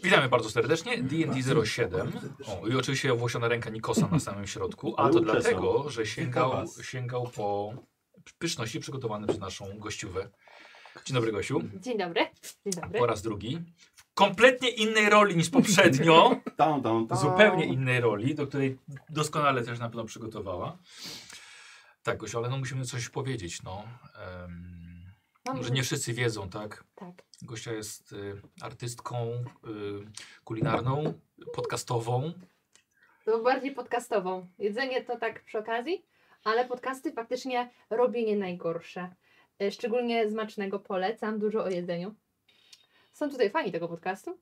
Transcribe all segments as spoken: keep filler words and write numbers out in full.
Witamy bardzo serdecznie. D and D zero siedem. O, i oczywiście owłosiona ręka Nikosa na samym środku. A to dlatego, że sięgał, sięgał po pyszności przygotowane przez naszą gościówę. Dzień dobry, Gosiu. Dzień dobry. Dzień dobry. Po raz drugi. W kompletnie innej roli niż poprzednio. Tam, tam, tam. Zupełnie innej roli, do której doskonale też na pewno przygotowała. Tak, Gosiu, ale no musimy coś powiedzieć, no. Um, może nie wszyscy wiedzą, tak? Tak. Gościa jest y, artystką y, kulinarną, podcastową. To bardziej podcastową. Jedzenie to tak przy okazji, ale podcasty faktycznie robię nie najgorsze. Y, szczególnie smacznego polecam, dużo o jedzeniu. Są tutaj fani tego podcastu.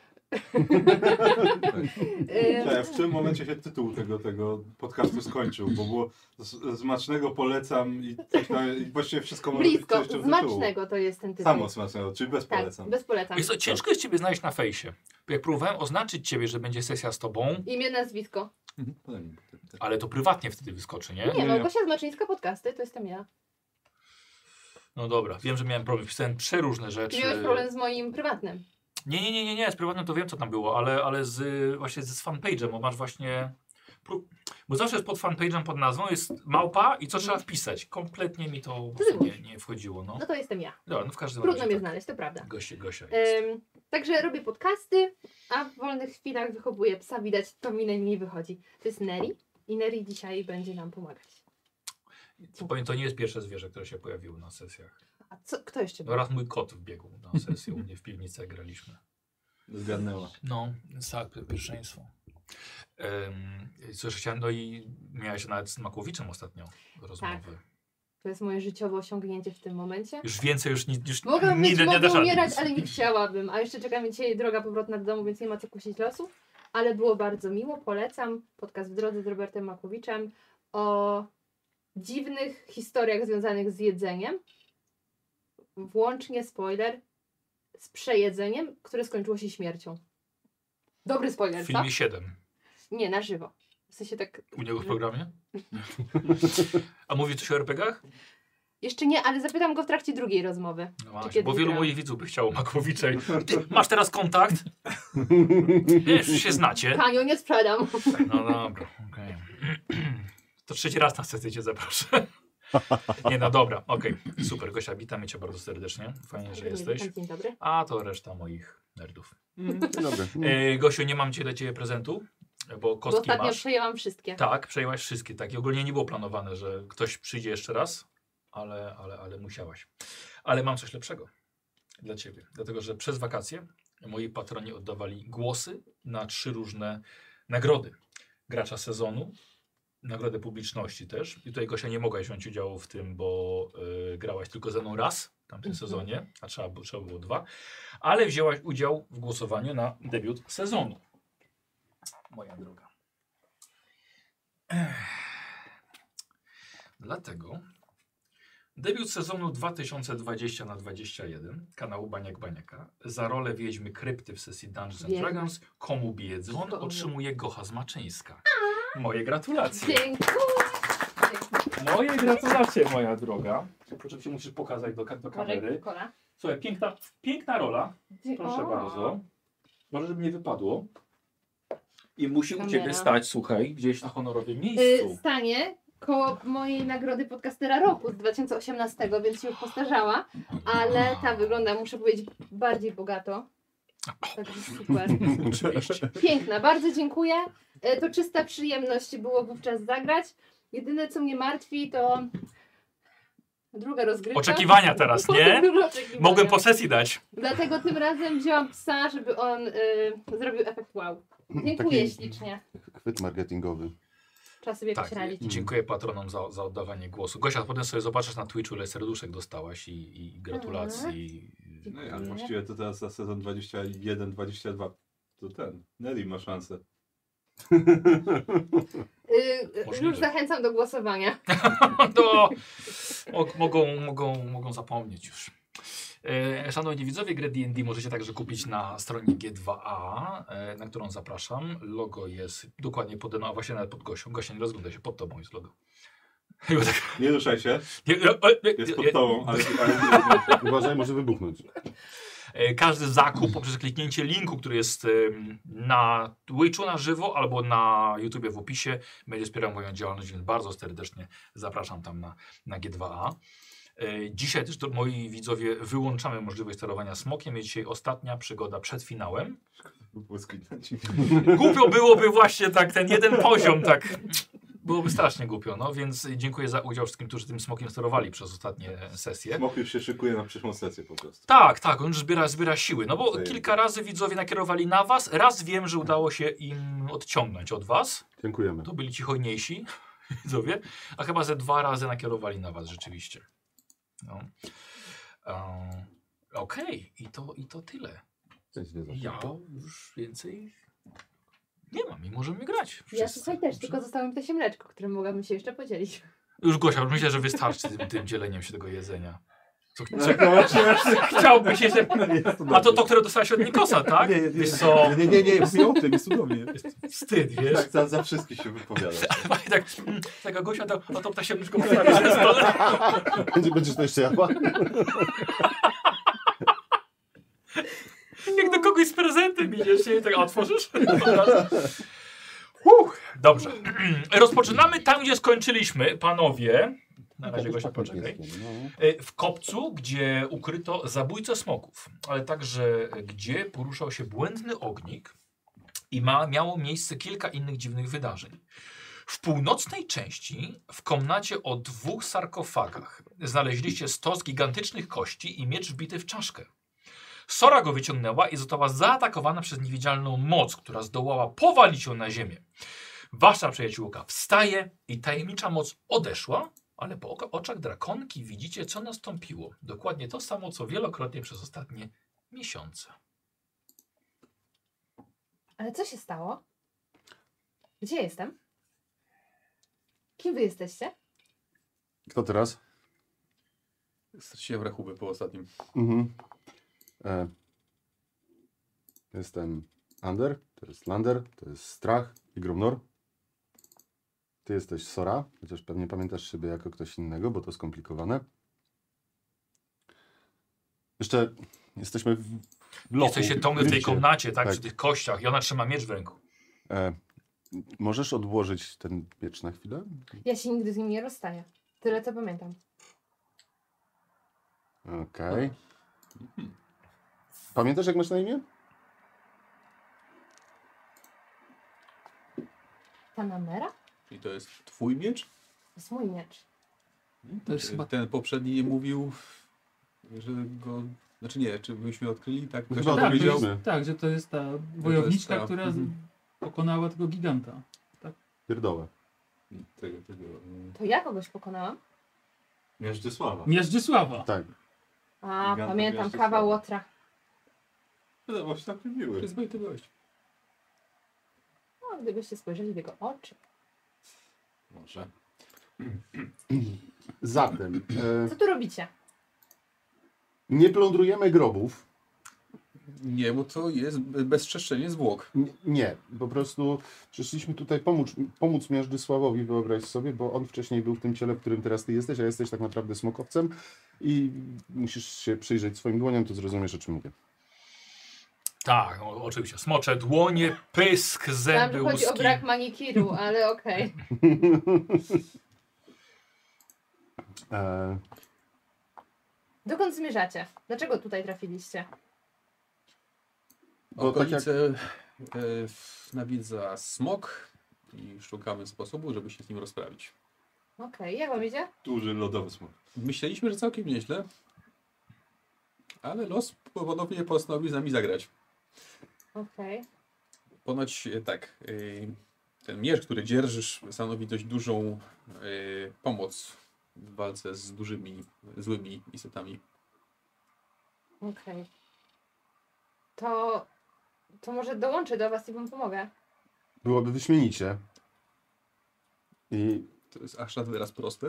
Cześć, w którym momencie się tytuł tego, tego podcastu skończył? Bo było z, smacznego polecam i, coś tam, i właściwie wszystko może być blisko, jeszcze w smacznego tytułu. to jest ten tytuł. Samo smacznego, czyli bez tak, polecam. bez polecam. Jest to, ciężko jest Ciebie znaleźć na fejsie. Jak próbowałem oznaczyć Ciebie, że będzie sesja z Tobą, Imię, nazwisko. Mhm. ale to prywatnie wtedy wyskoczy, nie? Nie, no Gosia Zmaczyńska podcasty, to jestem ja. No dobra, wiem, że miałem problem, pisałem przeróżne I rzeczy. miałeś problem z moim prywatnym. Nie, nie, nie, nie, nie, z prywatnym to wiem, co tam było, ale, ale z, właśnie z fanpage'em, bo masz właśnie... Bo zawsze jest pod fanpage'em, pod nazwą jest małpa i co trzeba wpisać. Kompletnie mi to nie, nie wchodziło, no. No to jestem ja. Dobra, no w każdym Trudno razie mnie tak. znaleźć, to prawda. Goście, Gosia jest. Ym, także robię podcasty, a w wolnych chwilach wychowuję psa. Widać, to mi najmniej wychodzi. To jest Neri i Neri dzisiaj będzie nam pomagać. Co powiem, to nie jest pierwsze zwierzę, które się pojawiło na sesjach. A co, kto jeszcze był? No raz mój kot wbiegł na sesję u mnie w piwnicy, jak graliśmy. Zgadnęła. No, więc tak, pierwszeństwo. Um, co jeszcze chciałem, no i miałeś nawet z Makowiczem ostatnio rozmowę. Tak. To jest moje życiowe osiągnięcie w tym momencie. Już więcej, już, ni, już Mogę nie, być, nie, nie mogę dasz rady. umierać, ale nie chciałabym. A jeszcze czeka mnie dzisiaj droga powrotna do domu, więc nie ma co kusić losu. Ale było bardzo miło, polecam. Podcast w drodze z Robertem Makowiczem o dziwnych historiach związanych z jedzeniem. Włącznie, spoiler, z przejedzeniem, które skończyło się śmiercią. Dobry spoiler, W co? filmie siedem. Nie, na żywo. W sensie tak... U niego w programie? A mówi coś o er pe gach? Jeszcze nie, ale zapytam go w trakcie drugiej rozmowy. No właśnie, kiedy bo wielu gra. moich widzów by chciało Makowicza. I, ty, masz teraz kontakt? Wiesz, już się znacie. Panią nie sprzedam. No dobra, okej. Okay. To trzeci raz na sesję cię zaproszę. Nie, no dobra, okej. Okay. Super, Gosia, witamy cię bardzo serdecznie. Fajnie, że jesteś. Dzień dobry. A to reszta moich nerdów. Mm, dzień dobry. E, Gosiu, nie mam cię dla ciebie prezentu, bo Bo kostki ostatnio masz. przejęłam wszystkie. Tak, przejęłaś wszystkie. Tak, i ogólnie nie było planowane, że ktoś przyjdzie jeszcze raz, ale, ale, ale musiałaś. Ale mam coś lepszego dla ciebie, dlatego że przez wakacje moi patroni oddawali głosy na trzy różne nagrody. Gracza sezonu, nagrodę publiczności też. I tutaj, Gosia, nie mogłaś wziąć udziału w tym, bo y, grałaś tylko ze mną raz w tamtym Mhm. sezonie, a trzeba, było- trzeba było dwa. Ale wzięłaś udział w głosowaniu na debiut sezonu. Moja droga. Ech. Dlatego debiut sezonu dwa tysiące dwadzieścia na dwadzieścia jeden kanału Baniak Baniaka za rolę wiedźmy krypty w sesji Dungeons and Wiedźmy. Dragons Komu bije dzwon Komu? otrzymuje Gocha Zmaczyńska. Moje gratulacje. Dziękuję. Moje gratulacje, moja droga. Oczywiście musisz pokazać do, ka- do kamery. Marek, kola. Słuchaj, piękna, piękna rola. Dzie- Proszę o. bardzo. Może, żeby nie wypadło. I musi u Kamera. ciebie stać, słuchaj, gdzieś na honorowym Y, miejscu. stanie koło mojej nagrody podcastera roku z dwa tysiące osiemnastego, więc się już postarzała, ale ta wygląda, muszę powiedzieć, bardziej bogato. Także super. Oczywiście. Piękna, bardzo dziękuję. Y, To czysta przyjemność było wówczas zagrać. Jedyne, co mnie martwi, to druga rozgrywka. Oczekiwania teraz, nie? Oczekiwania. Mogłem po sesji dać. Dlatego tym razem wzięłam psa, żeby on y, zrobił efekt wow. Dziękuję Taki- ślicznie. Chwyt marketingowy. Trzeba sobie jakoś Tak, radzić. i dziękuję patronom za, za oddawanie głosu. Gosia, potem sobie zobaczysz na Twitchu, ile serduszek dostałaś i, i gratulacji. No ja właściwie to teraz za sezon dwadzieścia jeden dwadzieścia dwa to ten, Nelly ma szansę. Y, Możliwe. już zachęcam do głosowania. To o, mogą, mogą, mogą zapomnieć już. E, szanowni widzowie, grę D and D możecie także kupić na stronie G dwa A, e, na którą zapraszam. Logo jest dokładnie pod, no właśnie nawet pod Gosią. Gosia, nie rozgląda się, pod tobą jest logo. I tak, Nie ruszaj się, nie, e, e, jest e, pod tobą, ale, ale Uważaj, może wybuchnąć. E, każdy zakup poprzez kliknięcie linku, który jest em, na Twitchu na żywo albo na YouTubie w opisie, będzie wspierał moją działalność, więc bardzo serdecznie zapraszam tam na, na G dwa A. E, dzisiaj też to, moi widzowie, wyłączamy możliwość sterowania smokiem. Jest dzisiaj ostatnia przygoda przed finałem. Głupio byłoby właśnie tak ten jeden poziom, tak. Byłoby strasznie głupio, no więc dziękuję za udział wszystkim, którzy tym smokiem sterowali przez ostatnie sesje. Smok już się szykuje na przyszłą sesję po prostu. Tak, tak, on już zbiera, zbiera siły, no bo Zajęty. kilka razy widzowie nakierowali na was, raz wiem, że udało się im odciągnąć od was, Dziękujemy. to byli ci hojniejsi widzowie, a chyba ze dwa razy nakierowali na was rzeczywiście. No. Um, Okej, i, to, i to tyle. Ja już więcej nie mam i możemy grać. Ja Wszyscy. słuchaj też, tylko zostało mi to się mleczko, którym mogłabym się jeszcze podzielić. Już Gosia, już myślę, że wystarczy tym, tym dzieleniem się tego jedzenia. Co, No, co, no, właśnie, właśnie. chciałby się, że... A to to, które dostałeś od Nikosa, tak? Nie, nie, Wiesz co? nie, nie, nie, jest piątek, jest cudownie. Wstyd, wiesz? Tak, za, za wszystkich się wypowiada. I tak, mm, taka Gosia, to, to, to ptasiemniczko postawi na stole. Będzie, będziesz to jeszcze jadła? Jak do kogoś z prezentem idziesz, nie? Tak, a otworzysz? Uch, dobrze. Rozpoczynamy tam, gdzie skończyliśmy, panowie. Na razie Gosia, poczekaj. E, W kopcu, gdzie ukryto zabójcę smoków, ale także gdzie poruszał się błędny ognik i ma, miało miejsce kilka innych dziwnych wydarzeń. W północnej części, w komnacie o dwóch sarkofagach, znaleźliście stos gigantycznych kości i miecz wbity w czaszkę. Sora go wyciągnęła i została zaatakowana przez niewidzialną moc, która zdołała powalić ją na ziemię. Wasza przyjaciółka wstaje i tajemnicza moc odeszła, ale po oko- oczach drakonki widzicie, co nastąpiło. Dokładnie to samo, co wielokrotnie przez ostatnie miesiące. Ale co się stało? Gdzie jestem? Kim wy jesteście? Kto teraz? Straciłem rachubę po ostatnim. Mhm. E, jestem Ander, to jest Lander, to jest Strach i Grumnor. Ty jesteś Sora, chociaż pewnie pamiętasz siebie jako ktoś innego, bo to skomplikowane. Jeszcze jesteśmy w bloku. Jesteście ciągle w tej Grypcie. komnacie, tak, Tak. przy tych kościach i ona trzyma miecz w ręku. E, możesz odłożyć ten miecz na chwilę? Ja się nigdy z nim nie rozstaję. Tyle co pamiętam. Okej. Pamiętasz, jak masz na imię? Tanamera? I to jest twój miecz? To jest mój miecz. To jest chyba... Ten poprzedni nie mówił, że go... Znaczy nie, czy byśmy odkryli, tak? Ktoś Chyba nam Tak, to powiedział? jest, tak, że to jest ta wojowniczka, ta- która z... mhm. pokonała tego giganta. Pierdołę. Tego, tego. mm. To ja kogoś pokonałam? Miażdżysława. Miażdżysława. Tak. A, Giganta pamiętam, miasto kawał słabe. Łotra. No właśnie tak lubiły. Przyzwoity gość. No, gdybyście spojrzeli w jego oczy. Może. Zatem, e, Co tu robicie? nie plądrujemy grobów. Nie, bo to jest bezczeszczenie zwłok. N- Nie, po prostu przyszliśmy tutaj pomóc, pomóc Miażdżysławowi, wyobraź sobie, bo on wcześniej był w tym ciele, w którym teraz ty jesteś, a jesteś tak naprawdę smokowcem i musisz się przyjrzeć swoim dłoniom, to zrozumiesz, o czym mówię. Tak, o, oczywiście. Smocze dłonie, pysk, Tam zęby, chodzi o łuski. brak manikiru, ale okej. e, Dokąd zmierzacie? Dlaczego tutaj trafiliście? Bo tak jak- Okolice e, nawiedza smok i szukamy sposobu, żeby się z nim rozprawić. Okej, jak wam idzie? Duży lodowy smok. Myśleliśmy, że całkiem nieźle, ale los ponownie postanowił z nami zagrać. Okej. Ponoć e, tak, e, ten miecz, który dzierżysz, stanowi dość dużą e, pomoc w walce z dużymi, złymi istotami. Okej. To... To może dołączę do was i wam pomogę. byłoby wyśmienicie. I, To jest aż na teraz proste.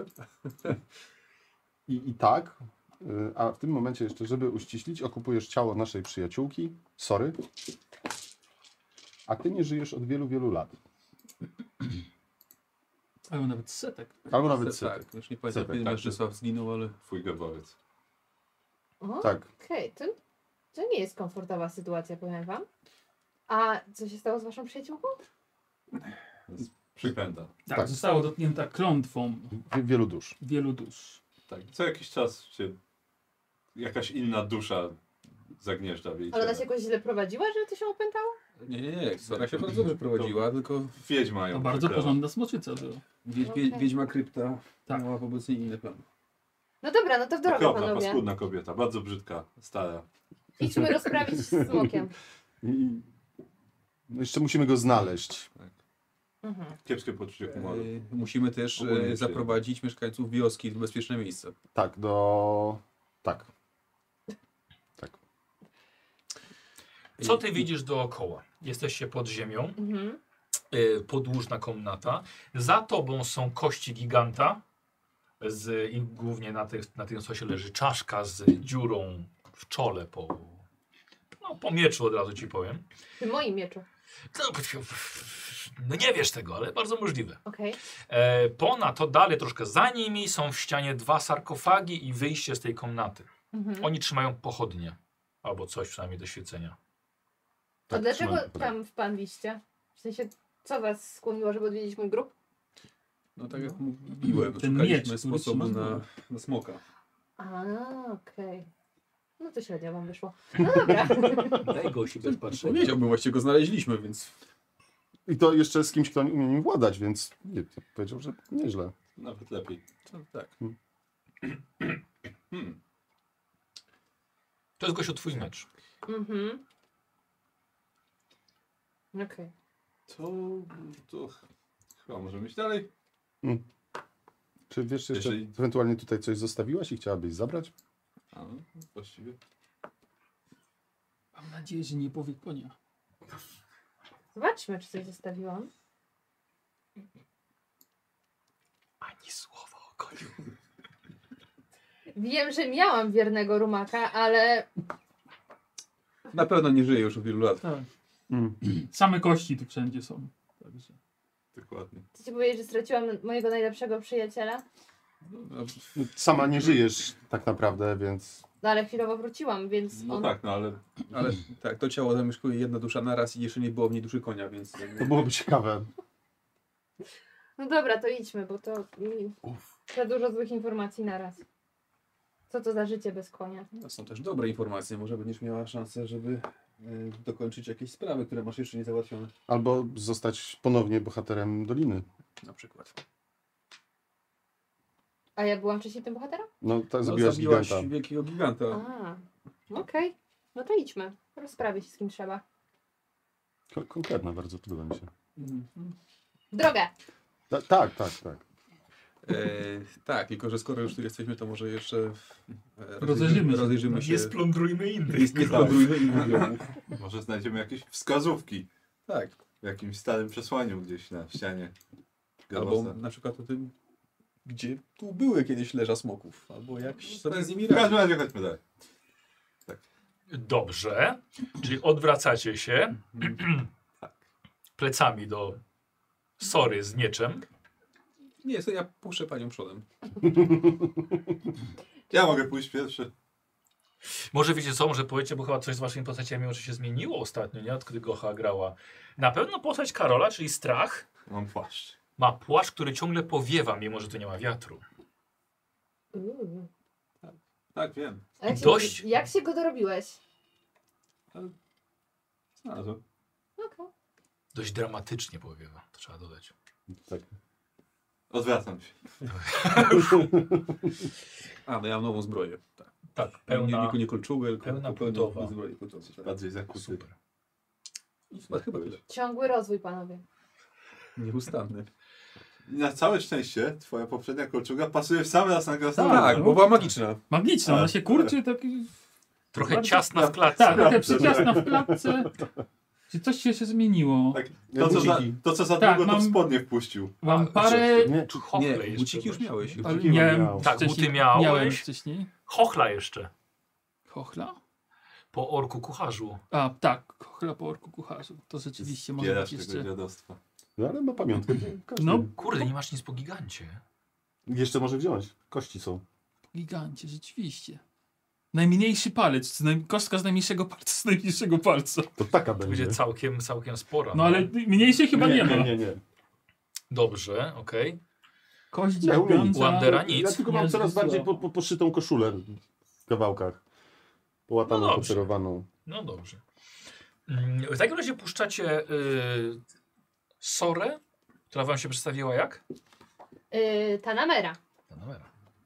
i, I tak, y, a w tym momencie jeszcze, żeby uściślić, okupujesz ciało naszej przyjaciółki, Sory, a ty nie żyjesz od wielu, wielu lat. Albo nawet setek. Albo nawet setek. Tak, już nie pamiętam, Setek, kiedy tak. Mieczysław zginął, ale Twój garbowiec. O, Tak. Okej, to To nie jest komfortowa sytuacja, powiem wam. A co się stało z waszą przyjaciółką? Przykręta. Tak, Tak. została dotknięta klątwą Wie- Wielu dusz. wielu dusz. Tak. Co jakiś czas się jakaś inna dusza zagnieżdża w jej Ale ona się ciele. jakoś źle prowadziła, że to się opętało? Nie, nie, nie. Sora się bardzo dobrze prowadziła, tylko Wiedźma ją To bardzo przykryła. porządna smoczyca była. wiedź, Okej. wiedźma krypta Tak. miała wobec niej inne plany. No dobra, no to w drogę, Okropna, panowie. paskudna kobieta, bardzo brzydka, stara. Idźmy rozprawić z smokiem. I no jeszcze musimy go znaleźć. Mhm. Kiepskie poczucie humoru. Yy, musimy też Ogólnie e, przyjemne. zaprowadzić mieszkańców wioski w bezpieczne miejsce. Tak, do... Tak. Co ty widzisz dookoła? Jesteście pod ziemią, Mhm. y, podłużna komnata. Za tobą są kości giganta. Z, i głównie na, tych, na tym stosie leży czaszka z dziurą w czole po, no, po mieczu, od razu ci powiem. Przy moim mieczu. No, no nie wiesz tego, ale bardzo możliwe. Okej. E, ponadto dalej troszkę za nimi są w ścianie dwa sarkofagi i wyjście z tej komnaty. Mhm. Oni trzymają pochodnie. Albo coś przynajmniej do świecenia. A Tak, dlaczego trzymam- tam wpadliście? W sensie, co was skłoniło, żeby odwiedzić mój grób? No tak jak mówiłem, Ten szukaliśmy miecz, który sposobu trzyma na, zbroję. na smoka. A, okej. No to średnio wam wyszło. No dobra. Daj go się bez patrzenia. Powiedziałbym, właściwie go znaleźliśmy, więc I to jeszcze z kimś, kto nie umie nim władać, więc nie, powiedział, że nieźle. Nawet lepiej. to, tak. Hmm. To jest gościu twój miecz. Mhm. Okej. To, to chyba możemy iść dalej. Czy wiesz jeszcze, Jeżeli- ewentualnie tutaj coś zostawiłaś i chciałabyś zabrać? A, no, właściwie. Mam nadzieję, że nie powie konia. Zobaczmy, czy coś zostawiłam. Ani słowa o koniu. Wiem, że miałam wiernego rumaka, ale Na pewno nie żyje już od wielu lat. Tak. Mm. Same kości tu wszędzie są. Także. Dokładnie. chcecie powiedzieć, że straciłam mojego najlepszego przyjaciela? No, Sama nie żyjesz tak naprawdę, więc No ale chwilowo wróciłam, więc No on... tak, no ale ale tak, to ciało zamieszkuje jedna dusza naraz i jeszcze nie było w niej duszy konia, więc to byłoby ciekawe. No dobra, to idźmy, bo to mm, za dużo złych informacji naraz. Co to za życie bez konia? to są też dobre informacje. Może będziesz miała szansę, żeby e, dokończyć jakieś sprawy, które masz jeszcze niezałatwione. Albo zostać ponownie bohaterem Doliny. Na przykład. A ja byłam wcześniej tym bohaterem? No, tak No, zabiłaś zabiłaś giganta. wielkiego giganta. A, okej. No to idźmy. Rozprawię się z kim trzeba. Ko- Konkretna, bardzo podoba mi się. Mhm. W drogę! Ta, tak, tak, tak. E, tak, tylko że skoro już tu jesteśmy, to może jeszcze e, Rozejrzymy się. rozejrzymy się. Nie splądrujmy innych. Nie splądrujmy innych domów. może znajdziemy jakieś wskazówki Tak. w jakimś starym przesłaniu gdzieś na ścianie. Albo Gabosa. na przykład o tym, gdzie tu były kiedyś leża smoków. Albo jak sobie z nimi W każdym radzić. razie chodźmy dalej. Dobrze. Czyli odwracacie się plecami do Sory z mieczem. Nie, to ja puszczę panią przodem. Ja mogę pójść pierwszy. Może wiecie co, może powiecie, bo chyba coś z waszymi postaciami może się zmieniło ostatnio, nie? Od kiedy Gocha grała. Na pewno postać Karola, czyli strach, Mam płaszcz. ma płaszcz, który ciągle powiewa, mimo że tu nie ma wiatru. Uuu. Tak, wiem. A jak, się, Dość. jak się go dorobiłeś? Znalazłem. Okej. Dość dramatycznie powiewa, to trzeba dodać. tak. Odwracam się. A, no ja mam nową zbroję. Tak. Tak, Nie, pełna, nie, nie kolczugę, tylko pełna pełną budowa. zbroję kultową. Tak. Bardziej zakuty. super. Chyba, chyba tyle. Ciągły rozwój, panowie. Nieustanny. I na całe szczęście twoja poprzednia kolczuga pasuje w sam raz na krasnolud. Tak, bo była magiczna. Magiczna, ona A, się kurczy tak... Trochę Bardzo- ciasna w klatce. Tak, trochę przyciasna w klatce. Czy coś się jeszcze zmieniło? Tak, to, co za, Buciki. to co za Tak, długo to mam- w spodnie wpuścił. Mam parę... Nie, Chochle Nie, jeszcze buciki już masz. miałeś. Ale Buciki miałem miał. Tak, wcześniej, buty miałeś. Miałem wcześniej. Chochla jeszcze. Chochla? Po orku kucharzu. A, tak, chochla po orku kucharzu. To rzeczywiście może Zbierasz być tego jeszcze... dziadostwa. no ale ma pamiątkę. Każdy. No, Kurde, nie masz nic po gigancie. Jeszcze może wziąć. Kości są. po gigancie, rzeczywiście. Najmniejszy palec, z naj... kostka z najmniejszego palca z najmniejszego palca. To taka To będzie. będzie całkiem, całkiem spora. No ale mniejszej chyba nie, ma. Nie, nie, nie. Dobrze, okej. Kość Nie, u mnie nic. dźwięcząca. Wandera nic. Ja tylko mam Nie coraz zwysła. bardziej po, po, poszytą koszulę w kawałkach. Połataną, No dobrze. pocerowaną. No dobrze. Mm, W takim razie puszczacie y, Sorę, która wam się przedstawiła jak? Yy, Tanamera. Tanamera.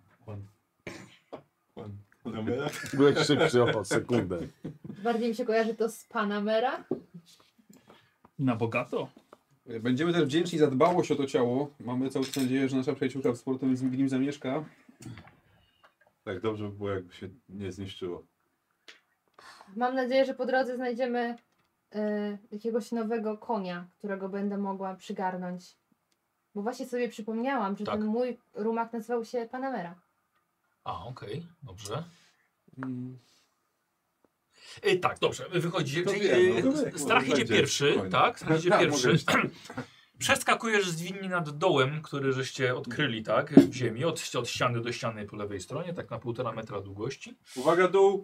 Byłeś szybszy o sekundę. Bardziej mi się kojarzy to z Panamera. Na bogato. Będziemy też wdzięczni za dbałość o to ciało. Mamy całą nadzieję, że nasza przyjaciółka w sportowym w nim zamieszka. Tak dobrze by było, jakby się nie zniszczyło. Mam nadzieję, że po drodze znajdziemy yy, jakiegoś nowego konia, którego będę mogła przygarnąć. Bo właśnie sobie przypomniałam, że Tak. ten mój rumak nazywał się Panamera. A, okej, dobrze. Mm. Y, tak, dobrze, wychodzi. To Czyli, wiem, y, no. s- Strach Może idzie będzie pierwszy, spokojnie. tak? Strach idzie Tak, pierwszy. mogę iść. Przeskakujesz z winni nad dołem, który żeście odkryli, tak? W ziemi, od, od ściany do ściany po lewej stronie, tak na półtora metra długości. Uwaga, dół!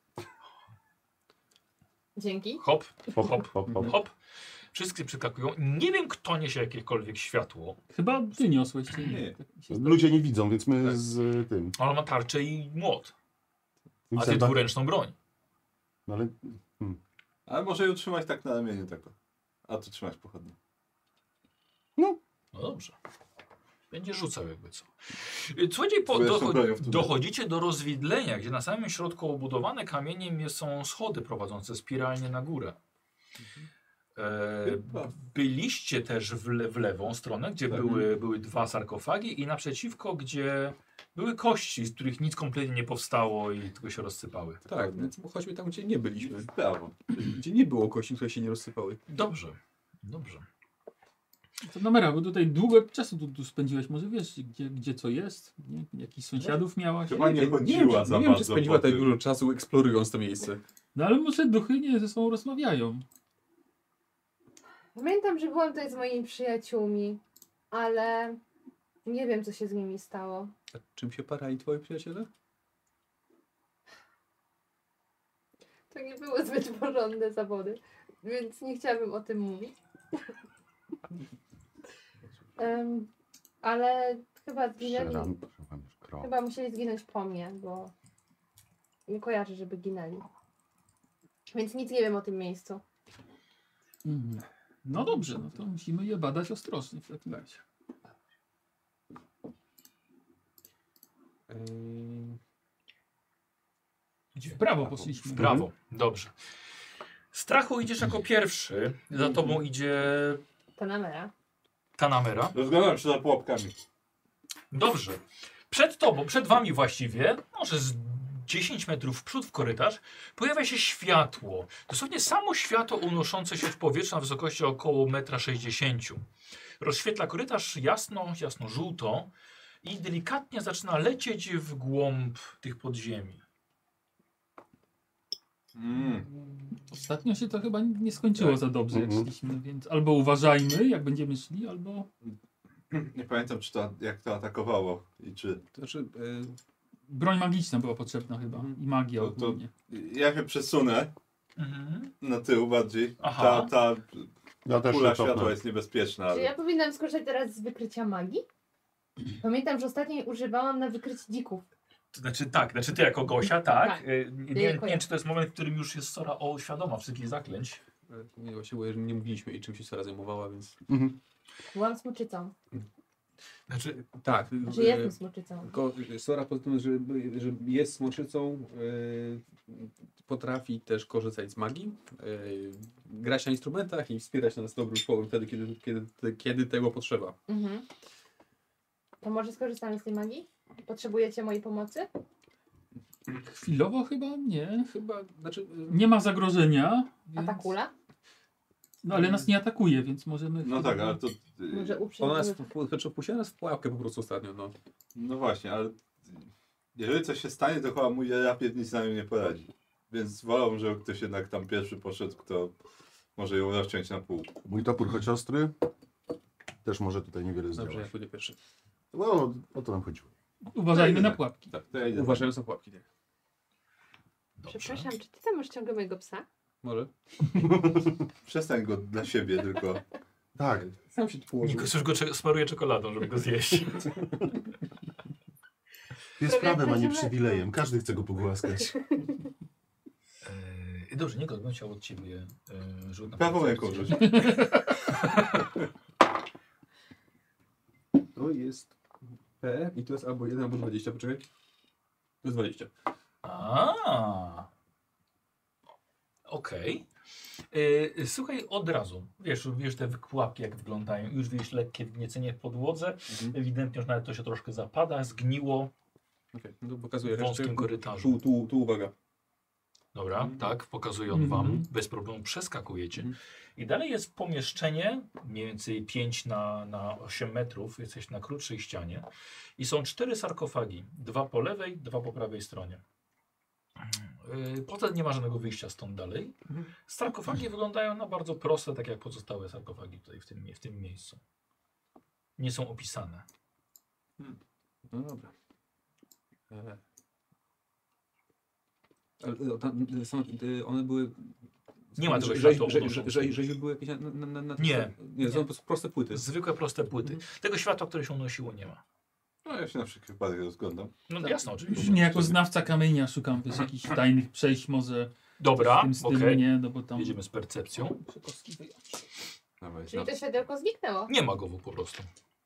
Dzięki. Hop, Hop, hop, hop, hop. hop. Wszyscy przeskakują. Nie wiem, kto niesie jakiekolwiek światło. Chyba ty niosłeś. Czy Nie. Tak mi się zdaje. Ludzie nie widzą, więc my Tak. z y, tym. Ale ma tarczę i młot, a ty Vincenta- dwuręczną broń. No ale Ale może ją trzymać tak na ramieniu tylko. A tu trzymać pochodnie. No dobrze. Będzie rzucał jakby co. Y, Słuchajcie, po, Dwuręczną docho bronią w tunelu. dochodzicie do rozwidlenia, gdzie na samym środku obudowane kamieniem jest- są schody prowadzące spiralnie na górę. E, Chyba. byliście też w, le w lewą stronę, gdzie Tak. były, były dwa sarkofagi i naprzeciwko, gdzie były kości, z których nic kompletnie nie powstało i tylko się rozsypały. Tak, więc chodźmy tam, gdzie nie byliśmy. W prawo. Gdzie nie było kości, które się nie rozsypały. Dobrze, dobrze. To Namera, bo tutaj długo czasu tu, tu spędziłeś. Może wiesz, gdzie, gdzie co jest? Nie? Jakichś sąsiadów miałaś? Chyba nie nie wiem, chodziła czy, za nie wiem, czy bardzo spędziła po tak tym. dużo czasu eksplorując to miejsce. No ale może duchy nie ze sobą rozmawiają. Pamiętam, że byłam tutaj z moimi przyjaciółmi, ale nie wiem, co się z nimi stało. A czym się parali twoi przyjaciele? To nie były zbyt porządne zawody, więc nie chciałabym o tym mówić. Em, ale chyba zginęli, Szeran, krok. chyba musieli zginąć po mnie, bo nie kojarzę, żeby ginęli. Więc nic nie wiem o tym miejscu. Mhm. No dobrze, no to musimy je badać ostrożnie w takim razie. Eee, Gdzie? W prawo poszliśmy. W prawo, dobrze. Strachu idziesz jako pierwszy, za tobą idzie Tanamera. Tanamera. Rozglądam się za pułapkami. Dobrze. Przed tobą, przed wami właściwie, może z dziesięć metrów w przód w korytarz, pojawia się światło. Dosłownie samo światło unoszące się w powietrzu na wysokości około metra sześćdziesięciu. Rozświetla korytarz jasno, jasno-żółto i delikatnie zaczyna lecieć w głąb tych podziemi. Mm. Ostatnio się to chyba nie skończyło Tak. za dobrze, jak Mhm. szliśmy, więc albo uważajmy, jak będziemy szli, albo... Nie pamiętam, czy to, jak to atakowało i czy... to znaczy, eee, Broń magiczna była potrzebna chyba Mhm. i magia To- to- ogólnie. Ja się przesunę Mhm. na tył bardziej. Aha. Ta, ta Ja też kula się cofnę. światła jest niebezpieczna, Czy ja ale... powinnam skorzystać teraz z wykrycia magii? Pamiętam, że ostatnio jej używałam na wykrycie dzików. To znaczy tak, znaczy ty jako Gosia, tak. Tak. Y, Nie, nie, jako nie ja. wiem, czy to jest moment, w którym już jest Sora o świadoma wszystkich zaklęć. nie, właściwie że nie mówiliśmy jej, czym się Sara zajmowała, więc... Mhm. Byłam smoczycą. Znaczy, Tak. Że eee, jestem smoczycą. Tylko Sora poza tym, że, że jest smoczycą, yy, potrafi też korzystać z magii, yy, grać na instrumentach i wspierać nas dobrym słowem wtedy, kiedy, kiedy, kiedy tego potrzeba. Mhm. To może skorzystamy z tej magii? Potrzebujecie mojej pomocy? Chwilowo chyba nie. Chyba, znaczy... yy, Nie ma zagrożenia. A Więc... ta kula? No ale nas nie atakuje, więc możemy... No chyba- tak, ale to... Może uprzeć. Ona nas, znaczy wpuściła nas w pułapkę po prostu ostatnio, no. No właśnie, ale jeżeli coś się stanie, to chyba mój rapier nic na nią nie poradzi. Więc wolałbym, żeby ktoś jednak tam pierwszy poszedł, kto może ją rozciąć na pół. Mój topór, choć ostry, też może tutaj niewiele Dobrze, ja zdziałać. pójdę pierwszy. No, o to nam chodziło. Uważajmy na Tak. pułapki. Tak, to ja idę. Uważając na pułapki, tak. Dobrze. Przepraszam, czy ty tam masz ciągle mojego psa? Może? Przestań go dla siebie tylko. Tak. Sam się tu położył. Nikos już go cze- smaruje czekoladą, żeby go zjeść. Jest Prawie prawem, a nie jak przywilejem. Każdy chce go pogłaskać. E, dobrze, Nikos, bym chciał od ciebie e, rzut na Prawą percepcję. ręką rzuć. To jest P i to jest albo jeden, albo dwadzieścia, poczekaj. To jest dwadzieścia. A. Okej. E, Słuchaj, od razu. Wiesz, wiesz te pułapki jak wyglądają. Już wiesz lekkie wgniecenie w podłodze. Mhm. Ewidentnie już nawet to się troszkę zapada, zgniło Okej, no to pokazuję w wąskim resztę. korytarzu. Tu, tu, tu uwaga. Dobra, Mhm. tak, pokazuje on wam. Mhm. Bez problemu przeskakujecie. Mhm. I dalej jest pomieszczenie, mniej więcej pięć na, na osiem metrów. Jesteś na krótszej ścianie. I są cztery sarkofagi. Dwa po lewej, dwa po prawej stronie. Yy, Potem nie ma żadnego wyjścia stąd dalej. Mhm. Sarkofagi wyglądają na bardzo proste, tak jak pozostałe sarkofagi tutaj w tym, w tym miejscu. Nie są opisane. No dobra. E. Ale e, tam, e, są, e, one były... Nie ma tego że, światła że, że, unoszącego. że, że, że były jakieś na, na, na, na Nie. Nie, są po prostu proste płyty. Zwykłe, proste płyty. Tego światła, które się unosiło, nie ma. No ja się na wszelki wypadek rozglądam. No jasno, oczywiście. Nie, jako znawca kamienia szukam wiesz, jakichś tajnych przejść może Dobra, w tym stylu, okej. nie? No bo tam... Jedziemy z percepcją. Kostki wyjąć. Dawaj, Czyli na, to światełko zniknęło. Nie ma go po prostu.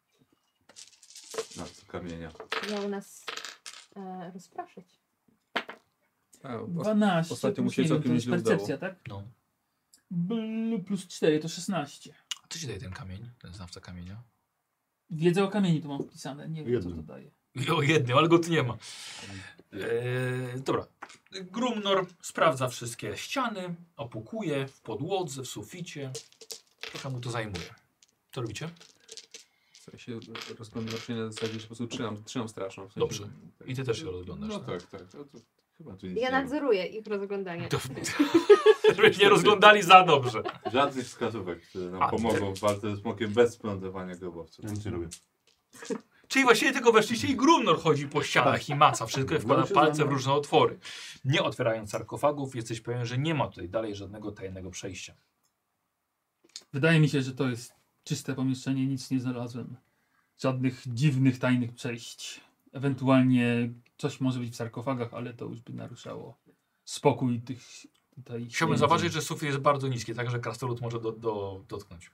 na co kamienia. Miał nas e, rozproszyć. A, os- dwanaście ostatnio mu plus, się nie wiem, całkiem to jest nieźle percepcja, tak? No. Bl, plus cztery to szesnaście. A co ci daje ten kamień, ten znawca kamienia? Wiedzę o kamieni tu mam wpisane, nie wiem Jednym. co to daje. I o jednym, ale go tu nie ma. Eee, dobra. Grumnor sprawdza wszystkie ściany, opukuje w podłodze, w suficie. Trochę mu to zajmuje. Co robicie? Ja się rozglądam raczej na zasadzie, że po prostu trzymam, trzymam straszną. W sensie, Dobrze. I ty też się rozglądasz. No tak? tak, tak. No to chyba tu nic Ja nie ma. nadzoruję ich rozglądanie. To, żebyś nie rozglądali za dobrze. Żadnych wskazówek, które nam A, pomogą w walce ze smokiem bez splądrowania grobowców. Ja nic nie robię. Czyli właściwie tylko weszliście i Grumnor chodzi po ścianach i maca wszystko i wkłada No się palce w znam. różne otwory. Nie otwierając sarkofagów, jesteś pewien, że nie ma tutaj dalej żadnego tajnego przejścia. Wydaje mi się, że to jest czyste pomieszczenie, nic nie znalazłem. Żadnych dziwnych, tajnych przejść. Ewentualnie coś może być w sarkofagach, ale to już by naruszało spokój tych tutaj... Chciałbym więźniów. zauważyć, że sufit jest bardzo niski, tak że krasnolud może do, do, dotknąć.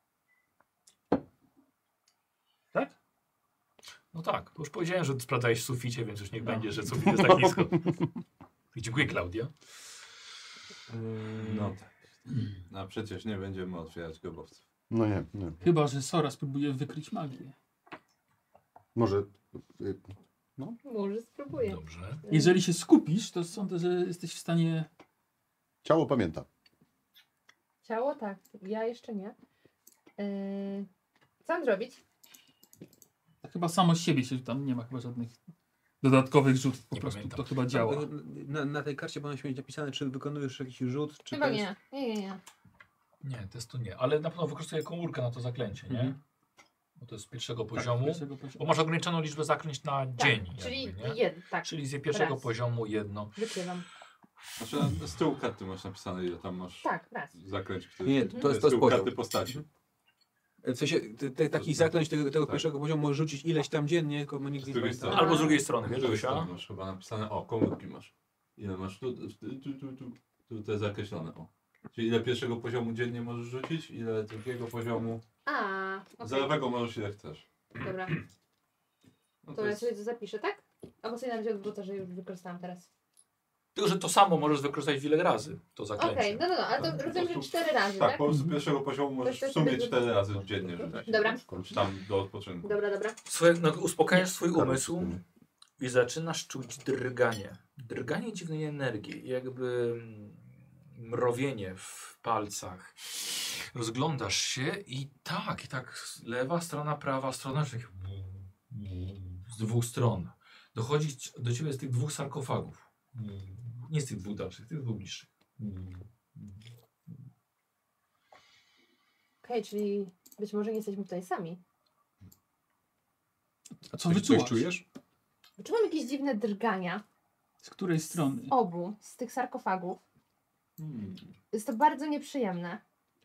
Tak? No tak, już powiedziałem, że sprawdzałeś w suficie, więc już niech będzie, że sufit jest tak nisko. I dziękuję, Klaudia. No tak. No przecież nie będziemy otwierać grobowców. No nie, nie. Chyba, że Sora spróbuje wykryć magię. Może... y, Może spróbuję. Dobrze. Jeżeli się skupisz, to sądzę, że jesteś w stanie... Ciało pamięta. Ciało tak, ja jeszcze nie. Yy, co mam zrobić? Chyba samo z siebie się tam nie ma chyba żadnych dodatkowych rzutów. Po Nie prostu pamiętam. to chyba działa. Na, na tej karcie powinno się mieć napisane, czy wykonujesz jakiś rzut, czy Chyba test. nie. Nie, nie, nie. Nie, testu nie, ale na pewno wykorzystuję komórkę na to zaklęcie, nie? Mhm. Bo to jest z pierwszego poziomu. Pierwszego Bo poziomu. masz ograniczoną liczbę zaklęć na Tak, dzień. czyli jakby, nie? jeden, tak. Czyli z pierwszego Raz. poziomu jedno. Wykrywam. Znaczy na, z tyłu karty masz napisane, ile tam masz Tak, raz. zaklęć, które... Nie, to jest, to z jest tyłu poziom. karty postaci. W sensie, te, te, takich zaklęć tego, tego Tak. pierwszego poziomu możesz rzucić ileś tam dziennie, tylko my nigdy Z nie drugiej pamiętamy. strony. Albo z drugiej strony, Z wiesz, drugiej Zosia? strony masz chyba napisane, o, komórki masz. Ile masz tu, tu, tu, tu, tu, tu to jest zakreślone, o. Czyli ile pierwszego poziomu dziennie możesz rzucić, ile drugiego poziomu... A, Z okej. lewego możesz ile chcesz. Dobra. No To ja sobie to zapiszę, tak? Albo sobie nawet odwrócę, że już wykorzystałam teraz. Tylko, że to samo możesz wykorzystać wiele razy, to zaklęcie. Okej, no no no, ale to Po rozumiem, że prostu- cztery razy, Tak, tak? po prostu pierwszego poziomu możesz To w sumie sobie- cztery razy dziennie rzucić. Dobra, Czy tam do odpoczynku. dobra, dobra. Słuchaj, no, uspokajasz swój umysł i zaczynasz czuć drganie. Drganie dziwnej energii, jakby mm, mrowienie w palcach. Rozglądasz się i tak, i tak lewa strona, prawa strona, że takie z dwóch stron. Dochodzi do ciebie z tych dwóch sarkofagów. Nie z tych dwóch dalszych, z tych dwóch bliższych. Okej, czyli być może nie jesteśmy tutaj sami. A co Coś- wyczułaś? Coś czujesz? Czułam jakieś dziwne drgania. Z której strony? Obu z tych sarkofagów. Hmm. Jest to bardzo nieprzyjemne.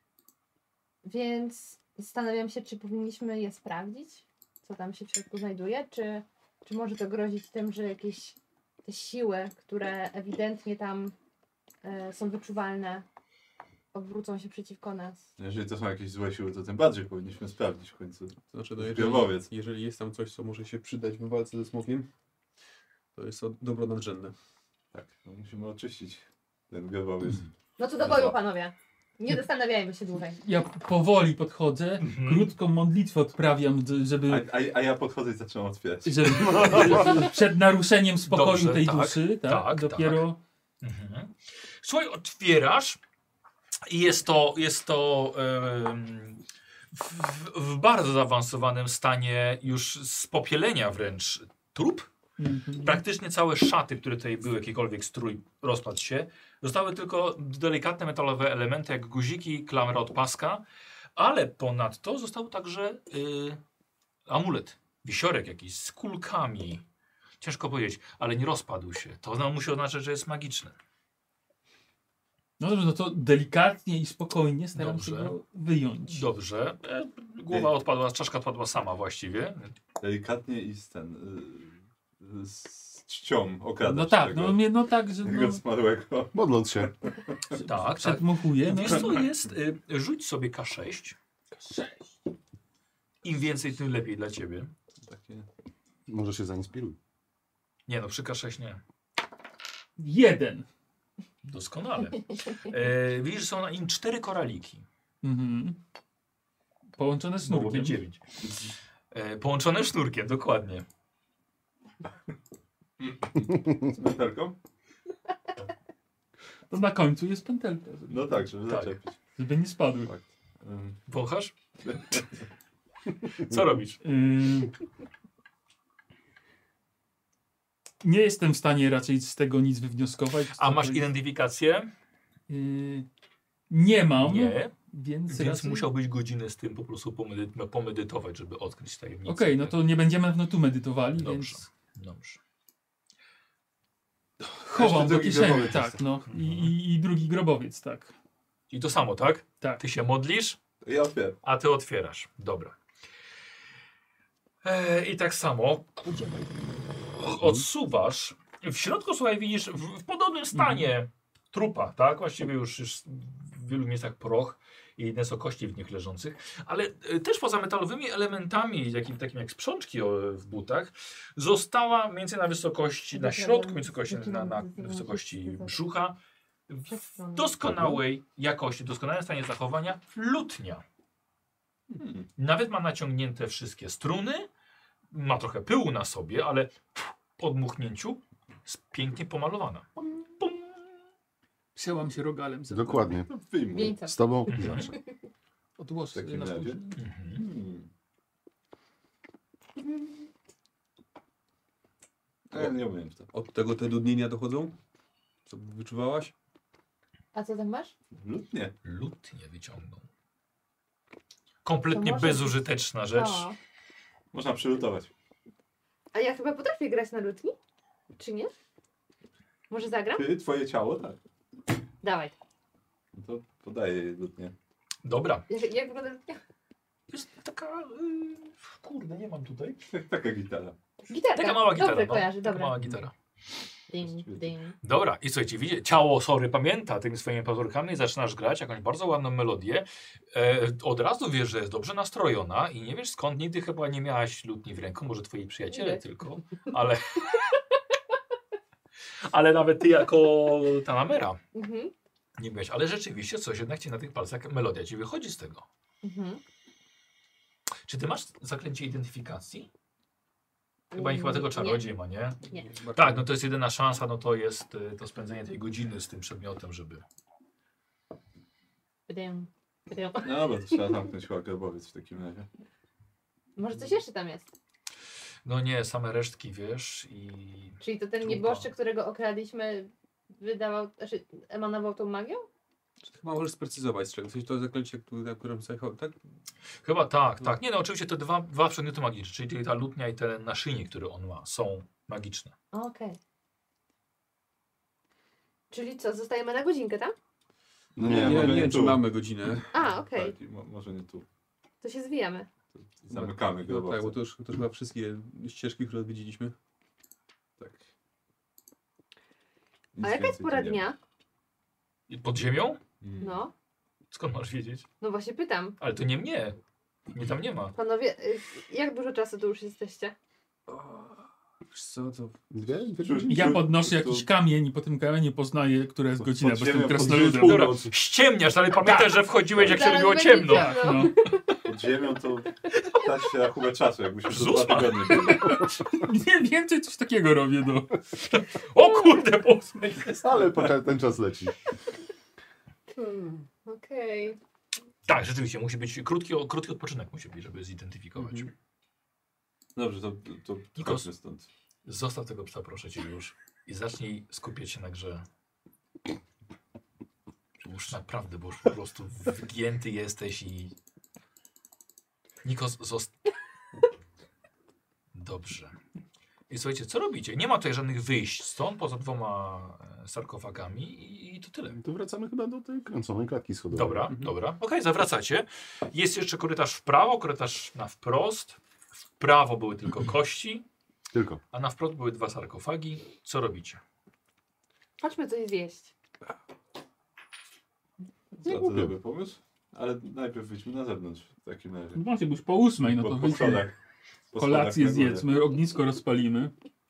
Więc zastanawiam się, czy powinniśmy je sprawdzić, co tam się w środku znajduje, czy, czy może to grozić tym, że jakieś te siły, które ewidentnie tam e, są wyczuwalne, obrócą się przeciwko nas. Jeżeli to są jakieś złe siły, to tym bardziej powinniśmy sprawdzić w końcu. To znaczy, no jeżeli, Grobowiec. jeżeli jest tam coś, co może się przydać w walce ze smokiem, to jest to dobro nadrzędne. Tak, no musimy oczyścić ten grobowiec. No to do boju, panowie. Nie zastanawiajmy się dłużej. Ja powoli podchodzę, Mhm. krótką modlitwę odprawiam, d- żeby, A, a, a ja podchodzę i zaczynam otwierać. żeby przed naruszeniem spokoju Dobrze, tej tak, duszy, tak, tak, dopiero Mhm. Słuchaj, otwierasz i jest to, jest to em, w, w bardzo zaawansowanym stanie już spopielenia wręcz trup. Mhm. Praktycznie całe szaty, które tutaj były, jakikolwiek strój, rozpadł się. Zostały tylko delikatne metalowe elementy, jak guziki, klamra od paska, ale ponadto został także y, amulet, wisiorek jakiś z kulkami. Ciężko powiedzieć, ale nie rozpadł się. To no, musi oznaczać, że jest magiczny. No dobrze, no to delikatnie i spokojnie staram się Dobrze. go wyjąć. Dobrze. E, Głowa odpadła, czaszka odpadła sama właściwie. Delikatnie i z ten... y, z czcią okradać No tak, tego, no, mnie, no tak, że tego no, zmarłego. Modląc się. Tak, tak. przedmuchuję. No. Wiesz co jest? Y, Rzuć sobie K sześć. Im więcej, tym lepiej dla ciebie. Takie... Może się zainspiruj. Nie no, przy K sześć nie. Jeden. Doskonale. E, widzisz, że są na nim cztery koraliki. Mhm. Połączone z Mogło nurkiem. być dziewięć. E, połączone sznurkiem, dokładnie. Z mentalką? To na końcu jest pętelka, żeby, No tak, żeby Tak. zaczepić. żeby nie spadły. Fakt. Ym, Wąchasz? Co robisz? Ym. Nie jestem w stanie raczej z tego nic wywnioskować. A Co masz to jest. identyfikację? Yy, nie mam, Nie. więc, Więc raczej... musiałbyś godzinę z tym po prostu pomedy- pomedytować, żeby odkryć tajemnicę. Okej, no to nie będziemy na pewno tu medytowali, Dobrze. więc Dobrze. chowam do drugi kieszeni, grobowiec tak, jest. no. I, i, I drugi grobowiec, tak. I to samo, tak? Tak. Ty się modlisz, Ja otwieram. a ty otwierasz. Dobra. E, I tak samo odsuwasz. W środku, słuchaj, widzisz w, w podobnym stanie trupa, tak? Właściwie już, już w wielu miejscach proch i jedne są kości w nich leżących, ale e, też poza metalowymi elementami, jakim, takim jak sprzączki o, w butach, została mniej więcej na wysokości, na środku, wysokości, na, na wysokości brzucha, w doskonałej jakości, doskonałym stanie zachowania lutnia. Hmm. Nawet ma naciągnięte wszystkie struny, ma trochę pyłu na sobie, ale po dmuchnięciu jest pięknie pomalowana. Pum, pum. Przełam się rogalem. za- Dokładnie. No, wyjmuj. Wieńca. Z tobą Mhm. zawsze. Odłożę W takim sobie na razie. później. Mhm. Hmm. A ja nie umiem w to. Od tego te dudnienia dochodzą? Co wyczuwałaś? A co tam masz? Lutnie. Lutnie wyciągnął. Kompletnie To może- bezużyteczna rzecz. O. Można przylutować. A ja chyba potrafię grać na lutni? Czy nie? Może zagram? Ty, twoje ciało, tak. Dawaj. No to podaję jej lutnie. Dobra. Jak, jak wygląda lutnia? Jest taka... Yy, kurde, nie mam tutaj. Tak, taka gitara. Gitarka. Taka mała gitara. Dobrze no. kojarzy, Taka dobra. mała gitara. Ding, ding. Dobra, i słuchajcie, widzicie, ciało sorry pamięta tymi swoimi pazurkami i zaczynasz grać jakąś bardzo ładną melodię. E, od razu wiesz, że jest dobrze nastrojona i nie wiesz skąd, nigdy chyba nie miałaś lutni w ręku, może twoi przyjaciele Nie. tylko, ale... ale nawet ty jako Tanamera Mhm. nie miałeś, ale rzeczywiście coś jednak ci na tych palcach, melodia ci wychodzi z tego. Mhm. Czy ty masz zaklęcie identyfikacji? Chyba nie chyba tego Nie. czarodziej ma, nie? Nie. Tak, no to jest jedyna szansa, no to jest y, to spędzenie tej godziny z tym przedmiotem, żeby... Dym, dym. No bo to trzeba zamknąć chyba grobowiec w takim razie. Może coś jeszcze tam jest? No nie, same resztki, wiesz, i... Czyli to ten Trupa. nieboszczyk, którego okradliśmy, wydawał, znaczy emanował tą magią? Chyba możesz sprecyzować z czego. Coś to zaklęcie, które- na którym zajechał, tak? Chyba tak, tak. Nie no, oczywiście te dwa, dwa przedmioty magiczne, czyli ta lutnia i ten naszyjnik, który on ma, są magiczne. Okej. Czyli co, zostajemy na godzinkę, tam? No Nie, Nie, może nie wiem, czy tu. mamy godzinę. A, okej. Tak, i mo może nie tu. To się zwijamy. Zamykamy No, grobowce. tak, bo to już, to już chyba wszystkie ścieżki, które odwiedziliśmy. Tak. A Nic jaka jest więcej pora tu nie ma. dnia? I pod ziemią? Mm. No, Skąd masz wiedzieć? no właśnie pytam. Ale to nie mnie. Mnie tam nie ma. Panowie, y, jak dużo czasu tu już jesteście? Wiesz co, to... Dwie? Dwie Czuć- godziny? Ja podnoszę Tu- jakiś kamień i po tym kamieniu poznaję, która jest Pod- godzina, pod bo jestem ziemią, pod krasnoludem. ziemią. Dobra, ściemniasz, ale pamiętaj, że wchodziłeś jak się Zaraz robiło będzie ciemno. Tak, no. Pod ziemią to dać się rachubę czasu, jakbyśmy tu Zus dwa ma. tygodnie byli. Nie więcej coś takiego robię, no. O kurde, po ósmej jest. Ale poczekaj, ten czas leci. Hmm, okej. Tak, rzeczywiście, musi być krótki, krótki odpoczynek musi być, żeby zidentyfikować. Mhm. Dobrze, to, to Nikos. chodźmy stąd. Zostaw tego psa, proszę cię już. I zacznij skupiać się na grze. Już naprawdę, bo już po prostu wgięty jesteś i... Nikos, zost... Dobrze. I słuchajcie, co robicie? Nie ma tutaj żadnych wyjść stąd, poza dwoma e, sarkofagami i, i to tyle. To wracamy chyba do tej kręconej klatki schodowej. Dobra, Mhm. dobra. Okej, zawracacie. Jest jeszcze korytarz w prawo, korytarz na wprost. W prawo były tylko kości, Tylko. a na wprost były dwa sarkofagi. Co robicie? Chodźmy coś zjeść. Bardzo głupio. dobry pomysł. Ale najpierw wyjdźmy na zewnątrz w takim razie. Właśnie, bo już po ósmej, no Po- to po wyjdźmy. schodach. Po Kolację schodach na górę. zjedzmy, ognisko rozpalimy.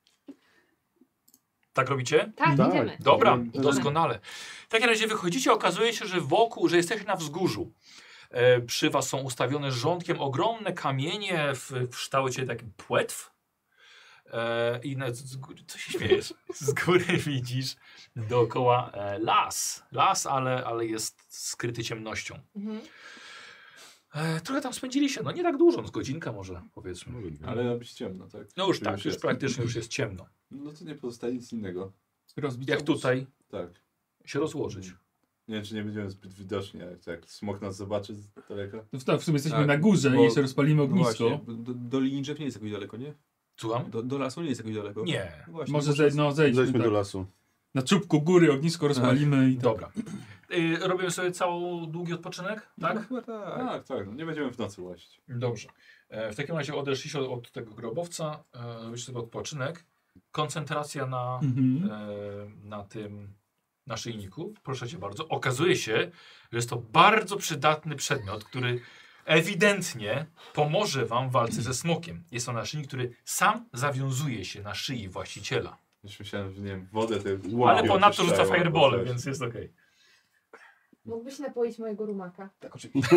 Tak robicie? Tak, Tak. idziemy. Dobra, Idziemy. doskonale. W takim razie wychodzicie, okazuje się, że wokół, że jesteście na wzgórzu. E, przy was są ustawione rządkiem ogromne kamienie w, w kształcie takim płetw. E, I na, z góry, co się śmiejesz? Z góry widzisz dookoła e, las. Las, ale, ale jest skryty ciemnością. Mhm. E, trochę tam spędziliście, no nie tak dużo, no z godzinka może powiedzmy. Ale ma być ciemno, tak? No już Czy tak, już jest? praktycznie już jest ciemno. No to nie pozostaje nic innego. Rozbić Jak obóz. tutaj Tak. się rozłożyć. Nie wiem, czy nie będziemy zbyt widoczni, jak, jak smok nas zobaczy z daleka. No w- w sumie jesteśmy Tak, na górze bo- i jeszcze rozpalimy No ognisko. właśnie, bo do, do linii drzew nie jest jakoś daleko, nie? Słucham? Do, do lasu nie jest jakoś daleko. Nie. No właśnie, Może może ze, no, zejdźmy Zejdźmy tak. do lasu. Na czubku góry ognisko rozpalimy i tak. Dobra. Y, robimy sobie cały długi odpoczynek, tak? No, chyba tak. Tak, tak, no nie będziemy w nocy łazić. Dobrze. E, w takim razie odeszliście od, od tego grobowca, e, robicie sobie odpoczynek. Koncentracja na, Mhm. e, na tym naszyjniku. Proszę cię bardzo. Okazuje się, że jest to bardzo przydatny przedmiot, który ewidentnie pomoże wam w walce ze smokiem. Jest to naszyjnik, który sam zawiązuje się na szyi właściciela. Już myślałem, że nie wiem, wodę te Ale łapie ponadto rzuca opuszczają, firebole, albo coś. więc jest okej. Mógłbyś napoić mojego rumaka. Tak, oczywiście.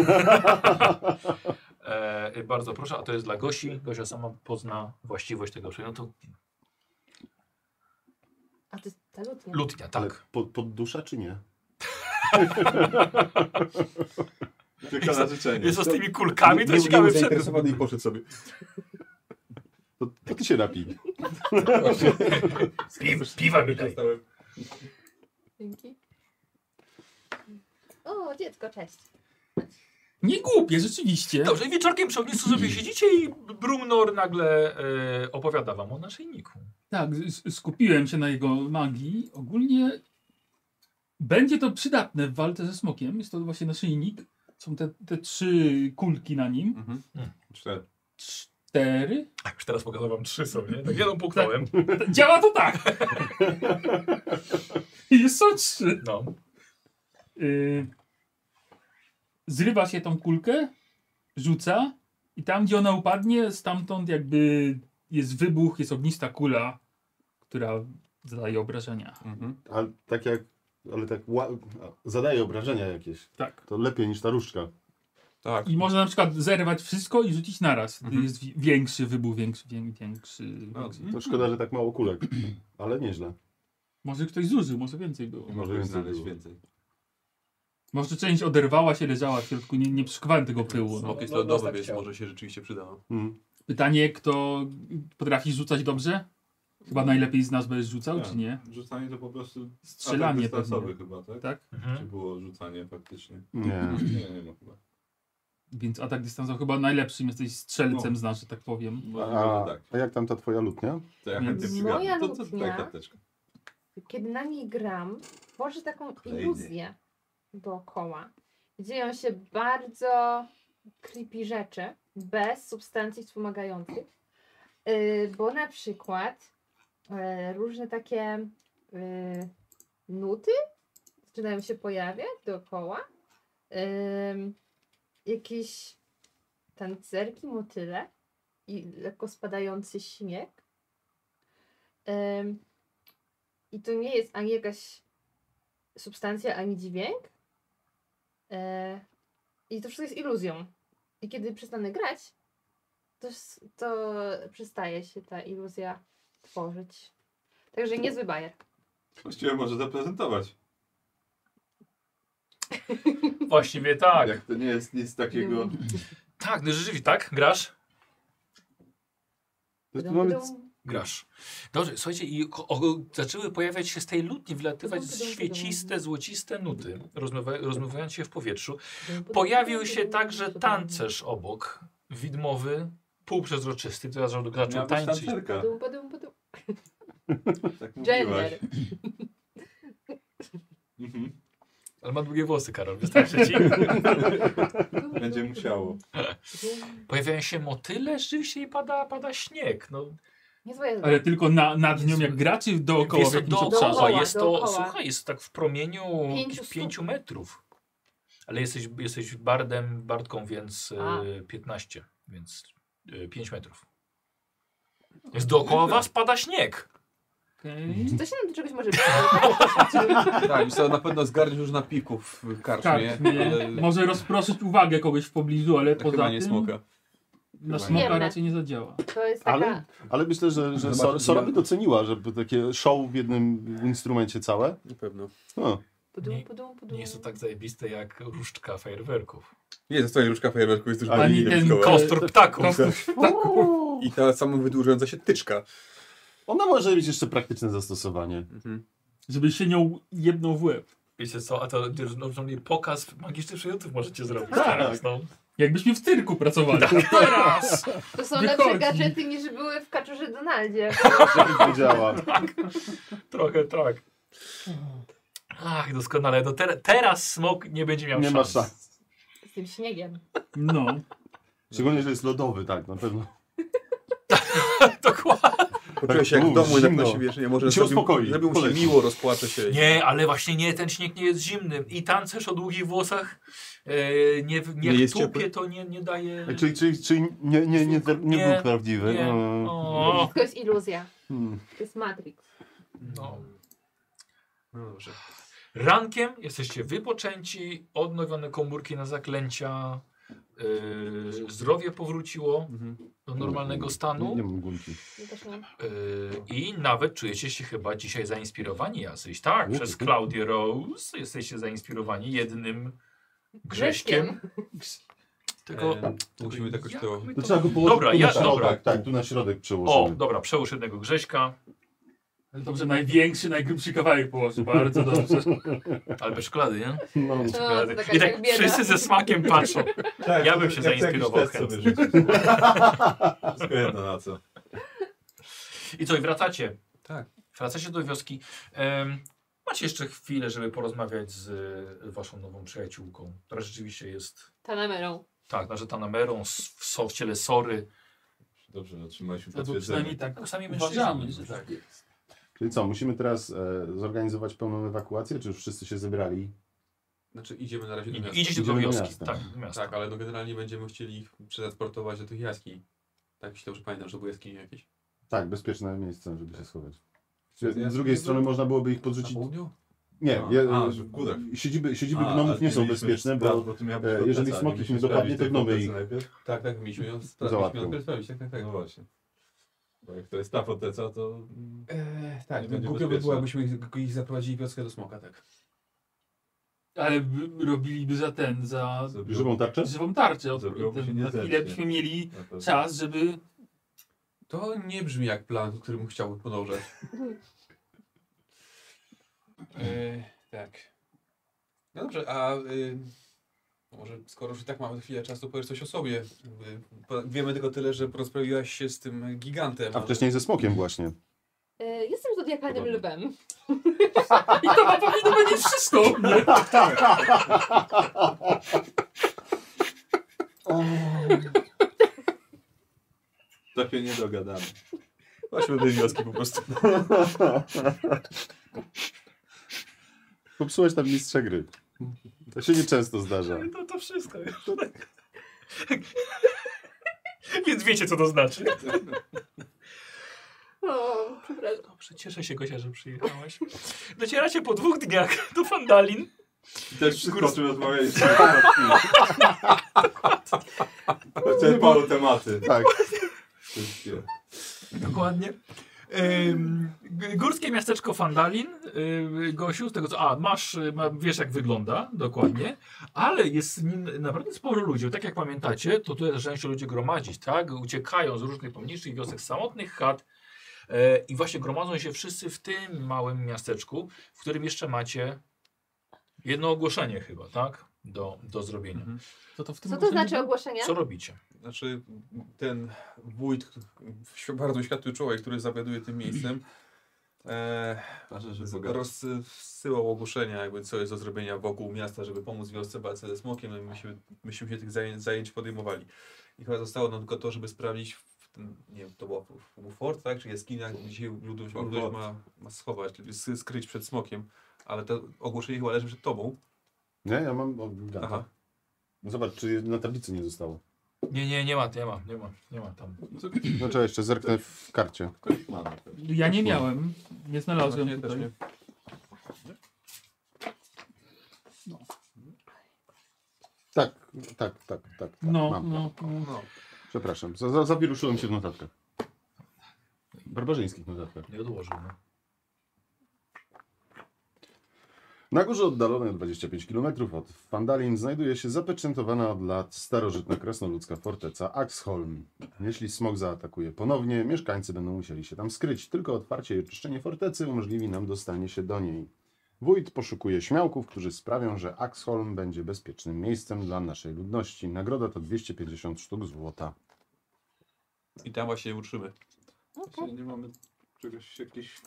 E, bardzo proszę, a to jest dla Gosi. Gosia sama pozna właściwość tego przedmiotu. A to jest ta lutnia. Lutnia, Ale tak. pod, pod dusza czy nie? Tylko na życzenie. Jest to z tymi kulkami, to nie, ciekawy nie był przedmiot. zainteresowany i poszedł sobie. To, to ty się napij. Pi piwa mi daj. Dzięki. O, dziecko, cześć. Nie głupie, rzeczywiście. Dobrze, i wieczorkiem przy ognisku sobie siedzicie i Brumnor nagle e, opowiada wam o naszyjniku. Tak, s- skupiłem się na jego magii. Ogólnie będzie to przydatne w walce ze smokiem. Jest to właśnie naszyjnik. Są te, te trzy kulki na nim. Mhm. Cztery. Cztery. A już teraz pokazał wam trzy są, nie? Tak jedną puknąłem. Działa to tak. I są trzy. No. Y, zrywa się tą kulkę, rzuca i tam, gdzie ona upadnie, stamtąd jakby jest wybuch, jest ognista kula, która zadaje obrażenia. Mhm. Ale tak jak, ale tak ła- zadaje obrażenia jakieś. Tak. To lepiej niż ta różdżka. Tak. I można na przykład zerwać wszystko i rzucić naraz. Wtedy Mhm. jest wi- większy wybuch, większy, wię- większy. No, większy. To szkoda, że tak mało kulek. Ale nieźle. Może ktoś zużył, może więcej było. Może Może więcej więcej znaleźć było. więcej. Może część oderwała się, leżała w środku, nie, nie przyszkwałem tego pyłu. No. Smok jest No, no, lodowy, tak więc chciał. może się rzeczywiście przyda. no. Mhm. Pytanie, kto potrafi rzucać dobrze? Chyba najlepiej z nas będziesz rzucał, Tak. czy nie? Rzucanie to po prostu Strzelanie atak dystansowy pewnie. chyba, tak? Tak? Czy Mhm. było rzucanie faktycznie? Nie. Nie, nie ma chyba. Więc atak dystansowy chyba najlepszym, jesteś strzelcem No. z nas, że tak powiem. Może A, tak. a jak tam ta twoja lutnia? To jak Więc- chętnie Moja przygadam. To, to lutnia. daj karteczkę. kiedy na niej gram, tworzy taką Kolejny. iluzję dookoła. Dzieją się bardzo creepy rzeczy, bez substancji wspomagających. Yy, bo na przykład yy, różne takie yy, nuty zaczynają się pojawiać dookoła. Yy, jakieś tancerki, motyle i lekko spadający śnieg. Yy, I to nie jest ani jakaś substancja, ani dźwięk. Yy, I to wszystko jest iluzją. I kiedy przestanę grać, to, s- to przestaje się ta iluzja tworzyć. Także niezły bajer. Właściwie może zaprezentować. Właściwie tak. Jak to nie jest nic takiego... Tak, no rzeczywiście, tak? Grasz? To tu mamy Grasz. Dobrze, słuchajcie, i o, o, zaczęły pojawiać się z tej lutni, wylatywać Dum, dum, dum. świeciste, złociste nuty, rozmywa, rozmywając się w powietrzu. Pojawił się także tancerz obok, widmowy, półprzezroczysty, który zaczął, zaczął Miała być tańczyć. tancerka. Badum, badum, badum. Tak mówiłaś. Gender. Mhm. Ale ma długie włosy, Karol, wystarczy ci. Będzie musiało. Pojawiają się motyle, rzeczywiście i pada, pada śnieg. No, Niezła jest. Ale tylko na, nad nią jak gra, czy dookoła w jest to jakimś dookoła, obszarze? jest to, dookoła. słuchaj, jest tak w promieniu Pięciu pięciu, stóp. pięciu metrów. Ale jesteś, jesteś bardem, bardką, więc A. e, piętnaście, więc e, pięć metrów. Więc dookoła was pada śnieg. Okej. Czy to się nam do czegoś może przydać? Tak, i sobie na pewno zgarniesz już napików w karczmie, Tak, nie. ale Może rozproszyć uwagę kogoś w pobliżu, ale to poza chyba tym nie smoka. na Chyba smoka nie. raczej nie zadziała. To jest taka... Ale, ale myślę, że, że Zobacz, Sora, Sora ja- by doceniła, żeby takie show w jednym instrumencie całe. Na pewno. O, Pudum, Nie- pudum, pudum. Nie jest to tak zajebiste jak różdżka fajerwerków. Nie, ze swojej różka fajerwerku jest też Ani bardziej ten niewyskowa. ko- Kostur ptaków. Kostur I ta samo wydłużająca się tyczka. ona może mieć jeszcze praktyczne zastosowanie. Mhm. Żeby się nią jedną w łeb. Wiecie co, a to normalnie pokaz magicznych przedmiotów możecie zrobić Tak. teraz, no. Jakbyśmy w cyrku pracowali. Teraz! To są Wychodzi. lepsze gadżety niż były w Kaczorze Donaldzie. Żeby to działa. Trochę tak. Ach, doskonale. No te, teraz smok nie będzie miał Nie ma szans. szans. Z tym śniegiem. No. Szczególnie, że jest lodowy, tak, na pewno. Dokładnie. Poczułem się jak w u, domu, jednak zimno. na siebie, że nie może I się uspokoi, zrobił mu się poleci. miło, rozpłacze się. Nie, ale właśnie nie, ten śnieg nie jest zimny. I tancerz o długich włosach e, nie, nie, Nie jest tupie, ciepły? to nie, nie daje... Czyli, czyli, czyli nie, nie, nie, nie, Nie, był prawdziwy. nie. Mm. O, Wszystko jest iluzja. Hmm. To jest Matrix. no. No dobrze. Rankiem jesteście wypoczęci, odnowione komórki na zaklęcia, e, zdrowie powróciło Mhm. do normalnego stanu. Nie, nie mam gumki. Ja też mam. Yy, I nawet czujecie się chyba dzisiaj zainspirowani jacyś. Tak, U, przez u. Claudię Rose jesteście zainspirowani jednym Grześkiem. Tylko. E, musimy jakoś jak to... my To trzeba go położyć Dobra, tu ja- na środek. dobra. Tak, tu na środek O, przełożymy. dobra, przełóż jednego Grześka, Dobrze, największy, najgrubszy kawałek położy. Bardzo dobrze. ale bez czekolady, nie? No. No, to taka I tak jak bieda. wszyscy ze smakiem patrzą. Tak, Ja bym się jak zainspirował jakiś test sobie chętnie. rzucić. Wszystko jedno na co. I co, i wracacie? Tak. Wracacie do wioski. Em, macie jeszcze chwilę, żeby porozmawiać z y, waszą nową przyjaciółką, która rzeczywiście jest, Tanamerą. tak, narzetamerą, w, so, w ciele Sory. Dobrze, otrzymaliśmy To potwierdzenie. przynajmniej tak Tak, sami uważamy, mężczyźni. że tak jest. Czyli co, musimy teraz e, zorganizować pełną ewakuację, czy już wszyscy się zebrali? Znaczy idziemy na razie do I, miasta. idziecie do Idziemy do wioski, miasta. tak, do miasta. Tak, ale no generalnie będziemy chcieli ich przetransportować do tych jaskiń. Tak, jeśli dobrze pamiętam, że były jaskinie jakieś. Tak, bezpieczne miejsce, żeby się schować. Z, Ja- z drugiej strony można byłoby ich Na podrzucić... południu? Nie, A, je, a, że w górach. siedziby, siedziby A, gnomów a nie są mieliśmy bezpieczne, sprawę, bo bo tu miała być e, forteca, jeżeli nie smok ich mieliśmy nie dopadnie, sprawdzić to tej gnomy fortecy ich najpierw? Tak, tak, mieliśmy ją spra- Załatwią. mieliśmy ją najpierw sprawdzić, tak, tak, tak. No właśnie. Bo jak to jest ta forteca, to... mm, Eee, tak, Nie no będzie głupio by bezpieczne. było, jakbyśmy ich, ich zaprowadzili wioskę do smoka, tak. Ale by- robiliby za ten, za żywą tarczę? żywą tarczę. Od, Zrobiłoby się ten, na chwilę niezręcznie. byśmy mieli na pewno. czas, żeby... To nie brzmi jak plan, którym chciałbym podążać. Eee, tak. No dobrze, a y, może skoro już i tak mamy chwilę czasu, powiesz coś o sobie. Y, po- wiemy tylko tyle, że rozprawiłaś się z tym gigantem. A ale- wcześniej ze smokiem właśnie. E, Jestem już do zodiakalnym Podobnie. lwem. I to ma powinno być wszystko. Nie? To się nie dogadamy. Chodźmy do wioski po prostu. Popsułeś tam mistrza gry. To się nieczęsto zdarza. To, to wszystko. Więc wiecie, co to znaczy. O, przepraszam. Dobrze, cieszę się, Gosia, że przyjechałaś. Docieracie po dwóch dniach do Fandalin. I też wszystko, o czym rozmawialiśmy. Te paru tematy. Tak. Wszystkie. Dokładnie. Ym, g- górskie miasteczko Fandalin, yy, Gosiu, z tego co. A, masz, y, ma, wiesz jak wygląda, dokładnie, ale jest w nim naprawdę sporo ludzi. Tak jak pamiętacie, to tutaj zaczynają się ludzie gromadzić, tak? Uciekają z różnych pomniejszych wiosek, samotnych chat e, i właśnie gromadzą się wszyscy w tym małym miasteczku, w którym jeszcze macie jedno ogłoszenie chyba, tak? Do, do zrobienia. Mhm. Co to w tym Co to ogłoszeniu znaczy było? ogłoszenie? Co robicie? Znaczy, ten wójt, świ- bardzo światły człowiek, który zawiaduje tym miejscem, e, Ważne, że bogaty. rozsyłał ogłoszenia, jakby co jest do zrobienia wokół miasta, żeby pomóc wiosce w walce ze smokiem. No i myśmy, myśmy się tych zajęć, zajęć podejmowali. I chyba zostało nam tylko to, żeby sprawdzić, w tym, nie wiem, to było, to był fort, tak? Czy jaskinia, gdzie ludność, Fort. ludność ma, ma schować, s- skryć przed smokiem. Ale to ogłoszenie chyba leży przed tobą. Nie, ja mam... O, giganta. Aha. No zobacz, czy na tablicy nie zostało. Nie, nie, nie ma, nie ma, nie ma, nie ma tam. No trzeba jeszcze zerknę w karcie. Ktoś ma na pewno. Ja nie miałem, nie znalazłem Właśnie też tutaj. nie. Tak, tak, tak, tak. tak. No, Mam. no, no. No. Przepraszam, za, za, zawiruszyłem się w notatkach. Barbarzyńskich notatkach. Nie odłożył. No. Na górze oddalonej o dwadzieścia pięć kilometrów od Fandalin znajduje się zapieczętowana od lat starożytna krasnoludzka forteca Axholm. Jeśli smok zaatakuje ponownie, mieszkańcy będą musieli się tam skryć. Tylko otwarcie i oczyszczenie fortecy umożliwi nam dostanie się do niej. Wójt poszukuje śmiałków, którzy sprawią, że Axholm będzie bezpiecznym miejscem dla naszej ludności. Nagroda to dwieście pięćdziesiąt sztuk złota. I tam właśnie uczymy. Właśnie nie mamy czegoś, jakieś,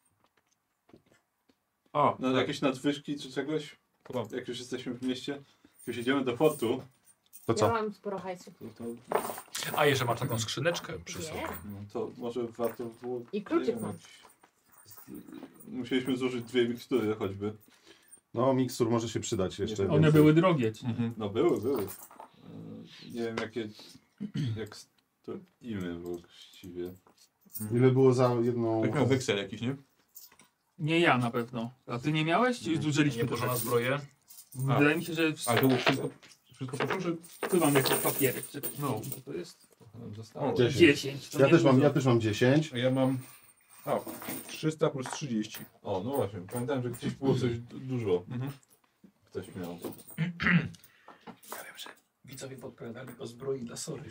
O, no, jakieś nadwyżki czy czegoś? Chyba. Jak już jesteśmy w mieście, jak jedziemy do portu, To Ja co? mam sporo hajsu. to, to, A jeszcze masz taką skrzyneczkę przy Nie. sobie. no, to może warto było... I kluczyk nie wiem, mam. jakiś- Musieliśmy zużyć dwie mikstury choćby. No, mikstur może się przydać jeszcze. One więcej. były drogie. Czy... Mhm. No były, były. Yy, Nie wiem jakie, jak stoimy właściwie. Ile było za jedną... Tak miał weksel jakiś, nie? Nie ja na pewno. A ty nie miałeś? Czy zużyliśmy Nie to? poszło na zbroję. Wydaje mi się, że Ale to było wszystko, wszystko poszło, że... wpływam jako papierek. Czy... No. To jest Zostało. Dziesięć. dziesięć. To Ja nie też, mam, dużo. ja też mam dziesięć. Ja mam... A, trzysta plus trzydzieści. O, no właśnie, pamiętałem, że gdzieś było coś du- dużo. Mhm. Ktoś miał. Ja wiem, że widzowie podpowiadali o zbroi dla Sory.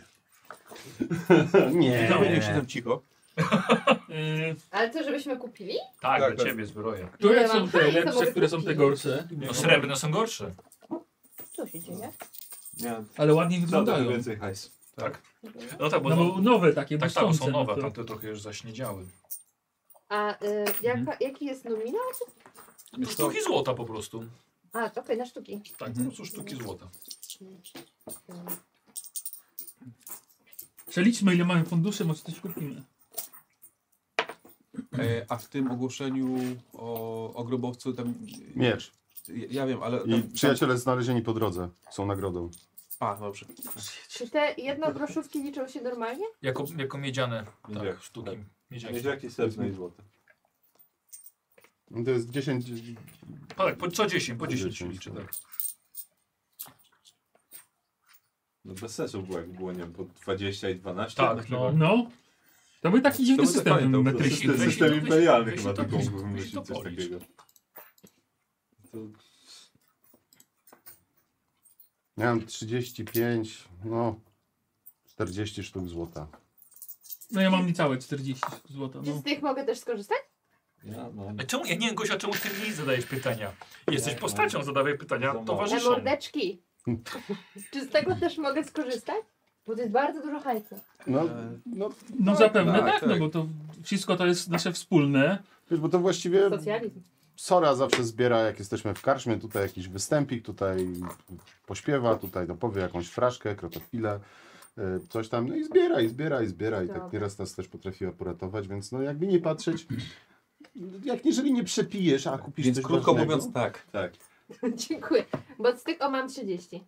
Nie. No, niech się tam cicho. Yy, Ale to, żebyśmy kupili? Tak, Tak, dla tak. ciebie zbroję. które Ja są mam te hajs, to lepsze, mogę które są te kupić. gorsze? No srebrne są gorsze. Co się dzieje? Nie, Ale ładnie co wyglądają. więcej hajs. Tak. No tak, bo, No bo nowe takie, tak, tak, bo błyszczące, są no nowe, to- tamte trochę już zaśniedziały. A y, jaka, jaki jest nominał? Sztuki złota po prostu. A, to okej, na sztuki. Tak, po prostu sztuki złota. Przeliczmy ile mamy funduszy, może coś kupimy. E, a w tym ogłoszeniu o, o grobowcu tam... Miecz. Ja, ja wiem, ale... I Tam, przyjaciele znalezieni po drodze są nagrodą. A, dobrze. Czy te jednogroszówki liczą się normalnie? Jako, jako miedziane Miedziaki, tak, sztuki. tak. Miedziaki. Miedziaki, srebrne i złote. To jest dziesięć... Tak, po, co dziesięć, po dziesięć się dziesięć, liczy, tak. tak. No bez sensu było, jak było, nie wiem, po dwadzieścia i dwanaście. Tak, na przykład. no. No. To był taki dziwny będę system pamiętał, metryczny. System, weź- system weź- imperialny weź- chyba weź- tylko weź- mógł weź- wymyślić weź to coś policz. takiego. To, Miałem trzydzieści pięć, no... czterdzieści sztuk złota. No ja mam niecałe czterdzieści złota. Czy No. z tych mogę też skorzystać? ja, no, A czemu, ja nie wiem, Gosia, czemu ty mi zadajesz pytania? Jesteś Ja- postacią, zadawaj pytania Za mało. Te towarzyszą. mordeczki. Czy z tego też mogę skorzystać? Bo to jest bardzo dużo hajsu. No, E, no No zapewne tak, tak, no tak. bo to wszystko to jest nasze wspólne. Wiesz, bo to właściwie Socjalizm. Sora zawsze zbiera, jak jesteśmy w karczmie, tutaj jakiś występik, tutaj pośpiewa, tutaj to powie jakąś fraszkę, krotofilę, y, coś tam, no i zbiera, i zbiera, i zbiera, i Dobra. tak nieraz nas też potrafiła poratować, więc no jakby nie patrzeć, jak jeżeli nie przepijesz, a kupisz Więc coś krótko ważnego, mówiąc tak. Tak. Dziękuję. Bo z tych o mam trzydzieści.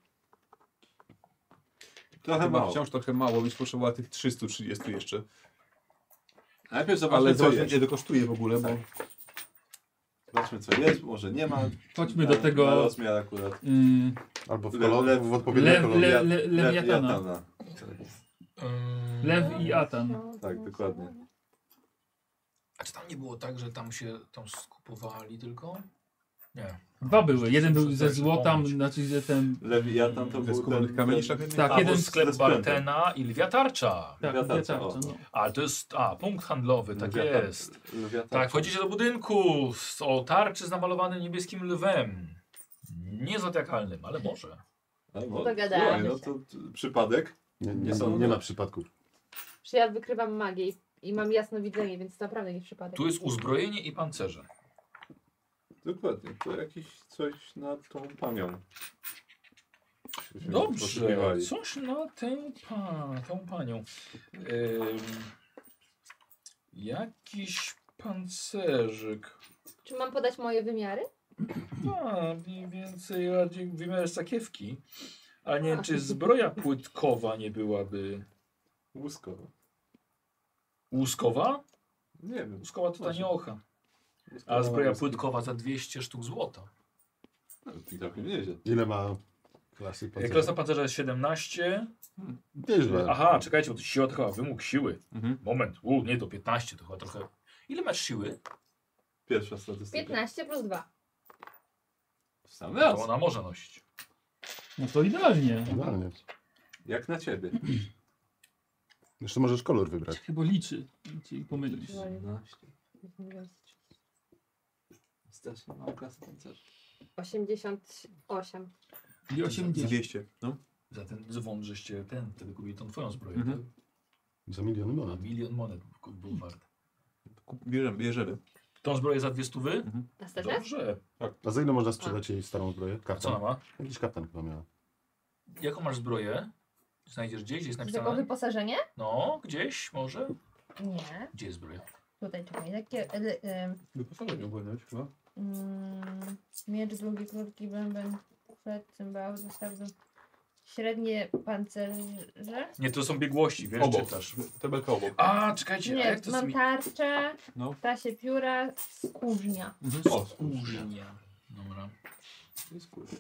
Trochę Chyba mało. wciąż trochę mało, byś potrzebowała tych trzystu trzydziestu jeszcze. Najpierw zobaczmy, Ale co zobaczmy, jest. ile to kosztuje w ogóle, bo... Zobaczmy, co jest, może nie ma. Chodźmy na, do tego... Na rozmiar akurat. Yy, albo w, Le- kolor, lew- w odpowiednim lew- kolorze. le- le- Lew Lewiatana. Jatana. Ym, Lew i Atan. Tak, dokładnie. A czy tam nie było tak, że tam się tam skupowali tylko? Nie. Dwa były. Jeden był ze Przestań się złota, pomylić. znaczy, że ten... Lewiatan to Ze był skórnych ten... kamieni ten szlachetnych? Tak, A, jeden bo z- sklep ze sprzętem. Bartena i Lwiatarcza. Tak, Lewiatan, wiatarca, o. no. A, to jest, a, punkt handlowy, tak Lewiatan- jest. Lewiatan. Tak, wchodzicie do budynku z, o tarczy z namalowanym niebieskim lwem. Nie zodiakalnym, ale może. A, no, Dogadamy słuchaj, no się. to, to przypadek. Nie, nie, Nie nie, są- nie ma przypadków. Że ja wykrywam magię i, i mam jasnowidzenie, więc to naprawdę nie przypadek. Tu jest uzbrojenie i pancerze. Dokładnie, to jakiś coś na tą panią. Żeśmy Dobrze, poszukiwali. coś na tę, pa, tą panią. Ym, jakiś pancerzyk. Czy mam podać moje wymiary? A, mniej więcej bardziej wymiar sakiewki. A nie A. wiem, czy zbroja płytkowa nie byłaby Łuskowo. łuskowa? Nie wiem. Łuskowa to Może. taniocha. A Łuskowa zbroja łuski. płytkowa za dwieście sztuk złota. No, to całkiem nieźle. Ile ma klasy Jak pancerza? klasa pancerza jest siedemnaście. Nieźle. Aha, czekajcie, bo to siła to chyba wymóg siły. Mhm. Moment, u, nie, to piętnaście to chyba trochę. Ile masz siły? Pierwsza statystyka. piętnaście plus dwa. W sam To raz. ona może nosić. No to idealnie. Idealnie. Jak na ciebie. Jeszcze możesz kolor wybrać. Chyba liczy. Ci pomylisz. Strasznie mała klasa pancerza. osiemdziesiąt osiem. I osiemdziesiąt. dwieście, no. Za ten dzwon, żeście ten, wtedy kupili tą twoją zbroję. Mhm. Za miliony Tak? monet. Milion monet był- był wart. Kup- Bierzemy, bierzemy. Tą zbroję za dwie stówy? Na sterze? Dobrze. A za ile można sprzedać jej starą zbroję? A co Kaftan. ona ma? Jakiś kaftan chyba miała. Jaką masz zbroję? Znajdziesz gdzieś? Gdzie jest Tylko napisane? wyposażenie? No, gdzieś może? Nie. Gdzie jest zbroja? Tutaj czekaj. Takie, y, y, Wyposażenie ogólnie chyba. mm, miecz długi, krótki, bęben, przed, cymbał, zostawmy. Średnie pancerze. Nie, to są biegłości, wiesz, Obok. czytasz. Tabelka obok. A, czekajcie, a Nie, jak to mam jest... tarczę, No. ptasie pióra, skórznia. Mhm. O, Skórznia. Dobra. to jest kurde.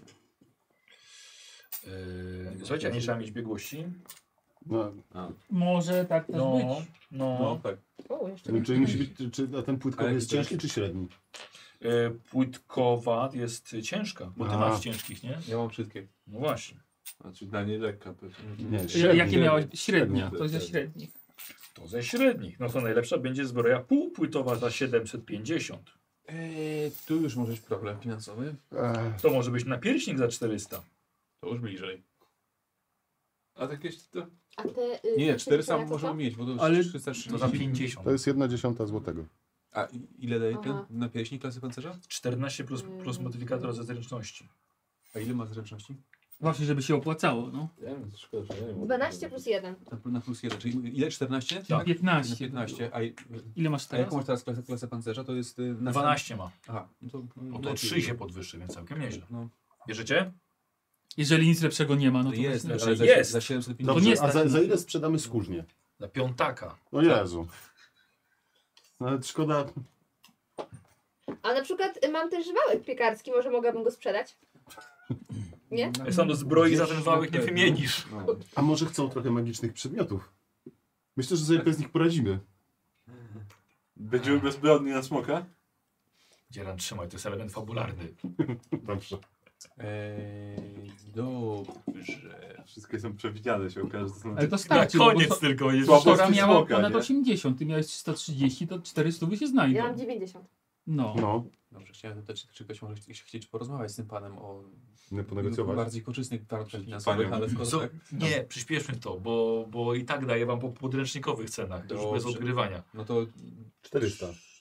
Yy, słuchajcie, a nie trzeba mieć biegłości? No, Może tak też No, być. no. No, tak. O, jeszcze czyli czyli musi być, czy, czy a ten płytkowy Ale jest to jest- ciężki czy średni? Yy, płytkowa jest ciężka, bo ty A. masz ciężkich, nie? Ja mam wszystkie. No właśnie. Znaczy dla niej lekka pewnie. Nie, Ja- średni. Jakie miałeś? Średnia. Średnia. To ze średnich. To ze średnich. No to najlepsza będzie zbroja półpłytowa za siedemset pięćdziesiąt. Eee, tu już może być problem finansowy. Ech, To może być napierśnik za czterysta. To już bliżej. A tak jakieś to... A te. Y, Nie, te czterysta jak to możemy są? mieć, bo to jest Ale- trzysta To za trzydzieści. pięćdziesiąt. to jest jedna dziesiąta złotego. A i- ile daje ten Aha. na pierśnik klasy pancerza? czternaście plus, plus modyfikator ze zręczności. A ile ma zręczności? Właśnie, żeby się opłacało, no. Ja wiem, szkoda, że ja nie mogę. dwanaście plus jeden. Na, na plus jeden, czyli ile? czternaście? Czyli Tak. piętnaście. Na piętnaście. A, i- Ile masz a teraz? jaką masz teraz klasę, klasę pancerza? To jest y, na dwanaście ma. Aha, no to, Bo to lepiej. trzy się podwyższy, więc całkiem nieźle. No, Bierzecie? Jeżeli nic lepszego nie ma, no to to jest, właśnie- ale za, jest. za siedemset To pięćdziesiąt. nie Dobrze, jest a tak- za, za ile sprzedamy skórznię? Za piątaka. O Jezu. Nawet szkoda. A na przykład y, mam też wałek piekarski, może mogłabym go sprzedać? Nie? Jak sam do zbroi za ten Gdzieś wałek nie na pewno. wymienisz. No. A może chcą trochę magicznych przedmiotów? Myślę, że sobie bez nich poradzimy. Będziemy bezbronni na smoka? Dzieran, trzymaj, to jest element fabularny. Dobrze. Eee, dobrze. Wszystkie są przewidziane, się okaże, że to są... Ale to Na starczy, bo koniec bo tylko jest. Słabo. Sora Polski miała smoka, ponad nie? osiemdziesiąt, ty miałeś trzysta trzydzieści, to czterysta by się znajdą. Ja mam dziewięćdziesiąt. No. No, Dobrze, chciałem zapytać, czy, czy ktoś może chci- chcieć porozmawiać z tym panem o nie ponegocjować. bardziej korzystnych wartościach Panią. finansowych, ale skoro Co? tak, Nie, przyspieszmy to, bo, bo i tak daję wam po podręcznikowych cenach, to już bez Dobrze. odgrywania. no to czterysta.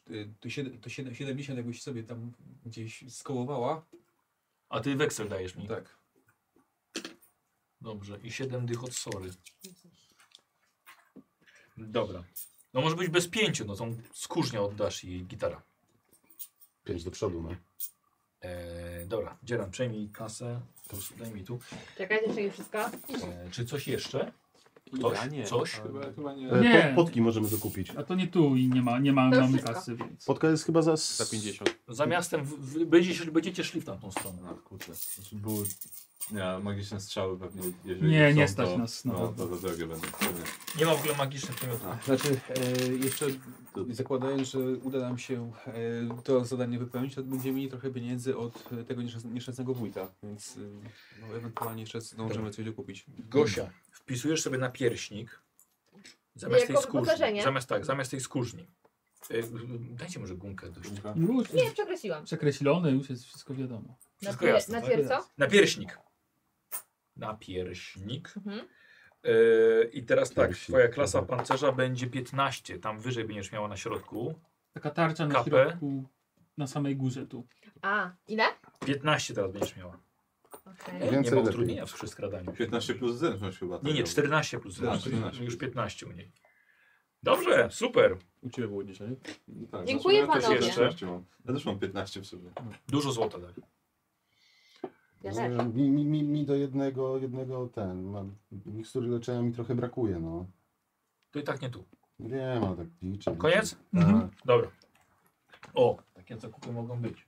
y, to, siedem, to siedem, siedemdziesiąt jakbyś sobie tam gdzieś skołowała. A ty weksel dajesz mi. Tak. Dobrze. I siedem dych od sory. Dobra. No może być bez pięciu, no tą skórznię oddasz i gitara. Pięć do przodu, no. Eee, dobra, Dzieran, przejmij kasę. To daj mi tu. Czekajcie, jeszcze nie wszystko. Eee, czy coś jeszcze? Ktoś? Ktoś? nie. Coś? Chyba, chyba nie. E, Nie. po- Potki możemy dokupić. A to nie tu i nie ma, nie ma To już mamy wszystko. kasy, więc... Potka jest chyba za... Za pięćdziesiąt. Za miastem w, w, będziecie, będziecie szli w tamtą stronę. No kurczę. Znaczy były... Nie, magiczne strzały pewnie, jeżeli Nie, są, nie stać to, nas na no, wodę. to za drogie będą. To nie. Nie ma w ogóle magicznych przedmiotów. Znaczy, e, jeszcze zakładając, że uda nam się e, to zadanie wypełnić, to będziemy mieli trochę pieniędzy od e, tego nieszczęs- nieszczęsnego wójta, więc e, no, ewentualnie jeszcze zdążymy coś dokupić. Gosia, wpisujesz sobie na pierśnik zamiast tej Jako skórzni. wyposażenie? Zamiast tak, zamiast tej skórzni. Yy, dajcie może gumkę dość. Już Nie, przekreśliłam. przekreślone, już jest wszystko wiadomo. Na, Wszystko pier- jasne, na tak? pierco? Na pierśnik. Na pierśnik. Mhm. Yy, I teraz tak, Pierśnik, twoja klasa dobra. pancerza będzie piętnaście. Tam wyżej będziesz miała na środku. Taka tarcza na Kapę. środku, na samej górze tu. A, ile? piętnaście teraz będziesz miała. Okej. Nie Więcej ma lepiej. utrudnienia przy skradaniu. piętnaście plus zręczność chyba. Nie, nie, tak czternaście plus A, zręczność. czternaście. Już piętnaście u niej. Dobrze, super. U Ciebie było dziesięć, nie? robi. Tak, Dziękuję znaczy, ja też panowie. piętnaście mam. Ja też mam piętnaście w sobie. Dużo złota daj. Ja No, też. mi, mi, mi, mi do jednego, jednego ten, mam, mikstury leczenia mi trochę brakuje, no. To i tak nie tu. Wiem, ale tak liczę. Koniec? Tak. Mhm. Dobra. O, takie zakupy mogą być.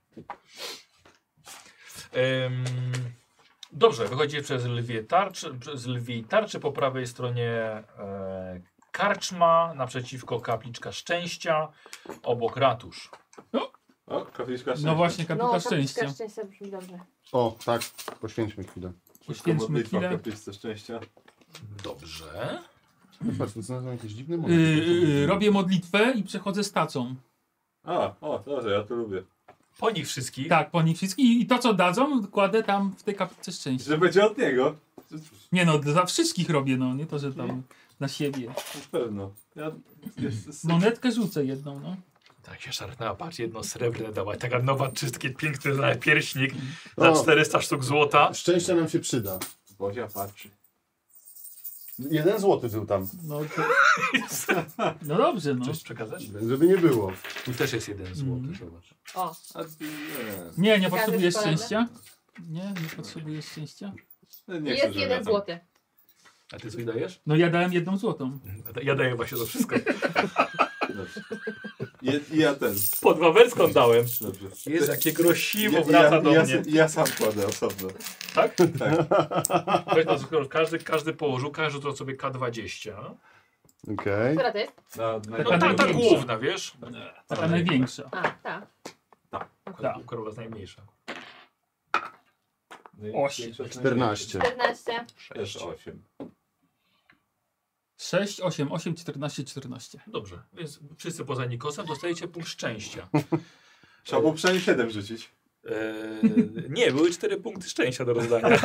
Ym, dobrze, wychodzicie przez lwie tarczy, przez lwiej tarczy po prawej stronie e, karczma, naprzeciwko kapliczka szczęścia, obok ratusz. O, kapliczka No szczęścia. właśnie, kapita No, szczęścia. kapliczka szczęścia brzmi dobrze. O, tak, poświęćmy chwilę. Poświęćmy Modlitwa w chwilę. kapliczce szczęścia. Dobrze. No patrz, to znalazłem jakieś dziwne Yy, momenty. yy, robię modlitwę i przechodzę stacą. A, o, dobrze, ja to lubię. Po nich wszystkich. Tak, po nich wszystkich i to co dadzą kładę tam w tej kaplicy szczęścia. Że będzie od niego. Nie no, dla wszystkich robię, no, nie to, że tam na siebie. Na pewno. Ja, jest, jest, Monetkę rzucę jedną, no. Tak się szarpnęła, patrz, jedno srebrne dała. Taka nowa, czystki, piękny pierśnik za O. czterysta sztuk złota. Szczęścia nam się przyda. Bozia patrzy. Jeden złoty był tam, No, to... no dobrze, no. Coś przekazać? żeby nie było. Tu też jest jeden złoty, Mm. zobacz. O, A, nie. Nie, nie Każdy potrzebujesz z kolei? szczęścia? Nie, nie potrzebujesz szczęścia? Nie, nie chcę, jest żebym jeden ja tam- złoty. A ty coś dajesz? No ja dałem jedną złotą. Ja daję właśnie to wszystko. Dobrze. I, I ja ten. Pod wawelską dałem. Dobrze. Jest jakie grosiwo Ja- wraca ja, do ja, mnie. Ja sam kładę osobno. Tak? Tak. Weź no, skoro każdy, każdy położył, każdy to sobie K dwadzieścia. Okej. Która to jest? Na, na, No ta, ta największa. główna, wiesz? Taka największa. A, tak. Ta. U Karola jest najmniejsza. Osiem. czternaście. czternaście. Też osiem. sześć, osiem, osiem, czternaście, czternaście. Dobrze, więc wszyscy poza Nikosem dostajecie punkt szczęścia. Trzeba było przynajmniej siedem rzucić. Eee, nie, były cztery punkty szczęścia do rozdania.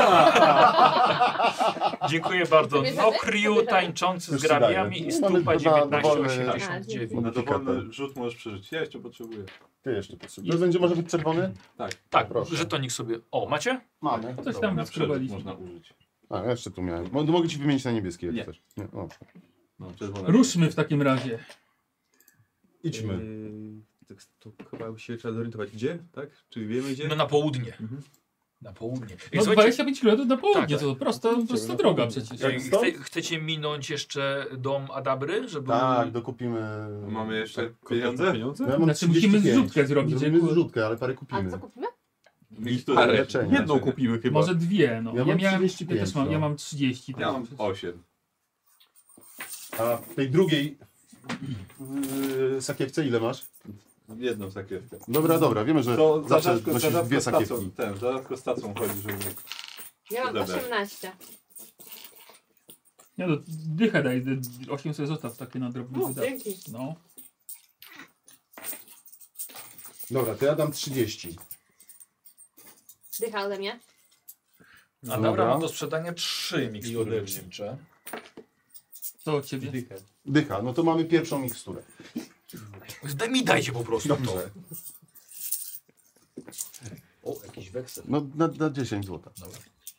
Dziękuję bardzo. To bierzemy? No, To Kriu bierzemy? tańczący z Już ci grabiami daję. i Mamy stupa dwa dziewiętnaście dowolne- osiemdziesiąt dziewięć. Na Unikata. dowolny rzut możesz przeżyć. Ja jeszcze potrzebuję. Ty jeszcze potrzebujesz. To będzie może być czerwony? Tak, Proszę. żetonik sobie. O, macie? Mamy. Coś Dobra, tam na przerzut skrobaliśmy. można użyć. A, jeszcze tu miałem. Mo- Mogę ci wymienić na niebieski, jak Nie. chcesz. Nie. O. No, czerwone. Ruszmy w takim razie. Idźmy. Yy, tak, to chyba się trzeba zorientować gdzie, tak? Czy wiemy gdzie? No na południe. Mhm. Na południe. Ej, No słuchajcie, dwadzieścia pięć kilometrów na południe, Tak, to prosto, prosto na droga południe. przecież. ej, stąd? chce, chcecie minąć jeszcze dom Adabry, żeby... Tak, dokupimy. Mamy jeszcze Tak, pieniądze? Pieniądze? Ja mam Znaczy musimy trzydzieści pięć. zrzutkę zrobić, Zrobimy jak- zrzutkę, ale parę A kupimy. co kupimy? Miksturę. Parę. leczenia. Jedną kupimy chyba. Może dwie, no. Ja mam miałem, trzydzieści pięć, ja też mam, no. ja mam trzydzieści. Ja mam teraz. osiem. A w tej drugiej yy, sakiewce ile masz? Jedną sakiewkę. Dobra, dobra, wiemy, że To za zawsze rzadko, za nosisz rzadko dwie stacą, sakiewki. ten, za rzadko stacą chodzi, żeby mógł. Ja mam Dobra. osiemnaście. Nie no, dychę daj, dy- osiemset zostaw takie na drobny O, wydatek. dzięki. No. Dobra, to ja dam trzydzieści. Dycha ode mnie. A Dobra. dobra, mam do sprzedania trzy mikstury ode mnie. lecznicze. To od ciebie. Dychę. Dycha, no to mamy pierwszą miksturę. Daj mi dajcie po prostu to. Dobrze. O, jakiś weksel. No na, na dziesięć złotych. Dobra.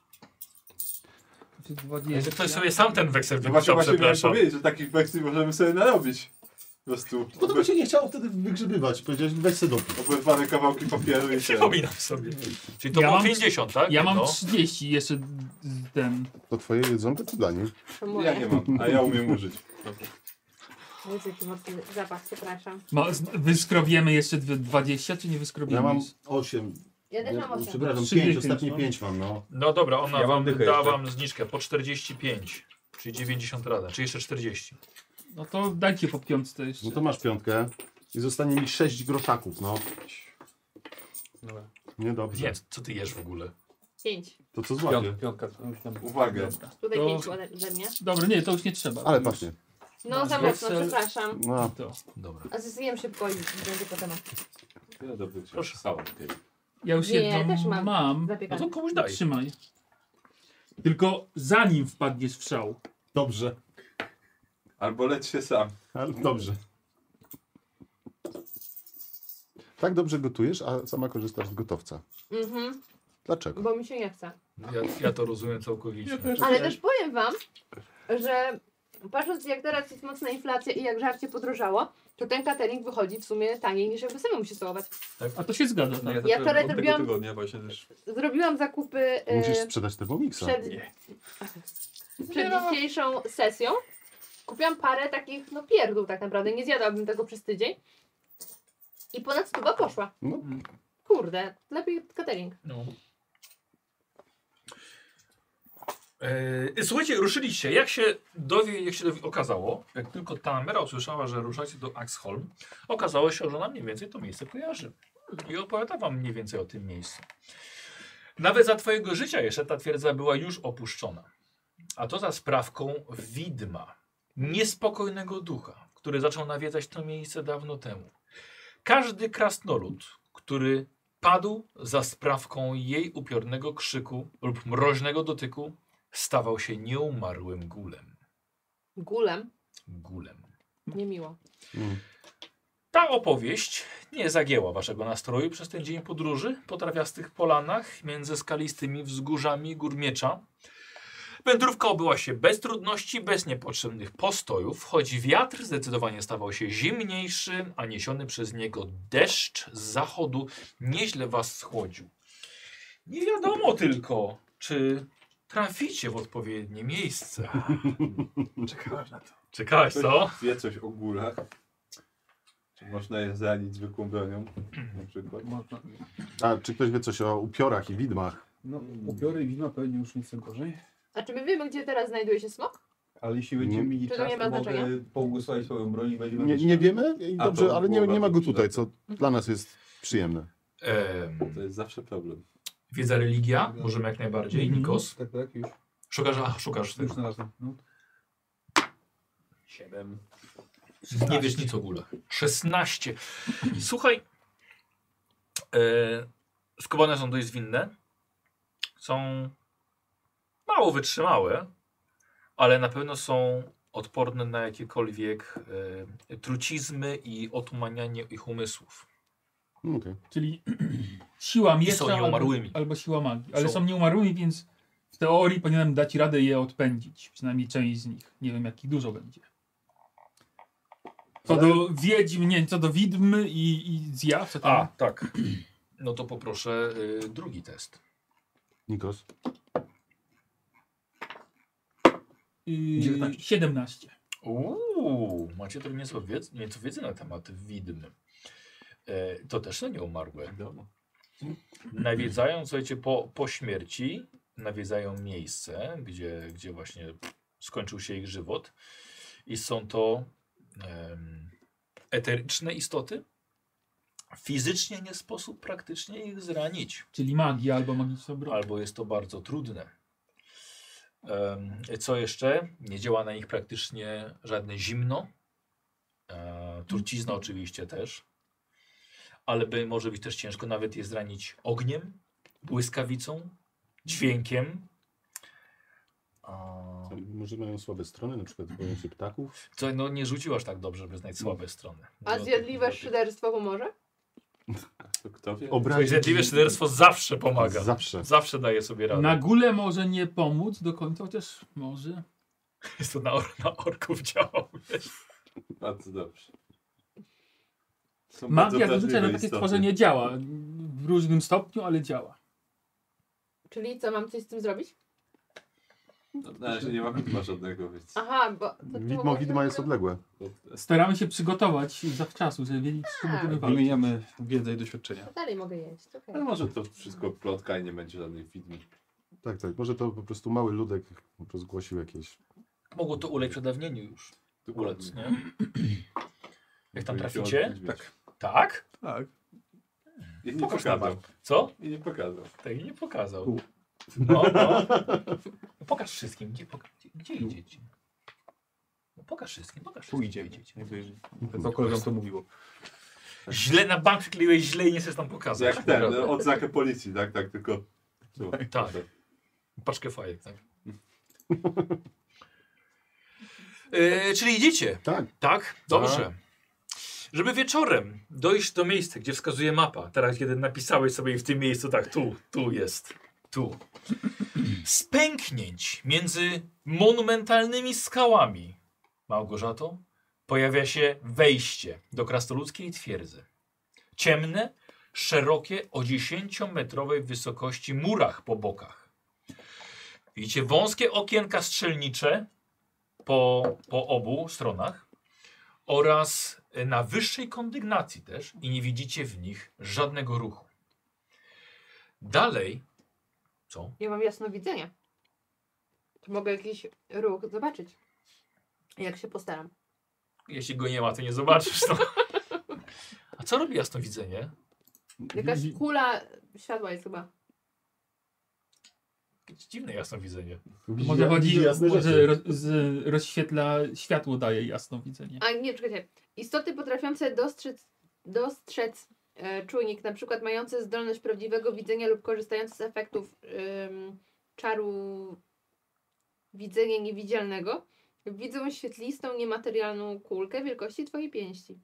Czy Jakby dwadzieścia? ktoś sobie sam ten weksel No właśnie, wypisał, właśnie miałem przepraszam. powiedzieć, że takich weksli możemy sobie narobić. Po prostu No to by się nie chciało wtedy wygrzebywać. Powiedziałeś, weź se dopór. oberwane kawałki papieru i się... Przypominam sobie. Czyli to Ja było mam- pięćdziesiąt, tak? Ja mam No. trzydzieści jeszcze z- ten. To twoje jedzonko to dla niej. To Ja moje. nie mam, a ja umiem użyć. Jezu, jaki mocny zapach, przepraszam. Ma, z- wyskrobiemy jeszcze dwie- dwadzieścia, czy nie wyskrobiemy? Ja mam już? osiem. Ja też mam osiem. Przepraszam, Trzy pięć, dychy ostatnie już, no. pięć mam, no. No dobra, ona Ja mam wam dychę da jeszcze. wam zniżkę po czterdzieści pięć. Czyli dziewięćdziesiąt rada, czy jeszcze czterdzieści. No to dajcie po piątce jeszcze. No to masz piątkę. I zostanie mi sześć groszaków, no. Dobra. Niedobrze. Nie, co ty jesz w ogóle? Pięć. To co złapię? Piątka, piątka. to już tam- Uwagę. Tutaj To- pięć ode ode mnie. Dobra, nie, to już nie trzeba. Ale Już- pachnie. No za Weksel- mocno, przepraszam. No. To. Dobra. A zjem szybko i będzie potem. Ja dobrze, Proszę. sałam. Ja już Nie, jedną też mam. mam. No Zapiekane. to komuś daj. Trzymaj. Tylko zanim wpadniesz w szał. Dobrze. Albo leć się sam. Ale dobrze. Tak dobrze gotujesz, a sama korzystasz z gotowca. Mhm, Dlaczego? bo mi się nie chce. Ja, ja to rozumiem całkowicie. Ale też powiem wam, że patrząc jak teraz jest mocna inflacja i jak żarcie podrożało, to ten catering wychodzi w sumie taniej niż jakby samemu się stołować. A to się zgadza, No, tak? ja Ja zacząłem wczoraj od tego zrobiłam- tygodnia właśnie też. Zrobiłam zakupy Musisz e, sprzedać Thermomixa. przed, przed dzisiejszą sesją. Kupiłam parę takich, no pierdół tak naprawdę, nie zjadłabym tego przez tydzień. I ponad stuba poszła. No, Kurde, lepiej catering. No. E, słuchajcie, ruszyliście. Jak się dowie, jak się dowie, okazało, jak tylko Tamera usłyszała, że ruszacie do Axholm, okazało się, że ona mniej więcej to miejsce kojarzy. I opowiada wam mniej więcej o tym miejscu. Nawet za twojego życia jeszcze ta twierdza była już opuszczona. A to za sprawką widma, niespokojnego ducha, który zaczął nawiedzać to miejsce dawno temu. Każdy krasnolud, który padł za sprawką jej upiornego krzyku lub mroźnego dotyku, stawał się nieumarłym gulem. Gulem. Gulem. Niemiło. mm. Ta opowieść nie zagięła waszego nastroju przez ten dzień podróży po trawiastych polanach między skalistymi wzgórzami gór Miecza. Wędrówka obyła się bez trudności, bez niepotrzebnych postojów, choć wiatr zdecydowanie stawał się zimniejszy, a niesiony przez niego deszcz z zachodu nieźle was schłodził. Nie wiadomo tylko, czy traficie w odpowiednie miejsce. Czekałem na to. Czekałeś, co? Wie coś o górach. Czy można je zranić zwykłą bronią? Na przykład. Można. A czy ktoś wie coś o upiorach i widmach? No, upiory i widma pewnie już nic gorzej. A czy my wiemy, gdzie teraz znajduje się smok? Ale jeśli będziemy mieli To czas, nie ma to mogę znaczenia? pobłogosławić swoją broń i będziemy... Nie, nie wiemy? I A, dobrze, to ale nie, nie ma go byłoby tutaj, co dla nas jest przyjemne. Em, To jest zawsze problem. wiedza religia, możemy jak najbardziej. Nikos. Tak, tak, już. Szukasz, a, szukasz Już tego. znalazłem. No. Siedem. Nie wiesz nic o górach. szesnaście. Słuchaj, e, skubane są dość zwinne. Są mało wytrzymałe, ale na pewno są odporne na jakiekolwiek e, trucizmy i otumanianie ich umysłów. Okej. Czyli siła I miecza są albo, nieumarłymi. albo siła magii. Ale Są. są nieumarłymi, więc w teorii powinienem dać radę je odpędzić. Przynajmniej część z nich. Nie wiem, jak ich dużo będzie. Co do wiedźm, nie, co do widm i, i zjaw, co tam? A, tak. No to poproszę y, drugi test. Nikos? Yy, dziewiętnaście. siedemnaście. Uuu, macie trochę nieco wiedzy, nieco wiedzy na temat widm. E, to też no nieumarłe. Wiadomo. Nawiedzają, słuchajcie, po, po śmierci, nawiedzają miejsce, gdzie, gdzie właśnie skończył się ich żywot. I są to em, eteryczne istoty. Fizycznie nie sposób praktycznie ich zranić. Czyli magia albo magiczna broń. Albo jest to bardzo trudne. Em, co jeszcze? Nie działa na nich praktycznie żadne zimno. E, trucizna oczywiście też. Ale by, może być też ciężko nawet je zranić ogniem, błyskawicą, dźwiękiem. A, Może mają słabe strony, na przykład boją się ptaków. Co, no nie rzucił aż tak dobrze, żeby znać słabe strony. A No, zjadliwe to- szyderstwo pomoże? To kto wie? Twoje Obrazić... zjadliwe szyderstwo zawsze pomaga. Zawsze. Zawsze daje sobie radę. Na gule może nie pomóc do końca, chociaż może. Jest to na, or na orków działał. wiesz. Bardzo dobrze. Są bardzo Magia zazwyczaj na wrażliwe takie istoty. stworzenie działa. W różnym stopniu, ale działa. Czyli co, mam coś z tym zrobić? No, na razie nie ma widma żadnego, więc... Aha, bo... To, to Widmo mogę- widma jest odległe. Staramy się przygotować zawczasu, żeby wiedzieć, z czym Tak. będziemy walczyć. Wymieniamy wiedzę i doświadczenia. To dalej mogę jeść, okej. Ale może to wszystko plotka i nie będzie żadnych widm. Tak, tak. Może to po prostu mały ludek rozgłosił jakieś... Mogło to ulec przedawnieniu już. Ulec, nie? Jak tam Powinien się traficie? odbić, wiesz. Tak? Tak. I nie Pokaż nam. pokazał. Co? I nie pokazał. Tak i nie pokazał. Tu. No, no. No pokaż wszystkim. Gdzie, poka gdzie, gdzie idziecie? No pokaż wszystkim, pokaż wszystkim. Tu idzie. gdzie idziecie. Jakby, to kolega to mówiło. Źle na bank przykleiłeś źle i nie chcesz tam pokazać. Jak ten, no, odznakę policji, tak? Tak, tylko... Tu. Tak. Paczkę fajek, tak? Yy, czyli idziecie, Tak. tak? Dobrze. Żeby wieczorem dojść do miejsca, gdzie wskazuje mapa, teraz kiedy napisałeś sobie w tym miejscu, tak, tu, tu jest, tu. Z pęknięć między monumentalnymi skałami, Małgorzato, pojawia się wejście do krasnoludzkiej twierdzy. Ciemne, szerokie, o dziesięciometrowej wysokości murach po bokach. Widzicie wąskie okienka strzelnicze po, po obu stronach oraz na wyższej kondygnacji też i nie widzicie w nich żadnego ruchu. Dalej, co? Ja mam jasnowidzenie. To mogę jakiś ruch zobaczyć. Jak się postaram. Jeśli go nie ma, to nie zobaczysz. No. A co robi jasnowidzenie? Jakaś Widzi- kula światła jest chyba. Jakieś dziwne jasnowidzenie. widzi- Może chodzi, widzi jasne może rzeczy. roz, z, rozświetla, światło daje jasno widzenie. A nie, czekajcie. Istoty potrafiące dostrzec, dostrzec e, czujnik, na przykład mające zdolność prawdziwego widzenia lub korzystające z efektów ym, czaru widzenia niewidzialnego, widzą świetlistą, niematerialną kulkę wielkości twojej pięści.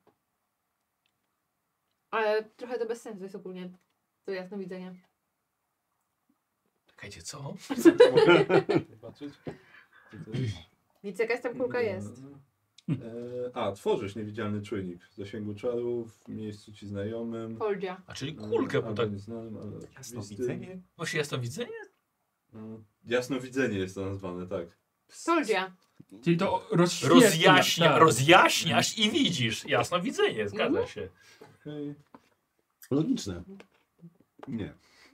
Ale trochę to bez sensu jest ogólnie to jasnowidzenie. Czekajcie, co? Zobaczyć? Co to jest? Więc jakaś tam kulka jest. E, a, tworzysz niewidzialny czujnik. W zasięgu czarów, w miejscu ci znajomym. Folgia. A czyli kulkę, bo albo tak... nieznanym, ale oczywistym. Jasnowidzenie? Właśnie jasnowidzenie? No, jasnowidzenie jest to nazwane, tak. Folgia. Czyli to rozświetla. Rozjaśnia, tak. rozjaśniasz i widzisz. Jasnowidzenie, zgadza się. Okej. Logiczne. Nie.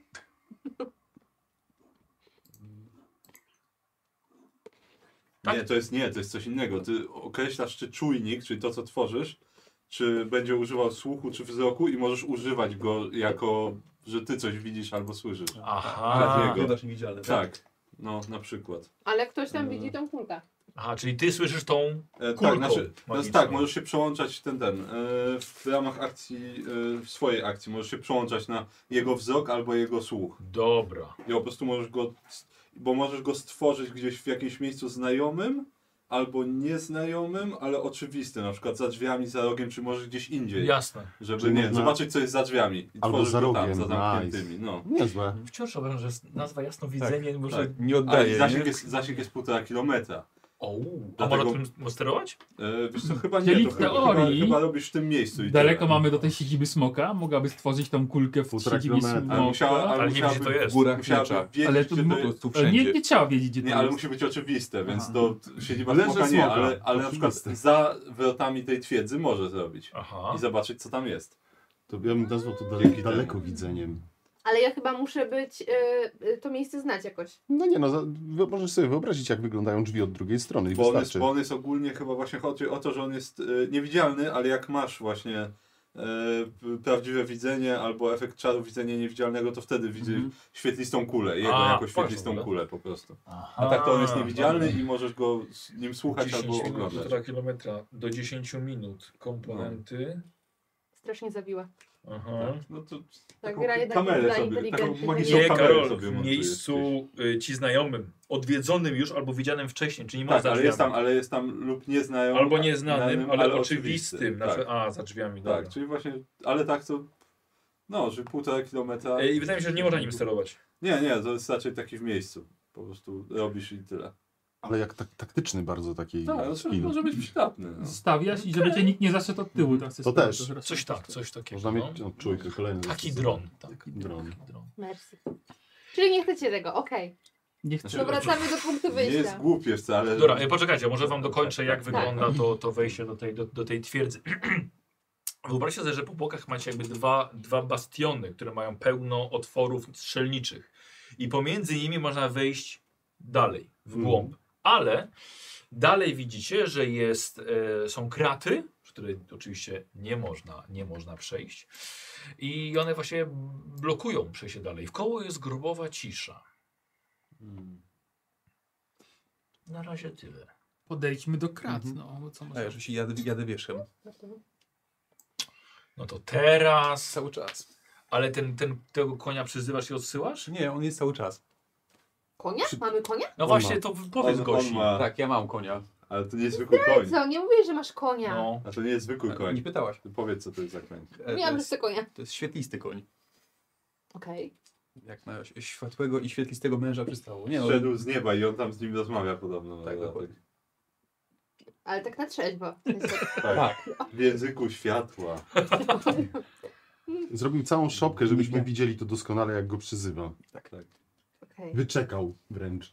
Tak? Nie, to jest nie, to jest coś innego. Ty określasz, czy czujnik, czyli to, co tworzysz, czy będzie używał słuchu, czy wzroku i możesz używać go jako, że ty coś widzisz albo słyszysz. Aha. Dlatego. Wydasz niewidzialne. Tak, no na przykład. Ale ktoś tam No. widzi tą kulkę. Aha, czyli ty słyszysz tą... E, Kulką tak, znaczy, teraz magiczną. tak, możesz się przełączać ten, ten, e, w ramach akcji, e, w swojej akcji, możesz się przełączać na jego wzrok albo jego słuch. Dobra. I po prostu możesz go, bo możesz go stworzyć gdzieś w jakimś miejscu znajomym, albo nieznajomym, ale oczywistym, na przykład za drzwiami, za rogiem, czy może gdzieś indziej. Jasne. Żeby Czyli nie, można- zobaczyć co jest za drzwiami. I Albo tworzysz za go tam, rogiem, za zamkniętymi. No. Niezłe. Wciąż uważam, że nazwa jasnowidzenie może... tak. Nie Ale oddaje, zasięg nie? jest, zasięg jest półtora kilometra. O, a Dlatego- można tym sterować? E, wiesz co, chyba nie, Czyli to w chyba, teorii chyba, chyba robisz w tym miejscu. I Daleko tyle. mamy do tej siedziby smoka. Mogłaby stworzyć tą kulkę w Półtora siedzibie kilometra. Ale musiała, smoka. ale Ale nie wiem, gdzie musiałaby, to jest. W górach musiałaby miecza. wiedzieć, Ale to, gdzie mo- to jest. tu ale nie, wszędzie. nie trzeba wiedzieć, gdzie to Nie, ale jest. musi być oczywiste, więc Aha. to siedziba Leży smoka nie, smoka. ale, ale na przykład Oczywiste. za wrotami tej twierdzy może zrobić. Aha. I zobaczyć co tam jest. To ja bym nazwał to Dzięki daleko, temu. daleko widzeniem. Ale ja chyba muszę być, y, y, to miejsce znać jakoś. No nie no, za- wy- możesz sobie wyobrazić, jak wyglądają drzwi od drugiej strony i Bo on, jest, wystarczy. bo on jest ogólnie chyba właśnie chodzi o to, że on jest e, niewidzialny, ale jak masz właśnie e, p- prawdziwe widzenie albo efekt czaru widzenia niewidzialnego, to wtedy widzisz Mhm. świetlistą kulę, jego A, jako patrz w świetlistą ogóle. kulę po prostu. Aha. A tak to on jest niewidzialny i możesz go z nim słuchać dziesięć albo minut, oglądać. półtora kilometra do dziesięciu minut. Komponenty. Strasznie zabiła. Aha. No to Tak, taką gra jednak kamerę dla sobie, taką inteligentnych magiczną Nie, kamerę Karol, sobie w montujesz miejscu y, ci znajomym, odwiedzonym już albo widzianym wcześniej, czyli nie ma Tak, za ale jest drzwiami. tam, ale jest tam lub nieznajomym. Albo nieznanym, znanym, ale, oczywistym. Na Tak, przykład, a, za drzwiami, tak, dobra. czyli właśnie, ale tak to, no, że półtora kilometra. E, I wydaje mi się, że nie można nim sterować. Nie, nie, to jest raczej taki w miejscu. Po prostu robisz i tyle. Ale jak tak, taktyczny bardzo taki Tak, no, skill. może być przydatny. No. Stawiasz i żeby cię nikt nie zaszedł od tyłu. Tak chcę To sprawdzić, też. że raz- Coś tak, coś takiego. Można mieć No. no, czujkę kolejny. Taki dron. Tak. Dron. Taki dron. Merci. Czyli nie chcecie tego, okej. Nie chcę. Znaczy, To wracamy do punktu Nie jest wyjścia. głupie wcale. Dobra, e, poczekajcie, może wam dokończę, jak Tak. wygląda to, to wejście do tej, do, do tej twierdzy. Wyobraźcie sobie, że po bokach macie jakby dwa, dwa bastiony, które mają pełno otworów strzelniczych. I pomiędzy nimi można wejść dalej, w głąb. Mhm. Ale dalej widzicie, że jest, e, są kraty, które oczywiście nie można, nie można przejść. I one właśnie blokują przejście dalej. W koło jest grobowa cisza. Hmm. Na razie tyle. Podejdźmy do krat, Mhm. no. Bo co A może... ja oczywiście jadę, jadę wierzchem. No to teraz... Cały czas. Ale ten, ten, tego konia przyzywasz i odsyłasz? Nie, on jest cały czas. Konia? Mamy konia? No On właśnie, ma. to powiedz On, Gosi. on ma, Tak, ja mam konia. ale to nie jest zwykły koń. Co? Nie mówię, że masz konia. No. A to nie jest zwykły Nie koń. pytałaś. Powiedz, co to jest za koń. E, To Miałam jest, jeszcze konia. to jest świetlisty koń. Okej. Jak na światłego i świetlistego męża przystało. Nie no, Szedł z nieba i on tam z nim rozmawia podobno. Tak, No, dokładnie. Ale tak na trzeźwo. W sensie- tak. tak. W języku światła. Zrobił całą szopkę, żebyśmy Nie. widzieli to doskonale, jak go przyzywa. Tak, tak. Okej. Wyczekał wręcz.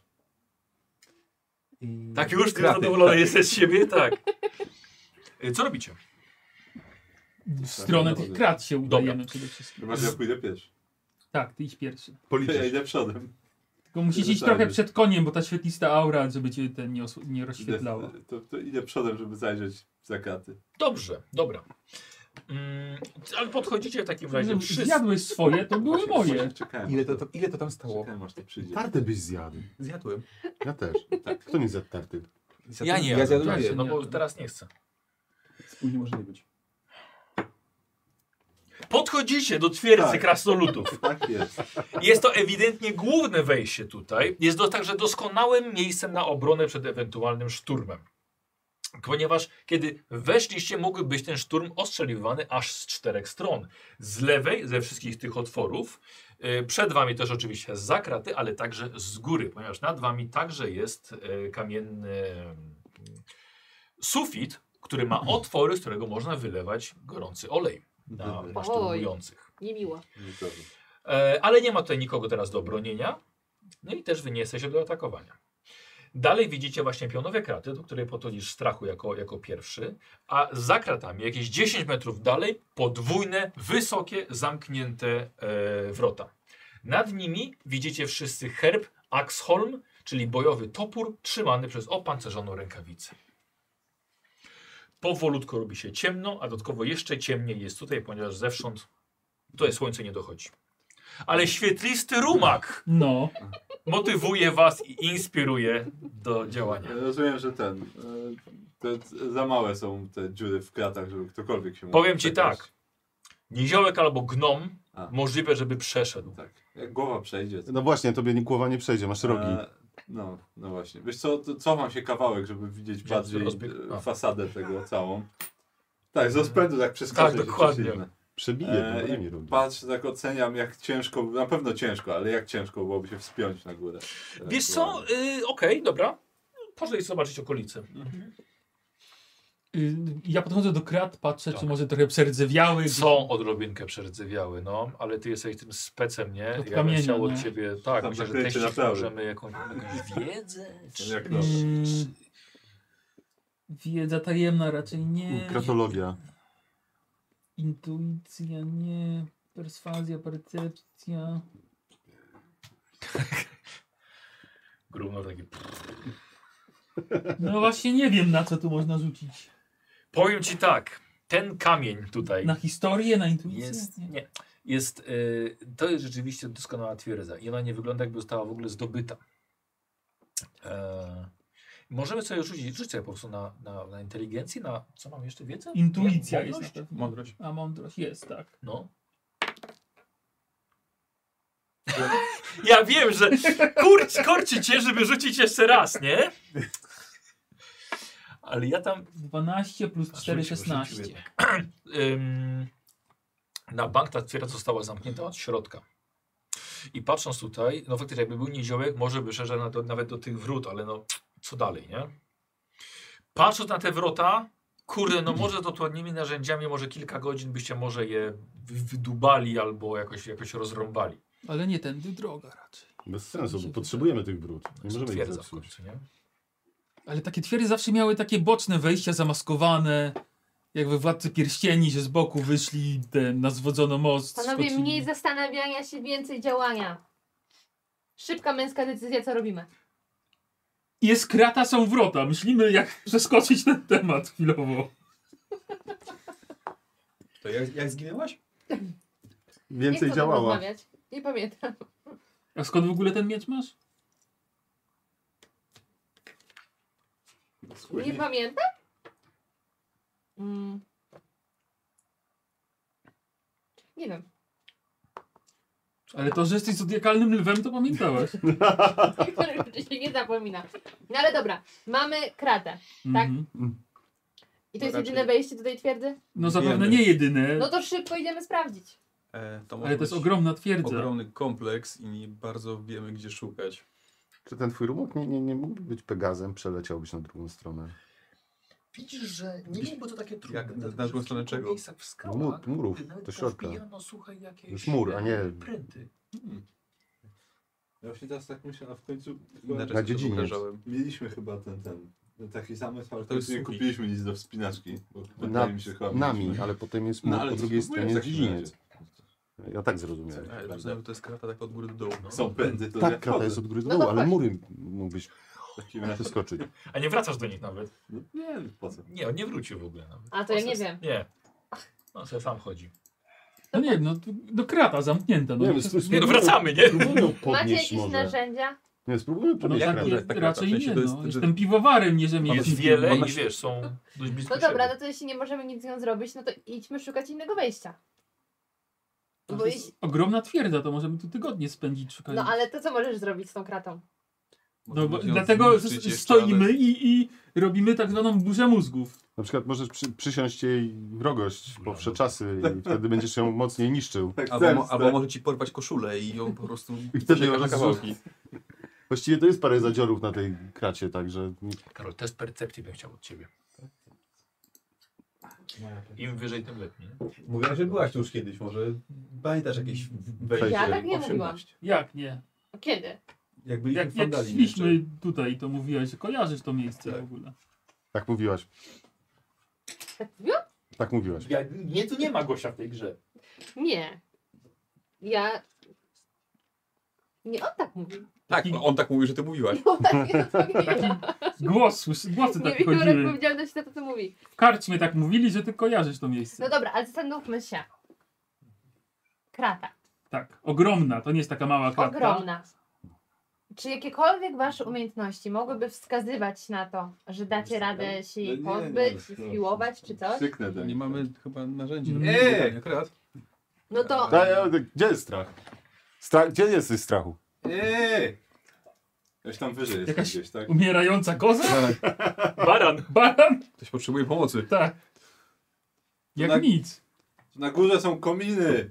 I... Tak już, ty Kraty, zadowolony tak. jesteś z siebie? Tak. Y, Co robicie? W stronę tych krat się udajemy przede wszystkim. Chyba, że ja pójdę pierwszy. Tak, ty idź pierwszy. Ja Policzysz. idę przodem. Tylko musisz iść Zajrzeć. trochę przed koniem, bo ta świetlista aura, żeby cię ten nie, os- nie rozświetlała. Idę, to, to idę przodem, żeby zajrzeć za kraty. Dobrze, dobra. Mm, ale podchodzicie w takim razie Że wszyscy. Zjadłeś swoje, to były Właśnie- moje. właśnie Czekałem. Ile to, to, ile to tam stało? Czekałem, aż to przyjdzie. Tartę byś zjadł. Zjadłem. Ja też. Tak. Kto nie zjadł tarty? Zjadłem- Ja nie Ja jadłem, zjadłem tak, dwie. no bo nie. teraz nie chcę. Spóźni może nie być. Podchodzicie do twierdzy Tak. krasnoludów. Tak jest. Jest to ewidentnie główne wejście tutaj. Jest to także doskonałym miejscem na obronę przed ewentualnym szturmem. Ponieważ kiedy weszliście, mógłby być ten szturm ostrzeliwany aż z czterech stron. Z lewej, ze wszystkich tych otworów. Yy, Przed wami też oczywiście za kraty, ale także z góry, ponieważ nad wami także jest yy, kamienny yy, sufit, który ma otwory, z którego można wylewać gorący olej na, na szturmujących. Niemiło. Nikogo. E, ale nie ma tutaj nikogo teraz do obronienia. No i też wy nie jesteście do atakowania. Dalej widzicie właśnie pionowe kraty, do której podchodzisz strachu jako, jako pierwszy, a za kratami, jakieś dziesięć metrów dalej, podwójne, wysokie, zamknięte e, wrota. Nad nimi widzicie wszyscy herb Axholm, czyli bojowy topór trzymany przez opancerzoną rękawicę. Powolutku robi się ciemno, a dodatkowo jeszcze ciemniej jest tutaj, ponieważ zewsząd tutaj słońce nie dochodzi. Ale świetlisty rumak No, motywuje was i inspiruje do działania. Ja rozumiem, że ten. e, Te, te, za małe są te dziury w kratach, żeby ktokolwiek się mógł Powiem ci przekraść. tak. Niziołek albo gnom A. możliwe, żeby przeszedł. Tak. Jak głowa przejdzie. To... No właśnie, tobie głowa nie przejdzie, masz rogi. E, no, no właśnie. Wiesz co, to cofam się kawałek, żeby widzieć Gdzie bardziej rozbieg? e, A. fasadę tego całą. Tak, z rozpędu tak przeskoczę. Tak, się dokładnie. prześlizgnę. Przebije, E, bo i nie robi. patrzę, tak oceniam, jak ciężko, na pewno ciężko, ale jak ciężko byłoby się wspiąć na górę. Wiesz co? Y, Okej, dobra. Poszedł zobaczyć okolice. y, ja podchodzę do krat, patrzę, Tak. czy może trochę przerdzewiały. Są odrobinkę przerdzewiały, no, ale ty jesteś tym specem, nie? Od Ja bym kamienia, chciał od nie? ciebie, tak, Tam myślę, że zakrycie teścić naprawy. możemy jakąś, jakąś wiedzę. Czy... Jak Mm, wiedza tajemna raczej nie. Kratologia. Intuicja nie. Perswazja, percepcja. Grumno taki... No właśnie nie wiem, na co tu można rzucić. Powiem ci tak, ten kamień tutaj Na historię, na intuicję? jest, Nie. nie, jest, y, to jest rzeczywiście doskonała twierdza i ona nie wygląda, jakby została w ogóle zdobyta. E, możemy sobie rzucić, rzucić sobie po prostu na, na, na inteligencję, na co mam jeszcze wiedzę? Intuicja Nie, jest na mądrość? pewno. Mądrość. A mądrość jest, tak. No, Ja wiem, że kurcz, korci cię, żeby rzucić jeszcze raz, nie? Ale ja tam... dwanaście plus cztery, Rzucił, szesnaście. rzucił jednak. Ym, na bank ta twierdza została zamknięta od środka. I patrząc tutaj, no faktycznie jakby był niziołek, może by szedł na do, nawet do tych wrót, ale no co dalej, nie? Patrząc na te wrota, kurde, no może to trudnymi narzędziami, może kilka godzin byście może je wy- wydubali albo jakoś, jakoś rozrąbali. Ale nie tędy droga raczej. Bez sensu, bo potrzebujemy tych wrót. Nie Są możemy ich twierdza w zepsuć. końcu, nie? Ale takie twierdze zawsze miały takie boczne wejścia zamaskowane. Jak we Władcy Pierścieni, że z boku wyszli ten, na zwodzono most. Panowie, skoczyli. mniej zastanawiania się, więcej działania. Szybka męska decyzja, co robimy. Jest krata, są wrota. Myślimy, jak przeskoczyć ten temat chwilowo. To jak, jak zginęłaś? Nie Więcej chcę o tym działała. rozmawiać. Nie pamiętam. A skąd w ogóle ten miecz masz? Nie pamiętam? Mm. Nie wiem. Ale to, że jesteś zodiakalnym lwem, to pamiętałaś. Że się nie zapomina. No ale dobra, mamy kratę. Tak? Mhm. I to jest raczej- jedyne wejście do tej twierdzy? No zapewne Wiemy. nie jedyne, No to szybko idziemy sprawdzić. E, to może ale to jest być ogromna twierdza. ogromny kompleks i nie bardzo wiemy, gdzie szukać. Czy ten twój rumok nie, nie, nie mógłby być Pegazem, przeleciałbyś na drugą stronę? Widzisz, że nie byłoby to takie trudne. Jak- na dlatego, drugą że w stronę kilku czego? miejscach w skałach Mur- murów, nawet do środka. powbijano, słuchaj, jakieś jest mur, a nie- e, pręty. Hmm. Ja właśnie teraz tak myślę, a w końcu Inne rzeczy Na sobie dziedziniec. wyobrażałem. mieliśmy chyba ten, ten, taki zamysł, ale To jest nie suchi. kupiliśmy nic do wspinaczki. Bo Na, wydaje mi się, chyba nami, mieliśmy. ale potem jest No, mur, ale po to drugiej spróbujemy stronie w jest takim dziedziniec. Ja tak zrozumiałem. Ja rozumiem, że to jest krata tak od góry do dołu. No. Są pędy, to Tak, ja krata wchodzę. jest od góry do No dołu, to ale chodź. mury mógłbyś W takim razie- przeskoczyć. A nie wracasz do nich nawet. No, nie, po co? Nie, on nie wrócił w ogóle nawet. A to ja On nie se- wiem. Nie. On sobie sam chodzi. No nie wiem, no to- do krata zamknięta. No, Nie wiem, to- spróbuj- Nie, no wracamy, nie? Spróbujmy ją Macie podnieść jakieś może. narzędzia? Nie, spróbujmy no podnieść jak takie kratę. tak krata? raczej W sensie nie, to jest- no. że- Jestem piwowarem, nie Jest rzemieślnikiem. wiele Ona i się- wiesz, są dość blisko No dobra, siebie. no to jeśli nie możemy nic z nią zrobić, no to idźmy szukać innego wejścia. No Bo to jeśli... jest ogromna twierdza, to możemy tu tygodnie spędzić szukając. No ale to co możesz zrobić z tą kratą? No bo Możemy ją dlatego zniszczyć s- jeszcze, stoimy ale- i, i robimy tak zwaną burzę mózgów. Na przykład możesz przy, przysiąść jej wrogość po wsze czasy i wtedy będziesz ją mocniej niszczył. Tak, Albo, mo- zemstę. albo może ci porwać koszulę i ją po prostu I wtedy przecieka ją na roz- kawałki. Właściwie to jest parę zadziorów na tej kracie, także Karol, test percepcji bym chciał od ciebie. Im wyżej, tym lepiej. Nie? Mówiłaś, że byłaś tu już kiedyś, może pamiętasz jakieś wejście? Ja tak nie mówiłam. osiemnaście. Jak nie? Kiedy? Jak byliśmy Jak, w jak Fandalii szliśmy jeszcze. tutaj, to mówiłaś, że kojarzysz to miejsce Tak. w ogóle. tak mówiłaś. Tak mówiłam? Tak mówiłaś. Ja, nie, tu nie ma gościa w tej grze. Nie. Ja... Nie, on tak mówił. Tak, on tak mówił, że ty mówiłaś. No, nie, to nie ja. Głos, słyszy, głosy Nie tak wiem, jak chodziły. powiedziałeś na to, co mówi. W karczmie tak mówili, że ty kojarzysz to miejsce. No dobra, ale zastanówmy się. Krata. Tak, ogromna, to nie jest taka mała kratka. Ogromna. Czy jakiekolwiek wasze umiejętności mogłyby wskazywać na to, że dacie radę się jej No nie, nie, pozbyć, no, spiłować czy coś? Krzyknę do Nie nich. mamy chyba narzędzi. Mm. Eee! Akurat. No to Ta, ja, gdzie jest strach? Strach? Gdzie jesteś strachu? Eee! Już tam wyżej jest Jakaś- gdzieś, tak? Umierająca koza? Baran. Baran? Ktoś potrzebuje pomocy. Tak. Jak Na- nic. Na górze są kominy!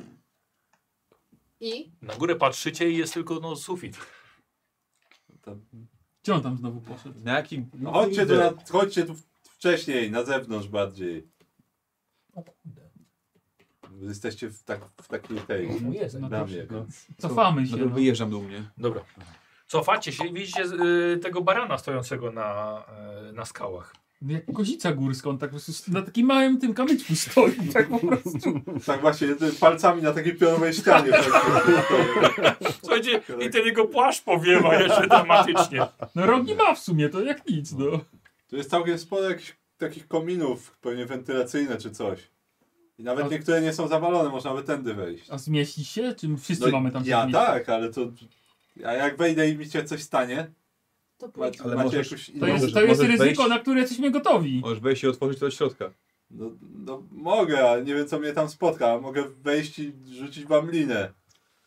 i? Na górę patrzycie i jest tylko no, sufit. Tam- Gdzie on tam znowu poszedł? Na jakim... No chodźcie tu, na, chodźcie tu wcześniej, na zewnątrz bardziej. O kurde. Wy Jesteście w, tak, w takiej tej No jest. No to- bramie. No. Cofamy No się. to No. wyjeżdżam do mnie. Dobra. Cofacie się i widzicie y, tego barana stojącego na, y, na skałach. No jak kozica górska, on tak po prostu na takim małym tym kamyczku stoi, tak po prostu. Tak właśnie, ty palcami na takiej pionowej ścianie. Tak. Słuchajcie, i ten jego płaszcz powiewa jeszcze dramatycznie. No rogi ma w sumie, to jak nic, no. Tu jest całkiem sporo jakichś takich kominów, pewnie wentylacyjne czy coś. I nawet A- niektóre nie są zawalone, można nawet tędy wejść. A zmieści się? Czy wszyscy No, mamy tam się ja zmieścić? tak, ale to... A jak wejdę i mi się coś stanie, To pójdź. macie, Ale macie możesz- jakąś To inną... jest, Możesz- to jest możesz ryzyko, wejść- na które jesteśmy gotowi. Możesz wejść i otworzyć to od środka. No, no mogę, ale nie wiem co mnie tam spotka. Mogę wejść i rzucić wam linę.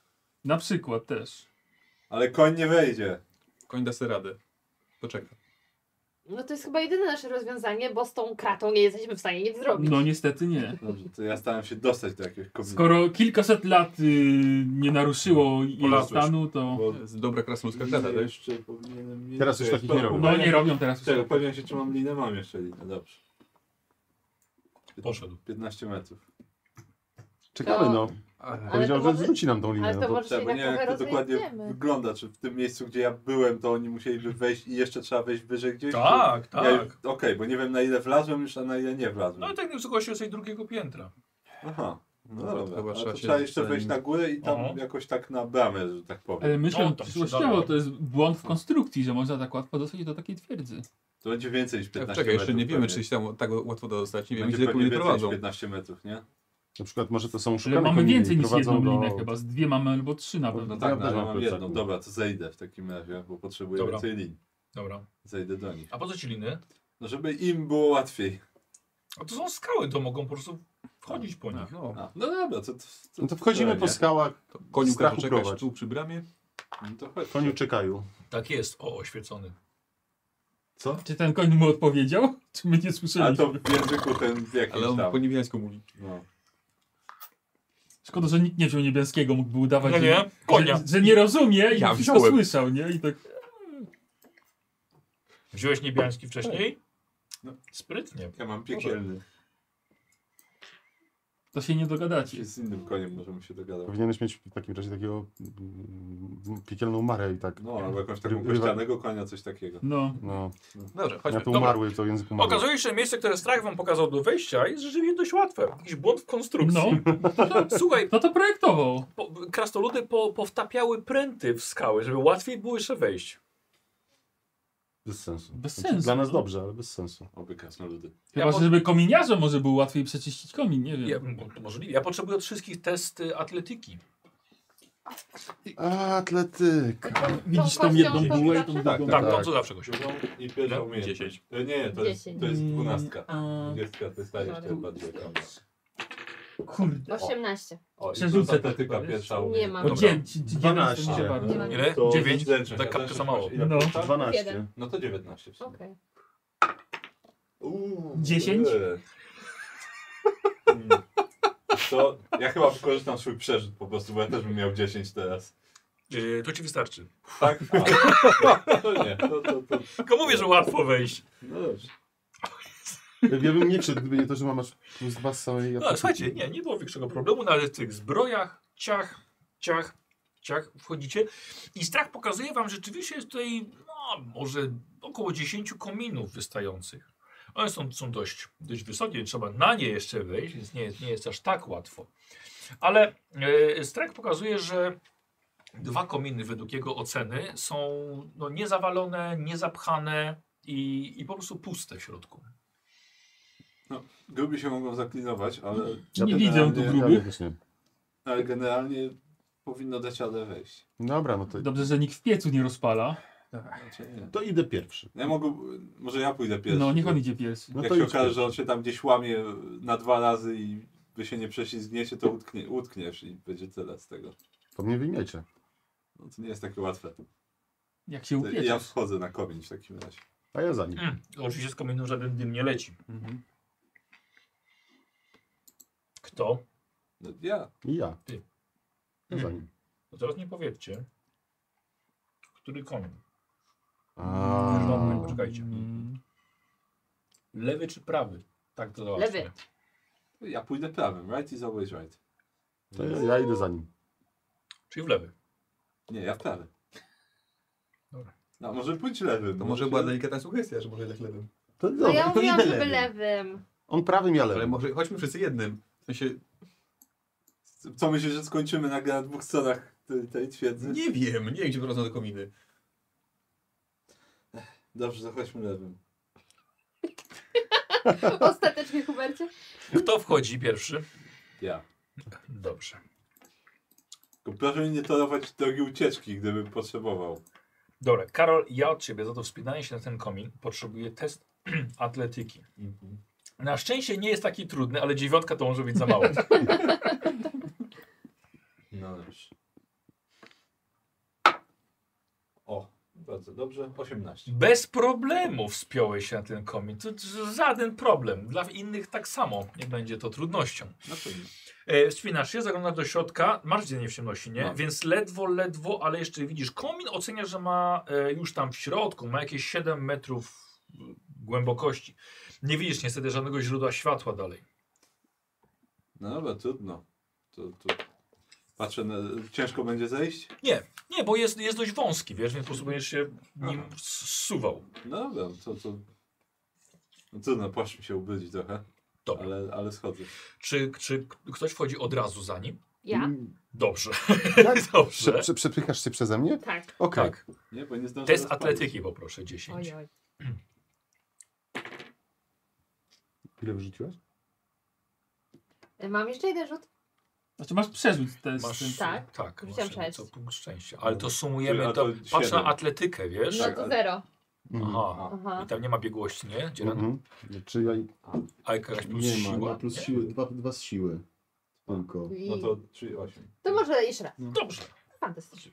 Na przykład też. Ale koń nie wejdzie. Koń da sobie radę. Poczeka. No to jest chyba jedyne nasze rozwiązanie, bo z tą kratą nie jesteśmy w stanie nic zrobić. No niestety nie. Dobrze, to ja staram się dostać do jakiegoś komina. Skoro kilkaset lat y, nie naruszyło jego Polazłeś. stanu, to... Bo To jest dobra krasnoludzka krata, tak? jeszcze powinienem mieć... Teraz już Czekaj, takich nie robią. No nie robią teraz już. Czekaj, upewniam się, czy mam linę. Mam jeszcze linę, dobrze. Poszedł. piętnaście metrów. Czekamy, no. Ale Powiedział, to że może- zwróci nam tą linię. ale No to to może się Bo nie jednak wiem, trochę jak to dokładnie rozejdziemy. wygląda. Czy w tym miejscu, gdzie ja byłem, to oni musieliby wejść i jeszcze trzeba wejść wyżej gdzieś? Tak, Czy... tak. Ja już- Okej, bo nie wiem, na ile wlazłem już, a na ile nie wlazłem. No i tak na wysokości jest tej drugiego piętra. Aha. No Dobra, dobra, chyba ale trzeba to się trzeba jeszcze zanim- wejść na górę i tam Aha. jakoś tak na bramę, że tak powiem. Ale myślę, No, że tam przyszłościowo przydało. to jest błąd w konstrukcji, że można tak łatwo dostać do takiej twierdzy. To będzie więcej niż piętnaście Czekaj, jeszcze metrów. nie wiemy, pewnie. czy się tam tak łatwo dostać. Nie wiemy, Będzie gdzie pewnie kominie więcej prowadzą. niż piętnaście metrów, nie? na przykład może to są Ale szukane mamy kominy więcej i niż prowadzą jedną do... linę chyba, z dwie mamy albo trzy na No pewno. tak, Ja no, też ale mam mam plecaku. jedną. Dobra, to zejdę w takim razie, bo potrzebuję Dobra. więcej linii. Dobra. Zejdę do nich. A po co ci liny? No żeby im było łatwiej. A to są skały, to mogą po prostu wchodzić po nich. No, A, no dobra, to... to, to No to wchodzimy tyle, po nie? skałach, to koniu strachu każe czekać prowadź. tu przy bramie. No to chodź. koniu czekają. Tak jest, o, oświecony. Co? Czy ten koń mu odpowiedział? Czy my nie Ale słyszeliśmy? to w języku ten jakimś Ale on tam. po niebiańsku mówi. No. Szkoda, że nikt nie wziął niebieskiego, mógłby udawać, No że, nie, konia. że, że nie rozumie i Ja wszystko wziąłem. słyszał, nie? I tak... Wziąłeś niebiański wcześniej? No. Sprytnie. Ja mam piekielny. To się nie dogadacie. Z innym koniem możemy się dogadać. Powinieneś mieć w takim razie takiego mm, piekielną marę i tak. No, albo jakąś taką Rywa- kościanego konia, coś takiego. No. No, Dobrze, ja chodźmy. to Dobra. umarły, to język umarły. Okazuje się, że miejsce, które strach wam pokazał do wejścia jest rzeczywiście dość łatwe. Jakiś błąd w konstrukcji. No. Słuchaj, No to projektował. po, krasnoludy po, powtapiały pręty w skały, żeby łatwiej było jeszcze wejść. Bez sensu. Bez Znaczy, sensu, Dla nas no. dobrze, ale bez sensu. Oby krasnoludy. Chyba, Ja że po- żeby kominiarze może było łatwiej przeczyścić komin, nie wiem. Ja, mo- to możliwe. Ja potrzebuję od wszystkich testy atletyki. Atletyka. Widzisz tą kością jedną to bułę i zawsze? tą Tak, drugą. Tak, tak. to co zawsze gościu. Drugą i pierwszą No, umiejętność. dziesięć. E, Nie, to jest, to jest Mm, dwunastka. a- Dwudziestka to jest ta jeszcze Dobra. bardziej ekrana. Kurde. osiemnaście. O, i Przerzucę to to atletyka chyba, pierwsza Nie umiejętność. mam. O dziewięć, dziewięć to nie dwanaście. za bardzo. Nie ma. Ile? To Dziewięć? zręczność, Tak a kapkę zręczność za mało. masz ile No. punkta? dwanaście. Jeden. No to dziewiętnaście w sumie. Okej. Uuu, dziesięć? eee. Hmm. To ja chyba wykorzystam swój przerzut po prostu, bo ja też bym miał dziesięć teraz. Yy, to ci wystarczy. Tak? A, to nie, to, to, to. Tylko mówię, że łatwo wejść. No dobrze. Ja bym nie wszedł, gdyby nie to, że masz plus dwa z całej No, atletyki. słuchajcie, nie, nie było większego problemu, no, ale w tych zbrojach, ciach, ciach, ciach wchodzicie i strach pokazuje wam, że rzeczywiście jest tutaj no, może około dziesięciu kominów wystających. One są, są dość, dość wysokie, trzeba na nie jeszcze wejść, więc nie, jest- nie jest aż tak łatwo. Ale e, strach pokazuje, że dwa kominy według jego oceny są no, niezawalone, niezapchane i, i po prostu puste w środku. Gruby się mogą zaklinować, ale, Nie widzę tu generalnie, grubych. Ja też nie. ale generalnie powinno dać radę wejść. Dobra, no to, Dobrze, że nikt w piecu nie rozpala. Znaczy, nie. to idę pierwszy. Ja mogę, może ja pójdę pierwszy. No, niech bo on idzie pierwszy. No Jak to się idź okaże, pierwszy. że on się tam gdzieś łamie na dwa razy i wy się nie prześlizgniecie, to utknie, utkniesz i będzie tyle z tego. To mnie wyjmiecie. No to nie jest takie łatwe. Jak się To ja upieczesz. wchodzę na komin w takim razie. A ja za nim. Mm, oczywiście z kominu żaden dym nie leci. Mhm. Kto? No, ja. I ja. Ty. Ja za Hmm. nim. No teraz nie powiedzcie, który koń. A, Zielony, poczekajcie. Mm. Lewy czy prawy? Tak to załatwmy. Lewy. Ja pójdę prawym. Right is always right. to ja, ja idę za nim. Czyli w lewy. Nie, ja w prawy. Dobra. No, może pójdź lewym. To może była delikatna sugestia, że może jednak lewym. To No dobra, ja to mówiłam, idę żeby lewym. lewym. On prawym, ja Ale lewym. może chodźmy wszyscy jednym. W sensie, Co myślisz, że skończymy nagle na dwóch stronach tej, tej twierdzy? nie wiem, nie wiem gdzie prowadzą te kominy. Dobrze, zachodźmy lewym. Ostatecznie, Hubercie? Kto wchodzi pierwszy? Ja. Dobrze. Tylko proszę mi nie torować drogi ucieczki, gdybym potrzebował. Dobra, Karol, ja od ciebie za to wspinanie się na ten komin potrzebuję test atletyki. Na szczęście nie jest taki trudny, ale dziewiątka to może być za mało. No dobrze. bardzo dobrze. osiemnaście. Bez problemu wspiąłeś się na ten komin. To, to żaden problem. Dla innych tak samo. Nie będzie to trudnością. Na pewno. E, wspinasz się, zaglądasz do środka. Masz dziennie w ciemności, nie? Mam. Więc ledwo, ledwo, ale jeszcze widzisz. Komin oceniasz, że ma e, już tam w środku, ma jakieś siedem metrów głębokości. Nie widzisz niestety żadnego źródła światła dalej. No dobra, trudno. To, to... Patrzę, na... ciężko będzie zejść? Nie, nie, bo jest, jest dość wąski, wiesz, więc po prostu będziesz się nim Aha. zsuwał. No dobra, to... to... No trudno, płaszcz mi się ubrzydzić trochę, Dobra. ale, ale schodzę. Czy, czy ktoś wchodzi od razu za nim? Ja? Mm, Dobrze. Tak? Prze, Dobrze. prze, przepychasz się przeze mnie? Tak. Okej. Tak. Nie, bo nie zdążę Test rozpalić. atletyki poproszę, dziesięć. Oj, oj. Ile wyrzuciłeś? E, Mam jeszcze jeden rzut? Znaczy masz przerzut test. Masz, Tak. tak Wrzuciłam masz sześć. co punkt szczęścia. Ale to sumujemy, Czyli, a to, to patrz na siedem. atletykę, wiesz? No Tak, to ale- zero. Mhm. Aha. Aha. I tam nie ma biegłości, nie? Dzielan? Mhm. Czy ja... A jakaś plus Nie ma, siła? ma plus Nie? siły, dwa, dwa z siły. Tylko. I... No to trzy osiem. To może jeszcze raz. Dobrze. Fantastycznie.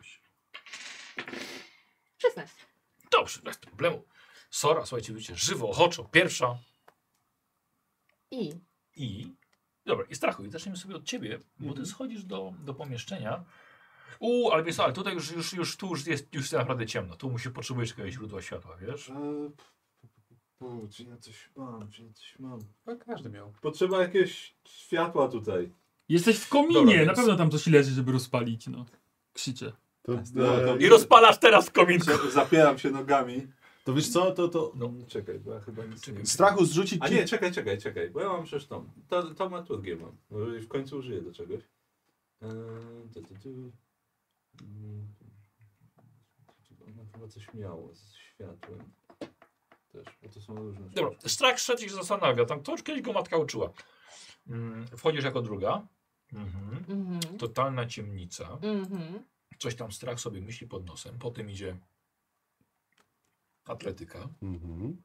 szesnaście. Dobrze, bez problemu. Sora, słuchajcie, widzicie, żywo, ochoczo, pierwsza I... i... Dobra, i strachu. I zaczniemy sobie od ciebie, bo Mhm. ty schodzisz do, do pomieszczenia. U, ale wiesz, co, ale tutaj już, już, już tu już jest, już jest naprawdę ciemno. Tu musi potrzebujesz jakiegoś źródła światła, wiesz? Eee, p- czy ja coś mam, czy ja coś mam? No, każdy miał. Potrzeba jakiegoś światła tutaj. Jesteś w kominie, Dobra, na więc- pewno tam coś leży, żeby rozpalić, no. Krzyczę. To, No, to- I rozpalasz teraz kominku. Się- Zapieram się nogami. to wiesz co, to, to No. Czekaj, bo ja chyba nic Czekaj. nie... strachu zrzucić A ci... nie, czekaj, czekaj, czekaj, bo ja mam przecież tą. To, to maturgię mam. Może w końcu użyję do czegoś. Eee, tu, tu, tu. Mm, Ona chyba coś miało z światłem. Też, bo to są różne rzeczy. Dobra, strach szedł i się zastanawia. Tam to już kiedyś go matka uczyła. Mm, wchodzisz jako druga. Mhm. Mhm. Totalna ciemnica. Mhm. Coś tam strach sobie myśli pod nosem. Potem idzie atletyka. Mhm.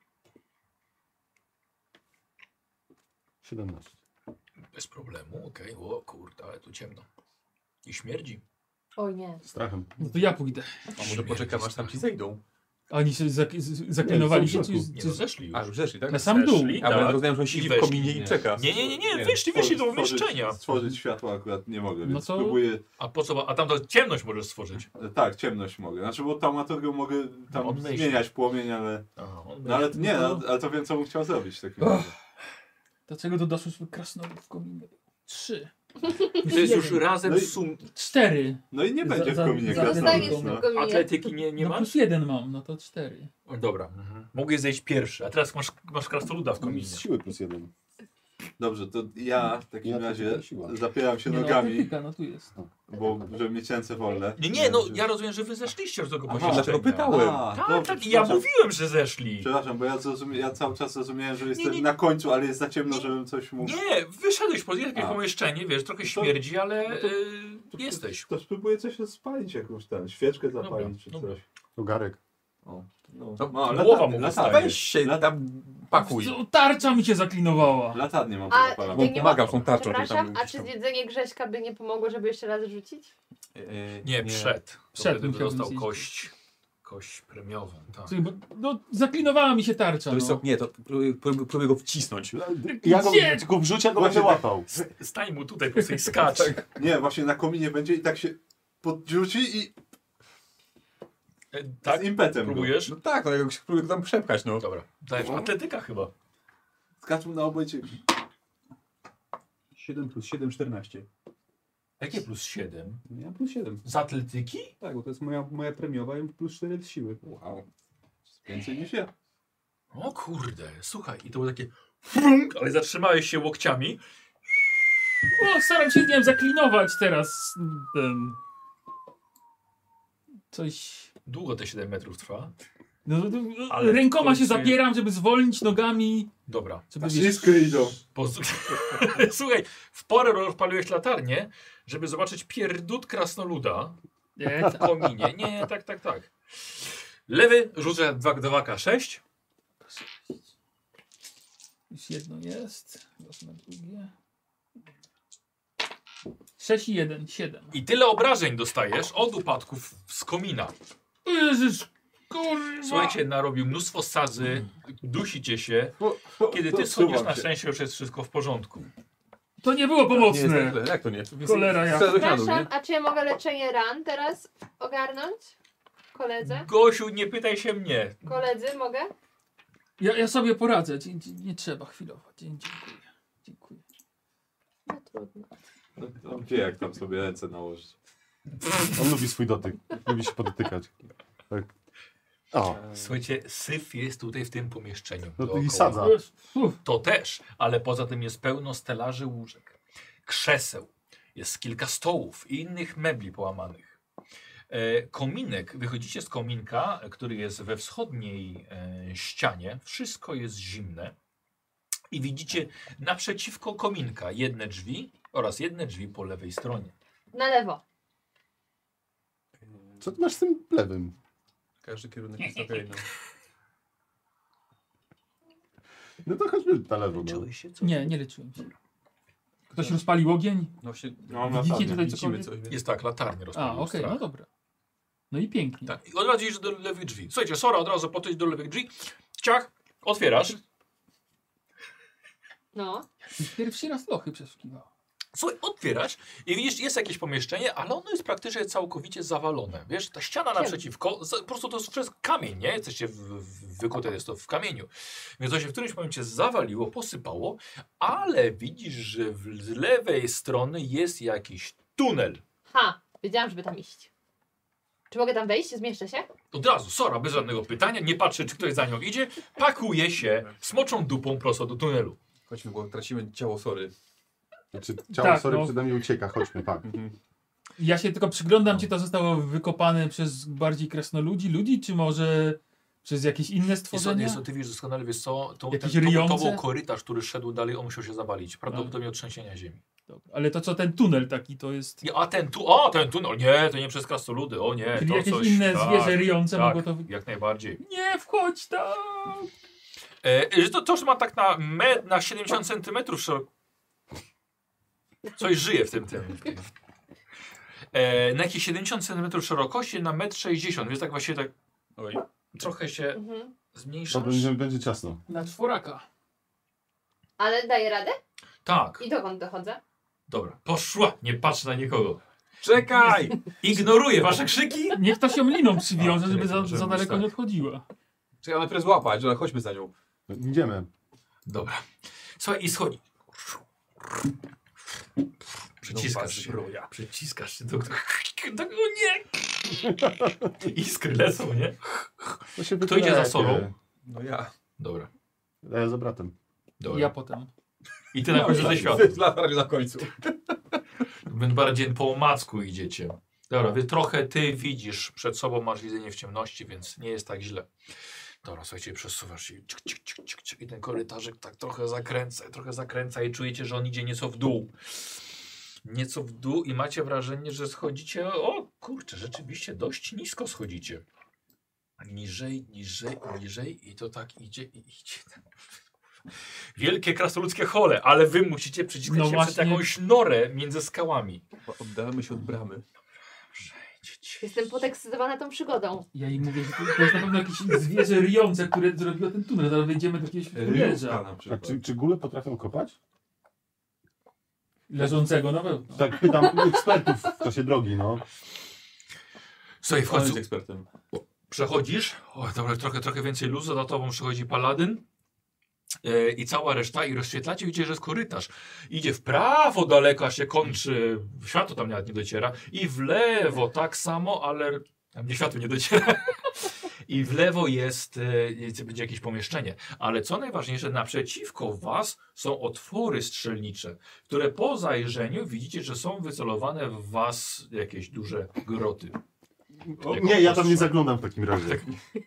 siedemnaście. Bez problemu, okej. O kurde, ale tu ciemno. I śmierdzi. Oj nie. Strachem. No to ja pójdę. A może poczekam, aż tam ci zejdą. A oni się zak z- zaklinowali się, Nie, czy, są w Nie, czy no zeszli już. A, już zeszli, tak? na sam dół? Zeszli, A, bo ja tak. rozumiem, że on I siedzi w weszli. kominie i Nie. czeka. Nie, nie, nie, nie, Nie, wyszli, wyszli do stworzyć- umieszczenia. Stworzyć światło akurat nie mogę, No więc to- spróbuję. A po co? A tam to ciemność możesz stworzyć. E, Tak, ciemność mogę. Znaczy, bo tą maturgią mogę tam On myśli. zmieniać płomień, ale. Aha, on No ale nie, No no, to- ale to wiem, co bym chciał zrobić w takim Och. razie. Dlaczego to doszło w krasnolud w kominie? Trzy. To jest już jeden. razem No i- sum. Cztery. No i nie Za- będzie w za- kominie za- krasnolud, Zostaniesz no. w kominie. Atletyki nie, nie no masz? plus jeden mam, no to cztery. O, dobra. Mhm. Mogłeś zejść pierwszy, a teraz masz, masz krasnoluda w kominie. Z siły plus jeden. Dobrze, to ja w takim Ja to razie tylko siła. zapieram się Nie, no, nogami, atletyka, no tu jest. bo żeby mieć ręce wolne. Nie, nie, no Żeby- ja rozumiem, że wy zeszliście z tego Aha, pomieszczenia. dlatego pytałem. A, Tak, dobrze, tak, i ja przepraszam. mówiłem, że zeszli. Przepraszam, bo ja, zrozumie, ja cały czas zrozumiałem, że jestem nie. na końcu, ale jest za ciemno, Nie. żebym coś mógł. Nie, wyszedłeś po jakieś A. pomieszczenie, wiesz, trochę To- śmierdzi, ale no to- y, To- jesteś. To spróbuję coś spalić, jakąś tam świeczkę zapalić Dobra, czy dobra. coś. Ogarek. O, no, No, no, głowa latarnię, mu latarnię. wystaje. Weź się tam pakuj. Co, tarcza mi się zaklinowała. Latarnię mam A zapalać. Bo ty nie pomagam ma... tą tarczą. to Przepraszam, tam a gdzieś czy tam- zjedzenie Grześka by nie pomogło, żeby jeszcze raz rzucić? E, Nie, przed. To Przed wtedy by musiałbym dostał zjeść. kość, kość premiową. Tak. Słuchaj, bo, no, zaklinowała mi się tarcza, To jest no. co, nie, to próbuję, próbuję, próbuję go wcisnąć. Ja go, Gdzie? go wrzucę, go Właśnie będę tak. łapał. Stań mu tutaj po prostu i skacz. Nie, właśnie na kominie będzie i tak się podrzuci i E, tak? z impetem go. Próbujesz? No tak, no ja go próbuję go tam przepchać, no. Dobra, dajesz. Atletyka chyba. Skacz mu na obojcie. siedem plus siedem, czternaście. Jakie plus siedem? Ja plus siedem. Z atletyki? Tak, bo to jest moja, moja premiowa i plus cztery z siły. Wow. Więcej niż ja. O kurde, słuchaj, i to było takie frunk, ale zatrzymałeś się łokciami. O, staram się, nie wiem, zaklinować teraz ten... Coś... Długo te siedem metrów trwa. No, no, Ale rękoma się końcu- zapieram, żeby zwolnić nogami. Dobra. Żeby, Na wiesz, wszystko idą. Poz... Słuchaj, w porę rozpaliłeś latarnię, żeby zobaczyć pierdut krasnoluda nie, w kominie. Nie, tak, tak, tak. Lewy rzucę dwa K sześć. już jedno jest. Wezmę drugie. sześć i jeden, siedem. I tyle obrażeń dostajesz od upadków z komina. O Jezus, kurwa! Słuchajcie, narobił mnóstwo sadzy, dusicie się. Kiedy ty To schodzisz, wsuwam na się. szczęście już jest wszystko w porządku. To nie było Nie, pomocne! jak, jak to nie? Cholera jasna. Zszedłeś na dół, Przepraszam, nie? a czy ja mogę leczenie ran teraz ogarnąć? Koledze? Gosiu, nie pytaj się mnie. Koledzy, mogę? Ja, ja sobie poradzę, dzie- dzie- nie trzeba chwilowo. Dzie- Dziękuję. Dziękuję. No trudno. No, on wie, jak tam sobie ręce nałożyć. On lubi swój dotyk. Lubi się podotykać. Tak. O, Słuchajcie, syf jest tutaj w tym pomieszczeniu. no to dookoła. i sadza. Uff, To też, ale poza tym jest pełno stelaży łóżek, krzeseł, jest kilka stołów i innych mebli połamanych. E, kominek, wychodzicie z kominka, który jest we wschodniej e, ścianie, wszystko jest zimne i widzicie naprzeciwko kominka jedne drzwi oraz jedne drzwi po lewej stronie. Na lewo. Co ty masz z tym lewym? Każdy kierunek jest trochę inny. No to chodźmy na lewo. No. Leczyłeś się? Co? nie, nie leczyłem się. Ktoś rozpalił ogień? No się, No, Widzicie latarnię. tutaj widzimy cokolwiek? coś, więc... Jest tak, latarnie A, rozpalił okej, strach. no dobra. No i pięknie. Tak, i od razu idziesz do lewych drzwi. Słuchajcie, Sora od razu podejść do lewych drzwi. Ciach, otwierasz. No. Pierwszy raz lochy przeszukiwała. Słuchaj, otwierasz i widzisz, jest jakieś pomieszczenie, ale ono jest praktycznie całkowicie zawalone. Wiesz, ta ściana naprzeciwko, za- po prostu to jest przez kamień, nie? Jesteście w, w, wykute jest to w kamieniu. Więc to się w którymś momencie zawaliło, posypało, ale widzisz, że w, z lewej strony jest jakiś tunel. Ha, wiedziałam, żeby tam iść. Czy mogę tam wejść? Zmieszczę się? Od razu, Sora, bez żadnego pytania, nie patrzy, czy ktoś za nią idzie, pakuje się smoczą dupą prosto do tunelu. Chodźmy, bo tracimy ciało Sory. Znaczy, ciało Tak, sorry no. przede mnie ucieka, chodźmy, tak. Ja się tylko przyglądam, czy to zostało wykopane przez bardziej krasnoludzi, ludzi, czy może przez jakieś inne Jest to, stworzenia? jest to, ty wiesz doskonale, wiesz co, to, Jakieś ten, to, to ryjące? był korytarz, który szedł dalej, on musiał się zawalić, prawdopodobnie od trzęsienia ziemi. Dobra. Ale to co, ten tunel taki to jest... I- A ten tu, o ten tunel, nie, to nie przez krasnoludy, o nie, Czyli to jakieś coś, inne tak, zwierzę ryjące tak, mogło to... jak najbardziej. Nie, wchodź tam! E, że to, to, że ma tak na, me, na siedemdziesiąt centymetrów szeroko. Coś żyje w tym tym. E, na jakieś siedemdziesiąt centymetrów szerokości, na metr sześćdziesiąt, więc tak właśnie tak Oj. trochę się Mhm. To zmniejszasz. będzie, będzie ciasno. Na czworaka. Ale daję radę? Tak, I dokąd dochodzę? dobra, poszła, nie patrz na nikogo. Czekaj! Ignoruję wasze krzyki. Niech to się liną przywiąże, A, żeby nie, za, żeby za być daleko tak. nie odchodziła. Czekaj, najpierw złapać, ale chodźmy za nią. No, idziemy. Dobra. Słuchaj, i schodzi. Przyciskasz się. zbroja. Przyciskasz się. Do, do, do, o nie! Iskry lecą, nie? To się Kto idzie za wyklepie. Sorą? No ja. Dobra. A ja za bratem. Dobra. Ja potem. I ty na końcu ze światła. Z latarnią na końcu. Wy bardziej po omacku idziecie. Dobra, wy trochę ty widzisz. Przed sobą masz widzenie w ciemności, więc nie jest tak źle. Dobra, słuchajcie, przesuwasz się cik, cik, cik, cik, cik, i ten korytarzyk tak trochę zakręca, trochę zakręca i czujecie, że on idzie nieco w dół. Nieco w dół i macie wrażenie, że schodzicie, o kurczę, rzeczywiście dość nisko schodzicie. Niżej, niżej, niżej i to tak idzie i idzie. Wielkie krasnoludzkie hole, ale wy musicie przeciskać No się właśnie. przed jakąś norę między skałami. Oddalamy się od bramy. Przejdziecie. Jestem podekscytowana tą przygodą. Ja im mówię, że to, to jest na pewno jakieś zwierzę ryjące, które zrobiło ten tunel. Zaraz wejdziemy do jakiegoś Ryjówka wieża na A przykład. czy, czy góle potrafią kopać? leżącego na pewno. Tak pytam ekspertów w czasie drogi, no. Słuchaj, w Kto jest końcu ekspertem? przechodzisz, o, dobra, trochę, trochę więcej luzu, za tobą przychodzi paladyn e, i cała reszta i rozświetlacie, widzicie, że jest korytarz. Idzie w prawo daleko, aż się kończy, światło tam nawet nie dociera i w lewo tak samo, ale tam nie światło nie dociera. I w lewo jest, e, jest- będzie jakieś pomieszczenie. Ale co najważniejsze, naprzeciwko was są otwory strzelnicze, które po zajrzeniu widzicie, że są wycelowane w was jakieś duże groty. Nie, ja tam nie zaglądam w takim razie.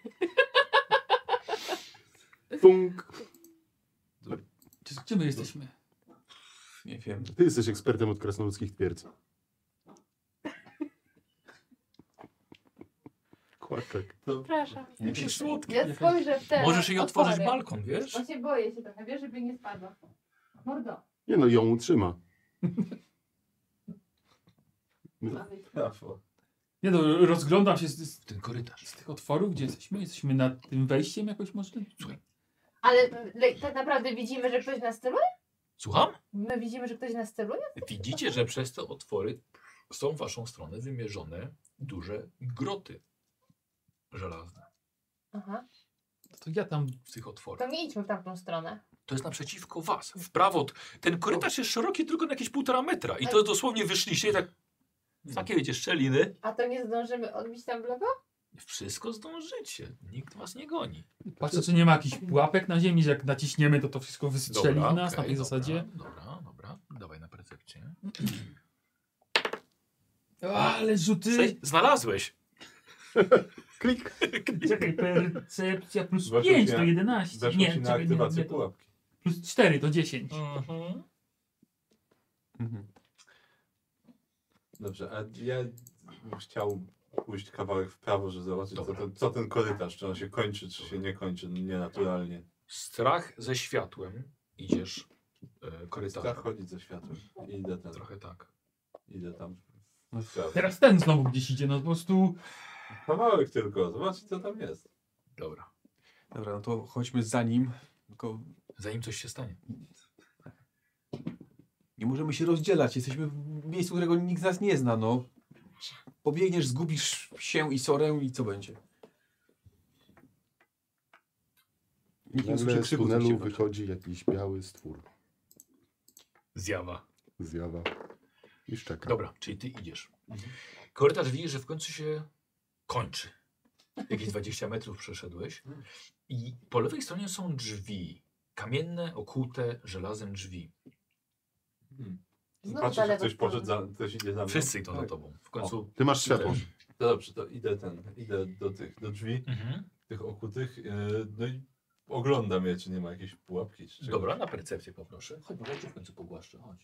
Tung. Gdzie, gdzie my jesteśmy? Nie wiem. Ty jesteś ekspertem od krasnoludzkich twierdz. Kłaczek. Przepraszam. Jakie słodkie. Ja spojrzę w te Możesz jej otworzyć otwory. balkon, wiesz? Właśnie boję się trochę, wiesz, żeby nie spadła. Mordo. Nie no, ją utrzyma. Mamy. Trafo. Nie no, rozglądam się z, z, Ten korytarz. z tych otworów, gdzie jesteśmy. Jesteśmy nad tym wejściem jakoś może? Ale le, tak naprawdę widzimy, że ktoś nas celuje? Słucham? My widzimy, że ktoś nas celuje? Widzicie, że przez te otwory są w waszą stronę wymierzone duże groty żelazne Aha. To ja tam... w tych otworach. To nie idźmy w tamtą stronę. To jest naprzeciwko was. W prawo. Ten korytarz jest szeroki tylko na jakieś półtora metra. I to dosłownie wyszliście i tak w takie wiecie szczeliny. A to nie zdążymy odbić tam w lewo? Wszystko zdążycie. Nikt was nie goni. Patrzę, czy nie ma jakichś pułapek na ziemi, że jak naciśniemy, to to wszystko wystrzeli w nas na okej, tej dobra, zasadzie. Dobra, dobra. Dawaj na percepcję. Ale rzuty... Sześć. Znalazłeś. Klik. Czekaj, percepcja plus Weszło pięć ci to na- jedenaście. Weszło Nie, ci na czekaj, nie, aktywację nie, to pułapki. plus cztery to dziesięć. Mhm. Mhm. Dobrze, a ja bym chciał pójść kawałek w prawo, żeby zobaczyć, co, Dobra. ten- co ten korytarz, czy on się kończy, czy się nie kończy nienaturalnie. Strach ze światłem. Idziesz e, korytarzem. Strach chodzić ze światłem. I idę tam. Trochę tak. Idę tam. No, w prawo. Teraz ten znowu gdzieś idzie, no po prostu... Kawałek tylko, zobaczcie co tam jest. Dobra. Dobra, no to chodźmy za nim. Tylko Zanim coś się stanie. nie możemy się rozdzielać. Jesteśmy w miejscu, którego nikt z nas nie zna, no. Pobiegniesz, zgubisz się i sorę i co będzie? Nikt nie usłyszy Nagle z krzyku, co się tunelu wydarzy. wychodzi jakiś biały stwór. Zjawa. Zjawa. I szczeka. Dobra, czyli ty idziesz. Korytarz widzisz, że w końcu się kończy. Jakieś dwadzieścia metrów przeszedłeś. I po lewej stronie są drzwi. Kamienne, okute żelazem drzwi. Hmm. Znowu Patrzę, ta czy lewa ktoś strona. poszedł za, ktoś idzie za mną. Wszyscy idą za Tak. tobą. W końcu. Ty masz światło. No dobrze, to idę ten, idę do tych, do drzwi, Mhm. tych okutych, yy, no i oglądam je, czy nie ma jakiejś pułapki, czy czegoś. Dobra, na percepcję poproszę. Chodź, bo ja cię w końcu pogłaszczę. Chodź.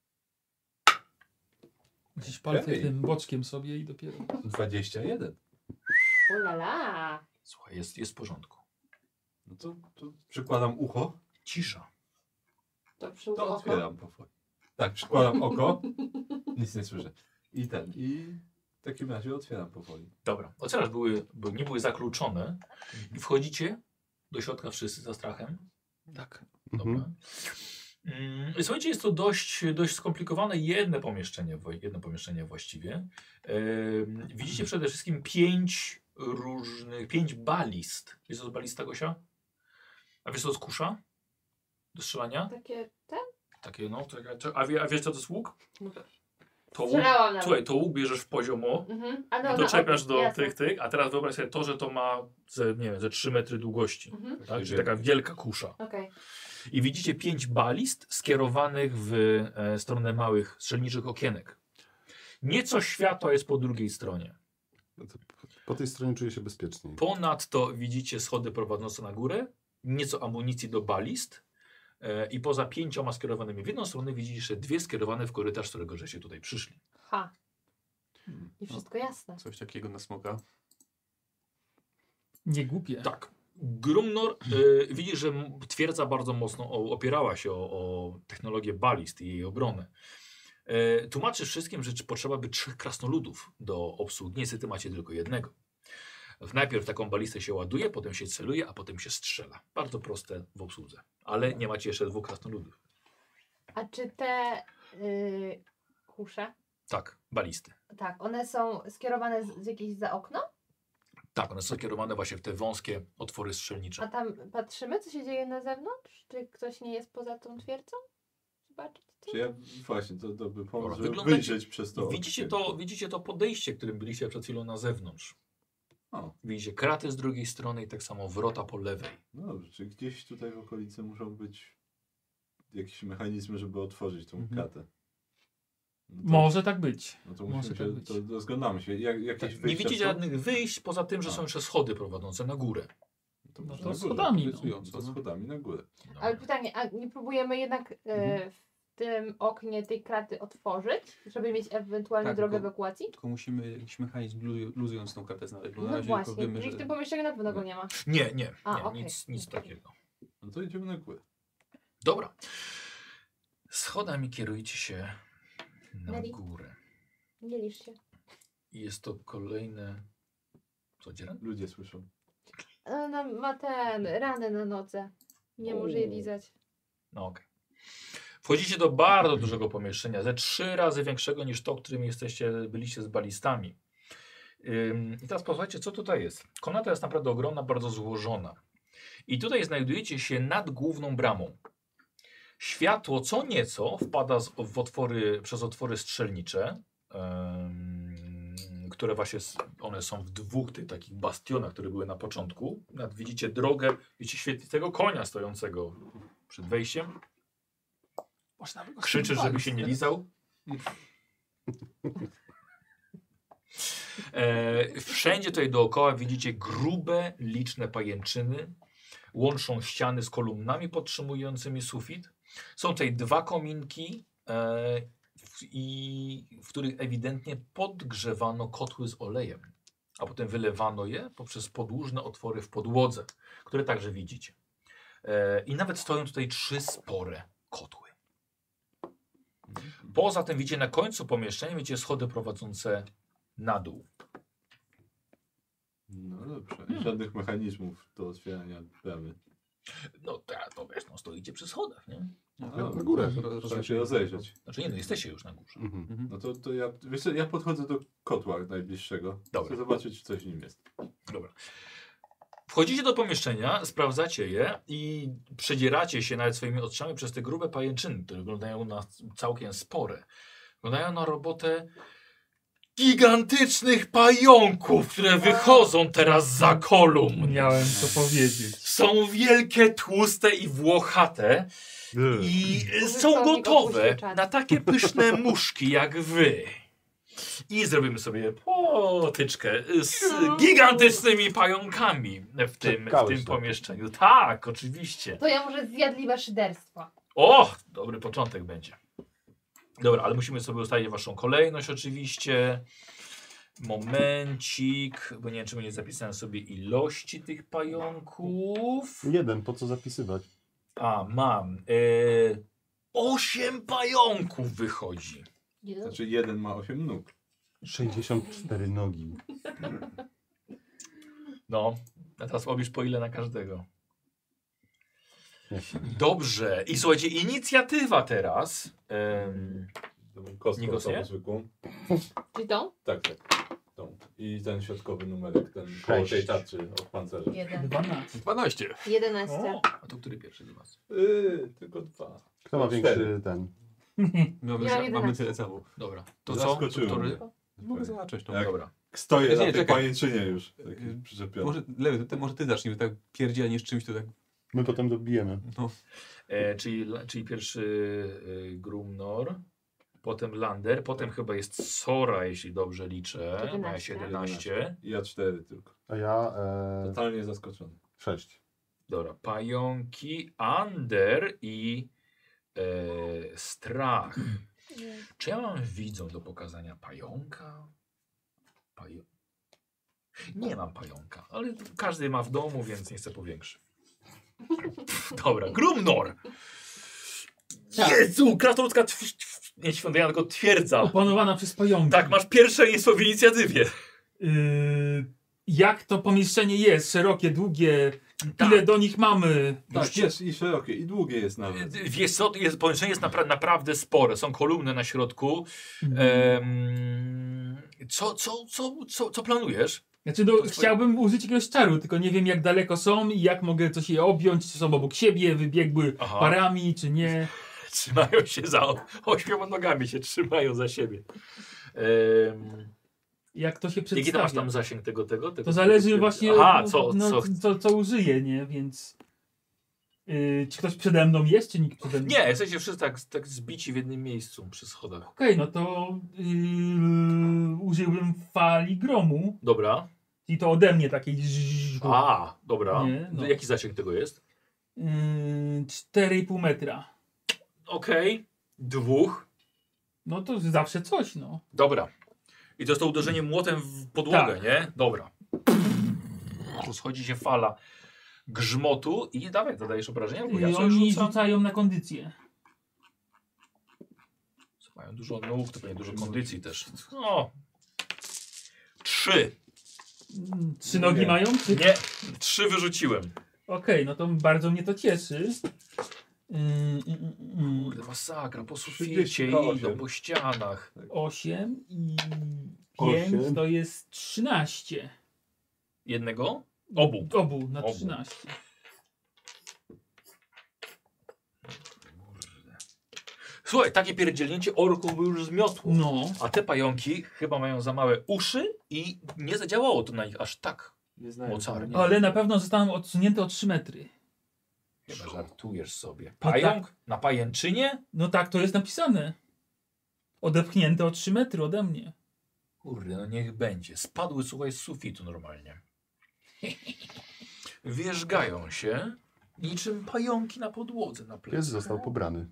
Musisz palce Ej. tym boczkiem sobie i dopiero... dwadzieścia jeden. Ulala. Słuchaj, jest, jest w porządku. No to, to przykładam ucho, Cisza. To przyłóż to oko. otwieram powoli. Tak, przykładam oko, nic nie słyszę. I ten, i w takim razie otwieram powoli. Dobra. Ocerasz były, były, nie były zakluczone. I wchodzicie do środka wszyscy za strachem. Tak. Dobra. Mhm. Mm, Słuchajcie, jest to dość, dość skomplikowane jedno pomieszczenie, wo- jedno pomieszczenie właściwie. Em, widzicie przede wszystkim pięć różnych, pięć balist. Jest to balista, Gosia? A wiesz co to jest kusza? Do strzelania? Takie ten? Takie no, czekaj, czekaj. a, wie, a wiesz co to jest łuk? To łuk, Strzelałam nawet. słuchaj, to łuk bierzesz w poziomo, Mhm. A no, i no, doczepiasz o, do jasne. tych, tych, a teraz wyobraź sobie to, że to ma ze, nie wiem, ze trzy metry długości. Mhm. Tak? Czyli taka wielka kusza. Okej. I widzicie pięć balist skierowanych w e, stronę małych strzelniczych okienek. Nieco światła jest po drugiej stronie. No to po- Po tej stronie czuję się bezpieczniej. Ponadto widzicie schody prowadzące na górę, nieco amunicji do balist e, i poza pięcioma skierowanymi w jedną stronę widzicie jeszcze dwie skierowane w korytarz, z którego żeście tutaj przyszli. Ha. I wszystko jasne. Coś takiego na smoka. Nie głupie. Tak. Grumnor e, widzi, że m- twierdza bardzo mocno o, opierała się o, o technologię balist i jej obronę. E, tłumaczy wszystkim, że potrzeba by trzech krasnoludów do obsługi. Niestety macie tylko jednego. Najpierw taką balistę się ładuje, potem się celuje, a potem się strzela. Bardzo proste w obsłudze. Ale nie macie jeszcze dwóch krasnoludów. A czy te y, kusze, Tak, balisty. tak, one są skierowane z, z jakieś za okno? Tak, one są kierowane właśnie w te wąskie otwory strzelnicze. A tam patrzymy, co się dzieje na zewnątrz? Czy ktoś nie jest poza tą twierdzą? Zobaczyć co? Czy ja właśnie, to dobry pomysł, Dobra, żeby wyglądacie- wyjrzeć przez to. Widzicie to, widzicie to podejście, którym byliście przed chwilą na zewnątrz. O, Widzicie kraty z drugiej strony i tak samo wrota po lewej. no dobrze, czy gdzieś tutaj w okolicy muszą być jakieś mechanizmy, żeby otworzyć tą Mhm. kratę? No to, Może tak być. no to może musimy tak się, być. to rozglądamy się. Jak, jakieś Tak, nie wyjścia widzicie są? żadnych wyjść, poza tym, że są A. jeszcze schody prowadzące na górę. To, No może to na górze. schodami, no. Obiecująco, To no. schodami na górę. No. Ale pytanie, a nie próbujemy jednak e, Mhm. w tym oknie tej kraty otworzyć, żeby mieć ewentualnie Tak, drogę tylko- ewakuacji? Tylko musimy jakiś mechanizm luzu- luzując tą kartę znaleźć, bo na No razie właśnie, tylko wiemy, czyli że... w tym pomieszczeniu na pewno go nie ma. Nie, nie, A, nie okej. nic, nic takiego. No to idziemy na górę. Dobra. Schodami kierujcie się na Mary. górę. Nie licz się. I jest to kolejne... Co, dzieran? Ludzie słyszą. Ona ma ten, ranę na nodze. Nie może je lizać. No okej. Wchodzicie do bardzo dużego pomieszczenia, ze trzy razy większego niż to, którym jesteście, byliście z balistami. Ym, I teraz posłuchajcie, co tutaj jest. Komnata jest naprawdę ogromna, bardzo złożona. I tutaj znajdujecie się nad główną bramą. Światło co nieco wpada z, w otwory, przez otwory strzelnicze, ym, które właśnie s- one są w dwóch tych takich bastionach, które były na początku. Nad, widzicie drogę, widzicie świetlistego konia stojącego przed wejściem. Można by go Krzyczysz, żeby się nie lizał. E, wszędzie tutaj dookoła widzicie grube, liczne pajęczyny. Łączą ściany z kolumnami podtrzymującymi sufit. Są tutaj dwa kominki, e, w, i, w których ewidentnie podgrzewano kotły z olejem. A potem wylewano je poprzez podłużne otwory w podłodze, które także widzicie. E, I nawet stoją tutaj trzy spore kotły. Poza tym widzicie na końcu pomieszczenia widzicie schody prowadzące na dół. No dobrze. I żadnych mechanizmów do otwierania bramy. No to, to wiesz, no stoicie przy schodach, nie? No, na górę. Trzeba się rozejrzeć. Znaczy nie, no jesteście już na górze. Mhm. No to, to ja, wiesz co, ja podchodzę do kotła najbliższego. Dobra. Chcę zobaczyć, czy coś w nim jest. Dobra. Wchodzicie do pomieszczenia, sprawdzacie je i przedzieracie się nawet swoimi oczami przez te grube pajęczyny, które wyglądają na całkiem spore. Wyglądają na robotę gigantycznych pająków, które wychodzą teraz za kolumn. Miałem to powiedzieć. Są wielkie, tłuste i włochate i są Użytkownik gotowe opuścił czat. na takie pyszne muszki jak wy. I zrobimy sobie potyczkę z gigantycznymi pająkami w tym, w Czekałeś tym na to. pomieszczeniu. Tak, oczywiście. To ja może zjadliwe szyderstwo. O, dobry początek będzie. Dobra, ale musimy sobie ustalić waszą kolejność oczywiście. Momencik, bo nie wiem, czy nie zapisałem sobie ilości tych pająków. Jeden, po co zapisywać? A, mam. E, osiem pająków wychodzi. Znaczy jeden ma osiem nóg. sześćdziesiąt cztery nogi. No, a teraz oblicz po ile na każdego. Nie. Dobrze. I słuchajcie, inicjatywa teraz. Em, Tą kostką Nikos, nie? tą zwykłą. Czy tą? Tak, tak. Tą. I ten środkowy numerek, ten koło tej tarczy od pancerza. Jeden. dwanaście. dwanaście. Jedenaście. o, a to który pierwszy z was? Yy, tylko dwa. Kto ma Cztery. większy ten? Mamy, Ja mamy jedenaście. tyle samo. Dobra. To co? Zaskoczyłem To, mnie. to, Mogę zobaczyć. No. Jak dobra. stoję Nie, na nie, tej czekaj. pajęczynie już. Taki Yy, przyczepiony. Może, Lewy, ty, może ty zacznij, bo tak pierdzielnie z czymś to tak... My potem dobijemy. No. E, czyli, czyli pierwszy e, Grumnor, potem Lander, potem chyba jest Sora, jeśli dobrze liczę. Ma jedenaście. siedemnaście. I ja cztery tylko. A ja e, Totalnie zaskoczony. sześć. Dobra, pająki, Ander i e, Strach. Czy ja mam widzą do pokazania pająka? Pajo... Nie mam pająka, ale każdy ma w domu, więc nie chcę powiększy. Dobra, Grumnor! Tak. Jezu, krasnoludzka tw- tw- nie świątynia, tylko twierdza. Opanowana przez pająki. Tak, masz pierwszeństwo w inicjatywie. Yy, jak to pomieszczenie jest? Szerokie, długie? Tak. Ile do nich mamy? Tak, jest i szerokie, i długie jest nawet. Wiesz co, jest, pomieszczenie jest napra naprawdę spore. Są kolumny na środku. Mhm. Em, co, co, co, co, co planujesz? Znaczy, no, to twoje- chciałbym użyć jakiegoś czaru, tylko nie wiem jak daleko są i jak mogę coś je objąć, czy są obok siebie, wybiegły Aha. parami, czy nie. Trzymają się za ośmioma nogami, się trzymają za siebie. Em, Jak to się jaki to masz przedstawia. tam zasięg tego, tego? tego To zależy tego- właśnie Aha, no, co, no, co, co, co użyję, nie? Więc yy, czy ktoś przede mną jest, czy nikt przede mną? Nie, jesteście wszyscy tak, tak zbici w jednym miejscu przy schodach. Okej, no to yy, użyłbym fali gromu Dobra. i to ode mnie takiej zzz- A, dobra. Nie, no. Jaki zasięg tego jest? yy, cztery i pół metra. Okej. Dwóch. No to zawsze coś, no. Dobra. I to jest to uderzenie młotem w podłogę, Tak. nie? Dobra. Rozchodzi się fala grzmotu i dawaj, zadajesz obrażenia, bo ja I coś oni rzucam. rzucają na kondycję. Mają dużo nóg, to pewnie dużo kondycji też. O. Trzy. Mm, Trzy nogi Nie. mają? Czy... Nie, trzy wyrzuciłem. Okej, no to bardzo mnie to cieszy. Mm, mm, mm, Kurde, masakra, po suficie trzydzieści idą, osiem. po ścianach. osiem i Osiem. pięć to jest trzynaście. Jednego? Obu. Obu na Obu. trzynaście. Słuchaj, takie pierdzielnięcie orków by już zmiotło. No. A te pająki chyba mają za małe uszy i nie zadziałało to na nich aż tak Nie znają. mocarnie. Ale na pewno zostałem odsunięty o trzy metry. Chyba żartujesz sobie. No Pająk na pajęczynie? No tak, to jest napisane. Odepchnięte o trzy metry ode mnie. Kurde, no niech będzie. Spadły, słuchaj, z sufitu normalnie. Wierzgają się niczym pająki na podłodze na Pies plecach. został pobrany.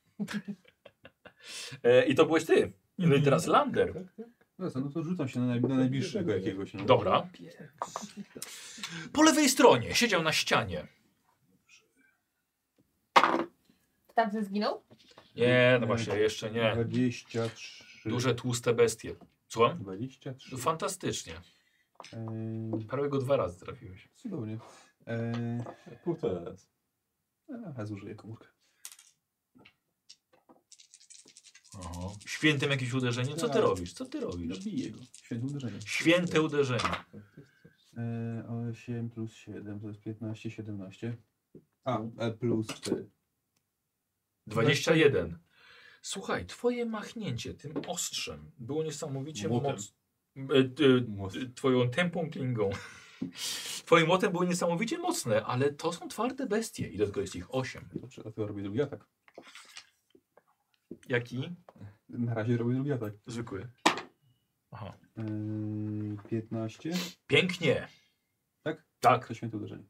E, I to byłeś ty. No i Mhm. teraz Lander. No co, no to rzucam się na, naj, na najbliższego jakiegoś. No. Dobra. Po lewej stronie siedział na ścianie. Tamten zginął? Nie, no właśnie, jeszcze nie. dwadzieścia trzy. Duże, tłuste bestie. Słucham? dwadzieścia trzy. Fantastycznie. Eee, Prawie go dwa razy trafiłeś. cudownie. Eee, Półtora raz. a, zużyję komórkę. Aha. Świętym jakieś uderzenie? Co ty Tak. robisz? Co ty robisz? Zabiję go. Święte uderzenie. Święte uderzenie. Eee, osiem plus siedem to jest piętnaście, siedemnaście. A, e, plus cztery. dwadzieścia jeden. Słuchaj, twoje machnięcie tym ostrzem było niesamowicie Młotem. mocne. Twoją tępą klingą. Twoim młotem było niesamowicie mocne, ale to są twarde bestie. I do tego jest ich osiem. Dobrze, dlatego robię drugi atak. Jaki? Na razie robię drugi atak. Zwykły. Aha. Eee, piętnaście. Pięknie. Tak? Tak. To święte uderzenie.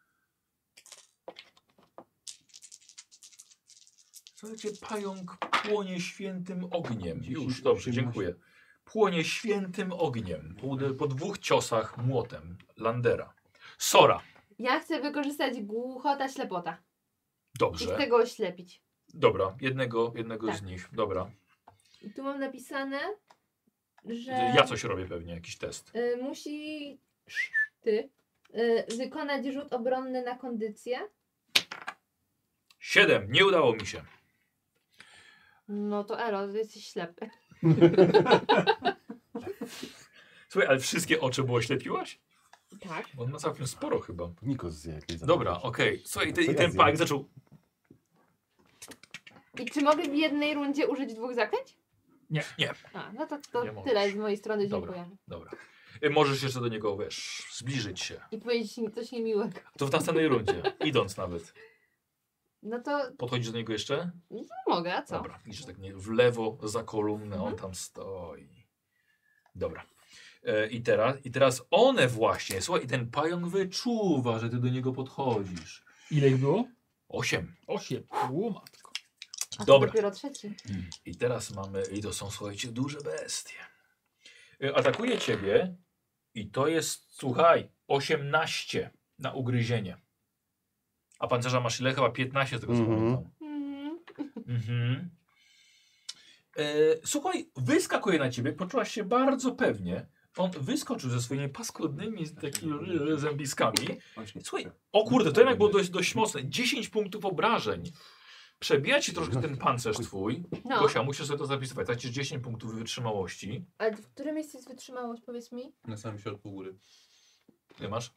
Słuchajcie, pająk płonie świętym ogniem. dziesięć, Już, dobrze, osiemnaście. dziękuję. Płonie świętym ogniem. Po, po dwóch ciosach młotem Landera. Sora. Ja chcę wykorzystać głuchota, ślepota. I Dobrze. chcę go oślepić. Dobra, jednego, jednego Tak. z nich. Dobra. I tu mam napisane, że Ja coś robię pewnie, jakiś test. y, musi ty y, wykonać rzut obronny na kondycję. Siedem, nie udało mi się. No to Elo, jesteś ślepy. Słuchaj, ale wszystkie oczy było ślepiłaś? Tak. Bo on ma całkiem sporo chyba. Nikos zje jakieś Dobra, zabawy. okej. Słuchaj, i, te, Co i ja ten zjem? pająk zaczął... I czy mogę w jednej rundzie użyć dwóch zaklęć? Nie. Nie. A, no to, to Nie możesz. tyle z mojej strony, Dobra. dziękuję. Dobra. Y, Możesz jeszcze do niego, wiesz, zbliżyć się. I powiedzieć mi coś niemiłego. To w następnej rundzie, idąc nawet. No to Podchodzisz do niego jeszcze? no, mogę, a co? Dobra, widzisz tak nie, w lewo za kolumnę, on Mhm. tam stoi. Dobra. E, i, teraz, I teraz one właśnie, słuchaj, i ten pająk wyczuwa, że ty do niego podchodzisz. Ile ich było? Osiem. Osiem. O matko. A to Dobra. dopiero trzeci. I teraz mamy, i to są, słuchajcie, duże bestie. E, atakuje ciebie i to jest, słuchaj, osiemnaście na ugryzienie. A pancerza masz ile? Chyba piętnaście z tego co Mhm. pamiętam. Mm. Mhm. E, słuchaj, wyskakuje na ciebie, poczułaś się bardzo pewnie. On wyskoczył ze swoimi paskudnymi takimi zębiskami. Słuchaj, o kurde, to jednak było dość, dość mocne. dziesięć punktów obrażeń. Przebija ci troszkę ten pancerz twój. No, Gosia, musisz sobie to zapisywać. Tracisz dziesięć punktów wytrzymałości. ale w którym miejscu jest wytrzymałość, powiedz mi? Na samym środku góry. Ile masz?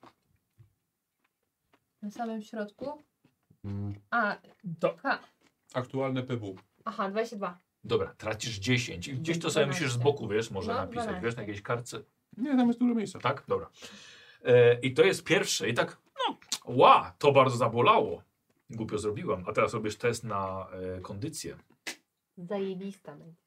Na samym środku? Mm, A, To K. Aktualne P W. Aha, dwadzieścia dwa. Dobra, tracisz dziesięć. I gdzieś to sobie musisz z boku, wiesz, może No, napisać, dwanaście. wiesz, na jakiejś kartce. Nie, tam jest dużo miejsca. Tak? Dobra. E, I to jest pierwsze. I tak, no, ła, to bardzo zabolało. Głupio zrobiłam. A teraz robisz test na e, kondycję. Zajebista będzie.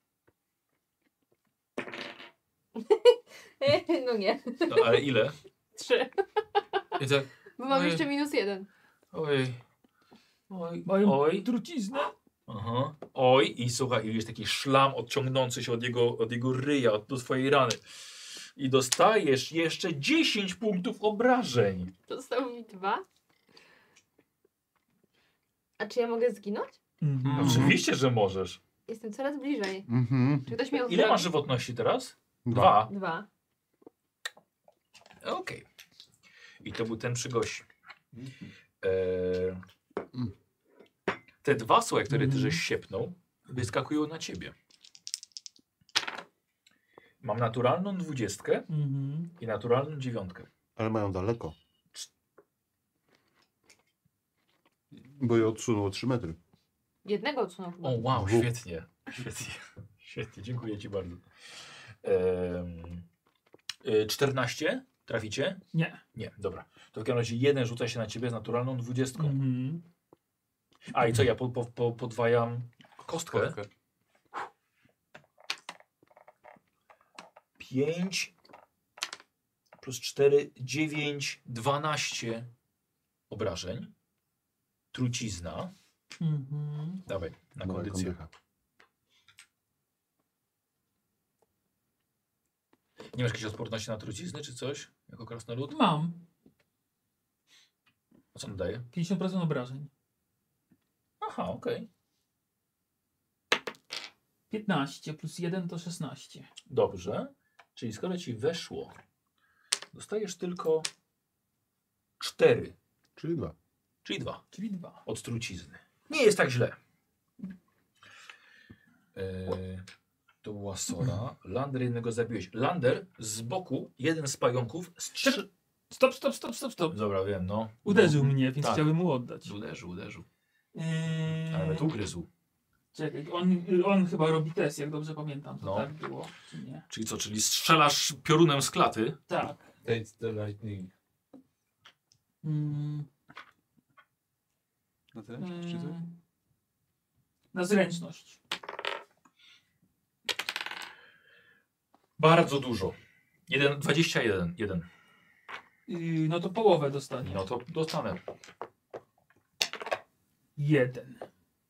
No nie, No, ale ile? trzy. I tak, Bo mam Ojej. jeszcze minus jeden. oj, oj, mają oj. truciznę. Aha. Oj, i słuchaj, i jest taki szlam odciągnący się od jego, od jego ryja, od, do twojej rany. I dostajesz jeszcze dziesięć punktów obrażeń. Zostało mi dwa. A czy ja mogę zginąć? Mhm. Oczywiście, że możesz. Jestem coraz bliżej. mhm. Czy ktoś miał Ile zdrowie? masz żywotności teraz? Dwa. Dwa. Dwa. Okej. I to był ten przy gości. E, te dwa słoje, które ty Mhm. żeś siepnął, wyskakują na ciebie. Mam naturalną dwudziestkę Mhm. i naturalną dziewiątkę. Ale mają daleko. Bo je odsunął o trzy metry. Jednego odsunął chyba. O wow, Dwóch. świetnie. Świetnie. Świetnie, dziękuję ci bardzo. Ehm, y, czternaście? Traficie? Nie. Nie, dobra. To w takim razie jeden rzuca się na ciebie z naturalną dwudziestką. Mhm. A i co, ja po, po, po, podwajam kostkę. Kostkę. pięć plus cztery, dziewięć, dwanaście obrażeń. Trucizna. Mhm. Dawaj, na Dawaj, kondycję. kondycha. Nie masz jakiejś odporności na trucizny czy coś? Jako krasnolud? Mam A co on daje? pięćdziesiąt procent obrażeń. Aha, okej. piętnaście plus jeden to szesnaście. Dobrze. Czyli skoro ci weszło, dostajesz tylko cztery, Czyli dwa. czyli dwa Czyli dwa. od trucizny. Nie jest tak źle. Eee, to była Sora. Lander jednego zabiłeś. Lander z boku, jeden z pająków, strzy... Stop, stop, stop, stop, stop. Dobra, wiem, no. Uderzył no. mnie, więc tak. chciałbym mu oddać. Uderzył, uderzył. Eee, A nawet ugryzł. Czekaj, on, on chyba robi test, jak dobrze pamiętam. To No. tak było, czy nie? Czyli co, czyli strzelasz piorunem z klaty? Tak. Taste the lightning. Mm, Na tyle? Czy coś? eee, na zręczność. Bardzo dużo. Jeden, dwadzieścia jeden. Jeden. Yy, no to połowę dostanie. No to dostanę. Jeden.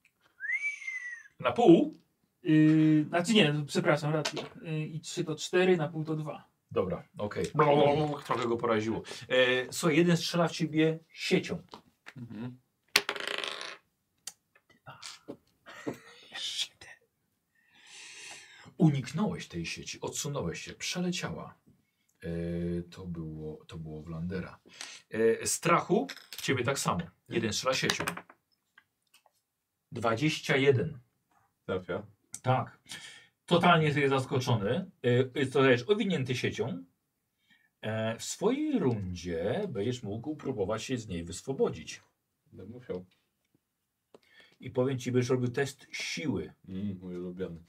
Na pół? Yy, znaczy nie, przepraszam, rację. Yy, I trzy to cztery, na pół to dwa. Dobra, okej. Trochę go poraziło. E, słuchaj, jeden strzela w ciebie siecią. Mhm. Uniknąłeś tej sieci, odsunąłeś się, przeleciała. E, to, było, to było w Landera. E, strachu w ciebie tak samo. Jeden strzela siecią. dwadzieścia jeden. Trafia. Tak. Totalnie jesteś zaskoczony. E, Zostajesz owinięty siecią. E, w swojej rundzie będziesz mógł próbować się z niej wyswobodzić. Będę musiał. I powiem ci, będziesz robił test siły. Mm, mój ulubiony.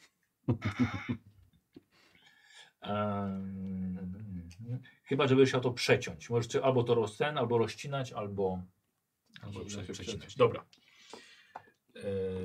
Um, chyba, że będziesz chciał to przeciąć. Możesz czy albo to rozcen, albo rozcinać, albo, albo Można prze, się przecinać. przeciąć. Dobra. E,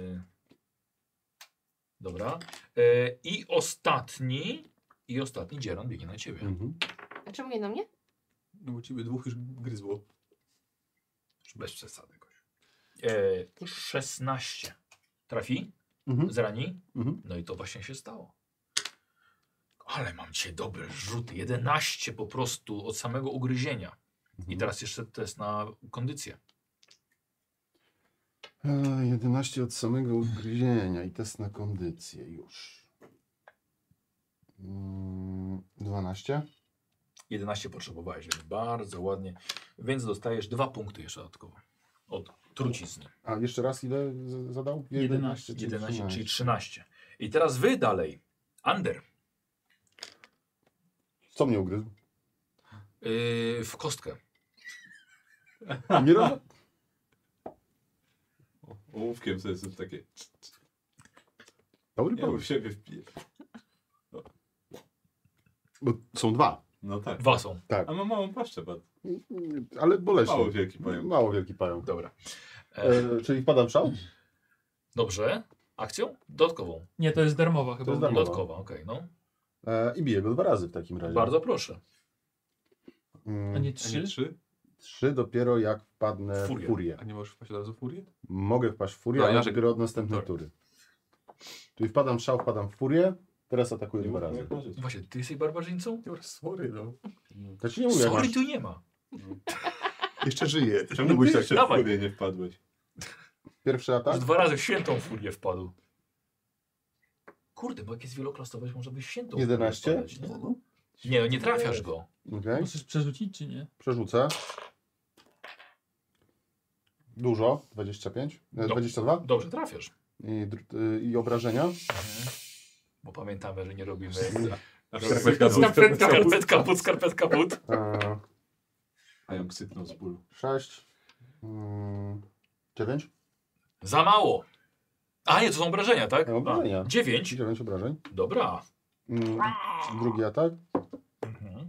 dobra. E, I ostatni, i ostatni dzieran biegnie na ciebie. Mhm. A czemu nie na mnie? No bo ciebie dwóch już gryzło. Bez przesady. Goś. E, szesnaście. Trafi? Mhm. Zrani? Mhm. No i to właśnie się stało. Ale mam cię dobre rzuty. jedenaście po prostu od samego ugryzienia. I teraz jeszcze test na kondycję. E, jedenaście od samego ugryzienia i test na kondycję już. Mm, dwanaście. jedenaście potrzebowałeś, więc bardzo ładnie. Więc dostajesz dwa punkty jeszcze dodatkowo. Od trucizny. A jeszcze raz ile z- zadał? jedenaście, czy jedenaście, trzynaście? czyli trzynaście. I teraz wy dalej. Ander. Co mnie ugryzł? Yy, w kostkę. Nie roz... Ołówkiem sobie jest takie. Dobry Ja w pomysł. siebie wpiję. Bo są dwa. No tak. Dwa są. Tak. A ma małą paszczę, bad. Ale boleśnie. Mało wielki pająk. Mało wielki pająk. Dobra. E, E, czyli wpadam w szał? dobrze. Akcją? Dodatkową. Nie, to jest darmowa chyba. jest darmowa. Dodatkowa, okej, no. E, I biję go dwa razy w takim razie. Bardzo proszę. Mm, A nie A nie trzy? trzy? Trzy dopiero jak wpadnę Furię. w furię. A nie możesz wpaść od razu w furię? Mogę wpaść w furię, No, ale ja- dopiero od następnej Dobra. tury. Czyli wpadam w szał, wpadam w furię, teraz atakuję Nie dwa mów, razy. jak możesz. Właśnie, ty jesteś barbarzyńcą? Dobra, sorry no. Znaczy nie mówię, jak Sorry, masz... tu nie ma. Jeszcze żyję. Czemu byś tak się w Dawaj. furię nie wpadłeś? Pierwszy Już atak? dwa razy w świętą furię wpadł. Kurde, bo jak jest wieloklasowość, może być w świętą jedenaście? furię wpadać, nie? Nie, no nie trafiasz go. Okej, Możesz przerzucić, czy nie? przerzucę. Dużo, dwadzieścia pięć, e, Do- dwadzieścia dwa Dobrze, trafiasz. i, dr- y, i obrażenia. Bo pamiętamy, że nie robimy... Skarpetka Skarpetka, skarpetka, but, skarpetka, but. E, Pająk sypnął z bólu. sześć, mm, dziewięć, Za mało. A nie, to są obrażenia, tak? E, obrażenia. A, dziewięć. dziewięć obrażeń. Dobra. Mm, drugi atak. Mhm.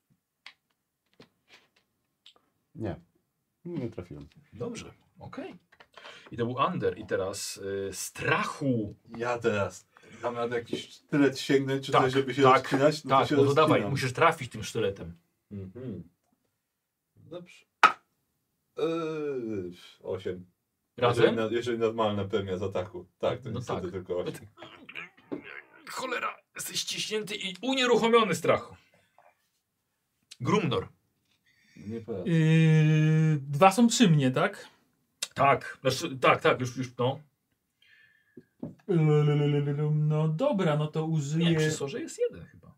Nie, nie trafiłem. Dobrze, okej. I to był Under. I teraz y, strachu. Ja teraz. Mam na jakiś sztylet sięgnąć, czy Tak, coś, żeby się tak, rozpinać? No Tak, to się no to dawaj, rozpinam. musisz trafić tym sztyletem. Mhm. Dobrze. Eee, osiem. Razem? Jeżeli, na, jeżeli normalna premia z ataku. Tak, to No niestety tak. tylko osiem. Cholera, jesteś ściśnięty i unieruchomiony strachu. Grumnor. Nie powiem. Yy, dwa są przy mnie, tak? Tak, znaczy, tak, tak, już, już, no. No dobra, no to Nie, użyję... przy sorze jest jeden chyba.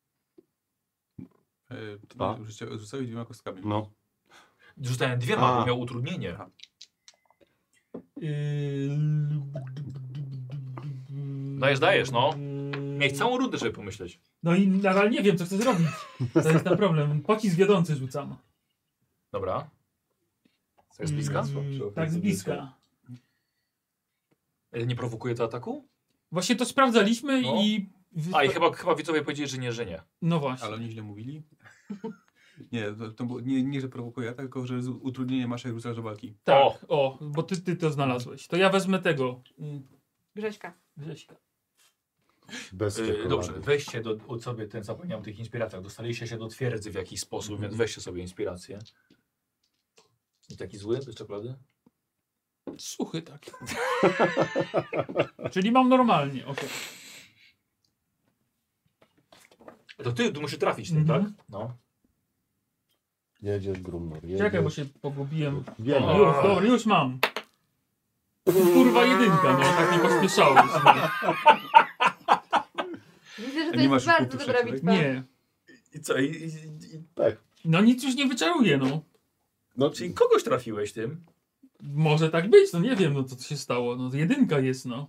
E, Dwa. Rzucałeś rzucałeś dwiema kostkami. No. Rzucałem dwiema, A. bo miał utrudnienie. Yy, Dajesz, dajesz, no. Miałeś całą rundę, żeby pomyśleć. No i nadal nie wiem, co chcę zrobić. To jest ten problem. Pocisk wiodący rzucam. Dobra. To jest bliska? Yy, tak, z bliska. Nie prowokuje to ataku? Właśnie to sprawdzaliśmy No. i... A i chyba, chyba widzowie powiedzieli, że nie, że nie. No właśnie. Ale oni źle mówili? Nie, to, to było, nie, nie, że prowokuje atak, tylko że z utrudnienie masz jak rzucasz do walki. Tak, O. o, bo ty, ty to znalazłeś. To ja wezmę tego. mm, Grześka. Grześka. Bez Yy, czekolady. dobrze, weźcie do, o sobie ten, zapomniałem o tych inspiracjach. Dostaliście się do twierdzy w jakiś sposób, więc weźcie sobie inspirację. I taki zły, bez czekolady? Suchy taki. Czyli mam normalnie, okej. To ty, tu musisz trafić tym, Mhm. tak? No. Jedziesz, Grumnor, jedziesz. Czekaj, bo się pogubiłem. Wiem. O, już, dobra, już mam. Kurwa jedynka, no tak nie pospieszałeś. No. Widzę, że A to nie masz jest bardzo punktów dobra szczęścia, bitwa. Nie. I co? I, i, i, Tak. No nic już nie wyczaruję, no. No, czyli kogoś trafiłeś tym? Może tak być, no nie wiem, no co się stało. No jedynka jest, no.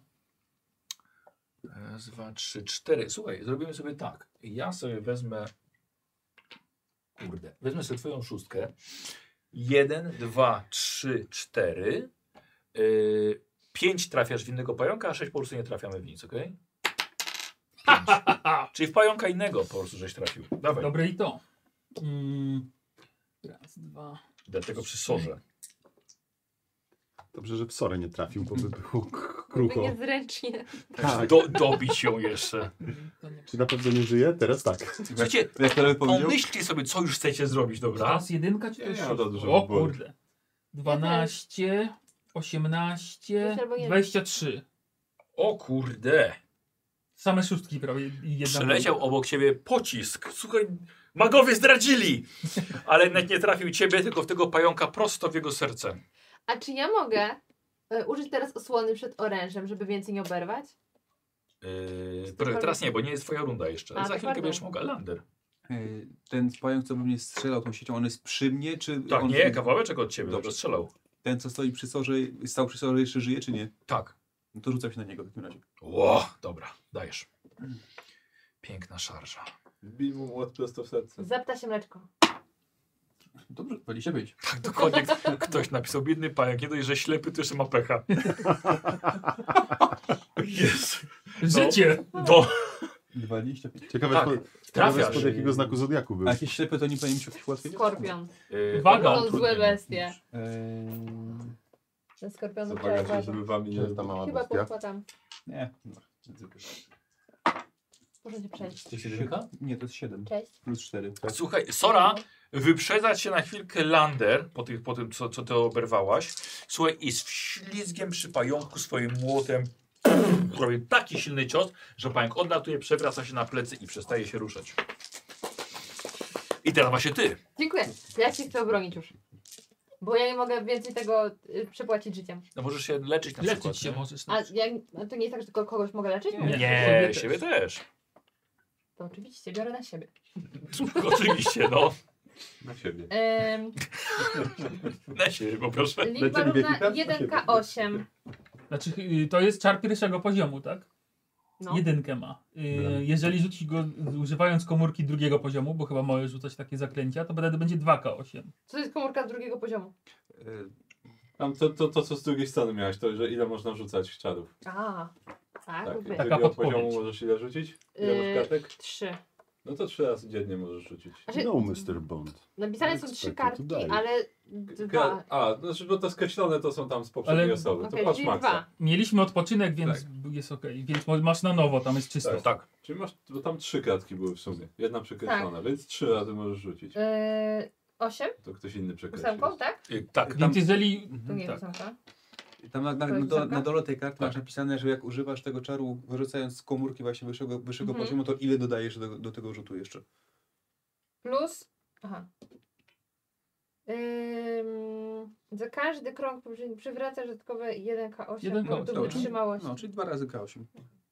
Raz, dwa, trzy, cztery. Słuchaj, zrobimy sobie tak. Ja sobie wezmę... Kurde. Wezmę sobie twoją szóstkę. Jeden, dwa, trzy, cztery. Yy, pięć trafiasz w innego pająka, a sześć po prostu nie trafiamy w nic, okej? Pięć. Czyli w pająka innego po prostu żeś trafił. Dawaj. Dobre i to. Mm. Raz, dwa. Dlatego przy sorze. Dobrze, że w sorę nie trafił, bo by było k- Jakby krucho. niezręcznie. Tak. Do, dobić ją jeszcze. To nie. Czy na pewno nie żyje? Teraz tak. Słuchajcie, Jak to powiedział? pomyślcie sobie, co już chcecie zrobić, dobra? Raz jedynka, czy to Nie, jest nie ma za szóstka? dużo O wyboru. kurde. dwanaście, osiemnaście, Jest albo jeden. dwadzieścia trzy. O kurde. Same szóstki prawie i jedna. Przeleciał obok ciebie pocisk. Słuchaj, magowie zdradzili! Ale nawet nie trafił ciebie, tylko w tego pająka prosto w jego serce. A czy ja mogę e, użyć teraz osłony przed orężem, żeby więcej nie oberwać? Yy, pro- teraz nie, bo nie jest twoja runda jeszcze. A, Za to chwilkę pardon. będziesz mogła. Lander. E, Ten pająk, co by mnie strzelał tą siecią, on jest przy mnie, czy Tak, on... nie, kawałeczek od ciebie. Dobrze. Dobrze strzelał. Ten, co stoi przy sorze, stał przy sorze, jeszcze żyje, czy nie? Tak. No to rzucam się na niego w takim razie. Ło, dobra, dajesz. Piękna szarża. Bij mu młot prosto w serce. Zapta się mleczko. Dobrze, dwadzieścia pięć. Tak, dokładnie. Ktoś napisał, biedny pająk, nie dość, że ślepy, to jeszcze ma pecha. Jest. Życie! Do. dwadzieścia pięć. Ciekawe, Tak, spod, ciekawe trafiasz. spod jakiego znaku zodiaku był. A jakieś ślepe to nie powinien mieć jakieś łatwiej? Skorpion. Yy, Uwaga. on ma To są złe utrudnienie. bestie. Eee, Ten skorpion Zabaga się, żeby wami Gdzie nie... jest ta mała Chyba bestia? podkładam. nie. No. Muszę się przejść. To jest jedynka? Nie, to jest siedem. Cześć. Plus cztery. Słuchaj, Sora, wyprzedza cię na chwilkę Lander po, tych, po tym, co, co ty oberwałaś. Słuchaj, i z wślizgiem przy pająku swoim młotem robi taki silny cios, że pająk odlatuje, przewraca się na plecy i przestaje się ruszać. I teraz właśnie ty. Dziękuję. Ja się chcę obronić już. Bo ja nie mogę więcej tego y, przepłacić życiem. No możesz się leczyć na przykład. Leczyć się nie? możesz. A, ja, a to nie jest tak, że tylko kogoś mogę leczyć? Nie. Nie, Siebie siebie też. To oczywiście, biorę na siebie. Oczywiście, no. Na siebie. Ym, Na siebie poproszę. liczba Lecimy równa wieki, tak? jeden K osiem. Znaczy, y, to jest czar pierwszego poziomu, tak? No. Jedynkę ma. Y, Dobra. jeżeli rzuci go z- używając komórki drugiego poziomu, bo chyba możesz rzucać takie zaklęcia, to wtedy będzie dwa K osiem. Co to jest komórka drugiego poziomu? Y, Tam to, to, to, co z drugiej strony miałeś, to, że ile można rzucać czarów. A, tak, Tak, tak. z Taka drugiego podpowiedź. poziomu możesz ile rzucić? Ile Yy, masz kartek? Trzy. No to trzy razy dziennie możesz rzucić. Znaczy, No, mister Bond. napisane są trzy Expected to kartki, die. ale Kra- dwa. A, znaczy, bo te skreślone to są tam z poprzedniej Ale- osoby. To Okej, masz czyli maksa. dwa. Mieliśmy odpoczynek, więc Tak. jest ok. Więc mo- masz na nowo, tam jest czysto. Tak. Tak. Czyli masz, bo tam trzy kartki były w sumie. Jedna przekreślona, więc trzy razy możesz rzucić. Yy, osiem? To ktoś inny przekreślił. Ósemką, tak? Y, Tak. Więc jeżeli... To nie tak. ósemka. I tam na, na, To na, jest do, ósemka? na dole tej karty Tak. masz napisane, że jak używasz tego czaru, wyrzucając z komórki właśnie wyższego, wyższego Mhm. poziomu, to ile dodajesz do, do tego rzutu jeszcze? Plus. Aha. Ym, za każdy krąg przy- przywracasz dodatkowe jeden K osiem jeden K osiem, punktów dobra. wytrzymałości. No, czyli dwa razy K osiem.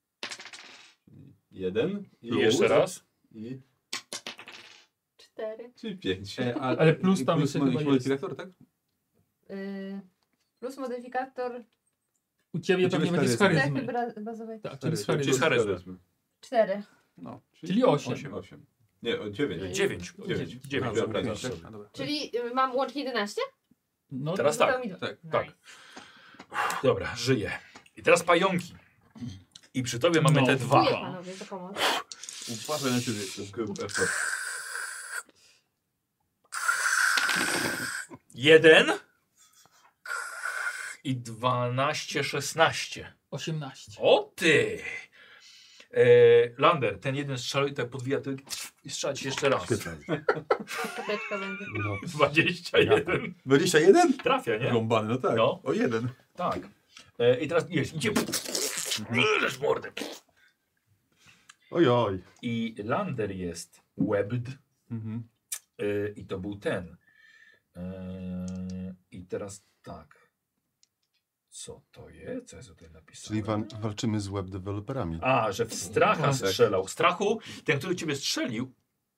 Jeden. I plus, jeszcze raz. I, Cztery. czyli pięć. E, a, Ale plus i tam plus jeszcze mo- chyba jest. modyfikator, tak? Yy, plus modyfikator U ciebie U ciebie pewnie będzie z charyzmy. cechy charyzmy. bra- bazowej. Tak, czyli z Charyzmy. Czyli z charyzmy. charyzmy. Cztery. No. Czyli osiem. osiem. osiem. Nie, o dziewięć. Dziewięć. Dziewięć. Dziewięć. Dziewięć. A, Dobra, pięć, teraz tak? sobie. A, dobra. Czyli y, mam łącznie jedenaście? No, Teraz Zostało tak. mi dwa. Tak. Tak. Nice. Dobra, żyję. I teraz pająki. I przy tobie mamy No. te Dziękuję dwa. panowie za pomoc. Uważaj na ciebie jeszcze. Group effort. Jeden. I dwanaście, szesnaście. osiemnaście. O ty! E, Lander, ten jeden strzał i tak podwija ty i strzela ci jeszcze raz. Świetnie. Kapeczka będzie. No. dwadzieścia jeden. dwadzieścia jeden? Trafia, nie? Rąbany, no tak. No. O jeden. Tak. E, I teraz jest, idzie. Leż mordę. Oj, oj. I Lander jest webbed. Mhm. E, I to był ten. E, I teraz tak. Co to jest? Co jest tutaj napisane? Czyli wa walczymy z web deweloperami. A, że w stracha Tak. strzelał. Strachu, ten, który ciebie strzelił,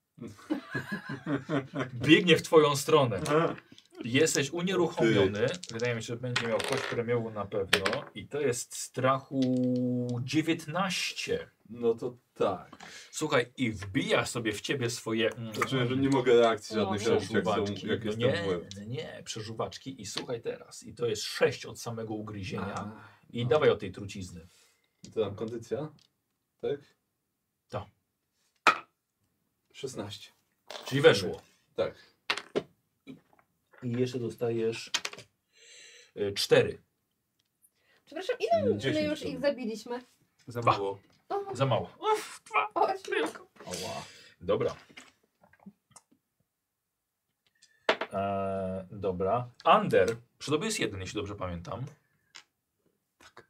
biegnie w twoją stronę. Jesteś unieruchomiony. Wydaje mi się, że będzie miał kość premiową na pewno. I to jest strachu dziewiętnaście. No to tak. Słuchaj, i wbija sobie w ciebie swoje mm, To czuję, że nie mogę reakcji żadnych No. robić, jak, są, przeżuwaczki. jak No jestem nie, w łeb. nie, nie, przeżuwaczki. I słuchaj teraz. I to jest sześć od samego ugryzienia. A, I no. dawaj od tej trucizny. To tam kondycja? Tak? Tak. szesnaście. Czyli weszło. Tak. I jeszcze dostajesz y, cztery. Przepraszam, ile my dziesięć już to ich było. zabiliśmy? Za Dwa. mało. O, Za mało. Uf, dwa. o, Tylko. Oła. Dobra. Eee, dobra. Under. Przy tobie jest jeden, jeśli dobrze pamiętam. Tak.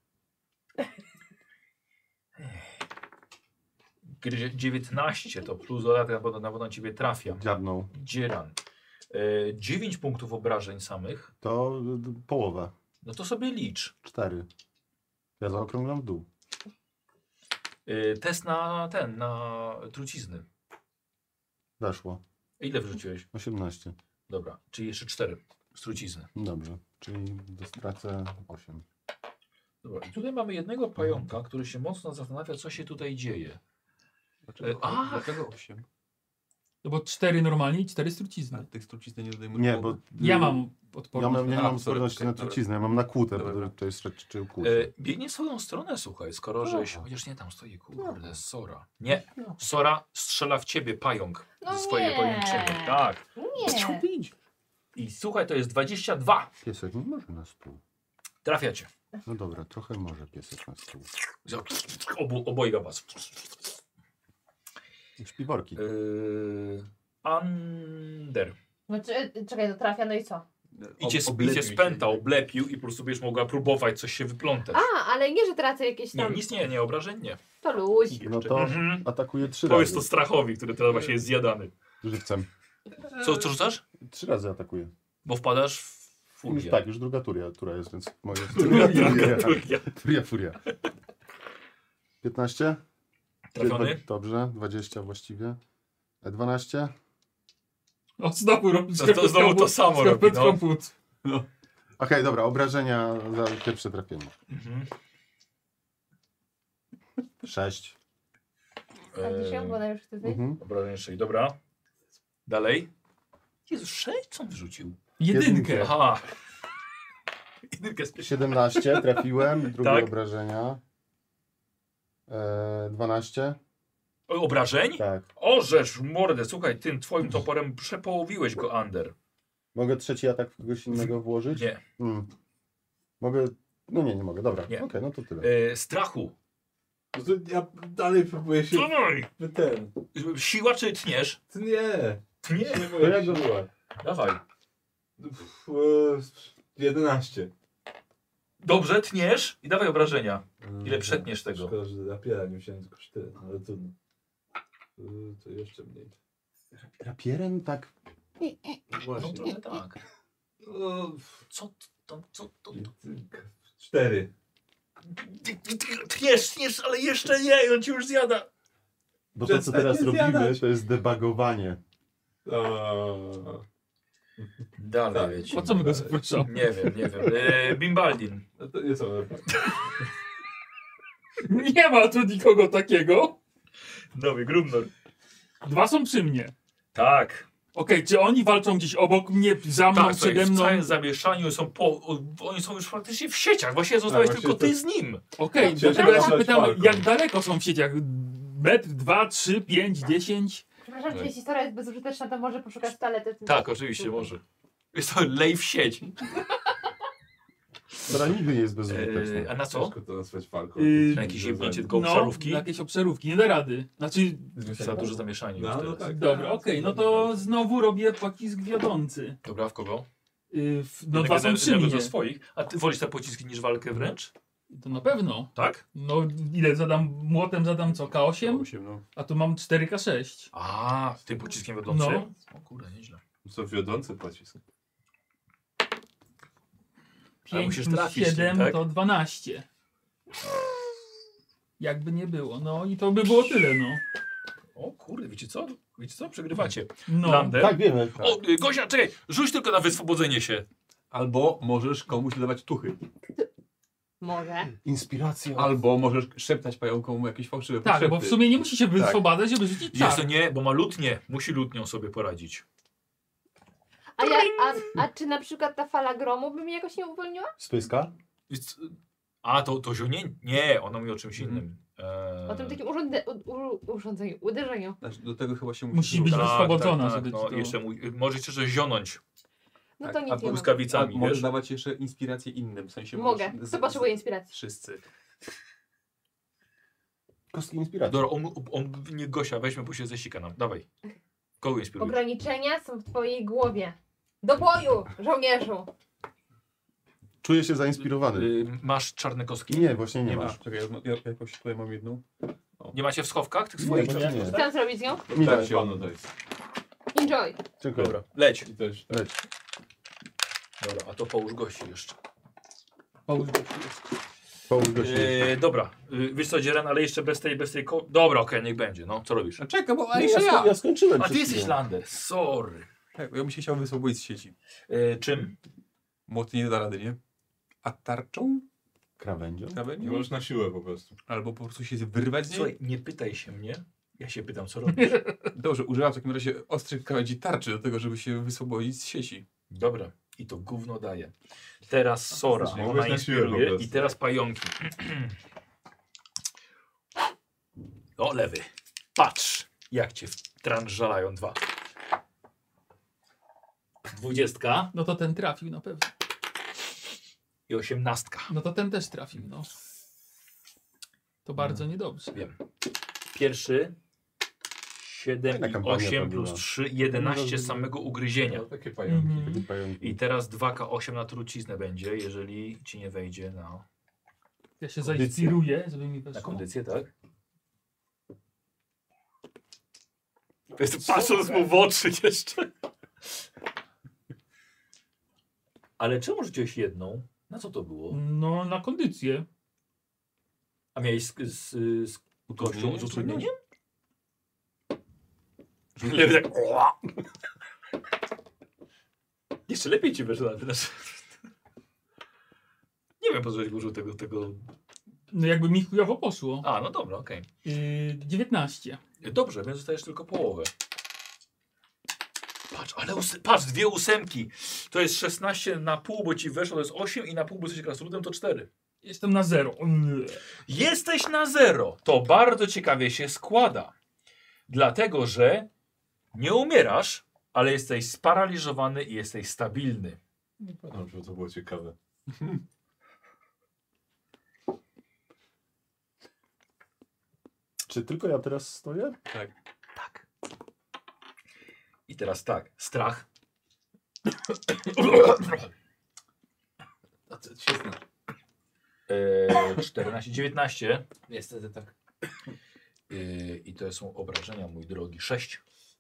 Gryzie dziewiętnaście to plus dodatek na pewno, na pewno ciebie trafia. Dziabną. Dzieran. E, dziewięć punktów obrażeń samych. To y, połowa. No to sobie licz. Cztery. Ja zaokrąglam w dół. E, test na ten, na trucizny. Weszło. Ile wyrzuciłeś? osiemnaście. Dobra, czyli jeszcze cztery z trucizny. Dobrze. Czyli stracę osiem. Dobra, i tutaj mamy jednego pająka, który się mocno zastanawia, co się tutaj dzieje. Dlaczego, E, a! dlaczego osiem? No bo cztery normalnie i cztery z A trucizny. tych trucizny nie dodajemy. Nie, bo... Ja mam Ja odporność. mam, nie A, mam sorry, odporności na dobra. truciznę, ja mam na kłutę, Dobra. bo to jest rzecz czy kłutę. E, biegnie w swoją stronę, słuchaj, skoro żeś... Chociaż nie, tam stoi, kurde, Sora. Nie, Sora strzela w ciebie pająk No ze swojej nie. pajęczyny. Tak. nie. I słuchaj, to jest dwadzieścia dwa. Piesek nie może na stół. Trafiacie. No dobra, trochę może piesek na stół. Obu, obojga was. Śpiworki. Yy, Under. No, czy, czekaj, to trafia, no i co? I cię, i cię spęta, oblepił i po prostu będziesz mogła próbować coś się wyplątać. A, ale nie, że tracę jakieś Nie, tam... nic nie, nie, obrażeń nie. To luź. No to Mhm. atakuje trzy To jest razy. to strachowi, który teraz właśnie jest zjadany. Żywcem. Co, co rzucasz? Trzy razy atakuje. Bo wpadasz w Już furię. tak, już druga turia, która jest, więc moje... Furia, Furia, furia. furia, furia. piętnaście? Trafiony? Dobrze, dwadzieścia właściwie. E, dwanaście. O, znowu robi To- to znowu to samo robi, no. komput. Okej, dobra, obrażenia za pierwsze trafienie. Mhm. sześć. Sprawdzi się, bo ona już chce zejść. Mhm. Obrażenie sześć, dobra. Dalej. Jezu, sześć? Co on wyrzucił? Jedynkę. Aha. Jedynkę z siedemnaście trafiłem, drugie Tak. obrażenia. E, dwanaście. O, obrażeń? Tak. O, żeż mordę, słuchaj, tym twoim toporem przepołowiłeś go, Ander. Mogę trzeci atak w kogoś innego włożyć? Nie. Hmm. Mogę. No nie, nie mogę, dobra. Nie. Okej, no to tyle. E, strachu. No to ja dalej próbuję się... Dawaj. Ten... Siła czy tniesz? To nie. Nie. Nie To jak moja go- siła. Dawaj. Pff, e, jedenaście. Dobrze, tniesz i dawaj obrażenia. Ile Mm, przetniesz tego? Szkoda, że rapiera nie wziąłem tylko cztery, ale to... y, To jeszcze mniej. Rapierem tak. No No właśnie. trochę tak. No, Co to, co to? cztery. Tniesz, tniesz, ale jeszcze nie, on ci już zjada. Bo to, co Przestań teraz nie robimy, zjadać. to jest debugowanie. O, Dalej, Tak. wiecie. Po co my go zapraszamy? Nie wiem, nie wiem. E, Bimbaldin. no to nie są Nie ma tu nikogo takiego. Nowy Grumnor. Dwa są przy mnie. Tak. Okej, czy oni walczą gdzieś obok mnie, za mną, Tak, słuchaj, przede w mną? całym zamieszaniu są po, o, oni są już praktycznie w sieciach. Właściwie zostałeś właśnie tylko to- ty z nim. Okej, Ciężko dlatego ja się nazwać pytam, walką. jak daleko są w sieciach? Metr, dwa, trzy, pięć, dziesięć? Przepraszam, Tak. czy jeśli historia jest bezużyteczna, to może poszukać toalety w tym Tak, czasie. oczywiście może. Jest to lej w sieć. Która nigdy nie jest E, bezużyteczna. a na co? Ciężko to nazwać walką. Yy, Na jakieś jebnięcie tylko No, obszarówki? jakieś obszarówki, nie da rady. Znaczy, Za duże zamieszanie już No, no teraz. tak. dobra, okej, no to znowu robię pocisk wiodący. Dobra, w kogo? Yy, w- no Jednego dwa są ze- przy jednego mnie. ze swoich. A ty wolisz te pociski niż walkę wręcz? To na pewno. Tak? No ile zadam, młotem zadam co, K osiem? osiem, no. A tu mam cztery K sześć. A, tym pociskiem wiodącym? No. O kurde, nieźle. Co wiodący pocisk. Ale pięć musisz plus trafić z tym, siedem tak? to dwanaście. Jakby nie było. No i to by było tyle, no. O kurde, wiecie co? Wiecie co? Przegrywacie. No. Lander. Tak, wiemy. O, y, Gosia, czekaj, rzuć tylko na wyswobodzenie się. Albo możesz komuś dawać tuchy. Może. Inspiracja. Albo możesz szeptać pająkom jakieś fałszywe Tak, potrzeby. bo w sumie nie musi się wyswobadzać, żeby rzucić Jest czar. to nie, bo ma lutnię. Musi lutnią sobie poradzić. A, ja, a, a czy na przykład ta fala gromu by mnie jakoś nie uwolniła? Spyska? Jest, a, to, to zionięcie? Nie, ona mówi o czymś Mhm. innym. Eee, O tym takim urząde, u, u, urządzeniu, uderzeniu. Znaczy, do tego chyba się Musi być tak, wyswobodzona, tak, żeby tak, ci no, to... jeszcze mój, może jeszcze zionąć No Tak, to a nic nie ma. błyskawicami, możesz wiesz? dawać jeszcze inspirację innym, w sensie Mogę. możesz- Kto potrzebuje inspiracji? Wszyscy. Kostki inspiracji. Dobra, on, on, nie Gosia, weźmy, bo się zesika nam. Dawaj. Kogo inspirujesz? Ograniczenia są w twojej głowie. Do boju, żołnierzu! Czuję się zainspirowany. Y, masz czarne kostki? Nie, właśnie nie, Nie masz. masz. Czekaj, ja, ja jakoś tutaj mam jedną. Nie macie w schowkach tych Nie, swoich bo nie, czarnych nie. Co kostek? tam zrobić z nią? Mi Tak, daj. się ono to jest. Enjoy! Dziękuję. Dobra, leć. I też. Leć. Dobra, a to połóż gości jeszcze. Połóż go. Połóż go się. Yy, dobra, yy, wiesz co, Dzieran, ale jeszcze bez tej, bez tej ko... Dobra, okej, niech będzie, no, co robisz? A czekaj, bo a Nie, jeszcze ja, ja! sko- ja skończyłem. A przed ty jesteś chwilą. Lander, sorry. Tak, ja bym się chciał wyswobodzić z sieci. Yy, czym? Młot nie da rady, nie? A tarczą? Krawędzią? Nie Krawędzią? możesz na siłę po prostu. Albo po prostu się wyrwać z niej? Słuchaj, nie pytaj się mnie, ja się pytam, co robisz. Dobrze, używam w takim razie ostrych krawędzi tarczy do tego, żeby się wyswobodzić z sieci. Dobra, i to gówno daje. Teraz Sora, Nie ona mogłeś na siłę po inspiruje prostu. i teraz pająki. O, lewy, patrz, jak cię wtrążalają dwa. Dwudziestka No to ten trafił na pewno. i osiemnastka. No to ten też trafił, no. To bardzo niedobrze. Wiem. Pierwszy siedem Fajna i kampania to osiem była. plus trzy, jedenaście samego ugryzienia. No, takie pająki. Mhm. Takie pająki. I teraz dwa K osiem na truciznę będzie, jeżeli ci nie wejdzie na, Ja się Kondycja. zainspiruję, żeby mi na weszło. kondycję, tak? Patrząc mu w oczy jeszcze. Ale czemu rzuciłeś jedną? Na co to było? No na kondycję. A miałeś z, z, z Kością z utrudnieniem? Rzuć- Nie, tak. Oła. Jeszcze lepiej ci wyszło na tyle. Nie wiem, po co żeś użył tego, tego... No jakby mi chujowo poszło. A, no dobra, okej. Yy, dziewiętnaście. Dobrze, więc dostajesz tylko połowę. Patrz, ale ósy... patrz, dwie ósemki. To jest szesnaście na pół, bo ci weszło, to jest osiem i na pół, bo jesteś krasnoludem, to cztery. Jestem na zero. Jesteś na zero. To bardzo ciekawie się składa. Dlatego, że nie umierasz, ale jesteś sparaliżowany i jesteś stabilny. Nie pamiętam, żeby to było ciekawe. Czy tylko ja teraz stoję? Tak. Tak. I teraz tak, strach. A co się zna? Eee, czternaście, dziewiętnaście. Niestety tak. Eee, I to są obrażenia, mój drogi. sześć.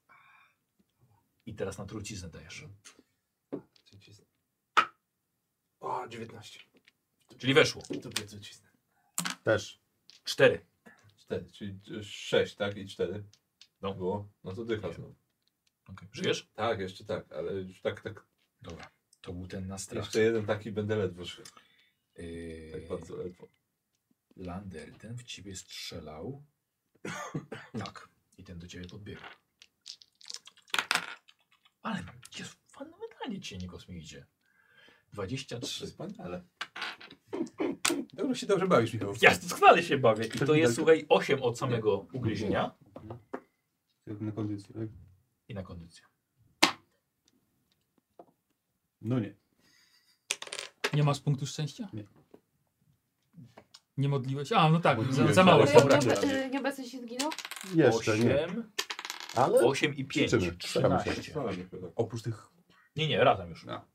I teraz na truciznę dajesz. O, dziewiętnaście. Czyli weszło. To będzie truciznę. Też. cztery. cztery, czyli sześć, tak? I cztery. No. Było? No to dycha znowu. Okay. Żyjesz? Tak, jeszcze tak, ale już tak, tak. Dobra. To był ten na strach. Jeszcze jeden taki będę ledwo szedł. Eee, Tak bardzo ledwo. Lander, ten w ciebie strzelał. Tak. I ten do ciebie podbiega. Ale mam, jest fenomenalnie cię nie kosmi idzie. dwadzieścia trzy. Wspaniale. Dobrze się dobrze bawisz, Michał. Ja doskonale się bawię. I to jest, słuchaj, osiem od samego ugryzienia Na kondycję, tak? i na kondycję. No nie. Nie masz punktu szczęścia? Nie. Nie modliłeś? A, no tak, za, Modliłem za się, mało ale są Nie- braki. nie- Nieobecny się zginął? Jeszcze nie. osiem, Ale osiem i pięć. Liczymy. Staramy się. trzynaście. Staramy się, tak. Oprócz tych... Nie, nie, razem już. No.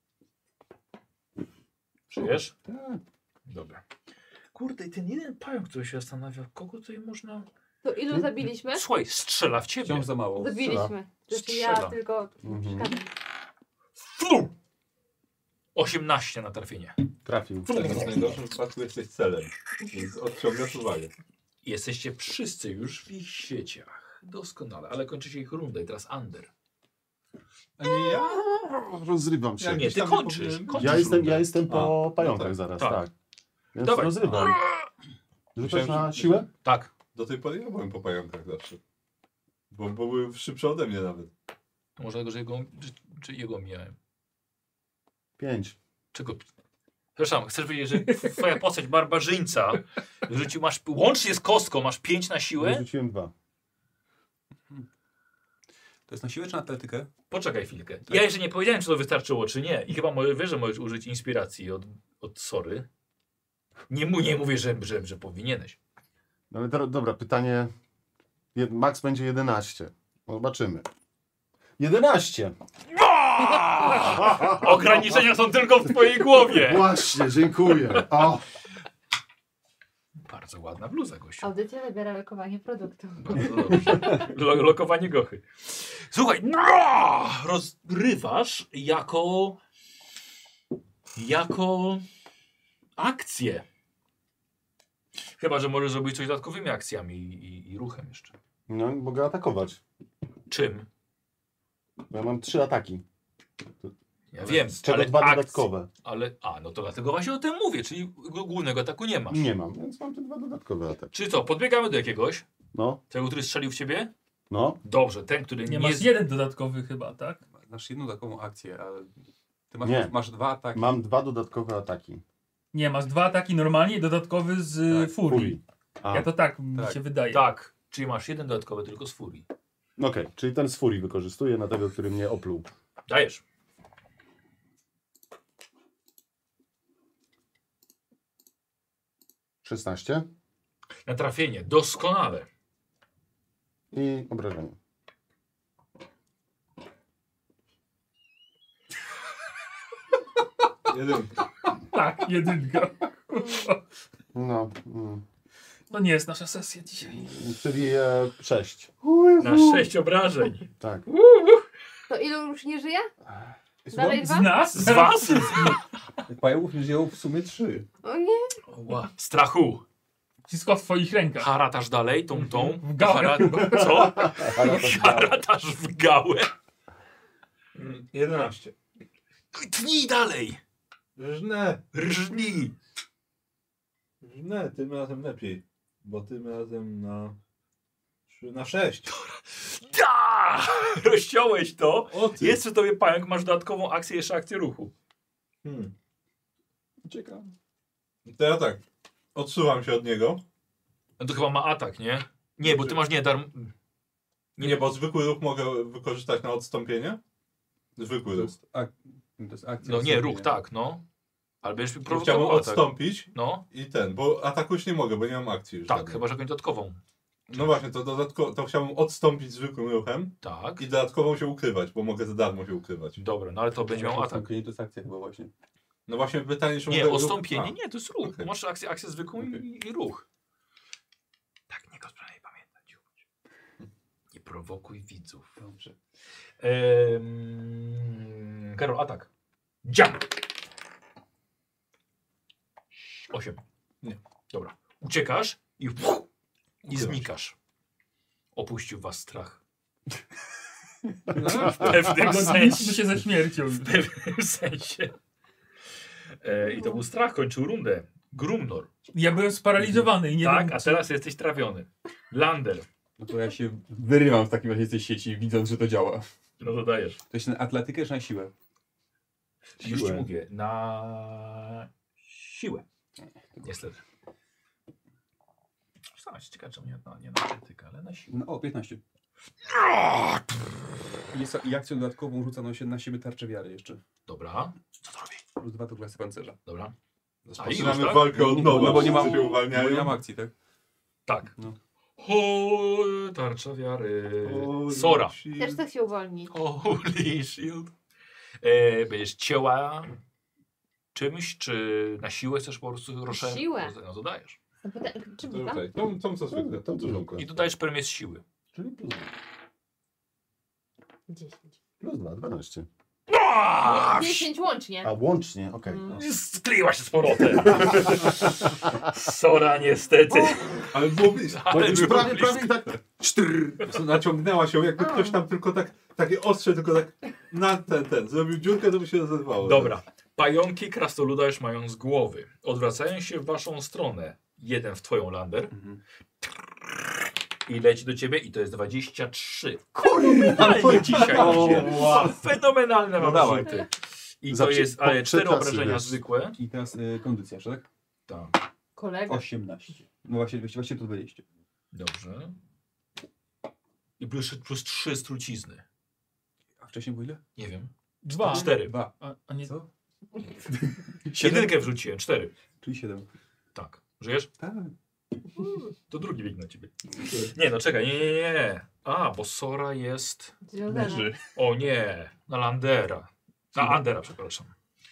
Przyjesz? tak. Dobra. Kurde, i ten jeden pająk, który się zastanawia, kogo tutaj można... To ilu zabiliśmy? Słuchaj, strzela w ciebie. Wciąż za mało. Zabiliśmy. Znaczy ja Strzela. tylko... Mhm. przeszkadzam. Flu! osiemnaście na trafienie. Trafił. W najgorszym przypadku jesteś celem, więc odciągasz uwagę. Jesteście wszyscy już w ich sieciach. Doskonale, ale kończy się ich runda i teraz Ander. A nie ja? Rozrywam się. Ja Nie, ty tam kończysz. powinien- kończysz Ja jestem, rundę. ja jestem po A, pająkach no tak. zaraz, Tak. tak. Więc Dawaj. rozrywam. Rzucasz Myślałem, na że- siłę? Tak. Do tej pory ja byłem po pająkach zawsze. Bo, bo były szybsze ode mnie nawet. To może tego, że jego, czy, czy jego mijałem. Pięć. Czego? Przepraszam, chcesz powiedzieć, że twoja postać barbarzyńca rzucił, masz, łącznie z kostką masz pięć na siłę? Rzuciłem dwa. To jest na siłę czy na atletykę? Poczekaj chwilkę. Ja jeszcze nie powiedziałem, czy to wystarczyło, czy nie. I chyba może wiesz, że możesz użyć inspiracji od, od Sory. Nie, mu, nie mówię, że, że, że powinieneś. No ale teraz, dobra, pytanie. Je- Max będzie jedenaście. No, zobaczymy. jedenaście! Ograniczenia są tylko w twojej głowie. Właśnie, dziękuję. O, Bardzo ładna bluza, gościu. Audycja zabiera lokowanie produktu. Bardzo dobrze. Lo- Lokowanie gochy. Słuchaj, no, rozgrywasz jako jako akcję. Chyba, że możesz zrobić coś dodatkowymi akcjami i, i, i ruchem jeszcze. no mogę atakować. Czym? Bo ja mam trzy ataki. Ja wiem, Z czego ale dwa akcji- dodatkowe. Ale, a, no to dlatego właśnie o tym mówię, czyli g- głównego ataku nie masz. Nie mam, więc mam te dwa dodatkowe ataki. Czy co, podbiegamy do jakiegoś? No, Tego, który strzelił w ciebie? no. Dobrze, ten, który Nie nie, masz jest... jeden dodatkowy chyba, tak? Masz jedną taką akcję, ale ty masz, Nie. masz dwa ataki. Mam dwa dodatkowe ataki. Nie, masz dwa ataki normalnie i dodatkowy z Tak, tak, furii. A, Ja to tak, mi Tak. się wydaje. Tak, czyli masz jeden dodatkowy tylko z furii. okej, czyli ten z furii wykorzystuję na tego, który mnie opluł. Dajesz. szesnaście Na trafienie, doskonale. i obrażenie. Jeden. Tak, jedynka. No, mm, To nie jest nasza sesja dzisiaj. czyli e, sześć. Na sześć obrażeń. Tak. To ilu już nie żyje? Jest Dalej Z dwa? nas? Z was? Pająków nie wzięło w sumie trzy. O nie. Ła, strachu. Wszystko w twoich rękach. Haratasz dalej, tą, tą. W gałę. Hara- Co? Haratasz w gałę. Mm, jedenaście. No i tnij dalej. Żnę. Rżnij. Żnę, tym razem lepiej. Bo tym razem na... trzy na sześć. Da! Rozciąłeś to. O ty. Jest przy tobie pająk, masz dodatkową akcję, jeszcze akcję ruchu. Hmm. Ciekawe. To ja tak. Odsuwam się od niego. No to chyba ma atak, nie? Nie, bo ty masz nie darm... Nie, nie, bo zwykły ruch mogę wykorzystać na odstąpienie. Zwykły To ruch. jest, ak to jest akcja. No nie, sobie, ruch, tak, no. Ale będziesz mi Chciałbym prowokował atak. odstąpić No, i ten, bo ataku nie mogę, bo nie mam akcji już. tak, żadnej. chyba że jakąś dodatkową. No właśnie, to dodatkowo, to chciałbym odstąpić zwykłym ruchem Tak. i dodatkową się ukrywać, bo mogę za darmo się ukrywać. Dobra, no ale to będzie miał atak. To jest akcja chyba właśnie. No właśnie pytanie, czy Nie, mogę... ostąpienie, A, nie, to jest ruch. Okej. Masz akcję, akcję zwykłą i, Okej. i ruch. Tak, nie przynajmniej pamiętać. Nie prowokuj widzów. Dobrze. Ehm, Karol, atak. Dziam! Osiem. Nie. Dobra. Uciekasz i, i Ukrywasz. znikasz. Opuścił was strach. No, W pewnym Zgodziliśmy sensie. się ze śmiercią. W pewnym sensie. E, I to był strach, kończył rundę. Grumnor. Ja byłem sparaliżowany i nie Tak, wiem, a teraz jesteś trawiony. Lander. no to ja się wyrywam w takim razie z tej sieci, widząc, że to działa. No to dajesz. To jest na atletykę czy na siłę? Już ci mówię. Na siłę. Niestety. Sam się ciekawe, czemu nie na, nie na atletykę, ale na siłę. No, o, piętnaście. I Jest, I akcją dodatkową rzucano się na siebie tarczę wiary jeszcze. Dobra. Co to robi? Plus dwa do klasy pancerza. Dobra. A już, Zaczynamy tak? walkę od nowa, No bo nie mam, wszyscy się bo uwalniają. nie mam akcji, tak? Tak. No. O, tarcza wiary. Holy Sora. shit. Też tak się uwolni. Holy shield. E, będziesz cięła czymś, czy na siłę chcesz po prostu roszę? siłę. No to dajesz. No pyta- Czy To buta? rzucaj. Tą, tą co zwykle, tą co zwykle. I dodajesz premię z siły. Czyli plus, dziesięć. plus dwa, dwanaście. A, dziesięć łącznie. A łącznie, okej. Mm. no. skryła się z powrotem. Sora niestety. Ale było blisko. Ale Już było prawie, blisko. prawie tak. Cztyr. Naciągnęła się, jakby A. ktoś tam tylko tak, takie ostrze, tylko tak na ten, ten. Zrobił dziurkę, to by się rozerwało. Dobra. Pająki krasnoluda już mają z głowy. Odwracają się w waszą stronę. Jeden w twoją, Lander. Mhm. I leci do ciebie i to jest dwadzieścia trzy. Fenomenalnie dzisiaj O, idzie. wow. Fenomenalne mam dawaj. rzuty. I to Zawsze jest, po ale trzy cztery klasy, obrażenia wiesz. zwykłe. I teraz y, kondycja jeszcze, tak? Tak. Kolega. osiemnaście. No właśnie, właściwie to dwadzieścia. Dobrze. I plus, plus trzy z trucizny. A wcześniej było ile? Nie wiem. Dwa. Cztery. Dwa. A, a nie... Co? Jedynkę wrzuciłem. Cztery. Czyli siedem. Tak. Żyjesz? Tak. To drugi bieg na ciebie. Nie, no czekaj. Nie, nie, nie. A, bo Sora jest... Związana. O nie. Na Landera. Na Andera, przepraszam.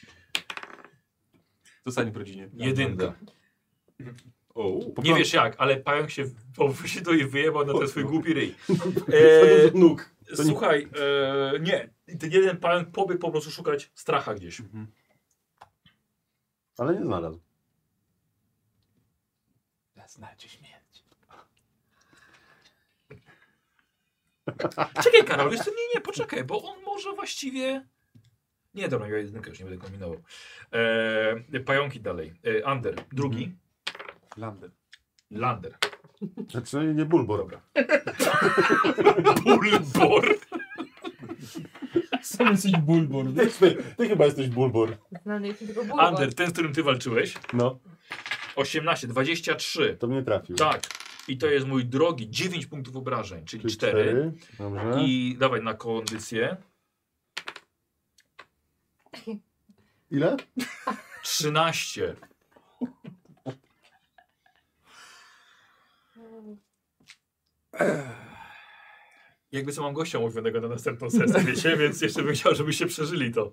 Zostanie w rodzinie. Jedynka. O, Nie wiesz jak, ale pająk się, w- się do jej wyjebał na ten swój głupi ryj. Za E, dużo nóg. To nie- słuchaj, e, nie. Ten jeden pająk pobiegł po prostu szukać stracha gdzieś. Mhm. Ale nie znalazł. Znacie śmierć. Czekaj, Karol, wiesz co, nie, nie, poczekaj, bo on może właściwie... Nie, dobra, ja jedynkę już nie będę kombinował. E, pająki dalej. E, Ander, drugi. Lander. Lander. Znaczy nie bulbor. Dobra. Bulbor. Sam jesteś bulbor. Ty, ty chyba jesteś bulbor. Znany jest tylko bulbor. Ander, ten, z którym ty walczyłeś. No, osiemnaście, dwadzieścia trzy. to mnie trafił. Tak. I to jest mój drogi, dziewięć punktów obrażeń, czyli Czyli cztery. cztery. Dobrze. I dawaj na kondycję. Ile? trzynaście. Jakby co mam gościa umówionego na następną sesję, wiecie, więc jeszcze bym chciał, żebyście przeżyli to.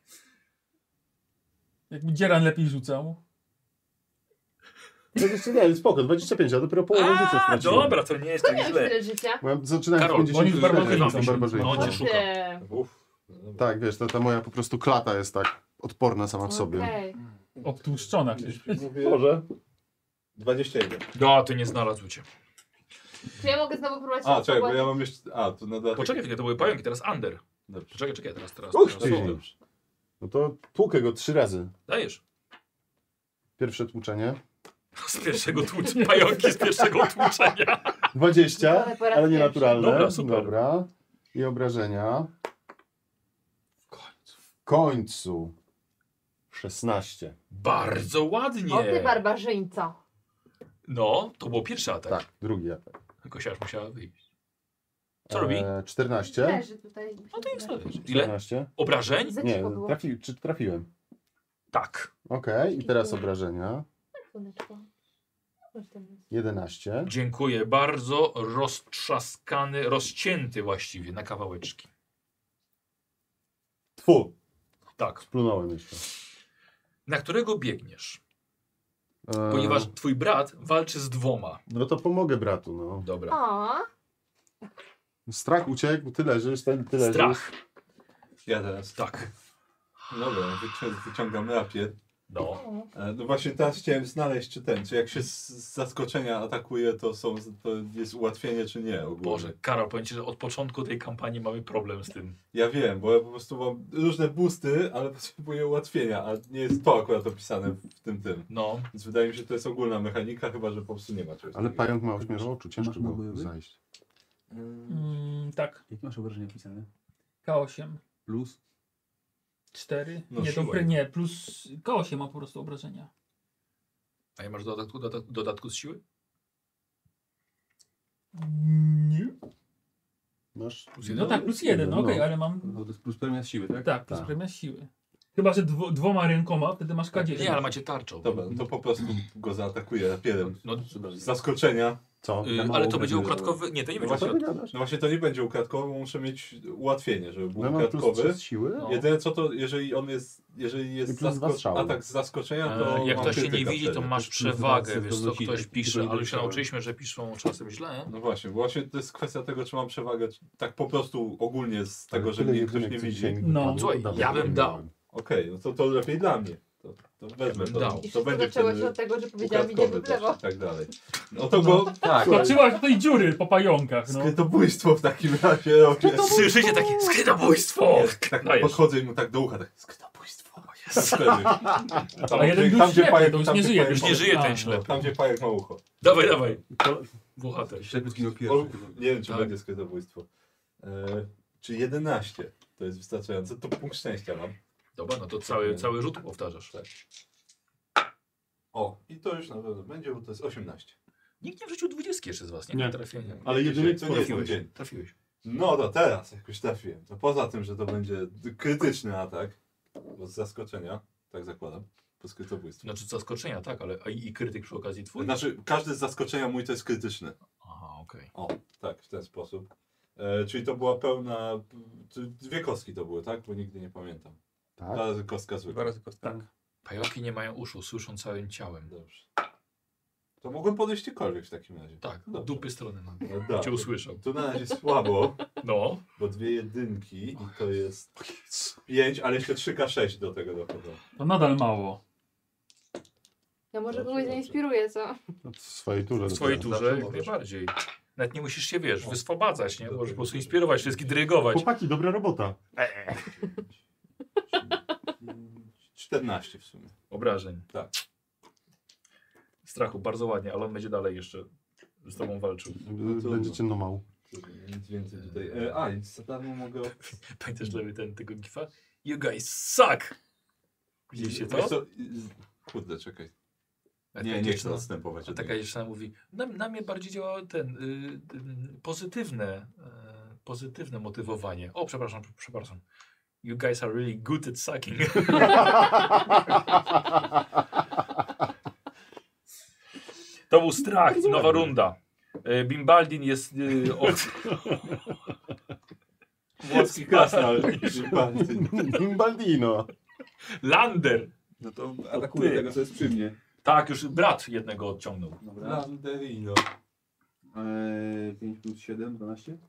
Jakby Dzieran lepiej rzucał. dwadzieścia nie, spoko, dwadzieścia pięć, a dopiero połowę życia A, straciłem. dobra, to nie jest To tak miałeś źle. tyle życia. Bo ja zaczynałem Karol, w bo oni pięćdziesiąt z barbarzyńcą. są barbarzyńcą. No, cię szuka. Ty. Uff. No dobra. Tak, wiesz, ta, ta moja po prostu klata jest tak odporna sama w sobie. Okej. Obtłuszczona. Gdzieś mówię, Może. dwadzieścia jeden. No, ty nie znalazł cię. Czy ja mogę znowu próbować A, się czekaj, bo pogładzić? ja mam jeszcze... A, to na dodatek. Poczekaj, chwilę, to były pająki, teraz Under. Dobrze. Czekaj, czekaj, teraz, teraz. Uch, teraz. ty. O, dobrze. No to tłukę go trzy razy. Dajesz. Pierwsze tłuczenie. Z pierwszego tłuczenia. Pająki z pierwszego tłuczenia. dwadzieścia, Ale po raz ale pierwszy. nienaturalne. Dobra, super. Dobra. I obrażenia. W końcu. W końcu. szesnaście. Bardzo ładnie. O ty barbarzyńco. No, to był pierwszy atak. Tak, drugi atak. Kosiarz musiała wyjść. Co robi? E, czternaście. Leży tutaj. No to jest to. Ile? czternaście. Obrażeń? Za Nie, cicho było. trafi, czy trafiłem? Tak. Okej, i teraz obrażenia. Słoneczko. Chodź tam. jedenaście. Dziękuję bardzo. Roztrzaskany, rozcięty właściwie na kawałeczki. Tfu, Tak. splunąłem jeszcze. Na którego biegniesz? E, Ponieważ twój brat walczy z dwoma. No to pomogę bratu, no. Dobra. O, Strach uciekł, ty leżysz, ten ty leżysz. Strach. Ja teraz. Tak. Dobra, wycią wyciągam rapię. No. E, No właśnie teraz chciałem znaleźć, czy ten, czy jak się z, z zaskoczenia atakuje, to, są, to jest ułatwienie, czy nie ogólnie. Boże, Karol, powiem ci, że od początku tej kampanii mamy problem z tym. Ja wiem, bo ja po prostu mam różne boosty, ale potrzebuję ułatwienia, a nie jest to akurat opisane w tym tym. No. Więc wydaje mi się, że to jest ogólna mechanika, chyba że po prostu nie ma czegoś Ale takiego. pająk ma ośmioro oczu, ciężko Masz na było bojowy? zajść. Mm, tak, Jakie masz obrażenia wpisane? K osiem. Plus? cztery. No, nie, to siła pre- jest. nie, plus K osiem ma po prostu obrażenia. A nie masz dodatku, dodatku, dodatku z siły? Nie. Masz? Plus No jeden? tak, plus jeden, no okej, ale mam. No, to jest plus premia z siły, tak? Tak, plus Tak. premia siły. Chyba, że dwo, dwoma rękoma, wtedy masz K dziesięć. Nie, ale macie tarczą. Dobra, no to po prostu go zaatakuję rapierem. No, Z zaskoczenia. Co? y, mało ale to będzie obrażeń ukradkowy. Nie, to nie No będzie właśnie, ukradkowy. gadasz? No właśnie to nie będzie ukradkowy, bo muszę mieć ułatwienie, żeby był No mam plus ukradkowy. trzy z siły. No. Jedyne co to, jeżeli on jest, jeżeli I jest plus dwa zasko- strzały. atak z zaskoczenia, to E, Jak mam ktoś się nie krytyka widzi, to wtedy. masz To jest przewagę. plus Wiesz co, zdolności, ktoś tak, pisze, tylko ale się chciałem. nauczyliśmy, że piszą czasem źle. No właśnie, bo właśnie to jest kwestia tego, czy mam przewagę, czy tak po prostu ogólnie z tego, że Tyle mnie ktoś jedynek, nie co widzi. dzisiaj mi No. wypadło, Słuchaj, dawno ja bym nie dał. miałem. Okej, no to to lepiej dla mnie. To, to wezmę bym to. dał. i To wszystko będzie zaczęło wtedy się od tego, że powiedziałam idzie ukradkowy w lewo. też i tak dalej. No to go Tak. Skoczyłaś do tej dziury po pająkach, no. skrytobójstwo w takim razie robię. Słyszycie takie skrytobójstwo! Tak Dajesz. podchodzę i mu tak do ucha, tak skrytobójstwo. Tak wtedy. Tam, A jeden był tam, gdzie ślepy, pajek, to już tam, nie gdzie żyje. pajek Już ma- nie żyje A, ten no. ślepy. Tam gdzie pajek ma ucho. Dawaj, dawaj. To Włocha też. Ślepy zginął O, pierwszy. nie wiem, czy Tak. będzie skrytobójstwo. E, czy jedenaście to jest wystarczające? To punkt szczęścia mam. Dobra, no to cały, cały rzut powtarzasz. Tak. O, i to już na pewno będzie, bo to jest osiemnaście. Nikt nie wrzucił dwudziestki jeszcze z was, nie? Nie. Trafienie. Ale Nie, jedyny to nie jest ten Trafiłeś. dzień. Trafiłeś. No to teraz jakoś trafiłem. To poza tym, że to będzie krytyczny atak, bo z zaskoczenia, tak zakładam, po skrytobójstwie. Znaczy z zaskoczenia, tak, ale a i, i krytyk przy okazji twój? Znaczy, każdy z zaskoczenia mój to jest krytyczny. Aha, okej. O, tak, w ten sposób. E, czyli to była pełna... to Dwie kostki to były, tak? Bo nigdy nie pamiętam. tak. Dwa razy kostka Dwa zwykła. razy kostka. Tak. Pająki nie mają uszu, słyszą całym ciałem. Dobrze. To mogłem podejść gdziekolwiek w takim razie. Tak, Dobrze. dupy strony mam. No, da. Cię usłyszał. Tu na razie słabo, No. bo dwie jedynki i to jest pięć, ale jeszcze trzy K sześć do tego dochodzą. To nadal mało. Ja może Dobrze, kogoś dobrze. zainspiruję, co? W swojej turze. W swojej dopiero. turze jak możesz. najbardziej. Nawet nie musisz się, wiesz, O. wyswobadzać, nie? Dobra. Możesz po prostu inspirować, wszystkich dyrygować. Chłopaki, dobra robota. czternaście w sumie. Obrażeń. Tak. Strachu, bardzo ładnie, ale on będzie dalej jeszcze z tobą walczył. to- Będziecie nomał. Nic więcej tutaj. E, a, i za darmo mogę... Pamiętasz lewy ten tego gifa? You guys suck! Widzieliście Wiesz to? co? Kurde, czekaj. A Nie, taka nie chcę dziewczyna- odstępować A od taka niego. dziewczyna mówi, na, na mnie bardziej działa ten, y, y, pozytywne, y, pozytywne motywowanie. O, przepraszam, przepraszam. You guys are really good at sucking. To był strach i nowa runda. Y, Bimbaldin jest y, od... Włoski krasnal. Bimbaldino. Lander. No to atakuję Ty. tego, co jest przy mnie. Tak, już brat jednego odciągnął. Dobra. Landerino. Eee, pięć plus siedem, dwanaście?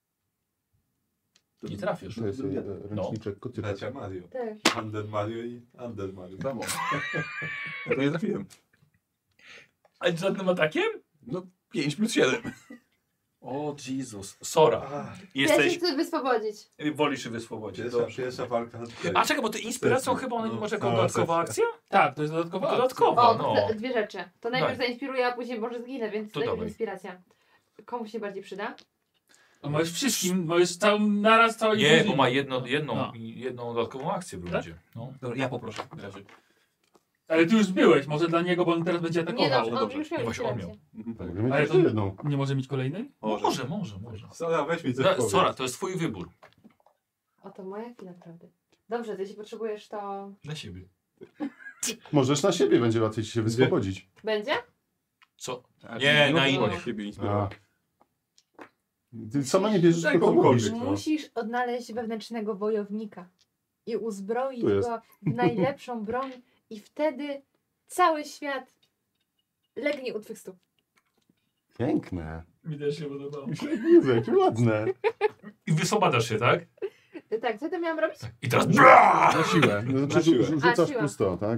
Nie trafisz. To jest jej, e, ręczniczek kotyka. Bracia Mario. Tak. Under Mario i Under Mario. Samo. Ja to nie trafiłem. A z żadnym atakiem? No pięć plus siedem. O Jezus. Sora. Ja się Jesteś... chcę wyswobodzić. Wolisz się wyswobodzić. Pierwsza, Dobrze. pierwsza walka. A czekaj, bo ty inspiracją Sesja. chyba ona nie No. może jako O, dodatkowa sesja. akcja? Tak, to jest dodatkowa. Dodatkowa, O, no. to dwie rzeczy. To najpierw Daj. zainspiruję, a później może zginę, więc To najpierw dawaj. inspiracja. Komu się bardziej przyda? A możesz wszystkim, możesz całą, naraz całą Nie, bo ma jedno, jedną, No. jedną dodatkową akcję w rundzie. No. Dobra, ja poproszę. w takim razie. Ale ty już byłeś, może dla niego, bo on teraz będzie Nie, atakował. no, on dobrze. już miał Nie, właśnie on inspirację. Tak. Możemy mieć Ale jeszcze to- jedną. Nie może mieć kolejnej? Może, może, może. Sora, weź mi coś Da, powiedz. Sora, to jest twój wybór. O, to moja chwila, naprawdę. Dobrze, to jeśli potrzebujesz, to Na siebie. Możesz na siebie, będzie łatwiej ci się wyswobodzić. będzie? Co? Tak, Nie, na mogę innych. siebie A. inspirować. Ty sama nie bierzesz, tylko Jakąkolwiek. mówisz. No. Musisz odnaleźć wewnętrznego wojownika i uzbroić Tu jest. go w najlepszą broń i wtedy cały świat legnie u twych stóp. Piękne. Mi też się podobało. Jezu, jakie ładne. I wyswobadasz się, tak? Tak, co to miałam robić? I teraz bra! Na siłę. No, Na znaczy, siłę. rzu- A, rzucasz siła. plus to, tak?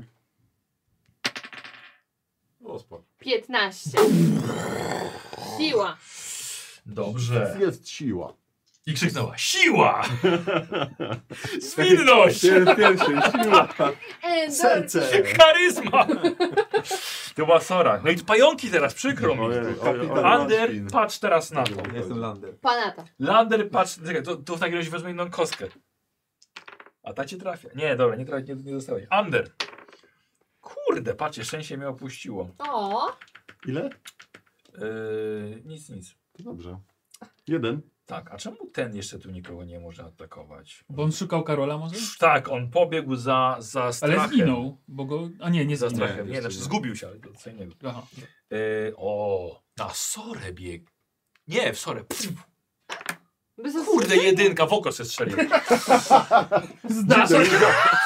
O, spoko. piętnaście. Siła. Dobrze. Jest siła. I krzyknęła, siła! Zwinność! Pier- Pierwszy, siła. Endor. Charyzma! To była Sora. No i pająki teraz, przykro mi. Ojej, ojej, Kapitan ojej. Ander, Świn. patrz teraz na to. Ja jestem Lander. Panata. Lander, patrz, czekaj, to, to w takim razie wezmę inną kostkę. A ta cię trafia. Nie, dobra, nie, trafia, nie, nie dostałeś. Ander. Kurde, patrzcie, szczęście mnie opuściło. O, Ile? Yy, nic, nic. To dobrze. Jeden. Tak, a czemu ten jeszcze tu nikogo nie może atakować? Bo on szukał Karola może? Tak, on pobiegł za, za strachem. Ale zginął, bo go... A nie, nie Za zginął. strachem. Nie, jeszcze znaczy nie. zgubił się, ale to co innego. Aha. Yy, o, na Sorę biegł. Nie, w Sorę. Pff, bez kurde, jedynka, w oko se strzelił. Zdarza się.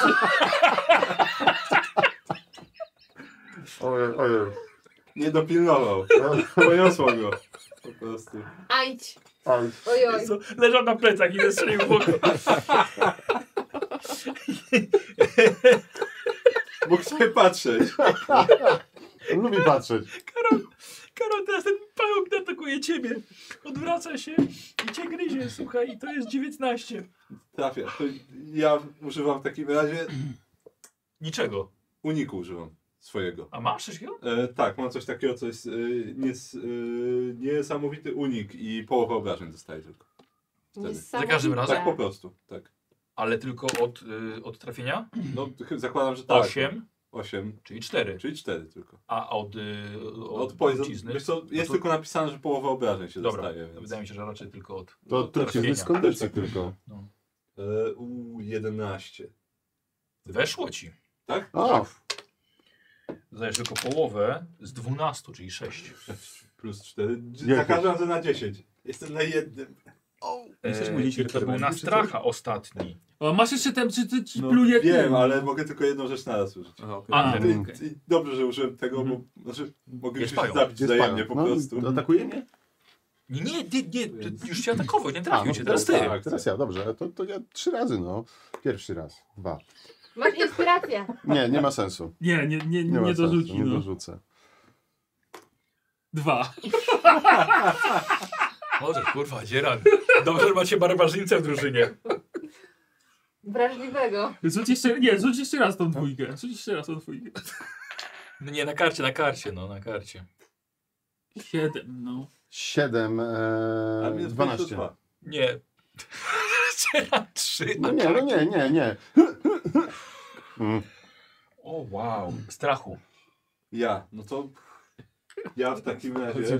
Ojej, ojej. Nie dopilnował. Poniosło go. Po prostu. Ajdź. Aj. Ojoj. Co? Leżał na plecach i strzelił w oko. Mógł sobie patrzeć. On lubi patrzeć. Karol, Karol, teraz ten pająk atakuje ciebie. Odwraca się i cię gryzie, słuchaj, i to jest dziewiętnaście. Trafia. To ja używam w takim razie Niczego. uniku używam swojego. A masz coś takiego? E, tak, mam coś takiego, co jest e, nies, e, niesamowity unik i połowę obrażeń dostaję tylko. Niesamowite. Za każdym razem? Tak po prostu, tak. Ale tylko od, y, od trafienia? No ch- zakładam, że tak. osiem, osiem, czyli cztery. czyli cztery tylko. A od, y, od, Od poison, trucizny? wiesz co, jest No to- tylko napisane, że połowa obrażeń się Dobra, dostaje. to Więc... wydaje mi się, że raczej tylko od... To No, trucizny trafienia. z kondycji Też tak tylko. No. E, u, jedenaście. Weszło ci. Tak? A, Zdajesz tylko połowę z dwunastu, czyli sześć. Plus cztery. Nie, Za każdym razem na dziesięć. Jestem na jednym. Nie chcesz Eee, mówić, to był na czy coś? stracha ostatni. O, masz jeszcze ten, czy ty ci No, pluje wiem, tym? ale mogę tylko jedną rzecz na raz użyć. Aha, okej. A, okej. I, i dobrze, że użyłem tego, bo znaczy, moglibyśmy Jest się pająk. zabić jest wzajemnie pająk. po No, prostu. to atakuje mnie? Nie, nie, nie, nie Więc- już cię atakował, nie A, trafił no cię, to teraz ty. tak. Teraz ja, dobrze. To, to ja trzy razy, no. Pierwszy raz. Dwa. Masz inspirację. Nie, nie ma sensu. Nie, nie, nie, Nie, nie, ma sensu. dorzuci. Nie No. dorzucę. Dwa. Może, kurwa, dzieran. Dobrze, że macie barbarzyńcę w drużynie. Wrażliwego. Rzuć jeszcze, nie, rzuć jeszcze raz tą dwójkę. Rzuć jeszcze raz tą dwójkę. No nie, na karcie, na karcie, no, na karcie. Siedem, no. Siedem, A e, minus dwanaście. pięć to dwa. Nie. Dzieran trzy No nie, no nie, nie, nie. Mm. O, wow. Strachu. Ja, no to ja w takim razie.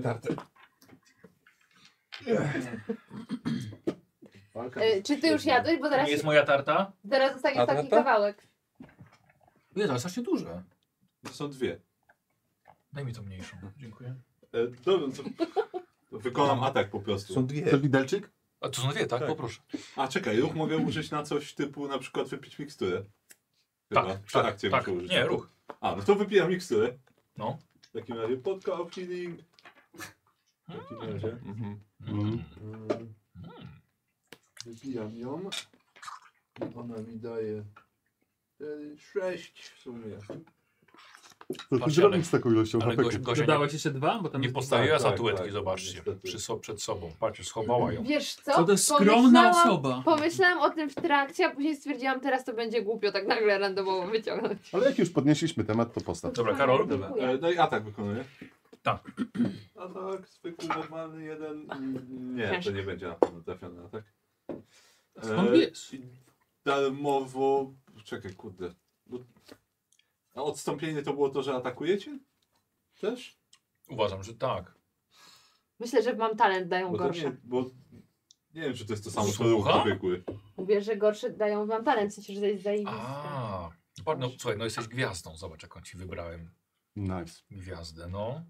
Walka E, czy ty już jadłeś? Bo To zaraz, nie jest moja tarta? zaraz zostaniesz A taki tarta? kawałek. Nie, to jest strasznie duże. To są dwie. Daj mi to mniejszą. Dziękuję. E, dobrze, to, to wykonam atak po prostu. Są dwie. Chcesz widelczyk? A to są dwie, tak? Tak. Poproszę. A czekaj, ruch mogę użyć na coś typu na przykład wypić miksturę. Chyba. Tak, Czy tak, akcję tak. muszę użyć? Nie, ruch. A, no to wypijam miksturę. No. W takim razie podka of healing. W takim razie. Mhm. Mm. Mm, Wypijam ją. I ona mi daje cztery, sześć w sumie. Co ty Patrz, zrobić ale- z taką ilością Ale hapeku? Gosia, Gosia nie, Dodałeś jeszcze dwa? Bo tam nie jest postawiła Tak, tak, statuetki, tak, zobaczcie, niestety. przy, so, przed sobą. Patrzcie, schowała ją. Wiesz co? Co to skromna Pomyślałam- osoba. Pomyślałam o tym w trakcie, a później stwierdziłam, teraz to będzie głupio tak nagle randomowo wyciągnąć. Ale jak już podnieśliśmy temat, to postaw. Dobra, Karol? Dobra, Dziękuję. e, no i atak wykonuję. Tak. Atak, zwykły, normalny jeden. Mm, Nie, to Ciężko. nie będzie na pewno trafiony atak. Skąd wiesz? i Darmowo... Czekaj, kurde. Bo... A odstąpienie to było to, że atakujecie? Też? Uważam, że tak. Myślę, że mam talent, dają Bo to gorsze. nie, bo... Nie wiem, czy to jest to samo, co Słucham? ruch zwykły. Mówię, że gorsze dają wam talent, w sensie, że jest zajebiste. A, no, no słuchaj, no jesteś gwiazdą. Zobacz, jaką ci wybrałem Nice. gwiazdę, no.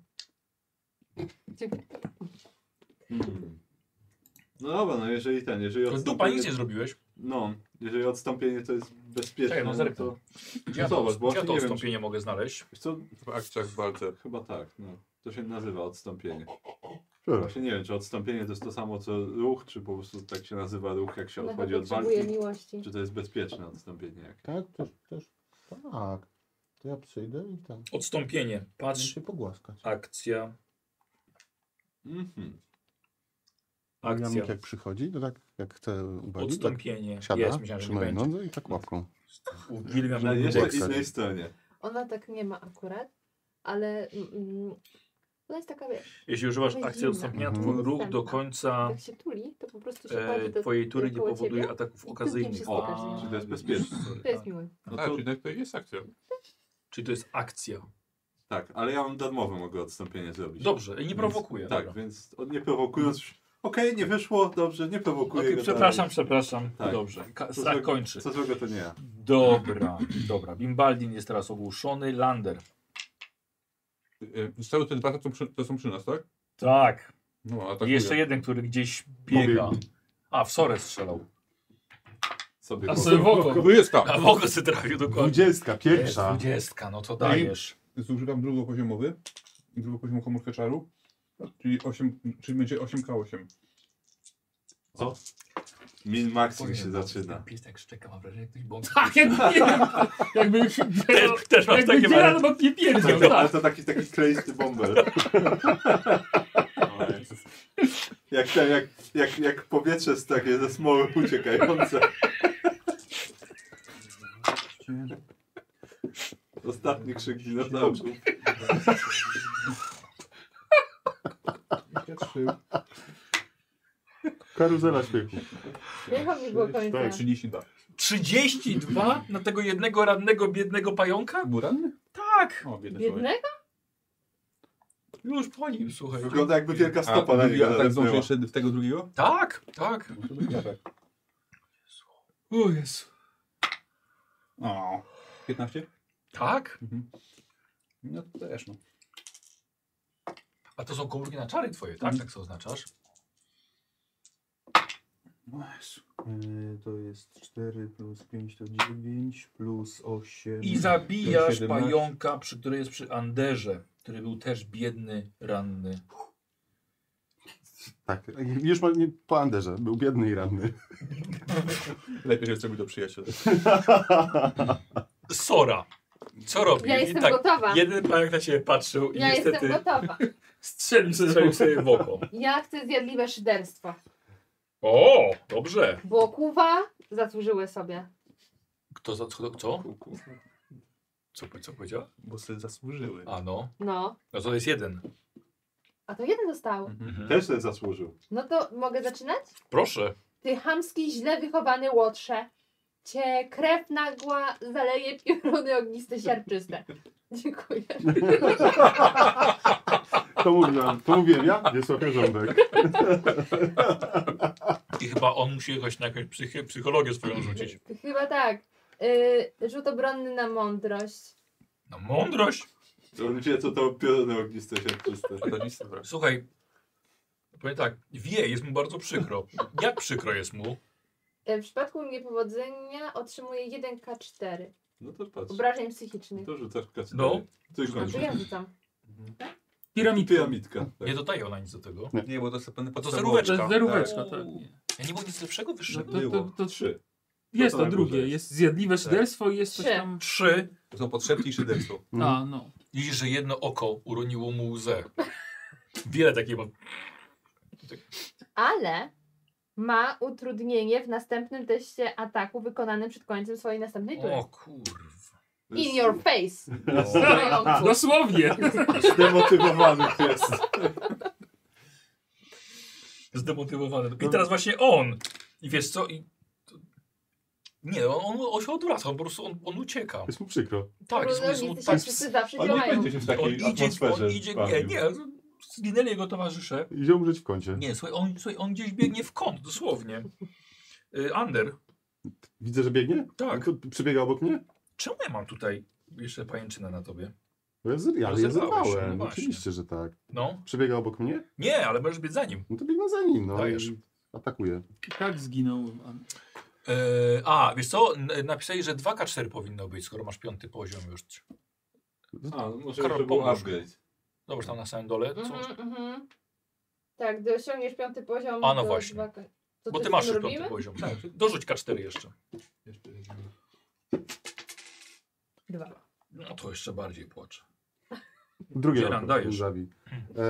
Hmm. No dobra, no jeżeli ten, jeżeli To dupa, odstąpienie... nic nie zrobiłeś. No, jeżeli odstąpienie to jest bezpieczne, Czekaj, no no zerknę. to... Gdzie ja to, Zobacz, bo gdzie ja to nie wiem, odstąpienie mogę znaleźć? Wiesz co, w akcjach w walce, chyba tak, no. To się nazywa odstąpienie. Sure. Właśnie nie wiem, czy odstąpienie to jest to samo co ruch, czy po prostu tak się nazywa ruch, jak się Ona odchodzi od potrzebuje walki. miłości. Czy to jest bezpieczne odstąpienie? Jak... Tak, też, też. Tak. To ja przyjdę i tam. Odstąpienie. Chcę Patrz, się pogłaskać. akcja, Mhm. akcja, Jamik jak przychodzi, to tak jak chce uwagi, tak odstąpienie. siada Jest, myślałem, że przy nie mojej będzie. nodze i tak łapką. Uwielbiam Na ten jeszcze tekst. innej stronie. Ona tak nie ma akurat, ale mm, ona jest taka, wiesz, Jeśli używasz Ona jest akcji zimna. odstąpienia, Mhm. twój ruch do końca jak się tuli, to po prostu się e, kładzie do twojej tury nie koło powoduje ciebie ataków i tyłkiem okazyjnych. się stykasz z A, nią. Czyli to jest bezpieczne. To jest miłe. No A, to, czyli to jest akcja. Czyli to jest akcja. tak, ale ja mam darmowe mogę odstąpienie zrobić. Dobrze, i nie Więc- prowokuję. Tak, dobra. więc od- nie prowokując już, okej, nie wyszło, dobrze, nie prowokuję Okej, go przepraszam, dalej. przepraszam. Tak. Dobrze, Ka- Co strach złego- kończy. Co złego to nie ja. Dobra, dobra. Bimbaldin jest teraz ogłuszony. Lander. E, Strzały te dwa to są, przy, to są przy nas, tak? Tak. No, I atakuję. jeszcze jeden, który gdzieś biega. A, w Sorę strzelał. Sobie A po- sobie w oko. To jest tam. A w oko se trafił dokładnie. Dwudziestka, Jest pierwsza. dwudziestka, no to dajesz. Zużywam drugopoziomowy. Drugopoziomu komórkę czaru. Czyli, osiem, czyli będzie osiem K osiem. Co? Min maxing się zaczyna. Pies tak szczeka, mam wrażenie, jak ktoś bąk. Tak, jak nie Jakby, Też, też mam jakby takie dzieran wrażenie. obok nie pierdział, Ale tak. to taki, taki crazy bomber. Jak, te, jak, jak, jak powietrze z takie ze smoły uciekające. Ostatni krzyk dinozaurów. Karuzela śmiechu. Niech mi było końca. Tak, trzydzieści dwa. trzydzieści dwa na tego jednego rannego, biednego pająka? Był ranny? Tak. O, biedny człowiek. Biednego? Już po nim, słuchaj. Wygląda jakby wielka A stopa na drugi niego atak zdąży nalepnęła. jeszcze w tego drugiego? Tak, tak. No to drugi atak. O Jezu. O, piętnaście? Tak? Mhm. No to też no. A to są komórki na czary twoje, tak? Tak co oznaczasz? O Jezu. Yy, to jest cztery plus pięć to dziewięć plus osiem. I zabijasz siedemnaście. pająka, przy, który jest przy Anderze, który był też biedny, ranny. Tak, już ma, nie, po Anderze, był biedny i ranny. Lepiej, że zrobił do przyjaciela. Sora. Co robi? Ja I jestem tak, gotowa. jeden pająk na ciebie patrzył i Ja niestety jestem gotowa. strzelił strzelił sobie w oko. Ja chcę zjadliwe szyderstwo. O, dobrze. Bo kuwa zasłużyły sobie. Kto za co? Co? Co, co powiedziała? Bo sobie zasłużyły. A no. No. No to jest jeden. A to jeden został. Mhm. Też ten zasłużył. No to mogę zaczynać? Proszę. Ty chamski, źle wychowany łotrze. Cię krew nagła zaleje pioruny ogniste, siarczyste. Dziękuję. To mówiłem, to mówiłem ja, Wiesław Jarząbek. I chyba on musi jechać na jakąś psychi- psychologię swoją rzucić. Chyba tak. Yy, rzut obronny na mądrość. No mądrość. To on wie, co to pioruny ogniste się czyste. To nic nie wraca. Słuchaj. Powiem tak, wie, jest mu bardzo przykro. Jak przykro jest mu? Yy, w przypadku niepowodzenia otrzymuje jeden K cztery. No to patrz. Obrażeń psychicznych. To rzucasz w kacie. No. Ty A to kończysz. ja rzucam. Piramidka. Piramidka. Tak. Nie dodaje ona nic do tego. Nie, bo to jest pewne A to podstawowe. To jest zeróweczka, tak. Nie. Ja nie było nic lepszego, No wyższego. to, to, Było. to, Trzy. jest to to na drugie, górze jest zjadliwe szyderstwo i jest coś Trzy. tam... Trzy. To są potrzebki i szyderstwo. A, no. Widzisz, że jedno oko uroniło mu łzę. Wiele takich ma. Ale ma utrudnienie w następnym teście ataku wykonanym przed końcem swojej następnej tury. O kurwa. In your face! O. Dosłownie. Zdemotywowany jest. Zdemotywowany. I teraz właśnie on. I wiesz co? I... Nie, on, on, on się odwraca, on po prostu on, on ucieka. Jest mu przykro. Tak, jest, jest, Rolnicy tak, się wszyscy zawsze On nie działają. będzie się w on takiej idzie, atmosferze on idzie, nie, bawił. nie, zginęli jego towarzysze. Idzie umrzeć w kącie. Nie, słuchaj, on, słuchaj, on gdzieś biegnie w kąt, dosłownie. Y, Ander, Widzę, że biegnie? tak. No to przebiega obok mnie? Czemu ja mam tutaj jeszcze pajęczynę na tobie? Bo ja, zer- ale ja Rozerwałeś się, zerwałem. no właśnie. Oczywiście, że tak. No, Przebiega obok mnie? nie, ale możesz być za nim. No to biegnę za nim, no Dajesz. i atakuję. I tak zginął. E, a, wiesz co? N- Napisali, że dwa K cztery powinno być, skoro masz piąty poziom już. A, no może Karol, to był pomóż. upgrade. Zobacz tam na samym dole. Co? Mhm, mhm. Tak, gdy osiągniesz piąty poziom. A, no to właśnie. dwa K. To Bo coś ty z masz tym już robimy? piąty poziom. Tak. Dorzuć K cztery jeszcze. Jeszcze jeden. Dwa. No to jeszcze bardziej płaczę. Drugie Dzieran, oko dajesz. łzawi. Eee,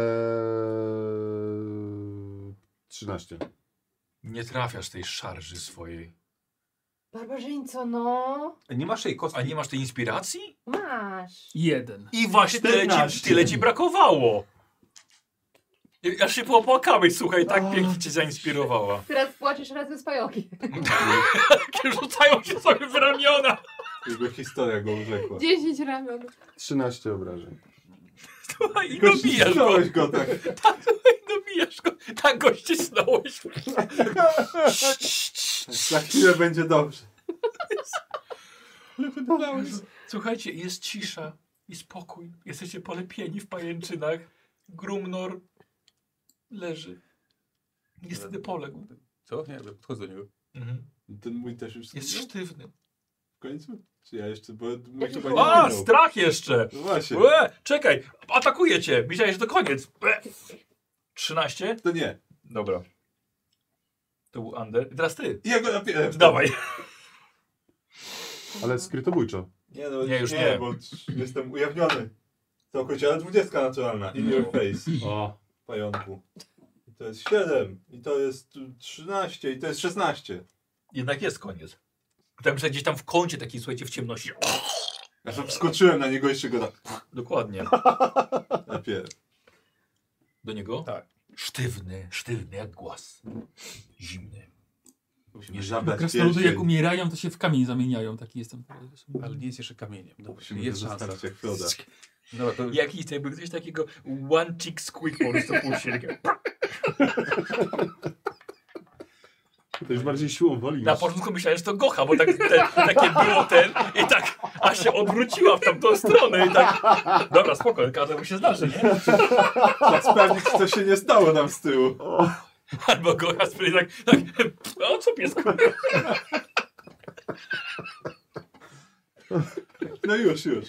trzynaście. Nie trafiasz tej szarży swojej. Barbarzyńco, no. Nie masz jej kostki. A nie masz tej inspiracji? Masz. Jeden. I właśnie tyle ci, czternaście. tyle ci brakowało. Ja się popłakałeś, słuchaj, tak pięknie cię zainspirowała. Teraz płaczesz razem z pająkiem. Rzucają się sobie w ramiona. Jego historia go urzekła. Dziesięć ramion. trzynaście obrażeń. Słuchaj, i Tylko dobijasz go. ściąłeś go tak. Tak, słuchaj, dobijasz go. Tak go ścisnąłeś. Za chwilę będzie dobrze. Słuchajcie, jest cisza i spokój. Jesteście polepieni w pajęczynach. Grumnor leży. Niestety poległ. Co? Nie, ja podchodzę do niego. Mhm. Ten mój też już Jest zginął? sztywny. W końcu? Czy ja jeszcze, bo mój Jaki chyba chłop? nie A, zginął. strach jeszcze. No właśnie, Łe, czekaj, atakuje cię. Myślałeś, że to koniec. Łe. trzynaście? to nie. Dobra. To był Ander. I teraz ty. Ja go napieram. Dawaj. Ale skrytobójczo. Nie, no, Nie, już nie. bo jestem ujawniony. Całkowicie, ale dwudziestka naturalna. In your face. O. Pająku. I to jest siedem. I to jest trzynaście. I to jest szesnaście. Jednak jest koniec. Tam, że gdzieś tam w kącie taki, słuchajcie, w ciemności. Ja sobie wskoczyłem na niego i jeszcze go tak Dokładnie. napieram. Do niego? Tak. Sztywny, sztywny jak głaz. Zimny. Musimy Nie zabrać Krasnoludy jak pierścień. umierają, to się w kamień zamieniają. Taki jestem. Ale nie jest jeszcze kamieniem. Dobra, Musimy jest to szansa. zostawić jak Froda. Dobra, to Jakiś jakby ktoś takiego one chick squeak po prostu puścił. takie- To już bardziej siłą woli Na niż... początku myślałem, że to Gocha, bo tak, te, takie było ten i tak aż się odwróciła w tamtą stronę i tak. Dobra, spoko, każdemu się zdarzy, nie? Trzeba sprawdzić, co się nie stało nam z tyłu. Albo Gocha sprytnie tak, tak, o co piesku? No już, już.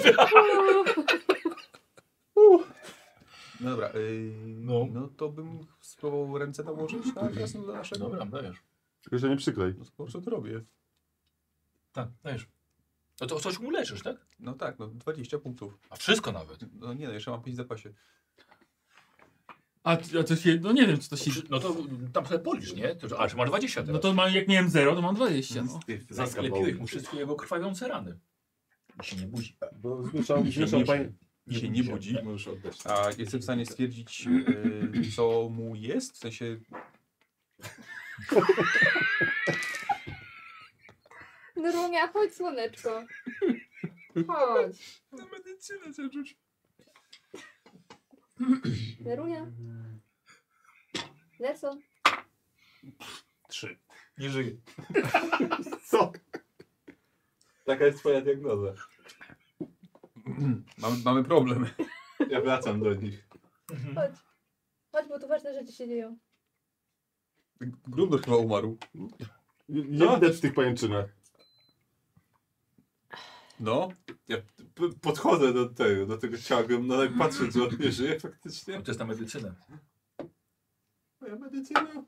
Dobra, yy, No. no. to bym spróbował ręce nałożyć na krasnoluda naszego. Dobra, dajesz. Tylko, że nie przyklej. No to po prostu to robię. Tak, dajesz. No to coś mu leczysz, tak? No tak, no dwadzieścia punktów. A wszystko nawet. No nie, no jeszcze mam pięć w zapasie. A, a to się, no nie wiem, czy to się... No to tam sobie policz, nie? To- A czy masz dwadzieścia teraz? No to ma, jak miałem zero, to mam dwadzieścia, no. Zasklepiłeś mu wszystkie jego krwawiące rany. I się nie budzi. Bo zmieszał, Nie, zmieszał nie, pań... I się nie budzi. Możesz oddać. A jestem w stanie stwierdzić, yy, co mu jest? W sensie... Nerunia, chodź słoneczko. Chodź. Na medycynę zarzuć. Nerunia. Nelson. Trzy. Nie żyje. Co? Taka jest twoja diagnoza. mamy, mamy problem. Ja wracam do nich. Chodź. Chodź, bo tu ważne rzeczy się dzieją. Grumnor chyba umarł. Nie nie widać w tych pajęczynach. No. Ja p- podchodzę do tego, do tego ciała, no tak patrzę, czy on nie żyje faktycznie. To jest na medycynę. Moja medycyna.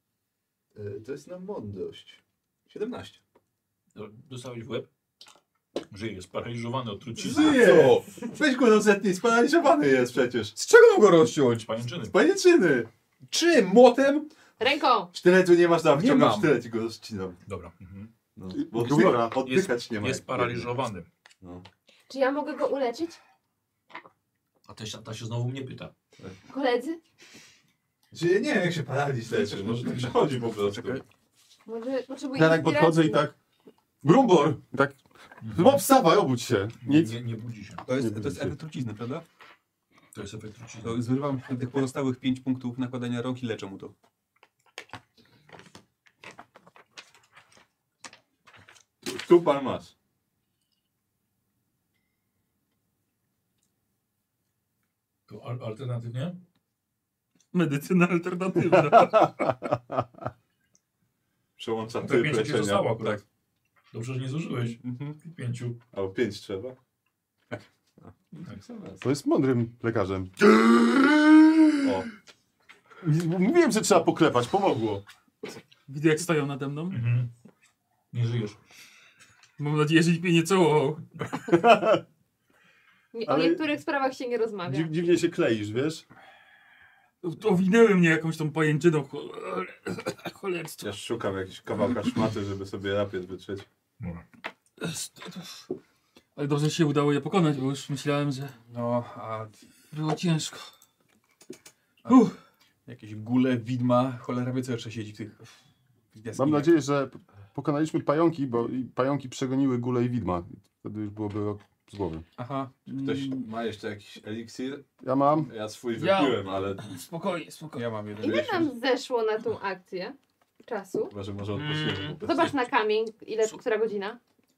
Y, To jest na mądrość. siedemnaście. Dostałeś w łeb? Żyje, sparaliżowany od trucizny. Co? Weź go do setni, sparaliżowany jest przecież. Z czego mam go rozciąć? Pajęczyny. Z pajęczyny. Czym? Młotem? Ręką! Sztyletu nie masz, tam Nie wciągam mam. sztylet i go rozcinam. Dobra. Mhm. No, bo Jest- oddycha, Jest, oddychać nie ma. jest jak- paraliżowany. No. Czy ja mogę go uleczyć? A ta, ta się znowu mnie pyta. Koledzy? Czy nie wiem jak się paraliż leczy, może to przechodzi po prostu. Czekaj. Może potrzebuję Ja tak inspiracji? podchodzę i tak... Brumbor! I tak... No wstawaj, obudź się. Nic. Nie, nie budzi się. To jest, Nie to jest widzicie. efekt trucizny, prawda? To jest efekt trucizny. To zrywam tych pozostałych pięć punktów nakładania rąk i leczę mu to. Tu pan masz. To al alternatywnie? Medycyna alternatywna. Przełącza To typ pięć ci leczenia. zostało akurat. Dobrze, że nie zużyłeś. Mhm. Pięciu. Albo pięć trzeba. Tak. To jest mądrym lekarzem. O, Mówiłem, że trzeba poklepać, pomogło. Widzę jak stoją nade mną. Mhm. Nie żyjesz. Mam nadzieję, że nikt mnie nie całował. Nie, o Ale- niektórych sprawach się nie rozmawia. Dziw, dziwnie się kleisz, wiesz? Owinęły mnie jakąś tą pajęczyną. Cholera- Cholerstwo. ja szukam jakiegoś kawałka szmaty, żeby sobie rapiet wytrzeć. Dobra. Ale dobrze się udało je pokonać, bo już myślałem, że No, a było ciężko. Uff. jakieś gule, widma, cholera wie co jeszcze siedzi w tych w jaskiniach. Mam nadzieję, że pokonaliśmy pająki, bo i pająki przegoniły górę i widma. Wtedy już byłoby z głowy. Aha. Ktoś Mm, ma jeszcze jakiś eliksir? Ja mam. Ja swój Ja- wypiłem, ale Spokojnie, spokojnie. Ja mam jeden. Ile nam zeszło na tą akcję czasu? chyba, że może odpoczniemy. po prostu. Zobacz na kamień, ile, która godzina?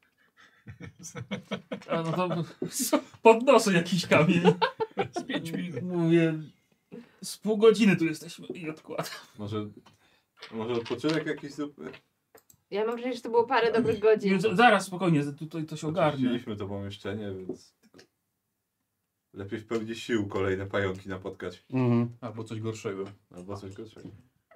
A no to podnoszę jakiś kamień. Z pięć minut. Mówię, z pół godziny tu jesteśmy i odkładam. Może, może odpoczynek jakiś zróbmy? Ja mam wrażenie, że to było parę dobrych godzin. Już zaraz spokojnie, tutaj to się ogarnie. Oczywiście to pomieszczenie, więc lepiej w pełni sił kolejne pająki napotkać. Mhm. Albo coś gorszego. Albo coś gorszego.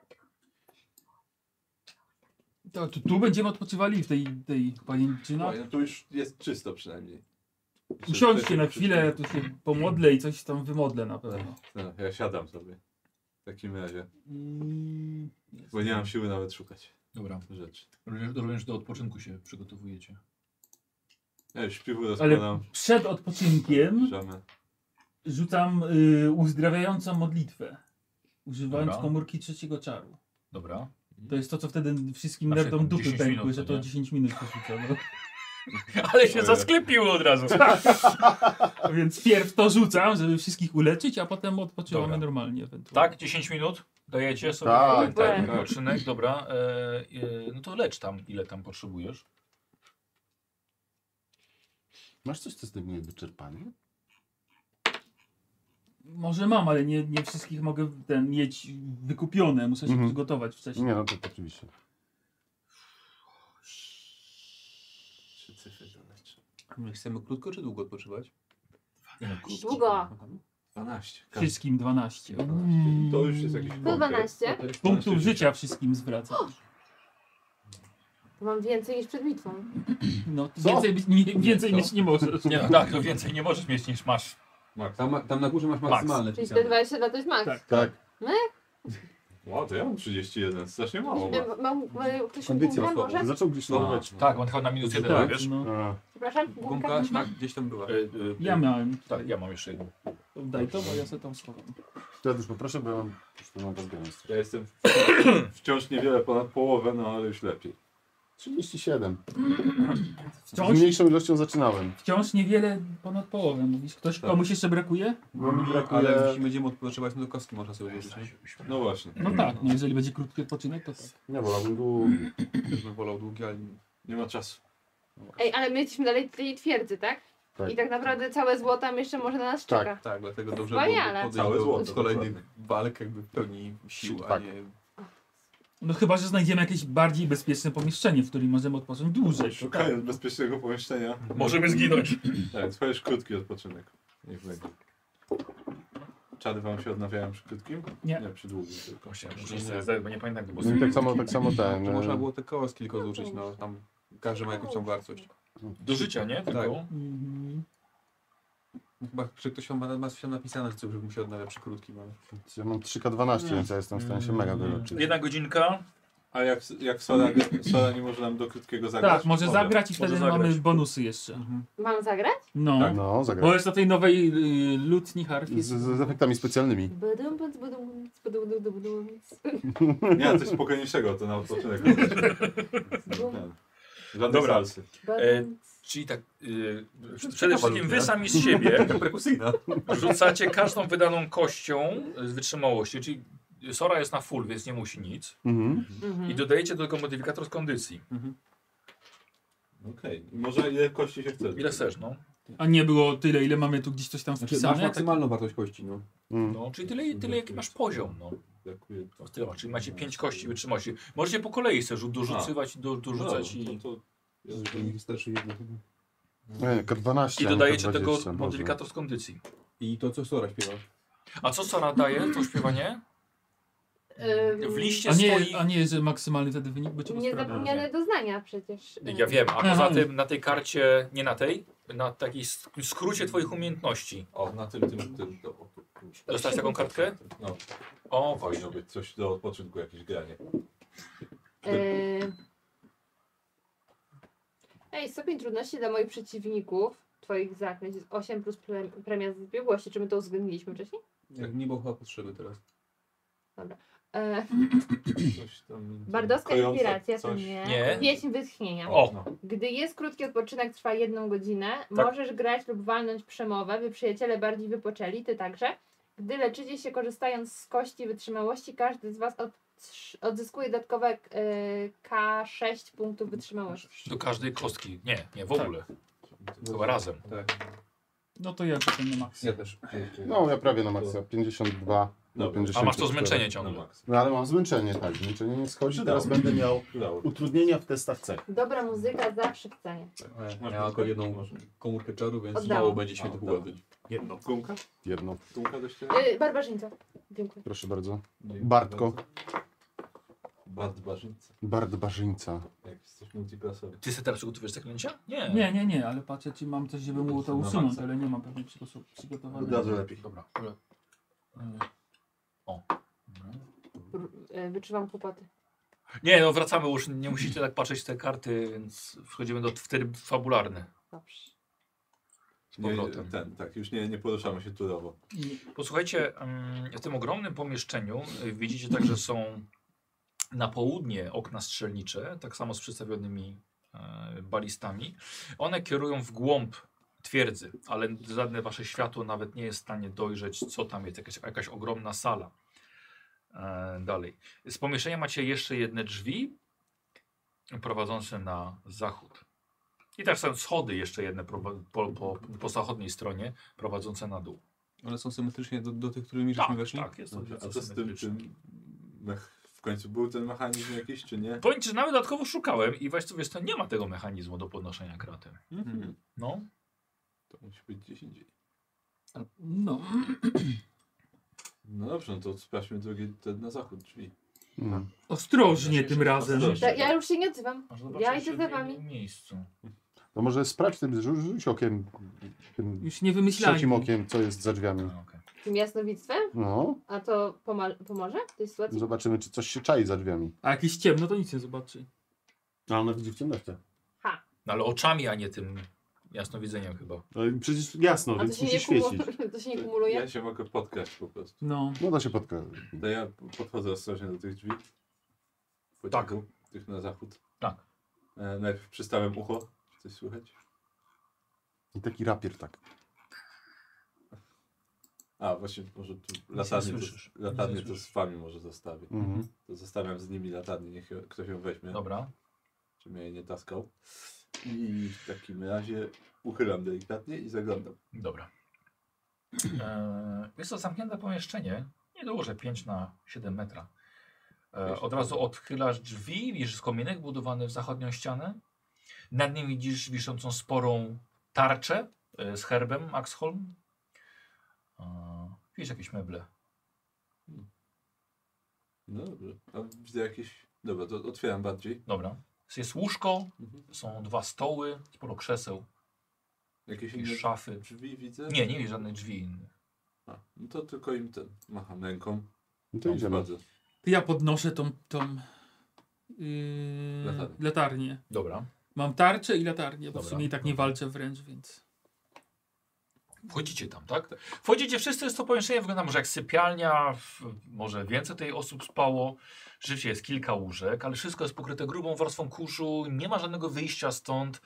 To, tu, tu będziemy odpoczywali w tej, tej pajęczynach. No, tu już jest czysto przynajmniej. Usiądźcie na chwilę, ja tu się pomodlę i coś tam wymodlę na pewno. No, ja siadam sobie. W takim razie. Mm, Bo nie mam siły nawet szukać Dobra. rzeczy. Również, również do odpoczynku się przygotowujecie. Ja już śpiwu Ale rozkładam. przed odpoczynkiem Piżamę. rzucam y, uzdrawiającą modlitwę, używając Dobra. komórki trzeciego czaru. Dobra. To jest to, co wtedy wszystkim Znaczy, nerdom tam dupy dziesięć pękły, minut, że to to nie? dziesięć minut porzuca. No. Ale się Ojej. zasklepiło od razu. Więc pierw to rzucam, żeby wszystkich uleczyć, a potem odpoczywamy Dobra. normalnie ewentualnie. Tak, dziesięć minut dajecie sobie Tak, tak, ten tak. odpoczynek, dobra. E, e, no to lecz tam, ile tam potrzebujesz. Masz coś, co zdejmuje wyczerpanie? Może mam, ale nie, nie wszystkich mogę ten mieć wykupione, muszę się Mhm. przygotować wcześniej. Nie, no to, to oczywiście. Trzy cyfry to leczę. My chcemy krótko czy długo odpoczywać? Długo. dwanaście. Wszystkim dwanaście. dwanaście. To już jest jakiś To konkret. dwanaście. To jest Punktów dwanaście życia wszystkim zwracam. To mam więcej niż przed bitwą. No, Co? więcej, być- nie, więcej Co? mieć nie możesz. Nie, no tak, to więcej nie możesz mieć niż masz. Max. Tam, tam na górze masz maksymalne. Czyli te wpisane. dwadzieścia dwa to jest max. Tak. Tak. Wow, to ja mam trzydzieści jeden, strasznie mało. ma. Mam, mam, mam ktoś Kondycja punktę słaba. może? Zaczął gdzieś No. nadawać. Tak, on chyba na minus jeden, Tak. wiesz? No, A, Przepraszam, Gumka, gumka. tak, gdzieś tam była. E, e, ja miałem. Tak, ja mam jeszcze jedną. Daj to, bo ja sobie tam schowam. to ja też poproszę, bo ja mam już tu mam rozgranie. Ja jestem wciąż niewiele ponad połowę, no ale już lepiej. trzydzieści siedem. Z Wciąż, mniejszą ilością zaczynałem. wciąż niewiele ponad połowę mówisz. Ktoś, Tak. komuś jeszcze brakuje? Bo mi Ale brakuje... jeśli będziemy odpoczywać, no to kostki można sobie użyć. nie? No właśnie. No tak, no jeżeli będzie krótki odpoczynek, to tak. Nie, wolałbym długi. Też bym wolał długi, ale Nie ma czasu. Ej, ale my jesteśmy dalej w tej twierdzy, tak? Tak. I tak naprawdę całe zło tam jeszcze może na nas Tak. czeka. tak, dlatego dobrze Wspaniale. było podejść Całe do, złoto, do kolejnych dokładnie. walk jakby w pełni sił, a Tak. nie... No chyba, że znajdziemy jakieś bardziej bezpieczne pomieszczenie, w którym możemy odpocząć dłużej. To tak. Szukając bezpiecznego pomieszczenia. Możemy zginąć. Tak, to jest krótki odpoczynek. Niech będzie. Czady wam się odnawiają przy krótkim? Nie. Nie, przy długim tylko. Myślałem, że sobie zdaję, bo nie pamiętam, jak to No było. i tak samo, tak samo ten... To można e, było te kostki tylko zużyć, no tam każdy ma jakąś tą wartość. Do życia, nie? Tylko. Mhm. Chyba, że ktoś ma, ma się napisane, że żeby musiał najlepszy krótki mamy. Ja mam trzy K dwanaście, więc ja jestem w stanie się mega wyleczyć. Jedna godzinka. A jak, jak Sora, Sora nie może nam do krótkiego zagrać? Tak, może zagrać i Może wtedy zagrać. mamy bonusy jeszcze. Mhm. Mam zagrać? No. Tak? No, zagraj. Możesz na tej nowej y, lutni harfie. Z, z efektami specjalnymi. Badum, badum, badum, badum, badum, badum. Nie, coś spokojniejszego, to na odpoczynek. Żadnej Dobra. salsy. Badum. Czyli tak, yy, przede wszystkim wy sami z siebie Perkusyjna. rzucacie każdą wydaną kością z wytrzymałości, czyli Sora jest na full, więc nie musi nic. Mhm. Mhm. I dodajecie do tego modyfikator z kondycji. Okej, może ile kości się chce? Ile chcesz, no. A nie było tyle, ile mamy tu gdzieś coś tam Znaczy, masz wpisane. maksymalną wartość kości, no. Mm. no czyli tyle, tyle jaki masz poziom, no. Brakuje. No, tyle masz, czyli macie pięć kości wytrzymałości. Możecie po kolei sobie rzut dorzucywać, do, dorzucać No, i, to, to... To mi wystarczy jedno chyba. Nie, K dwanaście. i a nie dodajecie K do tego dwadzieścia, Boże. modyfikator z kondycji. I to, co Sora śpiewa. A co Sora daje, to śpiewanie? Ym, W liście A swoich... nie, a nie, że maksymalny wtedy wynik by trzeba sprawdzić. Niezapomniane doznania przecież. Ja wiem, a poza Aha. tym na tej karcie, nie na tej, na takiej sk- skrócie twoich umiejętności. O, na tym, tym, tym. To, o, tu, tu. Dostałeś taką kartkę? No, O, powinno właśnie. być coś do odpoczynku, jakieś granie. Yy... Ej, stopień trudności dla moich przeciwników, twoich zaklęć jest osiem plus pre premia z biegłości. Czy my to uwzględniliśmy wcześniej? Jak nie było chyba potrzeby teraz. E, Coś tam... Bardowska kojące inspiracja to coś. nie. Nie. Pieśń wytchnienia. O. No. Gdy jest krótki odpoczynek, trwa jedną godzinę, możesz grać lub walnąć przemowę, by przyjaciele bardziej wypoczęli, ty także. Gdy leczycie się korzystając z kości wytrzymałości, każdy z was od, odzyskuje dodatkowe e, K sześć punktów wytrzymałości. Do każdej kostki. Nie, nie, w ogóle. Chyba razem. Tak. No to ja potem na maks. Ja też. No, ja prawie na maksa. pięćdziesiąt dwa do Dobra. pięćdziesiąt. A masz to zmęczenie Na ciągle. maks. No ale mam zmęczenie, tak. Zmęczenie nie schodzi. Przydało. Teraz będę miał Przydało. utrudnienia w testach C. Dobra muzyka zawsze w cenie. Masz Ja mam tylko jedną Może. komórkę czaru, więc Oddałam. mało będzie świętych A, urodzeń. Jedno. Gumka? Jedno. Gumka do ściany? Yy, barbarzyńca. Dziękuję. Proszę bardzo. Dzięki Bartko. bardzo. Bart Barzyńca. Bard Barzyńca. Jak jesteś multiklasowy. Ty sobie teraz przygotowujesz zaklęcia? Nie. Nie, nie, nie, ale patrzę, czy mam coś, żeby mu to Na usunąć, maksa. ale nie mam pewnie przygotowany. przygotowanego. Od razu lepiej. Dobra. dobra. O. Dobra. R- yy, wyczuwam kłopoty. Nie, no wracamy już, nie musicie tak patrzeć w te karty, więc wchodzimy do w tryb fabularny. Dobrze. Z Nie, powrotem. ten, tak, już nie, nie poruszamy się turowo. Posłuchajcie, mm, w tym ogromnym pomieszczeniu y, widzicie także są na południe okna strzelnicze, tak samo z przedstawionymi e, balistami. One kierują w głąb twierdzy, ale żadne wasze światło nawet nie jest w stanie dojrzeć, co tam jest, jakaś, jakaś ogromna sala. E, dalej. Z pomieszczenia macie jeszcze jedne drzwi prowadzące na zachód. I też są schody jeszcze jedne prowa- po, po, po zachodniej stronie prowadzące na dół. One są symetrycznie do, do tych, którymi Tak, żeśmy weszli? tak, jest to Dobrze, a nieco co z tym, symetryczne. tym mech... w końcu był ten mechanizm jakiś, czy nie? Powiem ci, że nawet dodatkowo szukałem i właściwie wiesz, to nie ma tego mechanizmu do podnoszenia kraty. Mhm. No. To musi być gdzieś indziej. No. No dobrze, no to sprawdźmy drugi ten na zachód drzwi. Mm. Ostrożnie tym razem. Ostrożnie. Tak, ja już się nie odzywam. Masz Ja zobaczyć, idę w za jakim wami. miejscu. To może sprawdź tym, rzu- rzuć okiem, tym Już nie wymyślajmy. trzecim okiem, co jest za drzwiami. A, okej. Tym jasnowictwem? No, A to poma- pomoże w tej sytuacji? zobaczymy, czy coś się czai za drzwiami. A jak jest ciemno, to nic nie zobaczy. A ona widzi w ciemności. Ha. No ale oczami, a nie tym jasnowidzeniem chyba. Ale przecież jasno, A to więc się, musi nie świecić. kumu- to się nie kumuluje? Ja się mogę podkraść po prostu. No. No da się podka. To ja podchodzę ostrożnie do tych drzwi. Pociągu, tych na zachód. Tak. E, najpierw przystawiam ucho. Czy coś słychać? I taki rapier tak. A, właśnie może tu nie latarnię, słyszysz. to, latarnię Nic nie to słyszysz. z wami może zostawię. Mhm. To zostawiam z nimi latarnię, niech ją- ktoś ją weźmie, Dobra. żebym ja jej nie taskał. I w takim razie uchylam delikatnie i zaglądam. Dobra. E, jest to zamknięte pomieszczenie. Nieduże, pięć na siedem metra. E, od razu odchylasz drzwi, widzisz kominek budowany w zachodnią ścianę. Nad nim widzisz wiszącą sporą tarczę e, z herbem Axholm. E, widzisz jakieś meble. No dobrze. A widzę jakieś... Dobra, to otwieram bardziej. Dobra. Jest łóżko, Mhm. są dwa stoły, sporo krzeseł, Jakieś jakieś inne szafy. drzwi widzę? Nie, nie wiesz żadnych drzwi innych. A, no to tylko im ten macham ręką. No to Tam idziemy. wchodzę. To ja podnoszę tą, tą yy, Latarnię. latarnię. Dobra. Mam tarczę i latarnię, bo w Dobra, sumie i tak nie dobra. walczę wręcz, więc... Wchodzicie tam, tak? Wchodzicie wszyscy, jest to pomieszczenie, wygląda może jak sypialnia, w- może więcej tej osób spało. Rzeczywiście jest kilka łóżek, ale wszystko jest pokryte grubą warstwą kurzu, nie ma żadnego wyjścia stąd.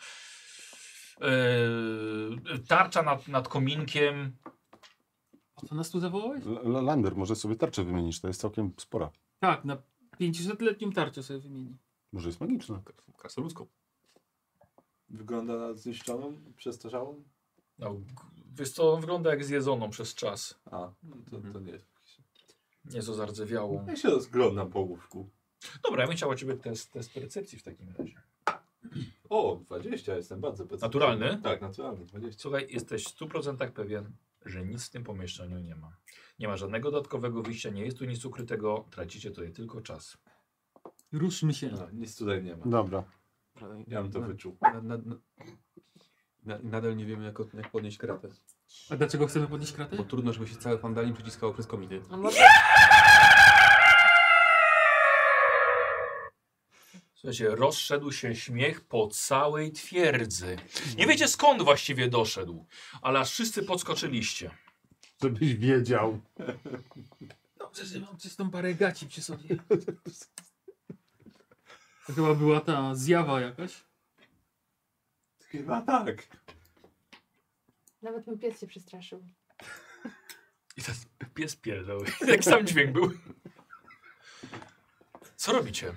Yy, tarcza nad, nad kominkiem. A co nas tu zawołałeś? L- L- Lander, może sobie tarczę wymienisz, to jest całkiem spora. Tak, na pięćsetletnią tarczę sobie wymieni. Może jest magiczna. Krasnoludzką. Wygląda na zniszczoną, przestarzałą? No, g- wiesz co, wygląda jak zjedzoną przez czas. A, no to, to nie. Nieco zardzewiałą. Ja się rozglądam po łóżku. Dobra, ja bym chciał od ciebie test, test percepcji w takim razie. O, dwadzieścia, jestem bardzo pecyfistyczny. Naturalny? Tak, naturalny, dwadzieścia. Słuchaj, jesteś w stu procentach pewien, że nic w tym pomieszczeniu nie ma. Nie ma żadnego dodatkowego wyjścia, nie jest tu nic ukrytego, tracicie tutaj tylko czas. Ruszmy się. No, nic tutaj nie ma. Dobra. Ja bym to Na- wyczuł. Na, na, na, na, nadal nie wiemy, jak, od- jak podnieść kratę. A dlaczego chcemy podnieść kratę? Bo trudno, żeby się całe fandali przyciskało przez kominy. A może Słuchajcie, rozszedł się śmiech po całej twierdzy. Nie wiecie skąd właściwie doszedł, ale aż wszyscy podskoczyliście. Żebyś wiedział. Dobrze, że mam czystą parę gaci przy sobie. To chyba była ta zjawa jakaś. Chyba tak. nawet mój pies się przestraszył. I ten pies pierdał. Jak sam dźwięk był. Co robicie?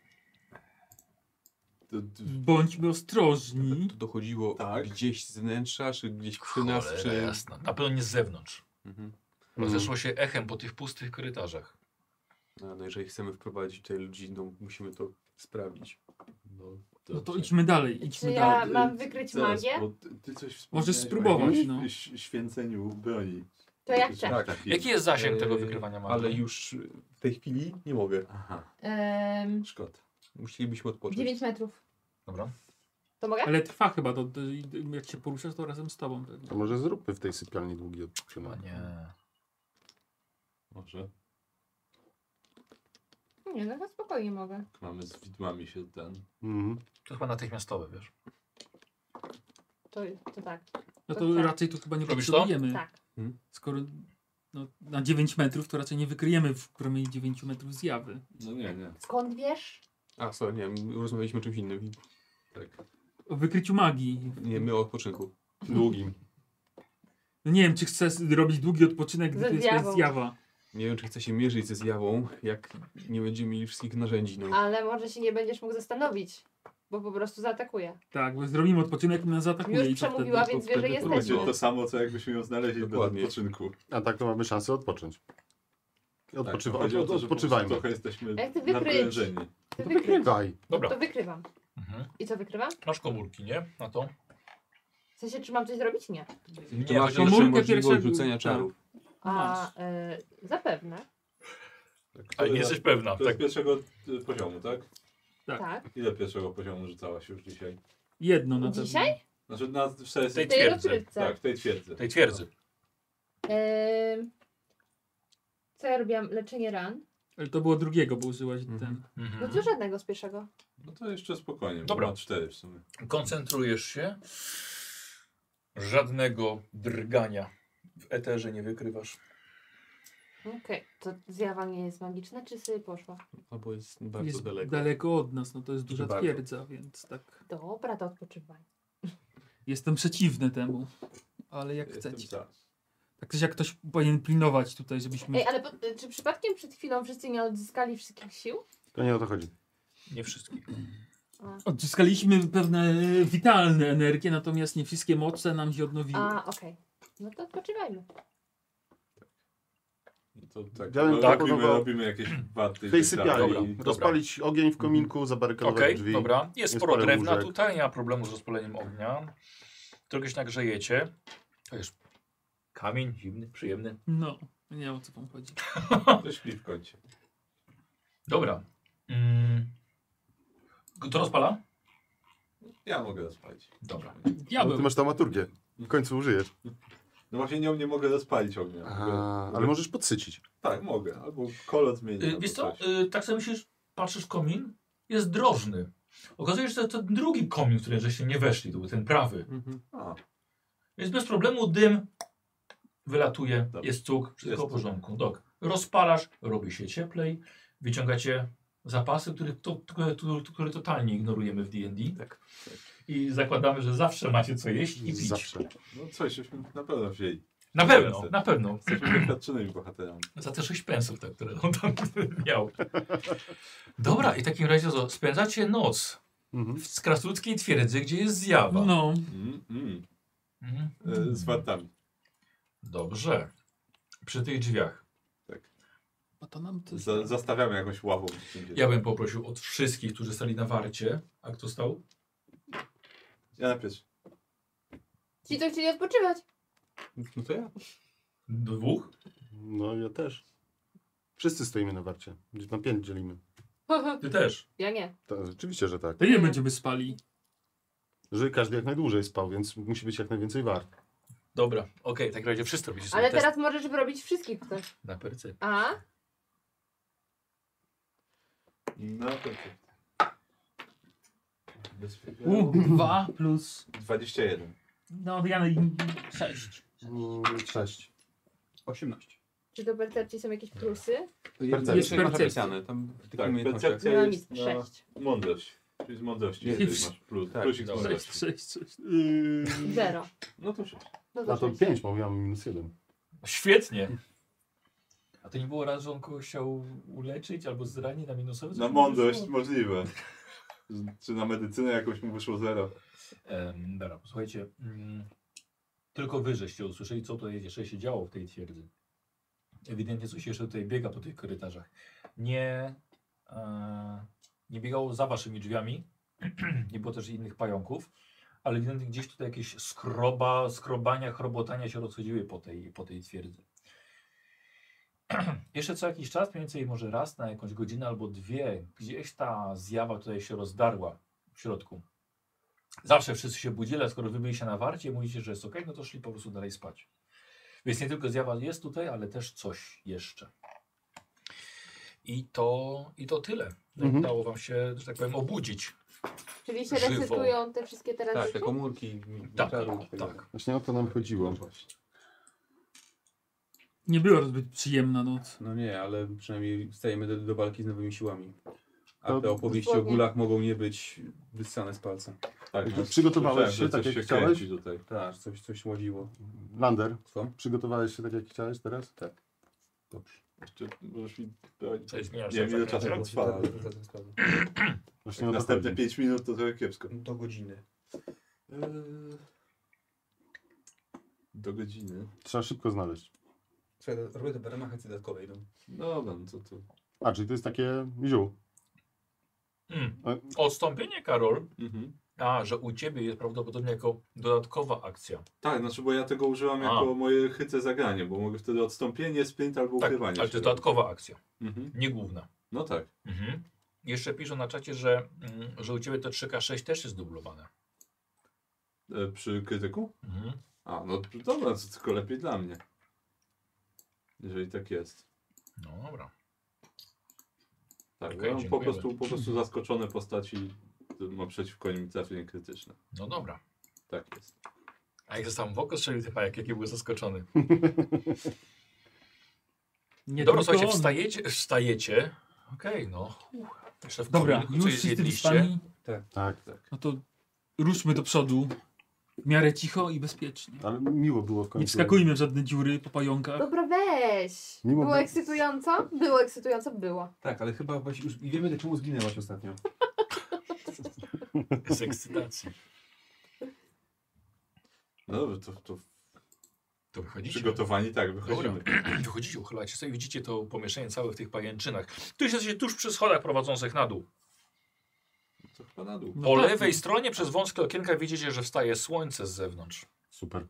To, to, Bądźmy ostrożni. To dochodziło Tak. gdzieś z wnętrza, czy gdzieś przy nas, Cholera czy... jasna. Na pewno nie z zewnątrz. Mhm. Rozeszło się echem po tych pustych korytarzach. No, no jeżeli chcemy wprowadzić tutaj ludzi, no musimy to sprawdzić. no, No to dobrze. idźmy dalej, Czy idźmy ja dalej. mam wykryć Zaraz, magię? bo ty, ty coś wspomniałeś Możesz o spróbować, jakimś no. ś- święceniu broni. To ja Jakiś chcę. Tak. taki- Jaki jest zasięg tego Eee, wykrywania magii? Ale już w tej chwili nie mogę. Aha, Ehm, szkoda. Musielibyśmy odpocząć. dziewięć metrów. Dobra. To mogę? Ale trwa chyba, to, to, jak się poruszasz, to razem z tobą pewnie. To może zróbmy w tej sypialni długi Chyba odpoczynek. nie. Może. Nie, no to spokojnie mogę. Jak mamy z widmami się ten... Mhm. To chyba natychmiastowe, wiesz. To, to tak. No To to tak. raczej tu chyba nie Robisz to? potrzebujemy. Tak. Skoro no, na dziewięć metrów, to raczej nie wykryjemy w promieniu dziewięć metrów zjawy. No nie, nie. Skąd wiesz? A, sorry, nie, my rozmawialiśmy o czymś innym. Tak. O wykryciu magii. Nie, my o odpoczynku. Długim. No nie wiem, czy chcę robić długi odpoczynek, gdy Ze to jest jakaś zjawą. zjawa. Nie wiem, czy chce się mierzyć ze zjawą, jak nie będziemy mieli wszystkich narzędzi. No. Ale może się nie będziesz mógł zastanowić, bo po prostu zaatakuje. Tak, bo zrobimy odpoczynek i nas zaatakuje. Już i co przemówiła, wtedy? więc to wie, że wtedy To będzie jesteśmy. to samo, co jakbyśmy ją znaleźli bez Dokładnie. odpoczynku. A tak to mamy szansę odpocząć. Tak, Odpoczywa chodzi o to, że po prostu odpoczywajmy. trochę jesteśmy A jak ty wykryć? naprężeni. To wykrywam. Wykrywaj. Dobra. To wykrywam. Mhm. I co wykrywam? Masz komórki, nie? Na to? W sensie, czy mam coś zrobić? Nie. Nie, Czy masz chodzi o- jeszcze komórkę możliwość pierwszego- rzucenia tak. czarów? A y, zapewne. Tak, Ale nie to- jesteś pewna. To Tak. jest pierwszego y, poziomu, tak? Tak. Tak. Ile pierwszego poziomu rzucałaś już dzisiaj? Jedno na pewno. Dzisiaj? Znaczy na w sesji. Tej W tej twierdzy. rozgrywce. Tak, w tej twierdzy. Tej twierdzy. Ym, co ja robiłam? Leczenie ran. Ale to było drugiego, bo użyłaś Mhm. ten. No Mhm. to żadnego z pierwszego. No to jeszcze spokojnie, bo Dobra. ma cztery w sumie. Koncentrujesz się. Żadnego drgania w eterze nie wykrywasz. Okej. To zjawa nie jest magiczna, czy sobie poszła? Albo jest bardzo Jest daleko. daleko od nas, no to jest duża Bardzo. twierdza, więc tak. Dobra, to odpoczywaj. Jestem przeciwny temu. Ale jak Jestem chcecie. za. Tak też jak ktoś powinien pilnować tutaj, żebyśmy... Ej, ale po, czy przypadkiem przed chwilą wszyscy nie odzyskali wszystkich sił? To nie o to chodzi. Nie wszystkich. A, Odzyskaliśmy pewne witalne energie, natomiast nie wszystkie moce nam się odnowiły. A okej. No to odpoczywajmy. No to tak, Ja bym no, tak robimy, proponował- robimy jakieś warty. W tej sypialni. Dobra, dobra. Rozpalić ogień w kominku, zabarykadować Okej, drzwi. dobra. Jest Jest sporo parę drewna łóżek. tutaj, nie ma problemu z rozpaleniem ognia. Trochę się nagrzejecie. To jest kamień zimny, przyjemny. No, nie wiem o co wam chodzi. To śpi w kącie. Dobra. Mm. Kto rozpala? Ja mogę rozpalić. Dobra. Ja No, ty bym. masz tamaturgię. W końcu użyjesz. No właśnie nią nie mogę rozpalić ognia. Aha, Mogę- ale możesz podsycić. Tak, mogę. Albo kolor zmienić. Y, albo wiesz co, coś. y, tak sobie myślisz, patrzysz w komin, jest drożny. Okazuje się, że to ten drugi komin, w który żeście nie weszli, to był ten prawy. Mhm. A, Więc bez problemu dym wylatuje, Dobrze. jest cuk, wszystko Jest w porządku. Dok. Rozpalasz, robi się cieplej, wyciągacie zapasy, których to, które, które totalnie ignorujemy w D and D. Tak. I zakładamy, że zawsze macie co jeść i pić. Zawsze. no coś żeśmy na pewno wzięli. Na pewno, na pewno. Jesteśmy doświadczonymi bohaterami. Za te sześć pensów, te, które on tam miał. Dobra, i w takim razie co, spędzacie noc Mhm. w krasnoludzkiej twierdzy, gdzie jest zjawa. No. Mm, mm. Mhm. E, z wartami. Dobrze. Przy tych drzwiach. A to nam to... Za, zastawiamy jakąś ławą. Ja bym poprosił od wszystkich, którzy stali na warcie. A kto stał? Ja na pierwszy. Ci, co chcieli odpoczywać. No to ja. Dwóch? No ja też. Wszyscy stoimy na warcie. Gdzie tam pięć dzielimy. Ty też. Ja nie. To, oczywiście, że tak. To nie będziemy spali. Żeby każdy jak najdłużej spał, więc musi być jak najwięcej wart. Dobra, okej, tak razie wszyscy robicie sobie Ale test teraz możesz wyrobić wszystkich ktoś. na percepcję. A? No to Bez U, dwa plus... dwadzieścia jeden. No, ja na sześć. Mm, Sześć. osiemnaście. Czy do percepcji są jakieś plusy? Percepcja. Jest Percepcja. napisane, tam w tych Tak, umiejętnościach. percepcja Ja mam jest na sześć. mądrość. Czyli z mądrości. Jest. Wtedy masz plus, Tak, plusik z dobra. mądrości. Sześć, sześć. Zero. No to sześć. No A to to sześć. pięć, bo ja mam minus jeden. Świetnie. A to nie było raz, że on kogoś chciał uleczyć albo zranić na minusowy? Coś Na mu mądrość wyszło? możliwe. Czy na medycynę jakoś mu wyszło zero. Em, dobra, posłuchajcie. Mm, tylko wy żeście usłyszeli, co tutaj jeszcze się działo w tej twierdzy. Ewidentnie coś jeszcze tutaj biega po tych korytarzach. Nie, e, nie biegało za waszymi drzwiami. Nie było też innych pająków. Ale ewidentnie gdzieś tutaj jakieś skroba, skrobania, chrobotania się rozchodziły po tej, po tej twierdzy. Jeszcze co jakiś czas, mniej więcej może raz na jakąś godzinę albo dwie, gdzieś ta zjawa tutaj się rozdarła w środku. Zawsze wszyscy się budzili, a skoro wy byliście na warcie i mówicie, że jest ok, no to szli po prostu dalej spać. Więc nie tylko zjawa jest tutaj, ale też coś jeszcze. I to, i to tyle. No, Mhm. udało wam się, że tak powiem, obudzić. Czyli się Żywo. resetują te wszystkie teraz Tak, rzeczy? te komórki, Tak, czarów i tak tak. dalej. Właśnie o to nam chodziło. Nie była to zbyt przyjemna noc. No nie, ale przynajmniej stajemy do, do walki z nowymi siłami. A To te opowieści o dosłownie. gulach mogą nie być wyssane z palca. Tak, no, przygotowałeś słyszałem, się że tak, coś jak się chciałeś? kręci tutaj. Tak, coś, coś łaziło. Lander, Co? przygotowałeś się tak jak chciałeś teraz? Tak. Dobrze. Jeszcze możesz mi... Coś zmieniasz Nie wiem ile tak, czasu tak, to trwa, ale Właśnie o to następne chodzi. pięć minut to trochę kiepsko. Do godziny. Eee, Do godziny. Trzeba szybko znaleźć. Słuchaj, robię to w ramach akcji dodatkowej. No. Dobra, no to to... A, czyli to jest takie ziół. Mm. E, Odstąpienie, Karol. Mhm. A, że u ciebie jest prawdopodobnie jako dodatkowa akcja. Tak, znaczy bo ja tego użyłam A. jako moje chyce zagranie, bo mogę wtedy odstąpienie, sprint albo Tak, ukrywanie ale się to jest robić. dodatkowa akcja, Mhm. nie główna. No tak. Mhm. Jeszcze piszą na czacie, że, mm, że u ciebie to trzy K sześć też jest dublowane. E, przy krytyku? Mhm. A, no to dobra, to tylko lepiej dla mnie. Jeżeli tak jest. No dobra. Tak, Okej, okay, po, dziękujemy. prostu, po prostu zaskoczone postaci ma przeciwko nim trafienie krytyczne. No dobra. Tak jest. A jak zostałem w oko strzelił typa, jak jaki był zaskoczony. Nie Dobra, tylko słuchajcie, on. wstajecie, wstajecie. Okej, no. Jeszcze w Dobra, korytarzu już coś wszyscy zjedliście. wyspani. Tak, No to ruszmy do przodu. W miarę cicho i bezpiecznie. ale miło było w końcu. Nie wskakujmy w żadne dziury po pająkach. Dobra, weź. Mimo Było by- ekscytująco? Było ekscytująco, było. Tak, ale chyba właśnie już i wiemy, czemu zginęłaś ostatnio. Z ekscytacji. No dobrze, to, to To wychodzicie. przygotowani tak, wychodzimy. Dobra. Wychodzicie, uchylacie sobie, widzicie to pomieszczenie całe w tych pajęczynach. Tu jesteście tuż przy schodach prowadzących na dół. To chyba na dół. No Po tak, lewej no. stronie przez wąskie okienka widzicie, że wstaje słońce z zewnątrz. Super.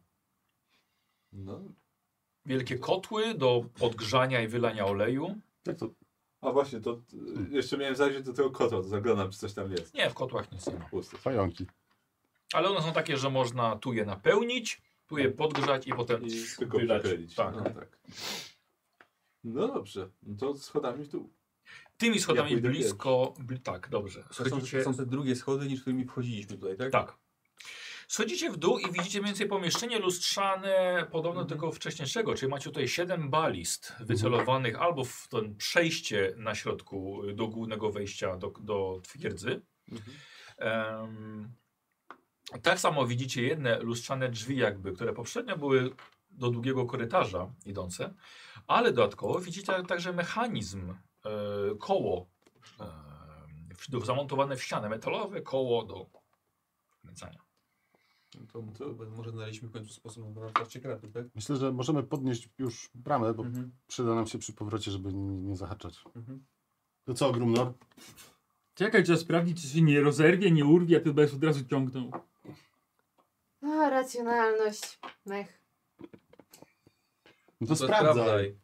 No. Wielkie kotły do podgrzania i wylania oleju. Jak to? A właśnie, to y, jeszcze miałem zajrzeć do tego kotła, to zaglądam, czy coś tam jest. Nie, w kotłach nic nie ma. Pusty. Pająki. Ale one są takie, że można tu je napełnić, tu je podgrzać i potem I tylko wylać. przechylić. Tak. No, tak. No dobrze, no to schodami w dół. Tymi schodami Ja pójdę blisko... Bli, tak, dobrze. To są, Schodzicie... to są te drugie schody, niż którymi wchodziliśmy tutaj, tak? Tak. Schodzicie w dół i widzicie mniej więcej pomieszczenie lustrzane, podobno do tego wcześniejszego, czyli macie tutaj siedem balist wycelowanych albo w to przejście na środku do głównego wejścia do, do twierdzy. Mhm. Em, tak samo widzicie jedne lustrzane drzwi jakby, które poprzednio były do długiego korytarza idące, ale dodatkowo widzicie także mechanizm, e, koło e, w- do- zamontowane w ścianę, metalowe koło do kręcenia. No to, to może znaleźliśmy w końcu sposób na otwarcie kraty, tak? Myślę, że możemy podnieść już bramę, bo Mhm. przyda nam się przy powrocie, żeby nie, nie zahaczać. Mhm. To co, Grumnor? Czekaj, trzeba sprawdzić, czy się nie rozerwie, nie urwie, a ty będziesz od razu ciągnął. A, racjonalność. Mech. No to, sprawdzaj.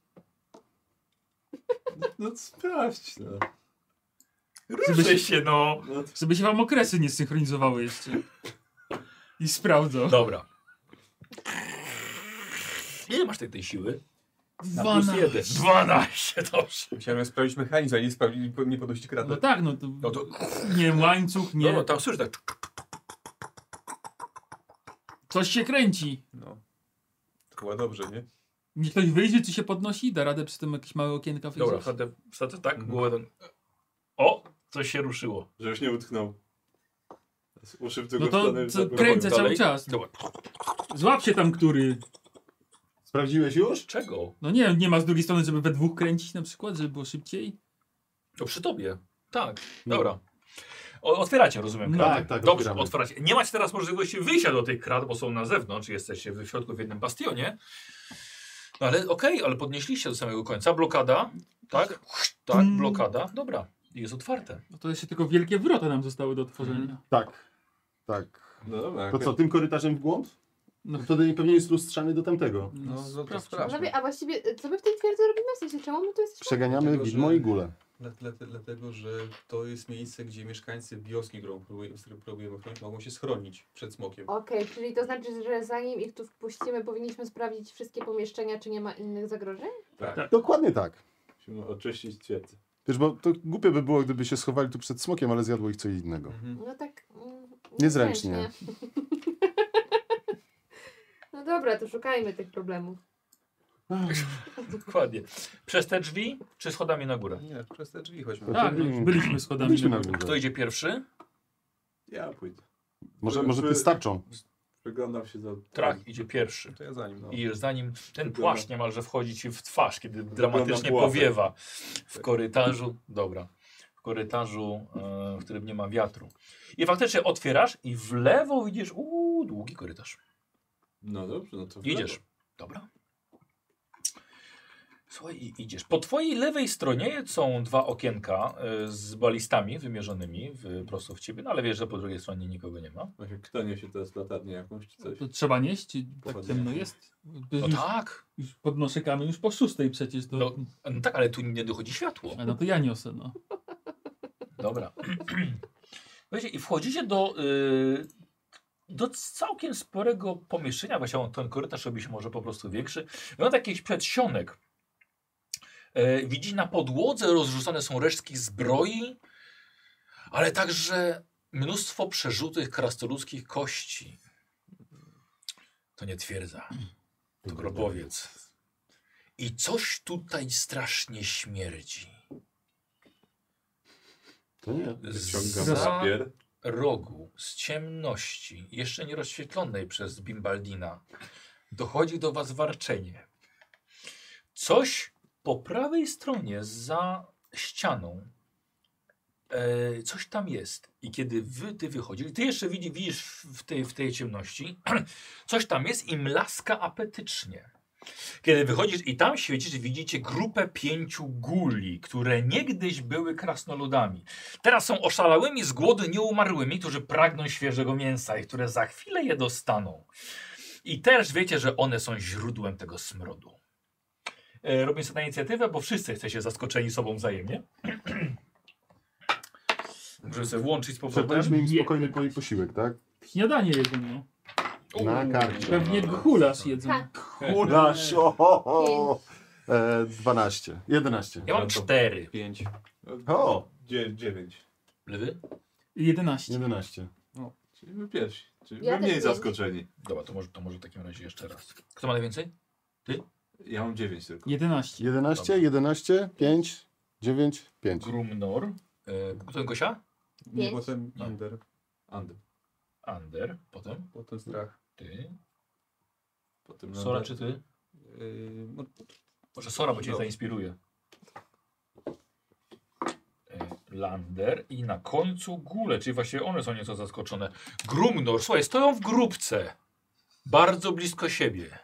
No sprawdź, no. Ruszaj się, no! no to... Żeby się wam okresy nie synchronizowały jeszcze. I sprawdzą. Dobra. Ile masz tej, tej siły? Na plus jeden. dwanaście. dwanaście, dobrze. Musiałem sprawdzić mechanizm, a nie, sprawdzić, nie podnosić kraty. No tak, no to, No to... nie łańcuch, nie. Nie. No, no tam słyszysz tak... Coś się kręci. No. To chyba dobrze, nie? Niech ktoś wyjdzie, czy się podnosi, da radę przy tym jakieś małe okienka wyjrzeć. Dobra, wtedy, wtedy tak, Mhm. było ten... O! Coś się ruszyło. Żebyś nie utknął. Uszy w No drugą to stronę co, zablokował. kręcę cały Dalej? czas. Dobra. Złap się tam, który. Sprawdziłeś już? Czego? No nie wiem, nie ma z drugiej strony, żeby we dwóch kręcić na przykład, żeby było szybciej. To przy tobie. Tak, No. dobra. O, otwieracie, rozumiem, No. kraty. Tak, tak, Dobrze, otwieramy. otwieracie. Nie macie teraz możliwości wyjścia do tych krat, bo są na zewnątrz, jesteście w środku w jednym bastionie. No ale okej, ale podnieśliście do samego końca. Blokada, tak? Tak, Mm. blokada. Dobra, jest otwarte. No to jeszcze tylko wielkie wrota nam zostały do otworzenia. Tak. Tak. No dobra. To co, tym korytarzem w głąb? No, No wtedy pewnie jest lustrzany do tamtego. No, no to sprawdź. sprawdźmy. Panowie, a właściwie co my w tej twierdzy robimy? W sensie, czemu my tu jesteśmy? Przeganiamy Dlatego, widmo że- i gulę. Dla, dla, dlatego, że to jest miejsce, gdzie mieszkańcy wioski, którą próbujemy, z której próbujemy chronić, mogą się schronić przed smokiem. Okej, czyli to znaczy, że zanim ich tu wpuścimy, powinniśmy sprawdzić wszystkie pomieszczenia, czy nie ma innych zagrożeń? Tak. Dokładnie tak. Musimy oczyścić twierdzę. Wiesz, bo to głupie by było, gdyby się schowali tu przed smokiem, ale zjadło ich co innego. Mhm. No tak... mm, Niezręcznie. niezręcznie. No dobra, to szukajmy tych problemów. Dokładnie. Przez te drzwi, czy schodami na górę? Nie, przez te drzwi chodźmy. tak, no, już byliśmy schodami. Byliśmy na na górę. górze. Kto idzie pierwszy? Ja pójdę. Może, może ty starczą. Przyglądam się za... Trak idzie pierwszy. To ja za nim. No. I zanim ten Wygląda- płaszcz niemalże wchodzi ci w twarz, kiedy Wygląda dramatycznie pułapek. powiewa w korytarzu. Dobra. W korytarzu, e, w którym nie ma wiatru. I faktycznie otwierasz i w lewo widzisz, uuu, długi korytarz. No dobrze, no to w Idziesz. lewo. Dobra. Słuchaj, i idziesz. Po twojej lewej stronie są dwa okienka e, z balistami wymierzonymi w, prosto w ciebie, no ale wiesz, że po drugiej stronie nikogo nie ma. Właśnie, kto niesie teraz latarnię jakąś czy coś? To trzeba nieść, czy tak Pochodzenia. ciemno jest? No już, tak. już podnoszę kamień już po szóstej przecież. To... No, no tak, ale tu nie dochodzi światło. A no to ja niosę, no. Dobra. Wiecie, i wchodzicie do, y, do całkiem sporego pomieszczenia. Właściwie ten korytarz robi się może po prostu większy. Wygląda jakiś przedsionek. E, widzi na podłodze rozrzucone są resztki zbroi, ale także mnóstwo przerzutych krasnoludzkich kości. To nie twierdza. To grobowiec. I coś tutaj strasznie śmierdzi. To nie. Wyciągam Za papier. rogu, z ciemności, jeszcze nie rozświetlonej przez Bimbaldina, dochodzi do was warczenie. Coś po prawej stronie, za ścianą, e, coś tam jest. I kiedy wy, ty wychodzisz, ty jeszcze widzi, widzisz w tej, w tej ciemności, coś tam jest i mlaska apetycznie. Kiedy wychodzisz i tam świecisz, widzicie grupę pięciu guli, które niegdyś były krasnoludami. Teraz są oszalałymi z głodu nieumarłymi, którzy pragną świeżego mięsa i które za chwilę je dostaną. I też wiecie, że one są źródłem tego smrodu. E, robię sobie na inicjatywę, bo wszyscy jesteście zaskoczeni sobą wzajemnie. Muszę sobie włączyć z powrotem. Przerwaliśmy im spokojny po- posiłek, tak? Śniadanie jedzą, no. Na karcie. Pewnie gulasz jedzą. Ha. Kulasz! O, o, o. E, dwanaście. jedenaście. Ja mam cztery. Pięć. O! Dzie- dziewięć. Lewy? jedenaście. jedenaście. Czyli my pierwsi. Czyli Ja my mniej też zaskoczeni. Dobra, to może, to może w takim razie jeszcze raz. Kto ma najwięcej? Ja mam dziewięć tylko. jedenaście. jedenaście, jedenaście, pięć, dziewięć, pięć. Grumnor. E, kto Gosia? Nie, Pięć. potem Nie. under. Andy. Ander. Potem Potem strach. ty. Potem Sora Lander. czy ty? Yy, no, Może Sora, bo cię Dobra. zainspiruje. E, Lander i na końcu Gule, czyli właściwie one są nieco zaskoczone. Grumnor, słuchaj, stoją w grupce. Bardzo blisko siebie.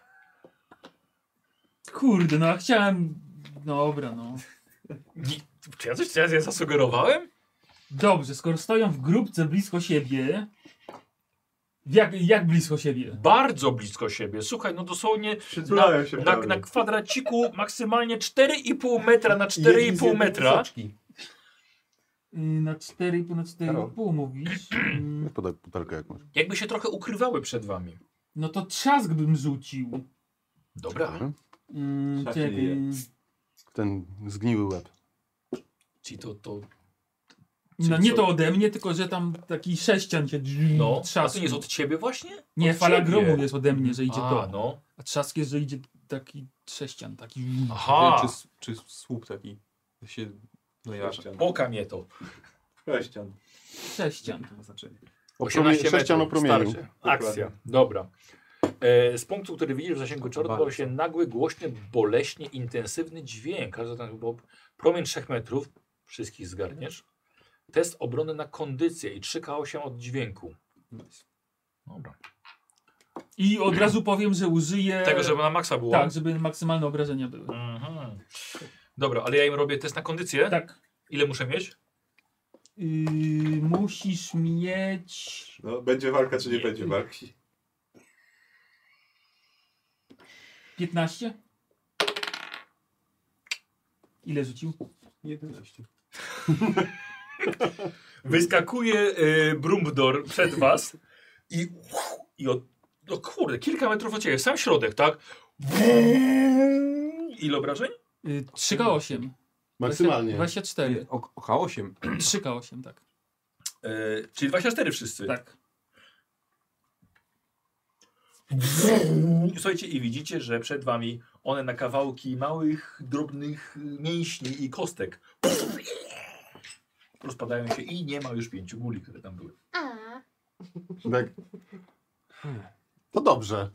Kurde, no a chciałem... Dobra, no. Nie, czy ja coś teraz ja zasugerowałem? Dobrze, skoro stoją w grupce blisko siebie... Jak, jak blisko siebie? Bardzo blisko siebie. Słuchaj, no dosłownie Przytulają się na, prawie. na kwadraciku maksymalnie cztery i pół metra na cztery i pół metra. Yy, Na cztery i pół na cztery i pół mówisz. Yy, Podaj butelkę jakąś. Jakby się trochę ukrywały przed wami. No to trzask bym rzucił. Dobra. Yy, Szafie czekaj. je. Ten zgniły łeb. Czyli to, to No nie to ode mnie, tylko że tam taki sześcian się no. A trzask. to nie jest od ciebie właśnie? Nie, Od fala ciebie. gromu jest ode mnie, że idzie A, to. no. A trzask jest, że idzie taki sześcian, taki... Aha. Czy, czy słup taki się najarza. Sześcian. Poka mnie to. Sześcian. Sześcian. To ma znaczenie. osiemnaście Sześcian metrów. opromienił. Starczy. Akcja. Dobra. E, z punktu, który widzisz w zasięgu czoru, odbywał się nagły, głośny, boleśnie intensywny dźwięk. Każdy ten bo promień trzech metrów. Wszystkich zgarniesz. Test obrony na kondycję i trzy K osiem od dźwięku. Dobra. I od razu powiem, że użyję... Tego, żeby na maksa było. Tak, żeby maksymalne obrażenia były. Mhm. Dobra, ale ja im robię test na kondycję. Tak. Ile muszę mieć? Yy, musisz mieć... No, będzie walka czy nie Nie. będzie walki? piętnaście? Ile rzucił? jedenaście. Wyskakuje y, Brumbdor przed was i, i od, no kurde, kilka metrów od ciebie, sam środek, tak? Ile obrażeń? Yy, trzy K osiem. Maksymalnie. dwadzieścia cztery. O, o K osiem. trzy K osiem, tak. Y, czyli dwadzieścia cztery wszyscy. Tak. Słuchajcie, i widzicie, że przed wami one na kawałki małych, drobnych mięśni i kostek rozpadają się i nie ma już pięciu guli, które tam były. A, Tak. To dobrze.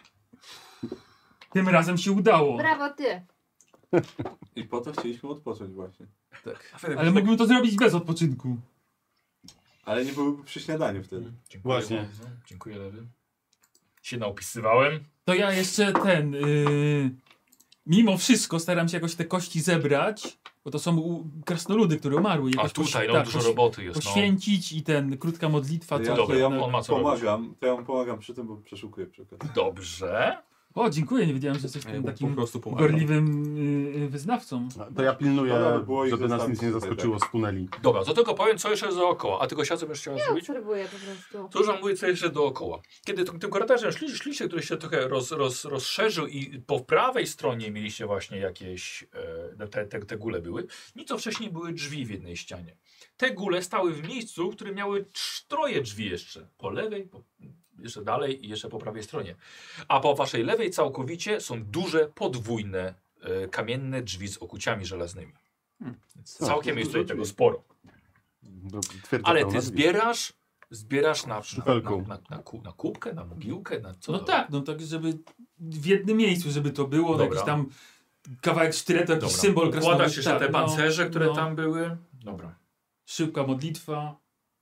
Tym razem się udało. brawo ty. I po to chcieliśmy odpocząć właśnie. Tak. Ale mógłbym to zrobić bez odpoczynku. Ale nie byłyby przy śniadaniu wtedy. Dziękuję Właśnie. bardzo. Dziękuję, Lewy. Się naopisywałem. To ja jeszcze ten... Yy, mimo wszystko staram się jakoś te kości zebrać, bo to są u, krasnoludy, które umarły. A Jakoś tutaj, poś- no tak, dużo poś- roboty jest. No. Poświęcić i ten, krótka modlitwa. To Co ja, dobra, to ja on mu ma co pomagam, to ja mu pomagam przy tym, bo przeszukuję przykład. Dobrze. O, dziękuję, nie wiedziałem, że jesteś Ja tym mu takim po prostu pomagam. gorliwym yy, wyznawcą. To ja pilnuję, Dobra by było ich żeby nas zostawić nic nie tutaj, zaskoczyło z tuneli. Dobra, to tylko powiem, co jeszcze jest dookoła. A ty, Gosia, co byś chciała Ja zrobić? obserwuję po prostu. To, że mówię, co jeszcze dookoła. Kiedy tym, tym korytarzem szliście, szliście, który się trochę roz, roz, rozszerzył i po prawej stronie mieliście właśnie jakieś, e, te, te, te gule były. Nieco wcześniej były drzwi w jednej ścianie. Te gule stały w miejscu, w którym miały trz- troje drzwi jeszcze. Po lewej, po, jeszcze dalej i jeszcze po prawej stronie. A po waszej lewej całkowicie są duże, podwójne, e, kamienne drzwi z okuciami żelaznymi. Więc całkiem jest tutaj tego sporo. No, twierdza Ale pełna ty drzwi. zbierasz, zbierasz na, na, Szufelką. na, na, na, ku- na kubkę, na mogiłkę, na co? No to? tak, no tak, żeby w jednym miejscu, żeby to było, Dobra. jakiś tam kawałek sztyletu, jakiś Dobra. symbol Układasz krasnoludzki. jeszcze te no, pancerze, które no. tam były. Dobra. Szybka modlitwa.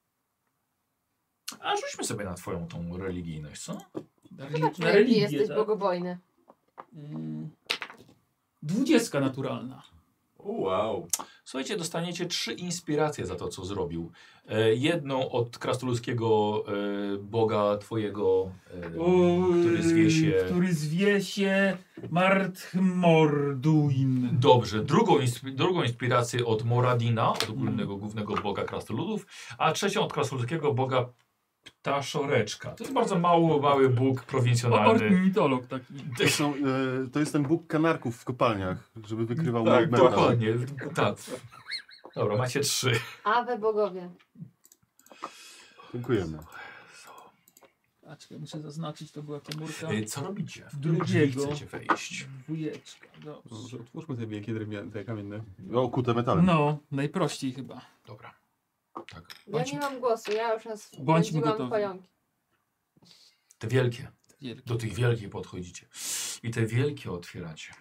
A rzućmy sobie na twoją tą religijność, co? Na, Zobacz, na jaki religię, jesteś tak? bogobojny. Mm. Dwudziestka naturalna. O, wow. Słuchajcie, dostaniecie trzy inspiracje za to, co zrobił. E, jedną od krasnoludzkiego e, boga twojego, e, który zwie się... Który zwie się Martmorduin. Dobrze, drugą, insp- drugą inspirację od Moradina, od ogólnego głównego boga krasnoludów, a trzecią od krasnoludzkiego boga Ptaszoreczka. To jest bardzo mały, mały bóg prowincjonalny. Ornitolog taki. To, są, e, to jest ten bóg kanarków w kopalniach, żeby wykrywał Tak, metal. Dokładnie, tak. Dobra, macie trzy. Awe bogowie. Dziękujemy. A czekaj, muszę zaznaczyć, to była komórka. E, Co robicie? W Drugiego. drzwi chcecie wejść. Dwójeczka, dobrze. Może otwórzmy te wielkie drewniane, te kamienne. Okute metalem. No, najprościej chyba. Dobra. Tak. Ja Bądź, nie mam głosu, ja już raz Bądźmy wpędziłam gotowi. pająki. te wielkie. Wielkie. Do tych wielkich podchodzicie. I te wielkie otwieracie.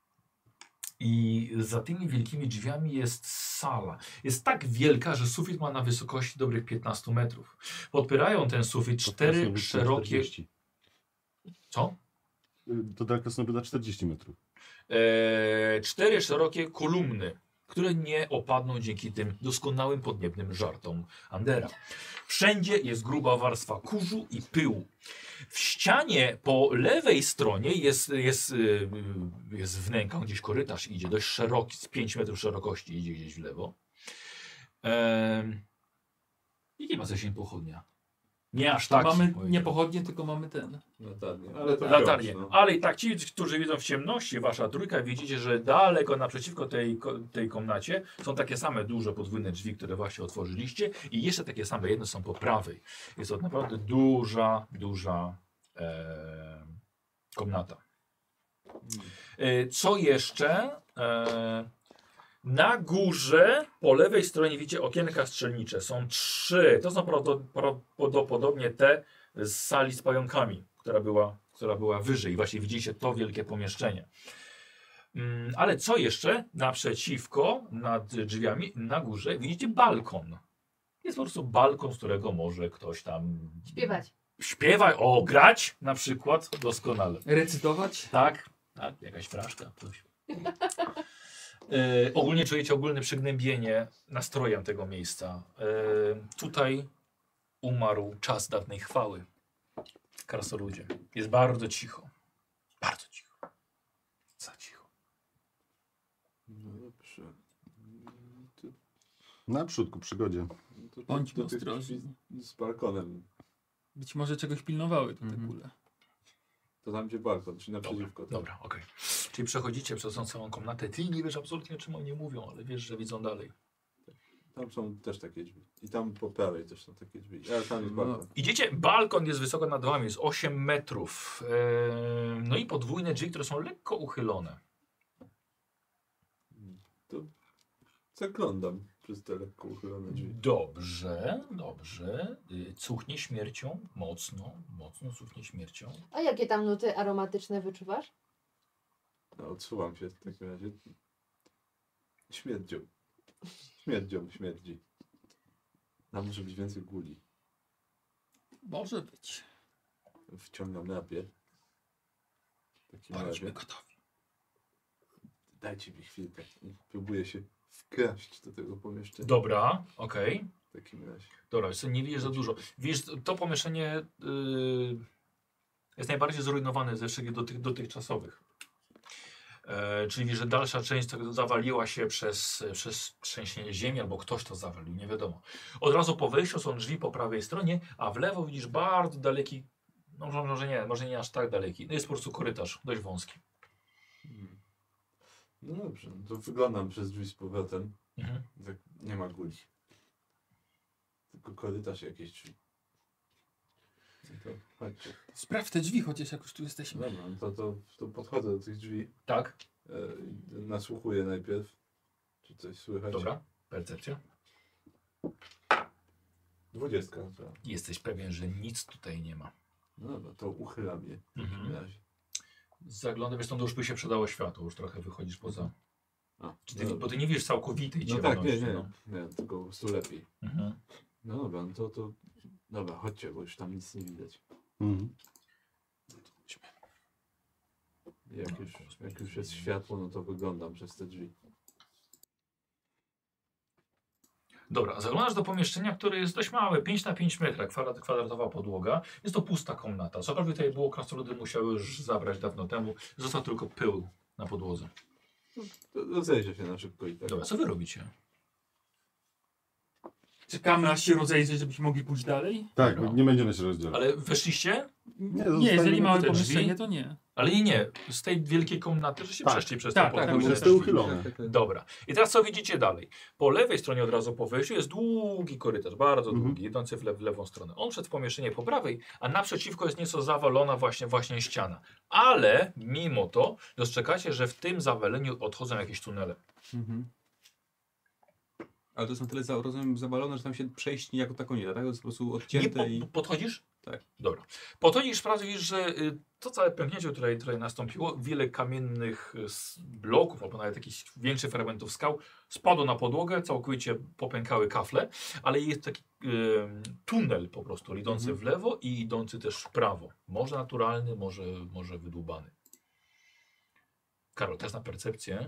I za tymi wielkimi drzwiami jest sala. Jest tak wielka, że sufit ma na wysokości dobrych piętnastu metrów. Podpierają ten sufit cztery szerokie... czterdzieści. Co? To dla krasnoluda czterdzieści metrów. Eee, cztery szerokie kolumny, które nie opadną dzięki tym doskonałym podniebnym żartom Andera. Wszędzie jest gruba warstwa kurzu i pyłu. W ścianie po lewej stronie jest, jest, yy, jest wnęka, gdzieś korytarz idzie, dość szeroki, z pięć metrów szerokości idzie gdzieś w lewo. Eee, I nie ma zasięgu pochodnia. Nie aż tak. Mamy Oj, nie pochodnie, tylko mamy ten. Latarnie. Ale to Latarnie. wciąż, no. Ale i tak ci, którzy widzą w ciemności, wasza trójka, widzicie, że daleko naprzeciwko tej, ko- tej komnacie są takie same duże podwójne drzwi, które właśnie otworzyliście i jeszcze takie same, jedne są po prawej. Jest to naprawdę duża, duża e, komnata. E, co jeszcze? E, na górze po lewej stronie widzicie okienka strzelnicze. Są trzy. To są prawdopodobnie te z sali z pająkami, która była, która była wyżej. Właśnie widzicie to wielkie pomieszczenie. Mm, ale co jeszcze? Naprzeciwko, nad drzwiami, na górze widzicie balkon. Jest po prostu balkon, z którego może ktoś tam Śpiewać. śpiewać, o, grać na przykład. Doskonale. Recytować? Tak, tak, jakaś fraszka. Coś. E, ogólnie czujecie ogólne przygnębienie nastrojem tego miejsca. E, tutaj umarł czas dawnej chwały. Krasnoludzie. Jest bardzo cicho. Bardzo cicho. Za cicho. No dobrze. Mm, to- Naprzód ku przygodzie. to- to- Bądźmy do tych ostrożni. drzwi Z balkonem. Być może czegoś pilnowały te Mhm. kule. To tam gdzie balkon, czyli naprzeciwko. tak? Dobra, okej. Czyli przechodzicie przez tą całą komnatę. Ty nie wiesz absolutnie, czym oni mówią, ale wiesz, że widzą dalej. Tam są też takie drzwi. I tam po prawej też są takie drzwi. Ale tam jest No. balkon. Idziecie, balkon jest wysoko nad wami, jest osiem metrów. E, no i podwójne drzwi, które są lekko uchylone. To zaglądam przez te lekko uchylone drzwi. Dobrze, dobrze. Y, Cuchnie śmiercią, mocno, mocno cuchnie śmiercią. A jakie tam nuty aromatyczne wyczuwasz? No, odsuwam się w takim razie. Śmierdzią. Śmierdzią, śmierdzi. Nam może być więcej guli. Może być. Wciągam napier. W takim Bądźmy razie. gotowi. Dajcie mi chwilkę. Próbuję się wkraść do tego pomieszczenia. Dobra, okej. W takim razie. Dobra, wiesz co, nie widzisz za dużo. Widzisz, to pomieszczenie y, jest najbardziej zrujnowane ze wszystkich dotych, dotychczasowych. E, czyli, że dalsza część tego zawaliła się przez, przez trzęsienie ziemi, albo ktoś to zawalił, nie wiadomo. Od razu po wejściu są drzwi po prawej stronie, a w lewo widzisz bardzo daleki, no może- może nie, może nie aż tak daleki. No jest po prostu korytarz, dość wąski. Hmm. No dobrze, no to wyglądam przez drzwi z powrotem. Mhm. Tak, nie ma guli. Tylko korytarz i jakieś drzwi. No to chodźcie. Sprawdź te drzwi, chociaż jak już tu jesteśmy. Dobra, no to, to, to podchodzę do tych drzwi. Tak, E, i nasłuchuję najpierw. Czy coś słychać? dobra, percepcja. Dwudziestka. To. Jesteś pewien, że nic tutaj nie ma. No dobra, to uchylam je w takim Mhm. razie. Zaglądam, wiesz, stąd już by się przydało światło, już trochę wychodzisz poza. A, Czy ty, no, bo ty nie widzisz całkowitej no tak, nie, ciemności. nie, no. nie, tylko po prostu lepiej. Mhm. No dobra, no to, to... Dobra, chodźcie, bo już tam nic nie widać. Mhm. Jak już, jak już jest światło, no to wyglądam przez te drzwi. Dobra, zaglądasz do pomieszczenia, które jest dość małe, pięć na pięć metra, kwadrat, kwadratowa podłoga. Jest to pusta komnata. Cokolwiek tutaj było, krasnoludy musiały już zabrać dawno temu. Został tylko pył na podłodze. Rozejrzę się na szybko i tak. Dobra, co wy robicie? Czekamy aż się rozejrzeć, żebyśmy mogli pójść dalej? Tak, Dobra. nie będziemy się rozdzielać. Ale weszliście? Nie, Nie, jeżeli małe te drzwi? pomieszczenie, to nie. Ale nie, nie. Z tej wielkiej komnaty, żeście Tak. przeszli przez Tak, to tak, podwórze. jest to uchylone. Dobra. I teraz co widzicie dalej? Po lewej stronie od razu po wejściu jest długi korytarz, bardzo Mhm. długi, idący w, le w lewą stronę. On wszedł w pomieszczenie po prawej, a naprzeciwko jest nieco zawalona właśnie, właśnie ściana. Ale mimo to dostrzegacie, że w tym zawaleniu odchodzą jakieś tunele. Mhm. Ale to jest na tyle za, rozumiem, zawalone, że tam się przejść niejako taką nie da, tak? To jest po prostu Nie odcięte po, i... podchodzisz? Tak. Dobra. Podchodzisz, sprawdza, widzisz, że y, to całe pęknięcie, które tutaj nastąpiło, wiele kamiennych y, s- bloków, albo nawet jakichś większych fragmentów skał, spadło na podłogę, całkowicie popękały kafle, ale jest taki y, tunel po prostu, idący Mhm. w lewo i idący też w prawo. Może naturalny, może, może wydłubany. Karol, też na percepcję.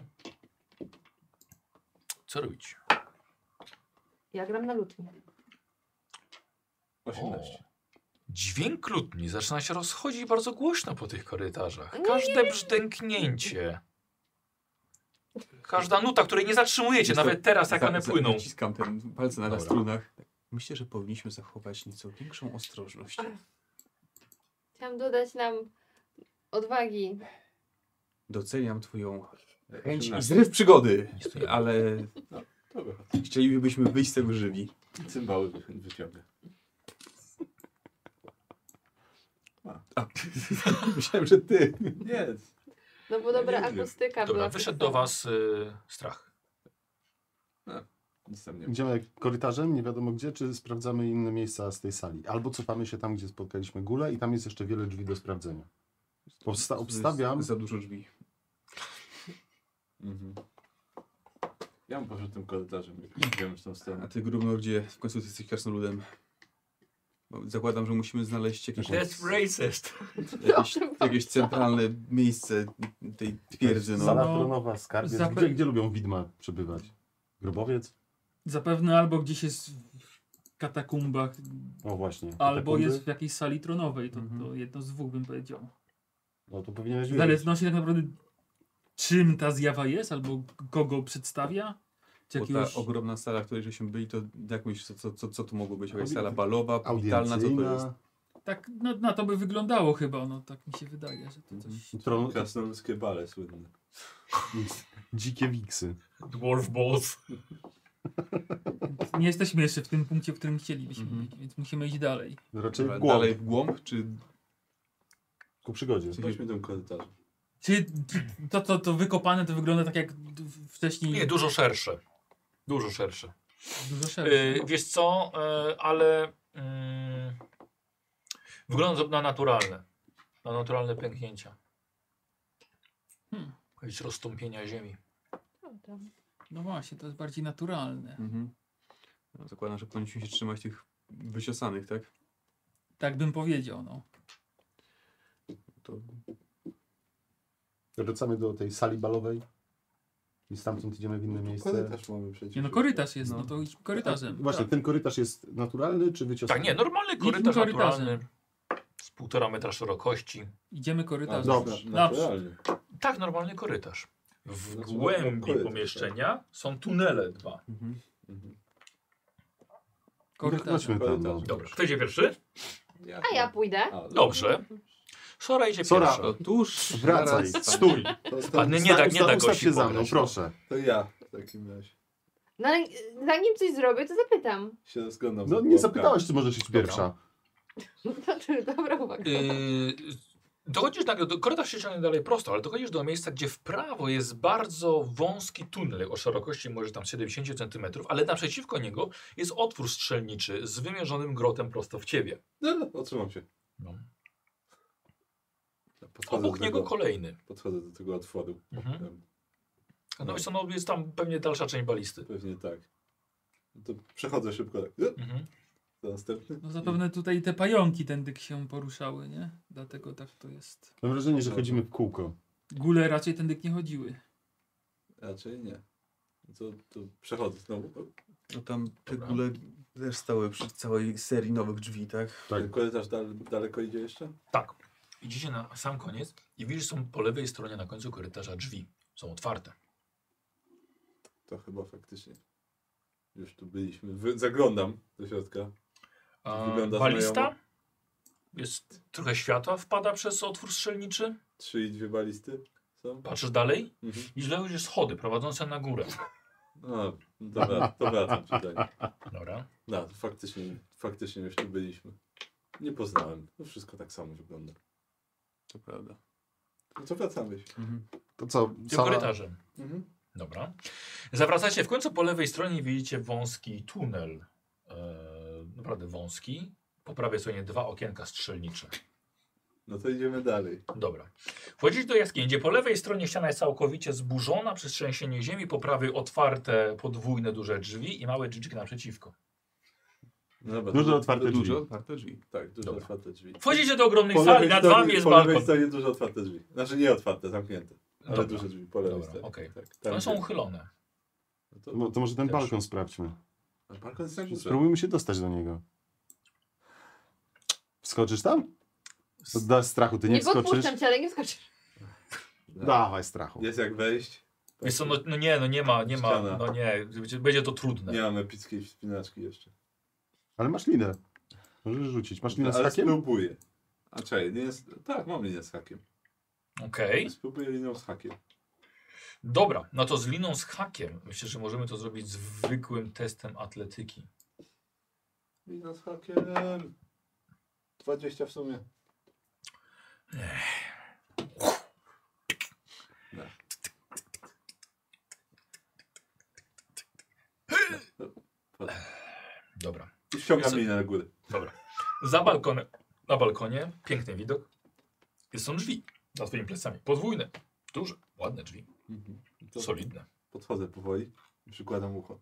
Co robić? Ja gram na lutni. osiemnaście. O, dźwięk lutni zaczyna się rozchodzić bardzo głośno po tych korytarzach. Nie, Każde brzdęknięcie, każda nuta, której nie zatrzymujecie, Wiesz co, nawet teraz jak za- one za- płyną. Naciskam ten palce na, na Dobra. strunach. Myślę, że powinniśmy zachować nieco większą ostrożność. Chciałam dodać nam odwagi. Doceniam twoją chęć i osiemnaście. zryw przygody, Jest to ale Dobra. chcielibyśmy wyjść z tego żywi. Cymbały wy- wyciągę. A, myślałem, że ty. Nie. No bo dobra nie wiem. akustyka Dobra, była. wyszedł taka do was y, strach. Nic tam nie ma. Idziemy korytarzem, nie wiadomo gdzie, czy sprawdzamy inne miejsca z tej sali. Albo cofamy się tam, gdzie spotkaliśmy gulę i tam jest jeszcze wiele drzwi do sprawdzenia. Obsta- obstawiam- Za dużo drzwi. Mhm. Ja bym poszedł tym korytarzem, jak idziemy w tą A stronę. ty, Grubno, gdzie w końcu ty jesteś krasnoludem? Bo zakładam, że musimy znaleźć jakieś, That's racist. jakieś, jakieś centralne miejsce tej twierdzy. No. Sala No, tronowa, skarbiec. zape- Gdzie, gdzie lubią widma przebywać? Grobowiec? Zapewne albo gdzieś jest w katakumbach, O właśnie. albo katakumby? jest w jakiejś sali tronowej. To, Mhm. to jedno z dwóch bym powiedział. No to powinieneś W wiedzieć. zależności tak naprawdę czym ta zjawa jest, albo kogo przedstawia. Czy Bo ta jakiegoś... ogromna sala, w której żeśmy byli, to jak myślisz, co, co, co, co tu mogło być? Jakaś Audi- sala balowa, witalna, co to jest? Audiencyjna. Tak na, na to by wyglądało chyba, no tak mi się wydaje, że to coś... Tron... Krasnoludzkie bale słynne. Dzikie wiksy. Dwarf balls. Nie jesteśmy jeszcze w tym punkcie, w którym chcielibyśmy Mhm. być, więc musimy iść dalej. Raczej Dobra, w głąb, dalej w głąb, czy... ku przygodzie. Chodźmy tym korytarzem. Czy to, to, to wykopane to wygląda tak jak d- wcześniej? Nie, dużo szersze. Dużo szersze. Dużo szersze. Y, wiesz co, y, ale mm, wygląda to na naturalne. Na naturalne pęknięcia. Hmm. Jakieś rozstąpienia ziemi. Prawda. No właśnie, to jest bardziej naturalne. Mhm. No, zakładam, że powinniśmy się trzymać tych wyciosanych, tak? Tak bym powiedział, no. To Wracamy do tej sali balowej i stamtąd idziemy w inne miejsce. Korytarz mamy przecież. Nie no, korytarz jest, no, No. to idź korytarzem. Właśnie, Tak. ten korytarz jest naturalny czy wyciosany? Tak, nie, normalny Idźmy korytarz korytarzem. naturalny. Z półtora metra szerokości. Idziemy A, korytarzem. Dobrze. na- Naturalnie. Tak, normalny korytarz. W Znaczy, głębi korytarz, pomieszczenia są tunele dwa. mhm. Mhm. Korytarzem. Chodźmy tam, no. Dobra, kto idzie pierwszy? A ja pójdę. A, Dobrze. Sora idzie Sora. pierwsza. Otóż Wracaj, zaraz- stój. To, to, Ładny, nie da, nie da Ustaw gości się za mną, pograć. proszę. to ja w takim razie No ale zanim coś zrobię, to zapytam. się rozglądam. No za nie pułapkami. zapytałeś, czy możesz iść Dobra. pierwsza. Znaczy, dobra uwaga. Yy, dochodzisz nagle, do, korytarz się ciągnie dalej prosto, ale dochodzisz do miejsca, gdzie w prawo jest bardzo wąski tunel o szerokości może tam siedemdziesiąt centymetrów, ale naprzeciwko niego jest otwór strzelniczy z wymierzonym grotem prosto w ciebie. No, no, otrzymam się. No. Podchodzę Obok do niego tego, kolejny. podchodzę do tego otworu. Mhm. Em, No, wiesz co, no jest tam pewnie dalsza część balisty. Pewnie tak. No to przechodzę szybko. Tak. E, Mhm. To następny. No zapewne tutaj te pająki tędy się poruszały, nie? Dlatego tak to jest. Mam wrażenie, że chodzimy w kółko. Góle raczej tędy nie chodziły. I raczej nie. To, to przechodzę znowu. No tam te Dobra. gule też stały przy całej serii nowych drzwi, tak? Ten korytarz dal, daleko idzie jeszcze? Tak. Idziecie na sam koniec i widzisz, są po lewej stronie na końcu korytarza drzwi. Są otwarte. To chyba faktycznie. Już tu byliśmy. Wy, zaglądam do środka. A, Wygląda balista? znajomo. Jest trochę światła wpada przez otwór strzelniczy. Trzy i dwie balisty są. Patrzysz dalej Mhm. i źle już schody prowadzące na górę. No, dobra, to wracam tutaj. Dobra. No, to faktycznie, faktycznie już tu byliśmy. Nie poznałem. To wszystko tak samo wygląda. To prawda. No to wracamy. Mhm. To co? Tym Cała... korytarzem. Mhm. Dobra. Zawracacie w końcu po lewej stronie widzicie wąski tunel. E, naprawdę wąski. Po prawej stronie dwa okienka strzelnicze. No to idziemy dalej. Dobra. Wchodzisz do jaskini, gdzie po lewej stronie ściana jest całkowicie zburzona przez trzęsienie ziemi, po prawej otwarte podwójne duże drzwi i małe drzwiczki naprzeciwko. No dobra, Duże to- otwarte drzwi. Duże otwarte drzwi. Tak, duże Dobra. otwarte drzwi. Wchodzicie do ogromnej Po sali, lewej nad stronie- wami jest po lewej balkon. stronie duże otwarte drzwi. Znaczy nie otwarte, zamknięte. Ale Dobra. duże drzwi po lewej Dobra, stronie. okej. Tak, tam One są gdzie- uchylone. No to, No, to może ten Też. balkon sprawdźmy. a balkon jest na górze. Spróbujmy się dostać do niego. Wskoczysz tam? Da strachu, ty nie, Nie wskoczysz? podpuszczam cię, ale nie wskoczysz. No. Dawaj strachu. Jest jak wejść. Wiesz co, no, no nie, no nie ma, nie ma, Ściana. no nie, będzie- będzie to trudne. Nie mam epickiej wspinaczki jeszcze. Ale masz linę. Możesz rzucić. Masz linę z Ale hakiem? spróbuję. A czekaj, nie jest... Tak, mam linię z hakiem. Okej. Spróbuję linią z hakiem. Dobra, no to z liną z hakiem myślę, że możemy to zrobić zwykłym testem atletyki. Lina z hakiem. dwadzieścia w sumie. No. No. Dobra, I ściągam Jest- linę na górę. dobra. Za balkonem, na balkonie, piękny widok. Są drzwi za twoimi plecami. Podwójne, duże, ładne drzwi, Mhm. To solidne. podchodzę powoli i przykładam ucho.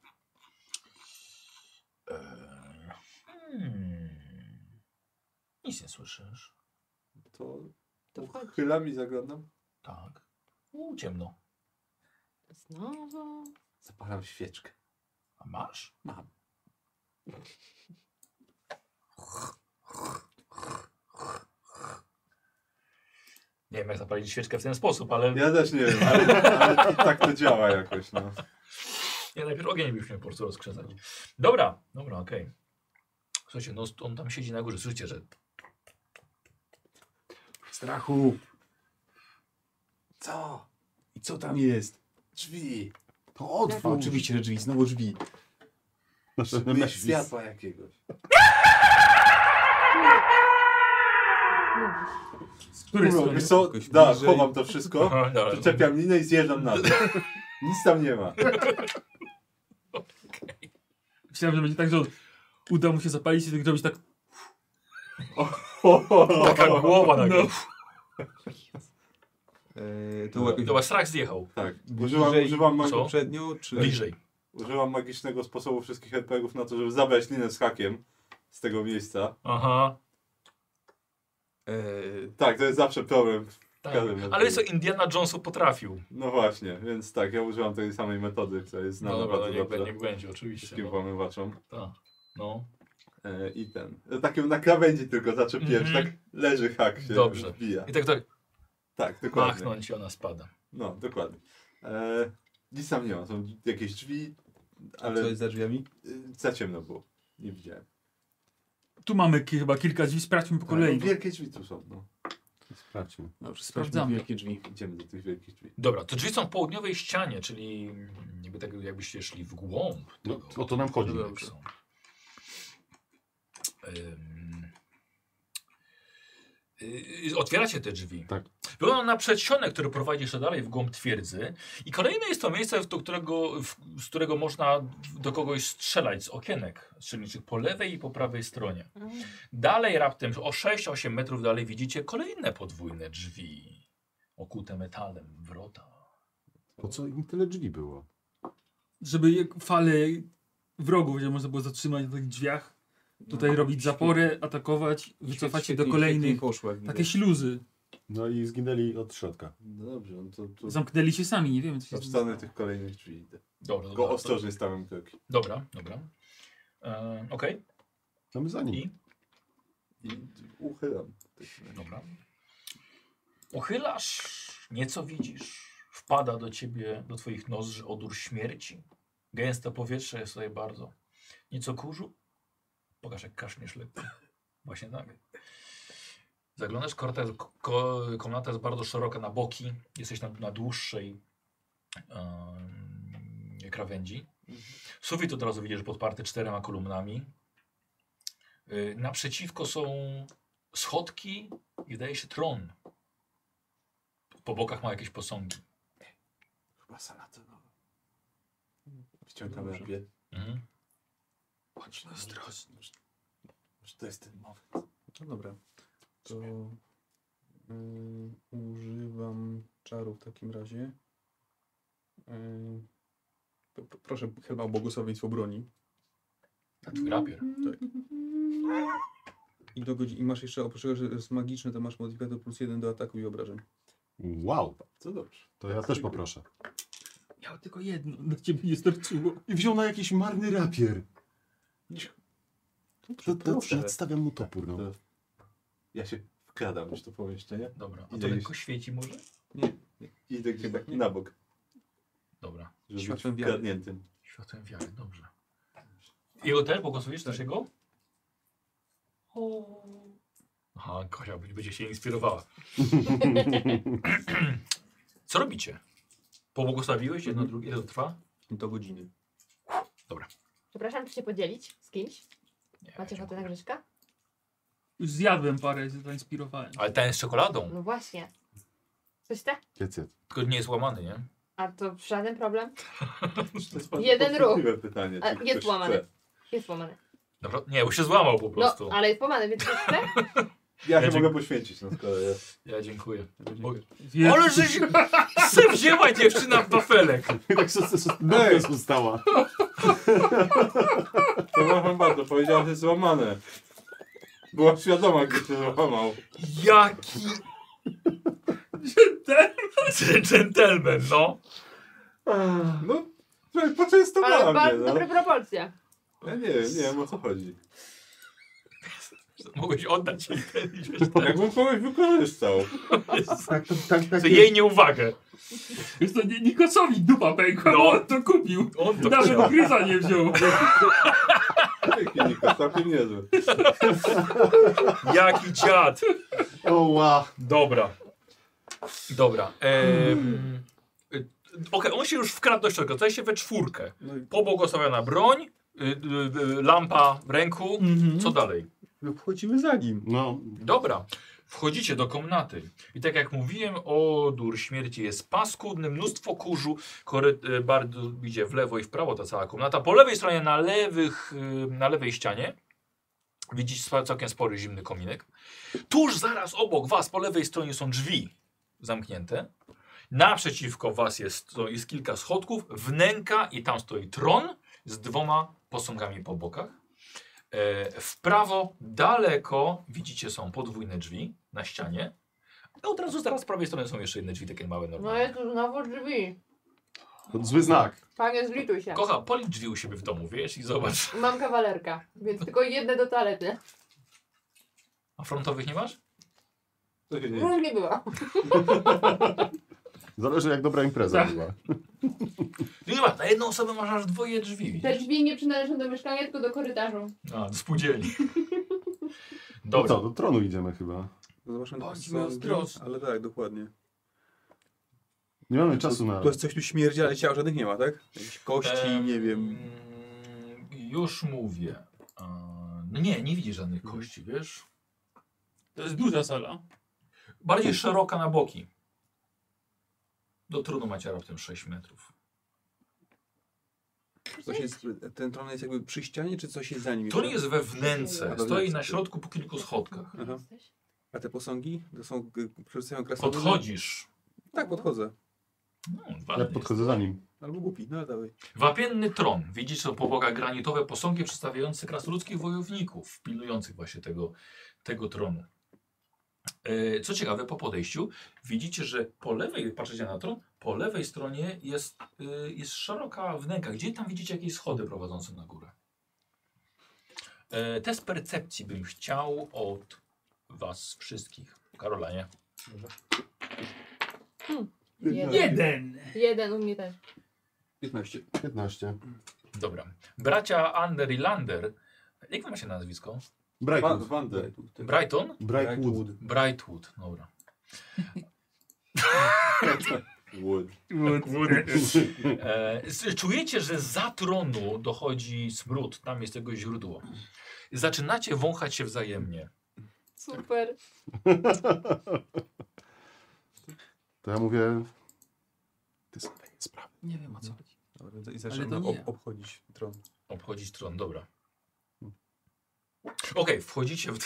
Eee, hmm. Nic nie słyszysz. To To wchodź. uchylam i zaglądam. Tak. U, ciemno. Znowu. Zapalam świeczkę. A masz? Mam. Nie wiem, jak zapalić świeczkę w ten sposób, ale Ja też nie wiem, ale, ale to, tak to działa jakoś, no. ja najpierw ogień byśmy po prostu rozkrzesać. Dobra, dobra, okej. Słuchajcie, no on tam siedzi na górze. Słyszycie, że Strachu! Co? I co tam jest? Drzwi. To No, otwórz. oczywiście, że drzwi, znowu drzwi. Nasze Byś nemesis. światła jakiegoś. Z której Kurwa, strony? wiesz co? Jakoś Da, bliżej. chowam to wszystko, Aha, dobra. przyczepiam linę i zjeżdżam na dół. Nic tam nie ma. Myślałem, że będzie tak, że uda mu się zapalić i tak zrobić tak. taka głowa na No. no. Eee, to jakoś Dobra, strach zjechał. Tak, używam, bliżej używam, mag- Co? poprzednio, czy... Bliżej. używam magicznego sposobu wszystkich er pe gów na to, żeby zabrać linę z hakiem z tego miejsca. Aha. Eee, Tak, to jest zawsze problem. Tak. Każdym Ale jest to Indiana Jonesu potrafił. No właśnie, więc tak, ja używam tej samej metody, która jest No znana dobra, no bardzo niech, dobrze niech będzie, oczywiście. wszystkim No. włamywaczom. Tak. No. E, I ten. Taką na krawędzi tylko zaczepiłem, Mhm. że tak leży hak się Dobrze. wbija. I tak tak Tak, dokładnie. machnąć i ona spada. No, dokładnie. E, nic tam nie ma, są jakieś drzwi, a ale co jest za drzwiami? y, za ciemno było. Nie widziałem. Tu mamy ki- chyba kilka drzwi, sprawdźmy po Tak, kolei. no, wielkie drzwi tu są, no. Sprawdźmy. Dobrze, Sprawdzamy. sprawdzamy wielkie drzwi. Idziemy do tych wielkich drzwi. Dobra, te drzwi są w południowej ścianie, czyli jakby tak, jakbyście szli w głąb. No, tego. o to nam chodzi. Tak są. Ym, y, Otwieracie te drzwi. Tak. Wygląda na przedsionek, który prowadzi jeszcze dalej w głąb twierdzy. I kolejne jest to miejsce, do którego, w, z którego można do kogoś strzelać z okienek strzelniczych po lewej i po prawej stronie. Dalej raptem o sześć osiem metrów dalej widzicie kolejne podwójne drzwi. Okute metalem, wrota. Po co im tyle drzwi było? Żeby je- fale wrogów, że można było zatrzymać na tych drzwiach, tutaj robić zaporę, atakować, wycofać się do Świetnie- kolejnych. świetnie poszło, jak Takie widać. śluzy. No i zginęli od środka. No dobrze, no to, to Zamknęli się sami, nie wiemy co się od strony stało. tych kolejnych drzwi idę. Dobra, Tylko dobra. ostrożnie stawiam kroki. Dobra, dobra. E, Okej. No my za nim. I? I uchylam. Dobra. Uchylasz, nieco widzisz. Wpada do ciebie, do twoich nozdrzy odór śmierci. Gęste powietrze jest tutaj bardzo. Nieco kurzu? Pokaż jak kaszmiesz lekko. Właśnie tak. Zaglądasz, korta jest, ko, komnata jest bardzo szeroka na boki. Jesteś na, na dłuższej um, krawędzi. Sufit od razu widzisz podparty czterema kolumnami. Yy, naprzeciwko są schodki i wydaje się tron. Po bokach ma jakieś posągi. Chyba sala nowa. Wciągamy Dobrze. rapię. Mhm. Bądź ostrożny. Może to jest ten moment. No dobra. To yy, używam czaru w takim razie. Yy, p- p- proszę chyba o błogosławieństwo broni. Na twój rapier. I, do godzin, I masz jeszcze, oprócz tego, że jest magiczny, to masz modyfikator plus jeden do ataku i obrażeń. Wow, Co dobrze. to ja też poproszę. Miał tylko jedno, do ciebie nie starczyło. I wziął na jakiś marny rapier. To, to, proszę. nadstawiam mu topór, no. To ja się wkradam już do pomieszczenia. Dobra. A Idę to już. lekko świeci może? Nie, nie. Idę gdzieś tak na bok, Dobra. żeby być Światłem wiary. wkradniętym. Światłem wiary, dobrze. Jego też błogosławisz też jego? Aha, Kosia będzie się inspirowała. Co robicie? Pobłogosławiłeś jedno, drugie, ile to trwa? Do godziny. Przepraszam, czy się podzielić z kimś? Nie, Macie ochotę na Grzyszka? Już zjadłem parę, zainspirowałem. ale ten z czekoladą. No właśnie. Coś te? Jedz, jedz. Tylko nie jest łamany, nie? A to żaden problem? To jest bardzo Jeden ruch. podchwytliwe pytanie. A, czy jest ktoś łamany. chce. Jest łamany. Dobra, nie, bo się złamał po No, prostu. ale jest łamany, więc coś chce? Ja się Ja mogę poświęcić, no skoro ja... Ja dziękuję. Wie- Ale żeś se wzięła dziewczyna w wafelek. Tak się ustała. Przepraszam bardzo, powiedziałem, że jest złamane. Była świadoma, gdy się złamał. Jaki dżentelmen, no. No, słuchaj, poczęstowała Ale mnie, bardzo no. dobre proporcje. Ja nie wiem, nie wiem o co chodzi. Mogłeś oddać jej ten i wziąć Jakbym kogoś wykorzystał. Tak, to, tak, tak. To jej nieuwagę. Wiesz to nie, Nikosowi dupa pękła, No. bo on to kupił. On to Nawet chciał. gryza nie wziął. Dzięki, Niko, całkiem niezły. Jaki dziad. O, wow. Dobra. Dobra. Ehm, y, Okej, on się już wkradł do środka. Tutaj się we czwórkę. No i Pobłogosławiona broń, y, y, y, lampa w ręku. Mhm. Co dalej? my wchodzimy za nim. No, Dobra. Wchodzicie do komnaty. I tak jak mówiłem, odór śmierci jest paskudny, mnóstwo kurzu, kory, y, bardzo idzie w lewo i w prawo ta cała komnata. Po lewej stronie, na, lewych, y, na lewej ścianie, widzicie spa- całkiem spory zimny kominek. Tuż zaraz obok was, po lewej stronie są drzwi zamknięte. Naprzeciwko was jest, to jest kilka schodków, wnęka i tam stoi tron z dwoma posągami po bokach. E, w prawo, daleko, widzicie, są podwójne drzwi na ścianie. No od razu zaraz z prawej strony są jeszcze jedne drzwi, takie małe, No normalne. jest tu znowu drzwi. to zły znak. Panie, zlituj się. Kocha, policz drzwi u siebie w domu, wiesz, i zobacz. Mam kawalerka, więc tylko jedne do toalety. A frontowych nie masz? To się nie Już nie była. Zależy jak dobra impreza Tak. była. Nie ma, na jedną osobę masz aż dwoje drzwi, Te widzisz? drzwi nie przynależą do mieszkania, tylko do korytarzu. A, do spółdzielni. No Dobra. co, do tronu idziemy chyba. Zobaczmy te Bądźmy posągi. ostrożni. Ale tak, dokładnie. Nie mamy czasu na... Tu jest coś tu śmierdzi, ale ciał żadnych nie ma, tak? Jakieś kości, Em, nie wiem. Już mówię. E, No nie, nie widzisz żadnych kości, wiesz? To jest duża sala. Bardziej szeroka na boki. Do tronu macie raptem sześć metrów. Coś jest, ten tron jest jakby przy ścianie, czy coś jest za nim? To nie jest we wnęce. A, we Stoi wnęce. na środku po kilku schodkach. Aha. A te posągi? To są, y, przedstawiają krasnoludy? Podchodzisz. Tak, podchodzę. No, Ja ładnie podchodzę za nim. Albo głupi, no dawaj. jest. Wapienny tron. Widzisz są po bokach granitowe posągi przedstawiające krasnoludzkich wojowników, pilnujących właśnie tego, tego tronu. E, co ciekawe, po podejściu widzicie, że po lewej, patrzycie na tron, po lewej stronie jest, y, jest szeroka wnęka. Gdzie tam widzicie jakieś schody prowadzące na górę? E, test percepcji bym chciał od was wszystkich. Karolanie. Jeden. Jeden! Jeden u mnie też. piętnaście. piętnaście. Dobra. Bracia Ander i Lander. Jak wy macie na nazwisko? Brightwood. Wander. Brighton? Brightwood. Brightwood. Dobra. Wood. E, s- czujecie, że za tronu dochodzi smród. Tam jest tego źródło. Zaczynacie wąchać się wzajemnie. Super. To ja mówię... Ty sobie nie sprawy. Nie wiem o co chodzi. Dobra, i to zaczynamy nie. ob obchodzić tron. Obchodzić tron, dobra. Okej, wchodzicie w...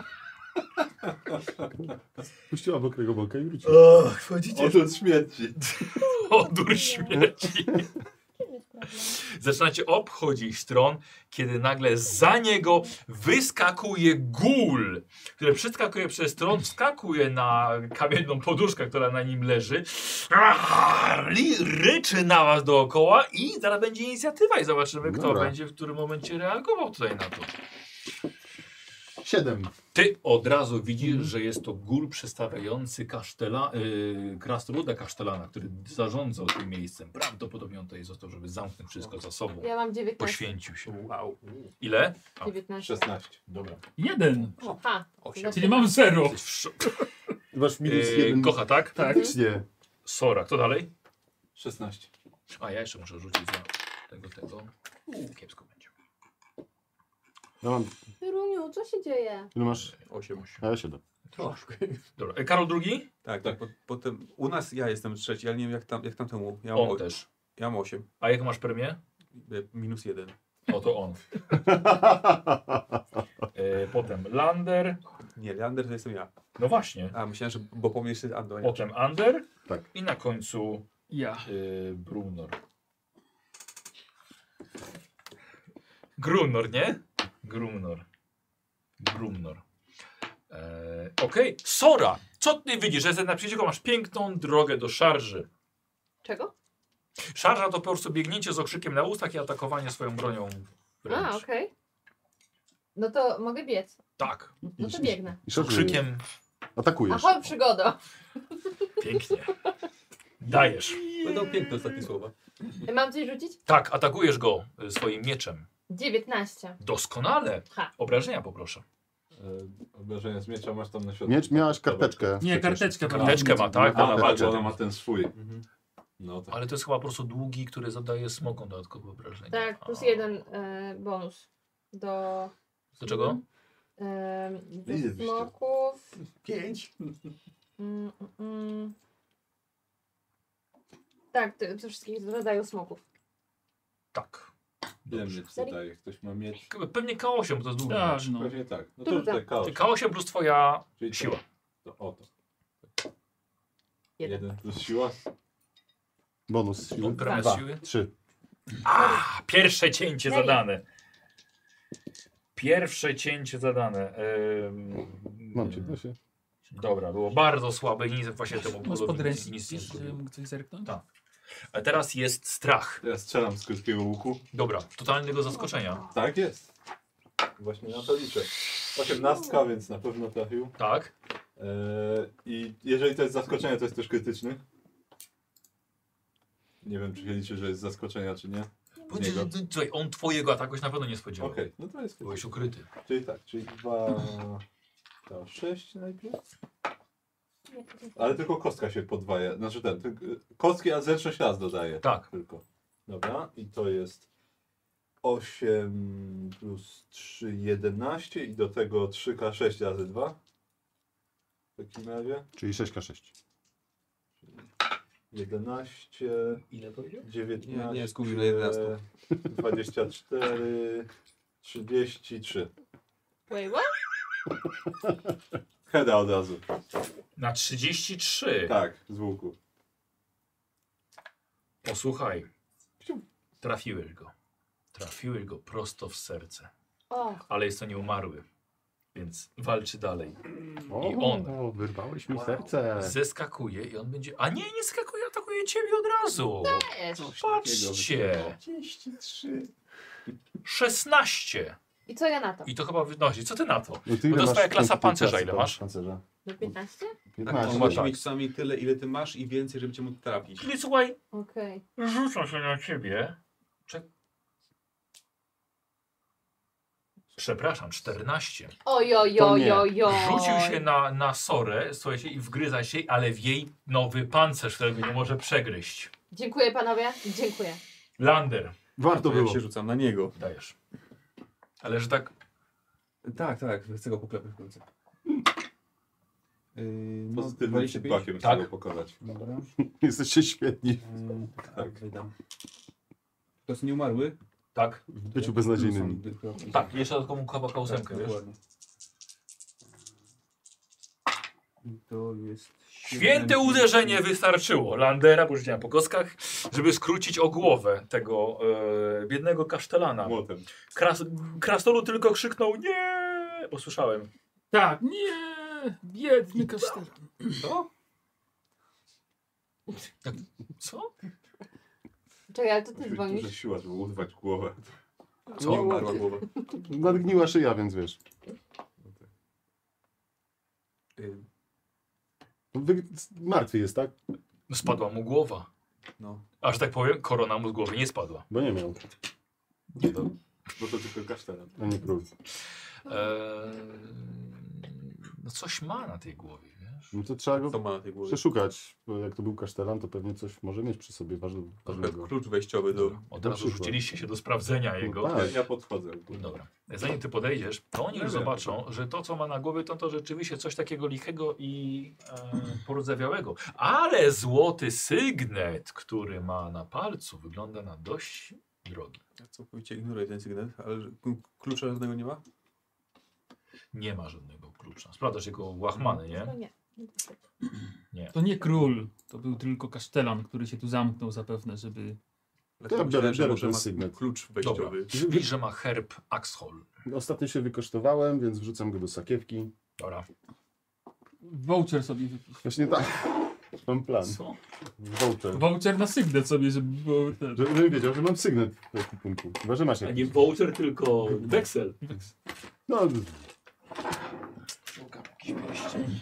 Puściła mokrego bąka i wróciła. O, wchodzicie Odrzut śmierci. Odór śmierci. Zaczynacie obchodzić tron, kiedy nagle za niego wyskakuje gul, który przeskakuje przez tron, wskakuje na kamienną poduszkę, która na nim leży, i ryczy na was dookoła i zaraz będzie inicjatywa i zobaczymy, kto Dobra. będzie w którym momencie reagował tutaj na to. Siedem. Ty od razu widzisz, że jest to gól przedstawiający kasztela, yy, krasnoluda kasztelana, który zarządzał tym miejscem. Prawdopodobnie on tutaj został, żeby zamknąć wszystko za sobą. Ja mam dziewiętnaście. Poświęcił się. Wow. Ile? A, dziewiętnaście. szesnaście. dobra. Jeden! Ha. Osiem. Czyli mam zero. Jesteś w szoku. Masz minus Yy, jeden. kocha, tak? Tak. Faktycznie. Sora. Kto dalej? szesnaście. A ja jeszcze muszę rzucić za tego, tego. Uuu, kiepsko będzie. Ja mam... Runiu, co się dzieje? Ile masz? Osiem. A ja siedem. Dobra. E, Karol drugi? Tak, tak. Po, potem u nas ja jestem trzeci, ale nie wiem jak tam, jak tam temu. Ja mam, On o, też. ja mam osiem. A jak masz premię? E, Minus jeden. O, to on. E, potem Lander. Nie, Leander to jestem ja. No właśnie. A myślałem, że bo po mnie jeszcze Ando. Nie. Potem Ander. Tak. I na końcu Ja. Yy, Brunor. Grunor, nie? Grunor. Grunor. Eee, Okej, Sora! Co ty widzisz? Że naprzeciwko masz piękną drogę do szarży. Czego? Szarża to po prostu biegnięcie z okrzykiem na ustach i atakowanie swoją bronią wręcz. A, okej. No to mogę biec. Tak, No to biegnę. I z szarżujesz. okrzykiem. Atakujesz. Ahoj, przygoda. Pięknie. Dajesz. Będą piękne ostatnie słowa. Mam coś rzucić? Tak, atakujesz go y, swoim mieczem. dziewiętnaście. Doskonale. Ha. Obrażenia poproszę. E, obrażenia z miecza masz tam na środku. Miecz, miałaś karteczkę. Nie, przecież. karteczkę. Karteczkę ma, tak? A, Ona tak, walczy. bo ona ma ten swój. Mhm. No tak. Ale to jest chyba po prostu długi, który zadaje smokom dodatkowe obrażenia. Tak, plus A. jeden e, bonus. Do... Do czego? E, do Ile byście? smoków. Pięć. Mm, mm, mm. Tak, to, to wszystkich rodzaju smoków. Tak. Ile Dobrze. miecz zadaje? Ktoś ma miecz? Pewnie K osiem, bo to jest długi Tak, mecz. no. Pewnie tak. No To to rzucam. tutaj chaos. K osiem plus twoja Czyli siła. To, to oto. Jeden. Jeden plus siła. Bonus siły. Premia Dwa. siły. Trzy. A, pierwsze cięcie Daj. zadane. Pierwsze cięcie zadane. Ym, Mam cię, Basie. Dobra, było bardzo słabe i nic właśnie temu Masz bólowi pod nic, ręce, nic nie że zrobiło. mógł coś zerknąć? Tak. A teraz jest strach. Ja strzelam z krótkiego łuku. Dobra, totalnego zaskoczenia. Tak jest. Właśnie na to liczę. Osiemnastka, więc na pewno trafił. Tak? Eee, I jeżeli to jest zaskoczenie, to jest też krytyczny. Nie wiem, czy się liczy, że jest zaskoczenia, czy nie. Powiedz, że- że- Słuchaj, on twojego ataku się na pewno nie spodziewał. Okej, no to jest Byłeś krytyczny. ukryty. Czyli tak, czyli dwa... To sześć najpierw. Ale tylko kostka się podwaja. Znaczy ten, ty, kostki, a zręczność raz dodaje. Tak. Tylko. Dobra, i to jest osiem plus trzy, jedenaście i do tego trzy K sześć razy dwa. W takim razie. Czyli sześć K sześć. jedenaście, Ile powiedział? dziewiętnaście, Nie, nie, skupił na jedenastu. dwadzieścia cztery, trzydzieści trzy. Wait, what? Heda od razu. Na trzydzieści trzy. Tak, z łuku. Posłuchaj. Trafiłeś go. Trafiłeś go prosto w serce. O, Ale jest to nieumarły. Więc walczy dalej. O, I on. o, wyrwałeś mi serce. Zeskakuje i on będzie... A nie, nie skakuje, atakuje ciebie od razu. Też. Patrzcie. trzydzieści trzy. szesnaście. I co ja na to? I to chyba wynosi. Co ty na to? No ty Bo ile to masz twoja klasa punktu pancerza, klasy ile pan- masz? Pancerza? Do piętnaście? Tak, piętnaście. on musi tak. mieć sami tyle, ile ty masz i więcej, żeby cię mógł trafić. Czyli słuchaj, Okej. rzucą się na ciebie. Czek... Przepraszam, czternaście. Oj, oj, To oj, nie. oj, oj. Rzucił się na, na Sorę, słuchajcie, i wgryza się, ale w jej nowy pancerz, którego nie może przegryźć. Dziękuję panowie, dziękuję. Lander, Warto To ja było. się rzucam na niego. dajesz. Ale że tak, Tak, tak, chcę go poklepać w końcu. Yy, no, Pozytywnym dwadzieścia pięć? feedbackiem Tak. chcę go pokonać. Dobra. Jesteście świetni. Yy, tak, wydam. To jest nieumarły? tak, W byciu beznadziejnymi. Plusem. tak, jeszcze dodatkową kawałka Tak, ósemkę, wiesz? dokładnie. To jest... Święte siedem, uderzenie wystarczyło Landera, bo już widziałem po kostkach, żeby skrócić o głowę tego e, biednego kasztelana. Młotem. Kras, Krasnolu tylko krzyknął nie, bo słyszałem. Tak, nie! Biedny kasztelan. Co? Co? Czekaj, ale to ty Musi być dzwonisz. duża siła, żeby urwać głowę. Co? Nie umarła głowa. Nadgniła szyja, więc wiesz. Yy, Wy... Martwy jest, tak? No, spadła mu głowa. no. Aż tak powiem, korona mu z głowy nie spadła. Bo nie miał. Nie to. Bo to tylko kasztelan. A nie król. Eee, no coś ma na tej głowie, wiesz? No to trzeba Co go ma na tej głowie? przeszukać. Bo jak to był kasztelan, to pewnie coś może mieć przy sobie ważne- ważnego. Klucz wejściowy do... Od Na razu przykład. rzuciliście się do sprawdzenia jego. tak. Ja, ja podchodzę. Dobra. Zanim ty podejdziesz, to oni już Dobra. zobaczą, że to, co ma na głowie, to, to rzeczywiście coś takiego lichego i e, porozjawiałego. Ale złoty sygnet, który ma na palcu, wygląda na dość drogi. Ja całkowicie ignoruję ten sygnał, ale że k- klucza żadnego nie ma? Nie ma żadnego klucza. Sprawdzasz jego łachmany, nie? No nie. To nie król, to był tylko kasztelan, który się tu zamknął zapewne, żeby... Ale To ja myślałem, biorę- że biorę może ten ma sygnet. klucz Dobra. wejściowy. Widzisz, że ma herb Axhol. Ostatnio się wykosztowałem, więc wrzucam go do sakiewki. Dobra. Voucher sobie wypisz. Właśnie tak. Mam plan. Co? Voucher. Voucher na sygnet sobie, żeby było ten... Że- Żebym wiedział, że mam sygnet w ekwipunku. Chyba, że masz A nie jakiś. voucher, tylko weksel. No, Szukam jakiś pierścień.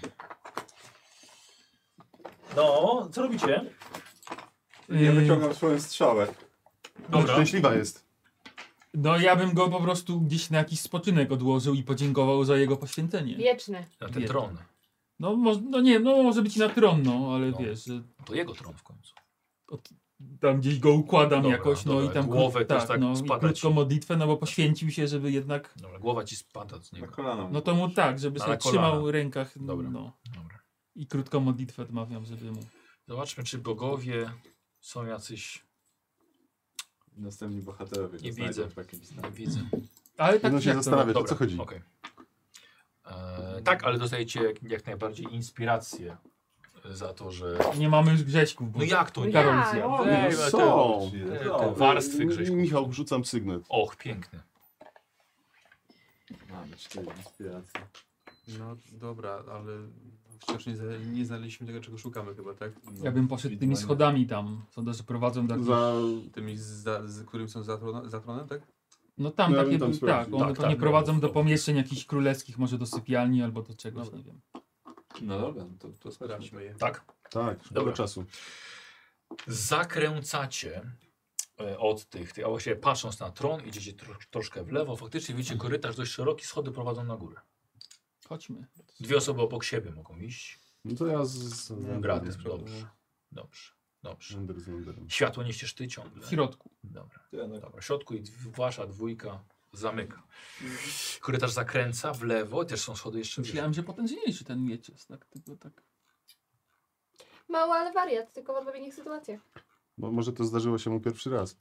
No, co robicie? Ja Yy, wyciągam swoją strzałę. Dobra. szczęśliwa jest. No ja bym go po prostu gdzieś na jakiś spoczynek odłożył i podziękował za jego poświęcenie. Wieczny. Na ten Nie. tron. No, moż, no nie, no może być na tron, no, ale No. wiesz, że To jego tron w końcu. tam gdzieś go układam Dobra, jakoś, no dobra, i tam głowę krót- też tak, tak no, i spada krótką ci. modlitwę, no bo poświęcił się, żeby jednak, Dobra, głowa ci spada z Na niego. kolana. no to mu tak, żeby Na sobie kolana. trzymał w rękach, Dobra. no Dobra. i krótką modlitwę odmawiam, żeby mu... Zobaczmy, czy bogowie są jacyś... Następni bohaterowie Nie to znajdą widzę. w takim Nie stanie. widzę. Ale tak Będą się jak to- zastanawiać, o Dobra, co chodzi. okej. Eee, tak, ale dostajecie jak, jak najbardziej inspirację za to, że... Nie mamy już grześków, bo No jak to? No Nie? jak? Karolcja. O, Ej, No te- są. te- No, te warstwy grześków. Michał, wrzucam sygnet. Och, piękny. Mamy cztery inspiracje. No dobra, ale wciąż nie, za- nie znaleźliśmy tego, czego szukamy chyba, tak? ja bym poszedł tymi schodami tam, co że prowadzą do jakichś... Za... Tymi, za, z, którym są za, tron- za tronem, tak? No tam No ja takie, bym tam tak, sprawdził. one Tak, pewnie tak, prowadzą no, do to- pomieszczeń jakichś królewskich, może do sypialni albo do czegoś, Dobra. nie wiem. No dobra, no to, to sprawdźmy. Sprawdźmy je. Tak? Tak, szkoda Dobra. czasu. Zakręcacie e, od tych, tych, a właściwie patrząc na tron, idziecie tro, troszkę w lewo. Faktycznie widzicie korytarz dość szeroki, schody prowadzą na górę. Chodźmy. Dwie osoby obok siebie mogą iść. No to ja z... z... Brady, z- dobrze. Dobrze, dobrze. Zender z Nenderem. Światło nieściesz ty ciągle. W środku. Dobra, Ja na dobra. W środku i dw- wasza dwójka zamyka. Korytarz zakręca w lewo, też są schody jeszcze wyżej. Myślałem, że potężniejszy ten miecz jest, tak? Tylko tak. Mały, ale wariat, tylko w odpowiednich sytuacjach. Bo może to zdarzyło się mu pierwszy raz.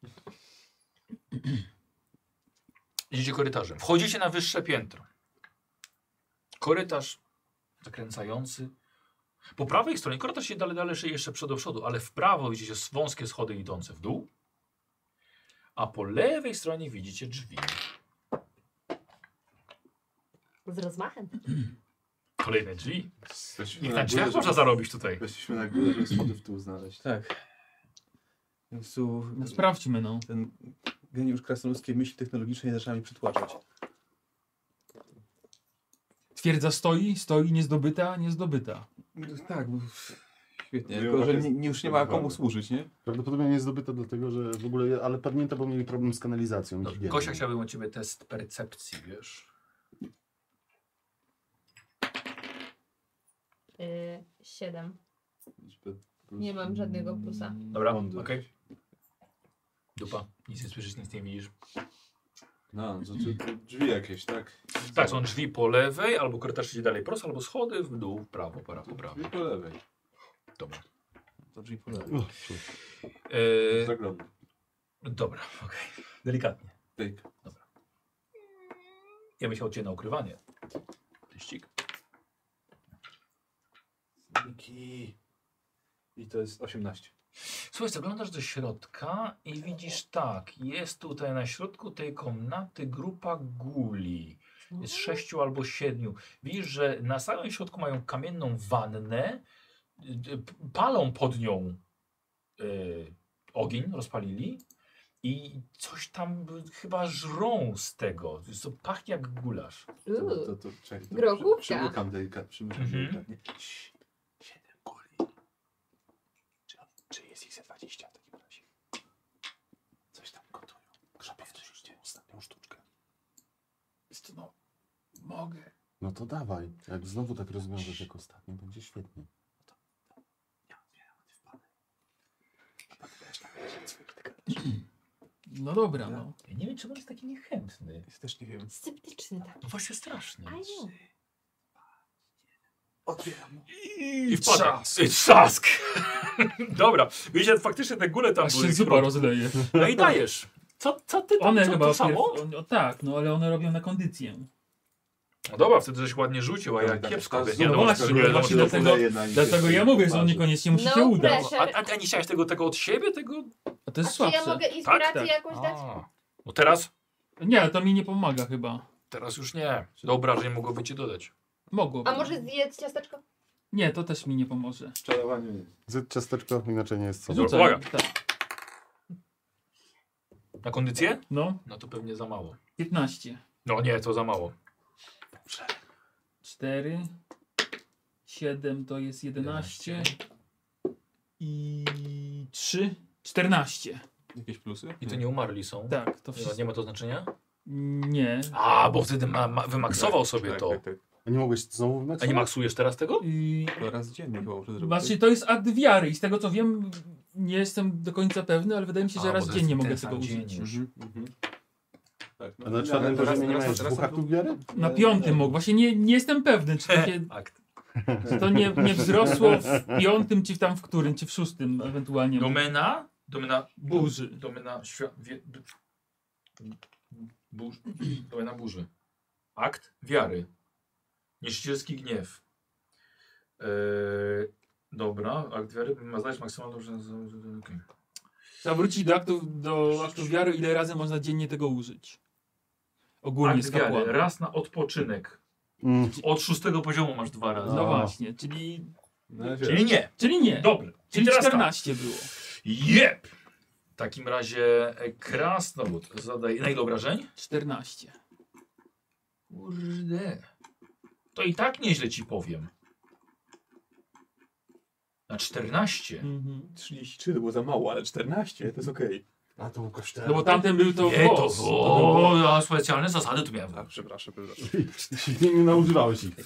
Idziecie korytarzem. Wchodzicie na wyższe piętro. Korytarz zakręcający. Po prawej stronie korytarz się dalej, dalej jeszcze przed do przodu, ale w prawo widzicie wąskie schody idące w dół. A po lewej stronie widzicie drzwi. Z rozmachem. Kolejne drzwi. Weszliśmy Niech na na drzwiach górę, można żeby- zarobić tutaj. Weszliśmy na górę, żeby schody w tył znaleźć. Tak. Więc tu No sprawdźmy, no. ten geniusz krasnoludzkiej myśli technologicznej zaczyna mi przytłaczać. Twierdza stoi, stoi, niezdobyta, niezdobyta. Tak, bo... świetnie. No, Tylko, że jest- nie, już nie ma komu służyć, nie? Prawdopodobnie nie zdobyto dlatego, że w ogóle, ale pamiętam, bo mieli problem z kanalizacją. i No, higieną. Gosia, chciałbym od ciebie test percepcji, wiesz? Yy, siedem. Liczby plus- Nie mam żadnego plusa. Dobra, Mądrość. okej. Dupa. Nic nie słyszysz, nic nie widzisz. No, to, to, to drzwi jakieś, tak? Tak, są drzwi po lewej, albo korytarz idzie dalej prosto, albo schody w dół, w prawo, prawo, prawo. Drzwi po lewej. Dobra. To drzwi po lewej. Uch, E, Zaglądam. dobra, okej. Delikatnie. Tyk. Ja bym chciał cię na ukrywanie. Liścik. Miki. I to jest osiemnaście. Słuchaj, zaglądasz do środka i widzisz tak, jest tutaj na środku tej komnaty grupa guli. Jest sześciu albo siedmiu. Widzisz, że na samym środku mają kamienną wannę, y, p- palą pod nią y, ogień, rozpalili i coś tam y, chyba żrą z tego. To pachnie jak gulasz. To, Uuu. to, to, czekaj, to Grogówka. przy- Przymykam delikatnie. Przymykam Mhm. delikatnie. Cii, Siedem kuli. Czy, czy jest ich ze dwadzieścia w takim razie? Coś tam gotują. Grzebię oczywiście. Ostatnią sztuczkę. Jest to, no, mogę. No to dawaj. Jak znowu tak rozwiążesz jak ostatnio, będzie świetnie. Ja otwieram, ty wpadaj. A pan też tak będzie swoich tykaczy. No dobra, no. Ja nie wiem, czemu on jest taki niechętny. Ja też nie wiem. Sceptyczny tak. No właśnie straszny. I know. Otwieram. I wpada. I trzask. Dobra, wiecie, faktycznie te góle tam Aż były. się w zupa środku. rozleje. No i dajesz. Co, co ty tam, One co, chyba to samo? pierw, on, o, tak, no ale one robią na kondycję. No dobra, wtedy żeś ładnie rzucił, a ja Tak, kiepsko. tak, Nie, no no właśnie, nie, właśnie no, dlatego- Leje na nich Dlatego jeszcze ja mówię, że on twarzy. niekoniecznie musi No się udać. pressure. A, a, a nie chciałeś tego, tego od siebie? Tego? A to jest A czy ja słabsze. mogę inspirację tak. jakąś dać? A. No teraz? Nie, to mi nie pomaga chyba. Teraz już nie. Do obrażeń mogłoby ci dodać. Mogłoby. A może zjedz ciasteczko? Nie, to też mi nie pomoże. Czarowanie nie. Zjedz ciasteczko, inaczej nie jest co. Rzuć. Rzucaj. Uwaga. Tak. Na kondycję? No, No to pewnie za mało. piętnaście. No nie, to za mało. cztery. siedem to jest jedenaście. I trzy. czternaście. Jakieś plusy? I to nie umarli są? Tak, to Nie ma, wszystko. nie ma to znaczenia? Nie. A, bo wtedy ma, ma, wymaksował sobie tak, to. Tak, tak. A nie mogłeś znowu A wymaksować? nie maksujesz teraz tego? I... To raz dziennie chyba muszę zrobić. Znaczy, to jest akt wiary i z tego co wiem, nie jestem do końca pewny, ale wydaje mi się, że A, raz bo to jest dziennie ten mogę sam tego dzień użyć. już. Mhm, mhm. Tak, no, A na ale czwartym teraz- poziomie nie teraz- miałeś teraz- dwóch aktów wiary? Na piątym mogę. Właśnie nie, nie jestem pewny, czy to, się, Akt. czy to nie, nie wzrosło w piątym, czy tam w którym, czy w szóstym ewentualnie. Domena? Domena Burzy. Domena świat... Wie, b- burz, domena burzy. Akt wiary. Niszczycielski gniew. Eee, dobra, akt wiary ma zdać maksymalną... Okay. Trzeba wrócić do aktów, do aktów wiary, ile razy można dziennie tego użyć. Ogólnie Akt z wiary. kapłanem. Raz na odpoczynek. Mm. Od szóstego poziomu masz dwa razy. No A. właśnie, czyli, Na razie Czyli nie. czyli nie. Dobrze. I Czyli teraz tak. czternaście było. Jep! W takim razie e, krasnolud zadaje... Na ile obrażeń? czternaście. Kurde. To i tak nieźle ci powiem. Na czternaście. Mhm. trzydzieści trzy to było za mało, ale czternaście to jest okej. A to kosztuje. No bo tamten był to Nie, to boss. o, a specjalne zasady tu miałem. A, przepraszam, przepraszam. Nie, nie naużywałeś ich.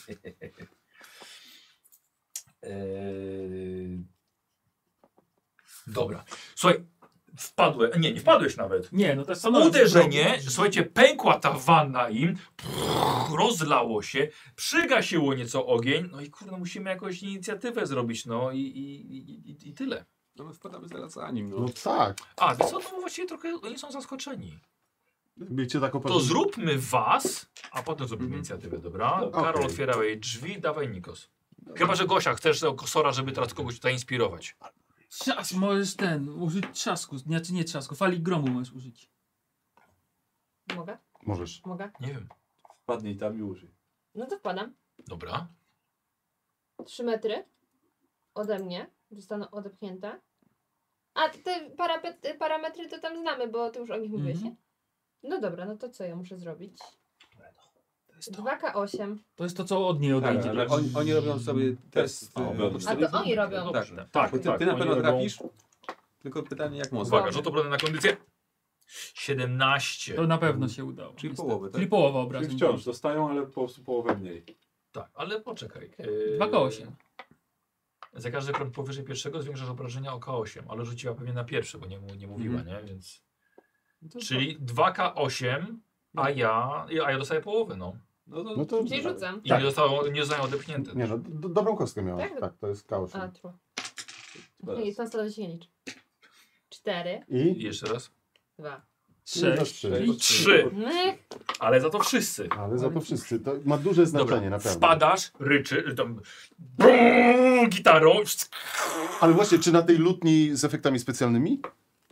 Eee... Dobra. Słuchaj, wpadłeś, nie, nie wpadłeś nawet. Nie, no to jest samo. Uderzenie, słuchajcie, pękła ta wanna im, pff, rozlało się, przygasiło nieco ogień, no i kurde, musimy jakąś inicjatywę zrobić, no i, i, i, i, i tyle. No my wpadamy zaraz za nim, no. No tak. A, wiesz co, to właściwie trochę oni są zaskoczeni. Jakby cię tak To opowiedział. zróbmy was, a potem zrobimy Mhm. inicjatywę, dobra? Okej. Karol otwiera jej drzwi, dawaj Nikos. Chyba, że Gosia, chcesz tego Kosora, żeby teraz kogoś tutaj inspirować. Trzask, możesz ten, użyć trzasku, znaczy nie trzasku, fali gromu możesz użyć. Mogę? Możesz. Mogę? Nie wiem. Wpadnij tam i użyj. No to wpadam. Dobra. trzy metry ode mnie zostaną odepchnięte. A te parapet, parametry to tam znamy, bo ty już o nich mówiłeś, Mhm. nie? No dobra, no to co ja muszę zrobić? To jest to. dwa K osiem. To jest to, co od niej Tak, odejdzie. ale oni, oni robią sobie test. A, y, dobra. A to oni robią. Dobrze. Tak, tak, Bo ty, tak, ty na oni pewno robią- trafisz. Tylko pytanie, jak mocno. Uwaga, rzut obrony na kondycję. siedemnaście. To na pewno się udało. Czyli niestety. połowę, tak? Czyli połowa Czyli obrażeń. wciąż dostają, ale po prostu połowę mniej. Tak, ale poczekaj. dwa K osiem. Za każdy krok powyżej pierwszego zwiększasz obrażenia o K osiem, ale rzuciła pewnie na pierwsze, bo nie, mu- nie mówiła, Mhm. nie? Więc... To Czyli dwa K osiem, a ja, a ja dostaję połowę, no. No to, No to Czyli rzucam. I Tak. nie, zostało, nie zostają odepchnięte. nie no, do, dobrą kostkę miałaś. Tak? Tak, to jest K osiem. A, tru. Nie, to stale się nie liczy. cztery, I I? jeszcze raz. dwa. Sześć. trzy. I Trzy. Mych. Ale za to wszyscy. Ale za to wszyscy. To ma duże znaczenie, naprawdę. Wpadasz, ryczy, tam brrr, gitarą. Ale właśnie, czy na tej lutni z efektami specjalnymi?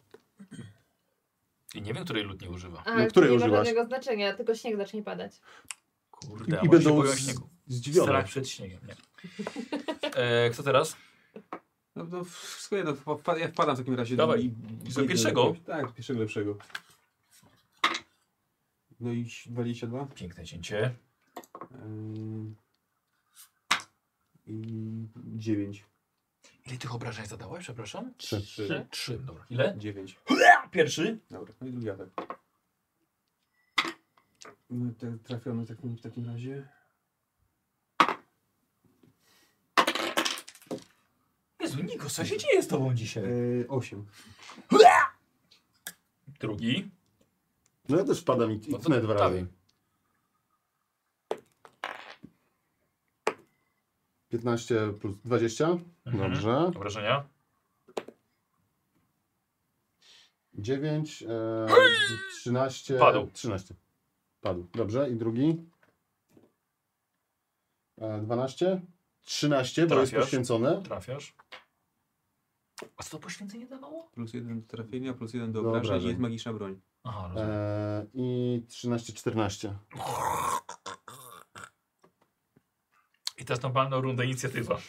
I nie wiem, której lutni używa. A, No, to której nie ma używasz? żadnego znaczenia, tylko śnieg zacznie padać. Kurde, I a może będą się boją z- śniegu. Zdziwione. Strach przed śniegiem, nie. E, kto teraz? no to wszystko jedno, wpa- ja wpadam w takim razie. Dawaj. i- I do i- pierwszego? Tak, pierwszego lepszego. No i dwadzieścia dwa. Piękne cięcie. Ym, I dziewięć. Ile tych obrażeń zadałeś, przepraszam? Trzy. Trzy. Trzy, dobra. Ile? dziewięć. Pierwszy. Dobra, no i drugi atak. No, te trafiony w takim, w takim razie. Jezu, Niko, co się dzieje z tobą dzisiaj? E, osiem. Drugi. No ja też wpadam i, i No to tnę dwa dawaj. razy. piętnaście plus dwadzieścia. Mhm. Dobrze. Obrażenia. dziewięć, e, trzynaście. Padł. trzynaście. Padł. Dobrze. I drugi? E, dwanaście. trzynaście, bo Trafiasz. jest poświęcone. Trafiasz. A co to poświęcenie dawało? Plus jeden do trafienia, plus jeden do Do obrażeń i obrażeń. jest magiczna broń. Aha, rozumiem. E, I trzynaście, czternaście. I teraz normalna runda inicjatywa.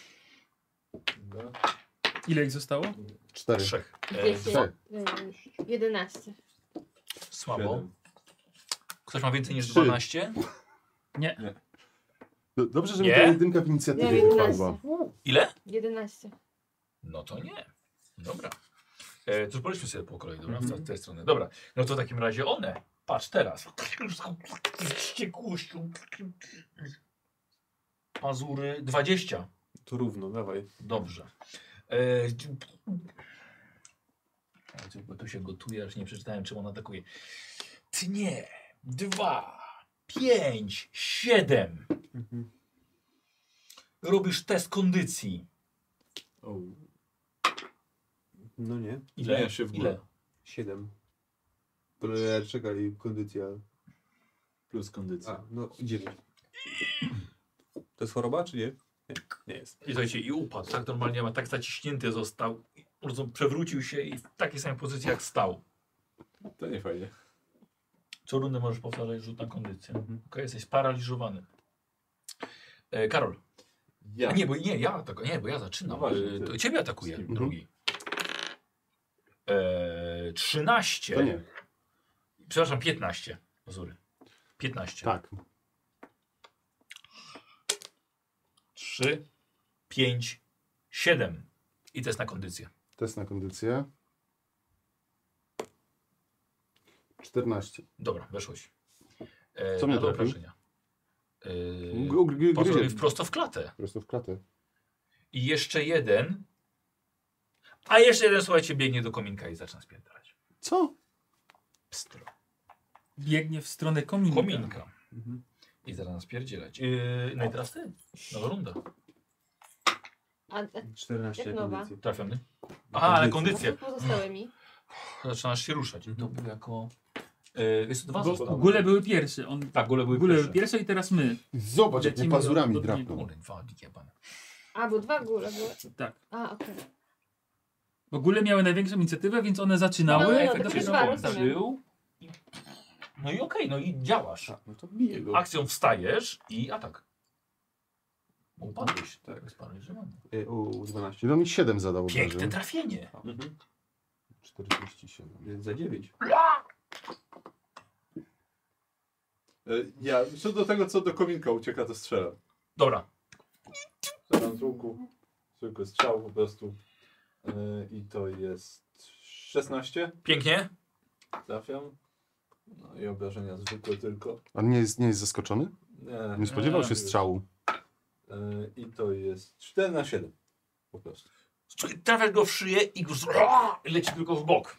ile ich zostało? cztery. Trzech. E, Dwieście. dwa. y, jedenaście. Słabo. Siedem. Ktoś ma więcej niż Trzy. dwanaście? Nie. Do- Dobrze, że mi Nie? ta jedynka w Nie, inicjatywie jedenaście. wypadła. Ile? jedenaście. No to nie. Dobra. E, to już polećmy sobie po kolei, dobra? Mhm. W te- tej strony. Dobra. No to w takim razie one. Patrz teraz. Z wściekłością. Pazury dwadzieścia. To równo, dawaj. Dobrze. E, bo to się gotuje, aż nie przeczytałem, czym on atakuje. Ty nie. Dwa. Pięć. Siedem. Mhm. Robisz test kondycji. O, No nie. Ile? Zmieniasz się w górę. Ile? siedem. Ale czekaj, kondycja. Plus kondycja. A, no dziewięć. To jest choroba, czy nie? Nie, nie jest. I słuchajcie, i upadł. Tak normalnie ma, tak zaciśnięty został. Po prostu przewrócił się i w takiej samej pozycji jak stał. To nie fajnie. Co rundę możesz powtarzać rzut na kondycję. Mhm. Okej, jesteś sparaliżowany. E, Karol. Ja. A nie, bo nie, ja tak, nie, bo ja zaczynam. No właśnie, e, ty. to ciebie atakuję, Z kim? drugi. E, trzynaście. To nie. Przepraszam, piętnaście. Pozury. piętnaście. Tak. trzy, pięć, siedem. I test na kondycję. Test na kondycję. czternaście. Dobra, weszłeś. E, Co mnie na trafił? obrażenia. E, G- g- Pazury gryzie. prosto w klatę. Po prostu w klatę. I jeszcze jeden. A jeszcze jeden, słuchajcie, biegnie do kominka i zaczyna spierdalać. Co? Pstro. Biegnie w stronę kominka. Kominka. Mhm. I zaczyna spierdzielać. Yy, no i teraz ty. Nowa runda. A, a czternaście Jak nowa? kondycji. Trafiony. Aha, ale kondycję. co z pozostałymi? Zaczynasz się ruszać. I to był jako... Yy, jest dwa Bo zostały. góle były pierwsze. On, Tak, góle były góle pierwsze. były pierwsze i teraz my. Zobacz, jak mnie Lecimy pazurami do- do drapnął. Góle, dwa jebane. A, bo dwa góle były. Tak. A, okej. Bo góle miały największą inicjatywę, więc one zaczynały. No, no, a no, efekt to dopiero przecież dwa, potem. rozumiem. Żył. No i okej, no i działasz. A, no to biję go. Akcją wstajesz i atak. Bo upadłeś. Tak. Sparaliżowany. E, u dwanaście. I on mi siedem zadał Piękne obrażeń. trafienie. Mhm. czterdzieści siedem. E, Za dziewięć. E, Ja, co do tego, co do kominka ucieka, to strzelam. Dobra. Strzelam z łuku. Zwykły strzał po prostu. E, I to jest szesnaście. Pięknie. Trafiam. No i obrażenia zwykłe tylko. On nie jest, nie jest zaskoczony? Nie. Nie spodziewał Nie. się strzału. E, I to jest cztery na siedem. Po prostu. Słuchaj, trafiasz go w szyję i go z... leci tylko w bok.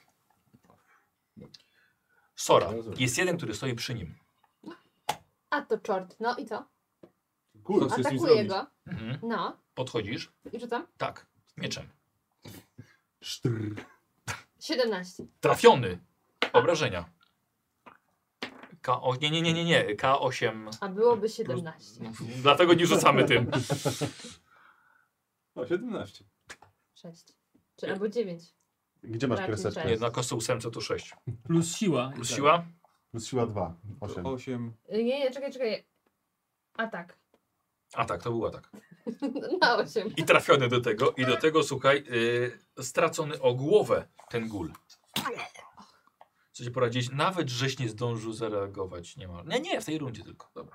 Sora. Jest jeden, który stoi przy nim. A to czort. No i co? Kurde. Co chcesz z nim Atakuję zrobić? go. Mhm. No. Podchodzisz? I rzucam? Tak. Mieczem. Sztr. siedemnaście. Trafiony. Obrażenia. K osiem. Nie, nie, nie, nie, nie. K osiem. A byłoby siedemnaście. Dlatego nie rzucamy tym. O, siedemnaście. sześć. Czy albo dziewięć. Gdzie masz Raczej kreseczkę? sześć. Nie, na kostce ósemce to sześć. Plus siła. Plus siła? Plus siła dwa. osiem. osiem. Nie, nie, czekaj, czekaj. A tak. A tak, to był atak. Na osiem. I trafiony do tego. I do tego, słuchaj, yy, stracony o głowę ten gól. Co ci poradzić? Nawet żeś nie zdążył zareagować. Nie ma. Nie, nie, w tej rundzie tylko. Dobra.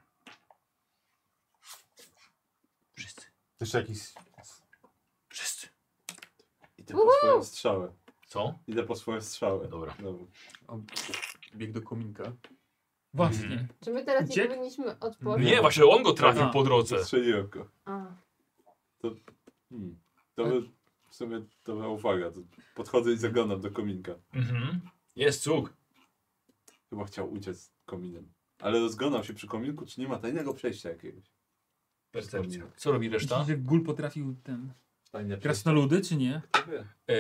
Wszyscy. Jeszcze jakiś... Wszyscy. Idę po swoją strzałę. Co? Idę po swoją strzałę. Dobra. Dobra. Bieg do kominka. Właśnie. Mhm. Czy my teraz nie Uciekł? powinniśmy odpocząć? Nie, właśnie on go trafił A. po drodze. Strzeliłem go. A. Hmm. To by, w sumie dobra uwaga. To podchodzę i zaglądam do kominka. Mhm. Jest cuk. Chyba chciał uciec kominem. Ale rozglądał się przy kominku, czy nie ma tajnego przejścia jakiegoś. Percepcja. Co robi reszta? Myślisz, że Gul potrafił ten... Tajne przejście. Krasnoludy, czy nie? Kto wie? E,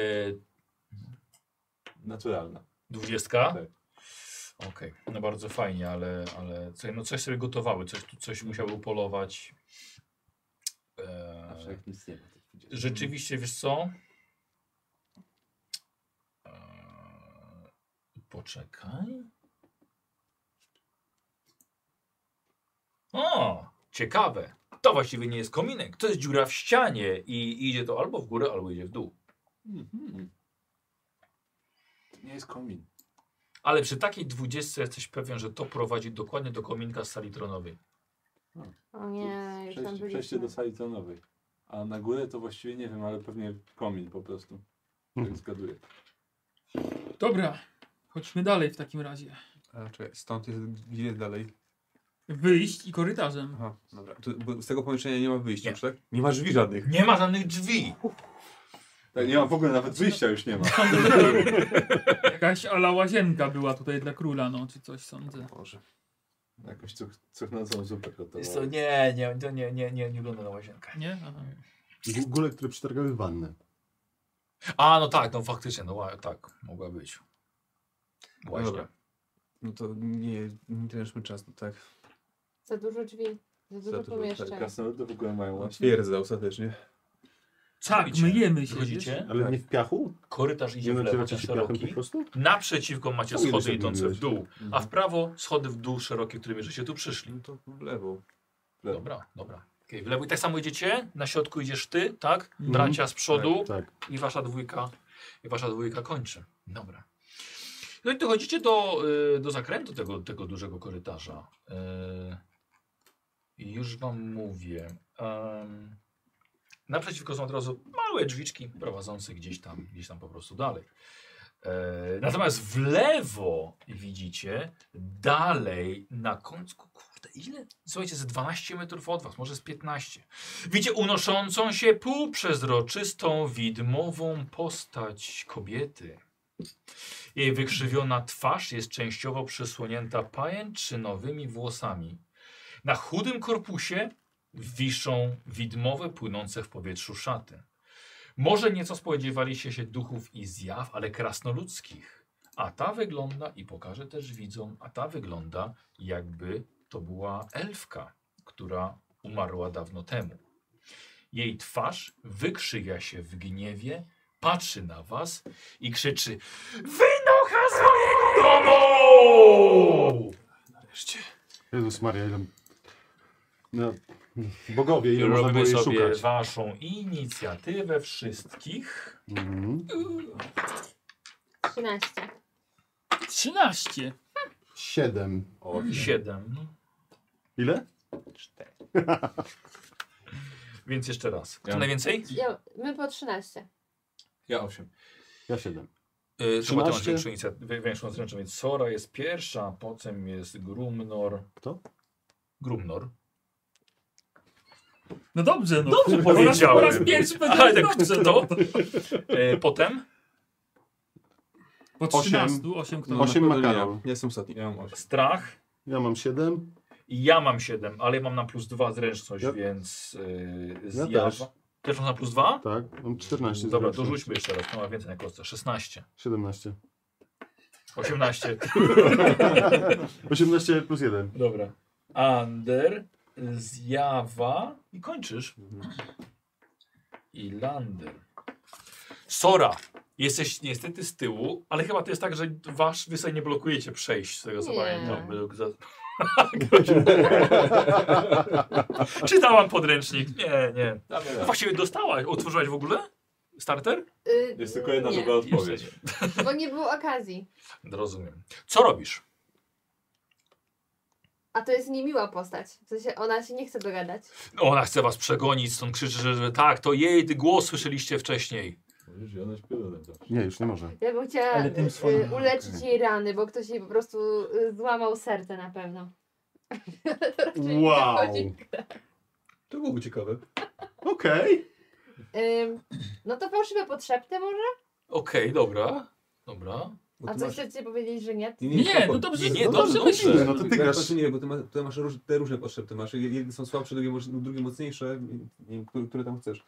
Naturalna. Dwudziestka? Tak. Okej, no bardzo fajnie, ale, ale coś, no coś sobie gotowały, coś, tu- coś musiały upolować. Zawsze E, jak nic nie ma. to dwudziestka. rzeczywiście, wiesz co? E, poczekaj. O, ciekawe. To właściwie nie jest kominek, to jest dziura w ścianie i idzie to albo w górę, albo idzie w dół. Mhm. To nie jest komin. Ale przy takiej dwudziestce jesteś pewien, że to prowadzi dokładnie do kominka z sali tronowej. O nie, już tam Przejście, przejście byliśmy. do sali tronowej. A na górę to właściwie nie wiem, ale pewnie komin po prostu. Tak zgaduję. Dobra, chodźmy dalej w takim razie. A czekaj, stąd jest, gdzie jest dalej? Wyjść i korytarzem. Aha, dobra. Tu, bo z tego pomieszczenia nie ma wyjścia, Nie. tak? Nie ma drzwi żadnych. Nie ma żadnych drzwi. Tak, nie ma w ogóle nawet wyjścia już nie ma. Jakaś ala łazienka była tutaj dla króla, no, czy coś sądzę. Boże. Jakoś cuch, cuchnącą zupę Jest to gotowało. nie, nie, to nie, nie, nie, nie wygląda na łazienkę. Nie? Aha. Góle, które przetargały wannę. A, no tak, no faktycznie, no ła- tak, mogła być. Łaźnia. Dobra. No to nie, nie tręczmy czasu, tak. Za dużo drzwi. Za dużo dużo, pomieszczeń. Krasnoludy w ogóle mają łatwiej. Twierdzę ostatecznie. Tak, Widzicie? myjemy się. Wychodzicie, Ale Tak. nie w piachu? korytarz idzie Nie w lewo, nacieracie ten się piachem po szeroki. prostu? Naprzeciwko macie To ile schody się idące w odmówiłeś? dół, a w prawo schody w dół szerokie, którymi żeście tu przyszli. No to w lewo. lewo. Dobra, dobra. Okay, w lewo i tak samo idziecie, na środku idziesz ty, tak? Mhm. Bracia z przodu Tak. i wasza dwójka, i wasza dwójka kończy. Dobra. No i dochodzicie do, y, do zakrętu tego, tego dużego korytarza. Y, I już wam mówię. Um, naprzeciwko są od razu małe drzwiczki prowadzące gdzieś tam, gdzieś tam po prostu dalej. E, natomiast w lewo widzicie dalej na końcu, kurde, ile? Słuchajcie, ze dwanaście metrów od was, może z piętnaście. Widzicie unoszącą się półprzezroczystą, widmową postać kobiety. Jej wykrzywiona twarz jest częściowo przysłonięta pajęczynowymi włosami. Na chudym korpusie wiszą widmowe, płynące w powietrzu szaty. Może nieco spodziewaliście się duchów i zjaw, ale krasnoludzkich. A ta wygląda, i pokażę też widzom, a ta wygląda, jakby to była elfka, która umarła dawno temu. Jej twarz wykrzywia się w gniewie, patrzy na was i krzyczy: Wynocha z mojego domu! Jezus Maria, ile... No, bogowie, ile można było Robimy jej sobie szukać. waszą inicjatywę wszystkich. Mhm. trzynaście. trzynaście. Siedem. Siedem. Ile? Więc jeszcze raz. Kto Ja- najwięcej? Ja, my po trzynaście. Ja osiem. Ja siedem. Yy, Chyba ty masz trzynaście. większą inicjatywę, większą zręczną, więc Sora jest pierwsza, potem jest Grumnor. Kto? Grumnor. No dobrze, no. Dobrze Po raz- powiedziałem. Po raz pierwszy Ale powiedziałem tak, dobrze. to? No. Yy, potem Po Osiem. trzynastu, osiem kto? No, Osiem na pewno ma nie Karol. Ja Ja jestem ostatni. Ja mam osiem. Strach. Ja mam siedem. I ja mam siedem, ale ja mam na plus dwa zręczność, Ja- więc yy, Ja zjawa. też. Też masz na plus dwa? Tak, mam czternaście. Dobra, to zręczności. rzućmy jeszcze raz, to ma więcej na kostce. szesnaście. siedemnaście. osiemnaście. osiemnaście plus jeden. Dobra. Ander, zjawa i kończysz. I Lander. Sora, jesteś niestety z tyłu, ale chyba to jest tak, że wasz, wy sobie nie blokujecie przejść z tego co Nie. pamiętam. Według za- Czytałam podręcznik. Nie, nie. Damy No właściwie dostałaś. Otworzyłaś w ogóle? Starter? Y, Jest tylko jedna nie, dobra odpowiedź. Jeszcze bo nie było okazji. nie. Rozumiem. Co robisz? A to jest niemiła postać. W sensie ona się nie chce dogadać. No, ona chce was przegonić, stąd krzyczy, że, że tak, to jej ty głos słyszeliście wcześniej. Mówisz, i ona śpiewa zawsze. Nie, już nie może. Ja bym chciała Ale tym y, swoim- y, uleczyć okej. jej rany, bo ktoś jej po prostu y, złamał serce na pewno. Ale to raczej nie Wow. chodzi. To byłoby ciekawe. Okej. Ym, no to fałszywe podszepty może? Okej, dobra. Dobra. Bo A ty coś masz- chcecie powiedzieć, że nie? Nie, no dobrze, Nie, nie, no dobrze, dobrze dobrze. myślisz. No to ty Ja- grasz. Znaczy nie, bo ty, ma, ty masz róż, te różne potrzeby. Masz jedne są słabsze, drugie, może- drugie mocniejsze, nie wiem, które, które tam chcesz.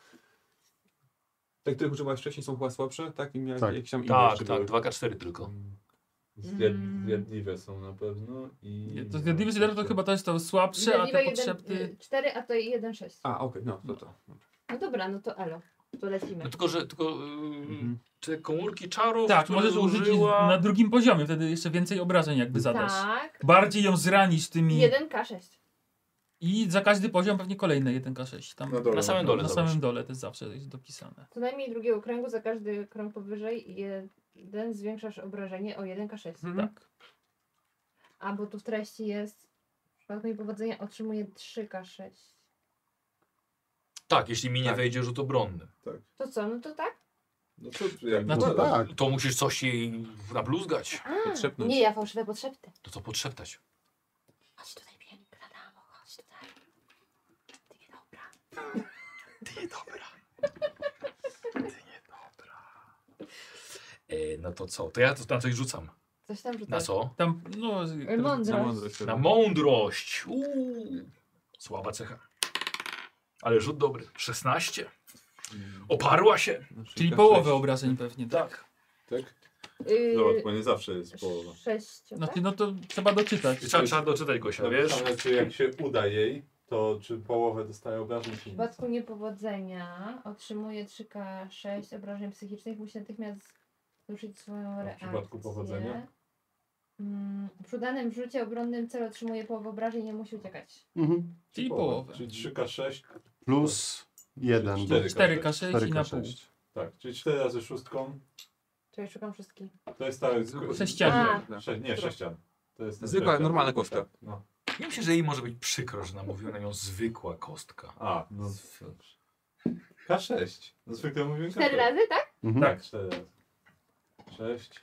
Te, które używałeś wcześniej są chyba słabsze, tak? I miałeś Tak. jakieś tam inne Tak, jeszcze tak, były. dwa K cztery tylko. Mm. Zjad, Mm. zjadliwe są na pewno i... Nie, To zjadliwy zjadliwy to chyba to jest to słabsze, a Zjadliwe te jeden, podszepty... y, cztery, a to jeden sześć. A, okej, no to to. No dobra, no to elo. To lecimy. No tylko, że tylko, yy, Mhm. te komórki czarów, Tak, które możesz użyć zużyła... na drugim poziomie, wtedy jeszcze więcej obrażeń jakby zadasz. Tak. Bardziej ją zranisz tymi... jeden K sześć. I za każdy poziom pewnie kolejne jeden K sześć. Tam No dobra, Na samym no, dole na zobacz. samym dole też zawsze jest dopisane. Co najmniej drugiego kręgu, za każdy krąg powyżej jeden zwiększasz obrażenie o jeden K sześć. Mhm. Tak. A bo tu w treści jest w przypadku niepowodzenia otrzymuje trzy K sześć. Tak, jeśli mi nie Tak. wejdzie rzut obronny. To co, no to tak? No to jak Znaczy, No no, tak. To musisz coś jej nabluzgać. A, Podszepnąć. nie, ja fałszywe podszepty. To co podszeptać? Chodź tutaj, piękna damo, chodź tutaj. Ty niedobra. Ty niedobra. Ty niedobra. E, no to co? To ja to na coś rzucam. Coś tam rzucaj. Na co? Tam, no... E, Mądrość. Na mądrość. Na mądrość. Uuu. Słaba cecha. Ale rzut dobry. szesnaście. Oparła się. No, Czyli K połowę sześć. obrażeń pewnie, tak? Tak? Yy, Zobacz, bo nie zawsze jest połowa. sześć, tak? Znaczy, no to trzeba doczytać. Trzeba, trzeba doczytać Gosia, wiesz? Ale czy jak się uda jej, to czy połowę dostaje obrażeń, czy W nie? przypadku niepowodzenia otrzymuje trzy K sześć obrażeń psychicznych, musi natychmiast ruszyć swoją A w reakcję. przypadku powodzenia? Mm, przy udanym rzucie obronnym cel otrzymuje połowę obrażeń i nie musi uciekać. Mhm. Czyli połowę. Czyli trzy K sześć, Plus jeden. Cztery. cztery K sześć cztery i K na pół. sześć. tak, czyli cztery razy szóstką, Czyli szukam wszystkich. to jest ta... Sześcian. A. Sze, nie, sześcian. To jest ten Zwykła, sześcian. normalna kostka. Tak, no. Ja myślę, że jej może być przykro, że namówił na nią zwykła kostka. A, no dobrze. K sześć. No zwykle mówiłem K sześć. Cztery razy, tak? Mhm. Tak, cztery razy. sześć,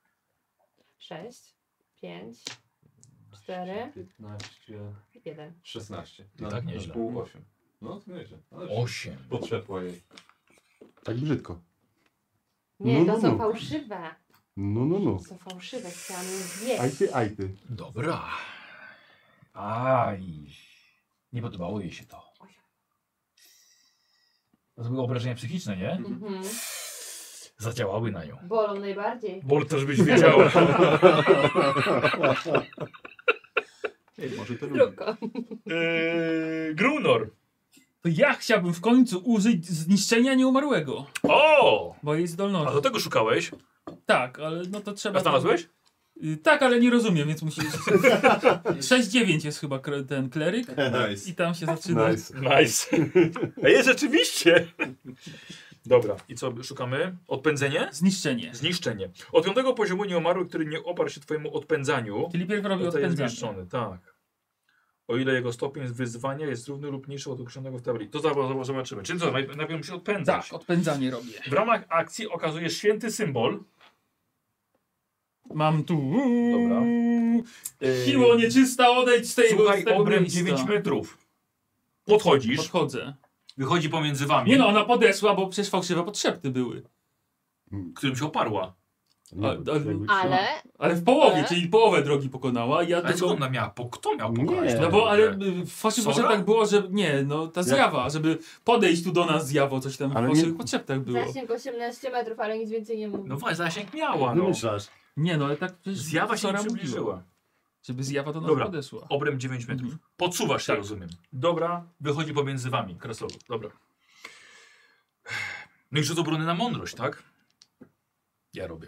Sześć, pięć, cztery, piętnaście, jeden. szesnaście. I tak nieźle. Pół osiem. No to nieźle. Ale Osiem. potrzepła jej. Tak brzydko. Nie, No, to no, są no. fałszywe. No, no, no. To są fałszywe, chciałam je zjeść. Ajty, ajty. Dobra. Aj. Nie podobało jej się to. To były obrażenia psychiczne, nie? Mhm. Zadziałały na nią. Bolą najbardziej. Bol też byś wiedziała. Ej, może to lubię. Krótko. Eee, Grunor. To ja chciałbym w końcu użyć zniszczenia nieumarłego. O! Bo jej A zdolności. do tego szukałeś? Tak, ale no to trzeba... A znalazłeś? Y, tak, ale nie rozumiem, więc musisz... sześć dziewięć jest chyba kre- ten kleryk Nice. i tam się zaczyna... Nice. Nice. Ej, rzeczywiście. Dobra, i co szukamy? Odpędzenie? Zniszczenie. Zniszczenie. Od piątego poziomu nieumarły, który nie oparł się twojemu odpędzaniu, Czyli pierw robi zostaje odpędzanie. zniszczony, tak. O ile jego stopień wyzwania jest równy lub mniejszy od określonego w tablicy. To zobacz- zobaczymy. Czyli co, najpierw najpierw musi odpędzać. Tak, odpędzanie robię. W ramach akcji okazujesz święty symbol. Mam tu... Dobra. Siło nieczysta, odejdź z tego, Słuchaj, z tego obręb miejsca. dziewięć metrów. Podchodzisz, Podchodzę. wychodzi pomiędzy wami, Nie no, ona podeszła, bo przecież fałszywe podszepty były. którym się oparła. Nie, A- bo a- jakby- Ale Ale w połowie, Ale? czyli połowę drogi pokonała. Ja Ale co tylko... ona miała? Po, kto miał Nie. pokonać? No bo ale y, w fałszywych Sora? podszeptach było, że nie, no ta Jak- zjawa, żeby podejść tu do nas zjawo, coś tam w Ale nie- fałszywych podszeptach było. zasięg osiemnaście metrów, ale nic więcej nie mówi. No właśnie, zasięg miała, no. Wymyślasz. Nie no, ale tak przecież Zjawa się nie Sora przybliżyła. mówiła, żeby zjawa do nas Dobra. podeszła. Obręb dziewięć metrów. Mhm. Podsuwasz się, Tak. rozumiem. Dobra, wychodzi pomiędzy wami. Kresowo, dobra. No i rzut obrony na mądrość, tak? Ja robię.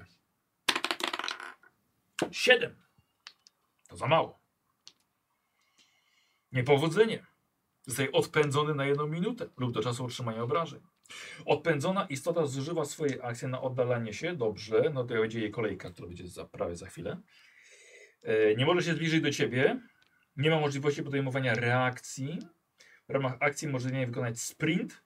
Siedem. To za mało. Niepowodzenie. Zostaje odpędzony na jedną minutę lub do czasu otrzymania obrażeń. Odpędzona istota zużywa swoje akcje na oddalanie się. Dobrze, no to będzie jej kolejka, która będzie za, prawie za chwilę. E, nie może się zbliżyć do ciebie. Nie ma możliwości podejmowania reakcji. W ramach akcji może nie wykonać sprint.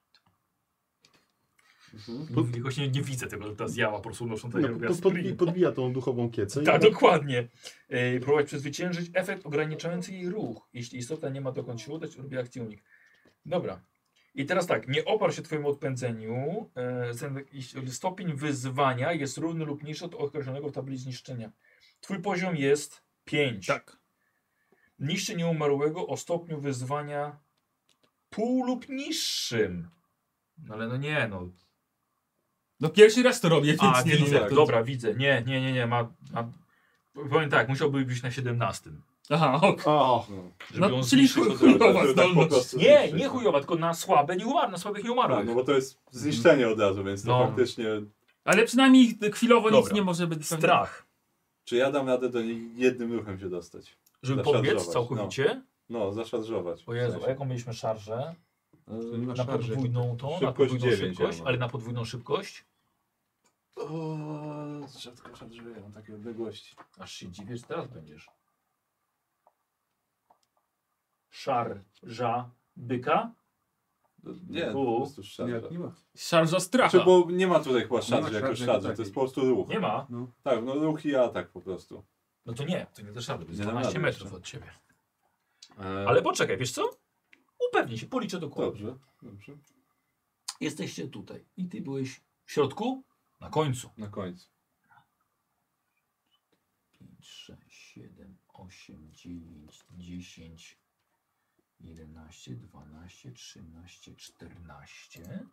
Pod- Jakoś nie, nie widzę tego, że ta zjała po prostu unosząca No, się robiła to podbi sprint. podbija tą duchową kiecę. i Tak, ona- dokładnie. E, próbować przezwyciężyć efekt ograniczający jej ruch. Jeśli istota nie ma dokąd się udać, robi akcję unik. Dobra. I teraz tak, nie oparł się twojemu odpędzeniu. E, ten- jeśli stopień wyzwania jest równy lub mniejszy od określonego w tabeli zniszczenia. Twój poziom jest pięć. Tak. Niszczy nieumarłego o stopniu wyzwania pół lub niższym. No ale no nie, no. No pierwszy raz to robię, więc A, nie widzę, wiem. to- dobra, widzę. Nie, nie, nie, nie, ma... ma... Powiem tak, musiałby być na siedemnastym. Aha, ok. O, Żeby No, ją czyli zniszczyć od chujowa razu. Tak po zdolność. prostu Nie, zniszczyć, nie no. chujowa, tylko na słabe nie umarł, na słabych nie umarłych. Tak, no bo to jest zniszczenie od razu, więc to No. faktycznie... Ale przynajmniej chwilowo nic Dobra. nie może być. pewnie. Strach. Czy ja dam radę do niej jednym ruchem się dostać? Żeby Zaszarżować, podbiec całkowicie. No, zaszarżować. O Jezu, W sensie. a jaką mieliśmy szarżę? E, nie ma Na szarży. podwójną tą, na Szybkość podwójną dziewięć szybkość, ja mam. ale na podwójną szybkość? O, rzadko szarżuję, mam takie odległości. Aż się dziwię, że teraz będziesz. Szarża byka? No, Nie, U. po prostu Nie, szarża. nie ma. Szarża stracha. Czy bo nie ma tutaj chyba ma szarży jako szarży szarży, jako to jest takiej. po prostu ruch. Nie ma. Tak, no ruch i atak po prostu. No to nie, to nie te szarże, to jest Nie dam dwanaście rady metrów jeszcze. od ciebie. E, Ale poczekaj, wiesz co? Upewnij się, policzę dokładnie. Dobrze, dobrze. Jesteście tutaj i ty byłeś w środku? Na końcu. Na końcu. pięć, sześć, siedem, osiem, dziewięć, dziesięć, jedenaście, dwanaście, trzynaście, czternaście.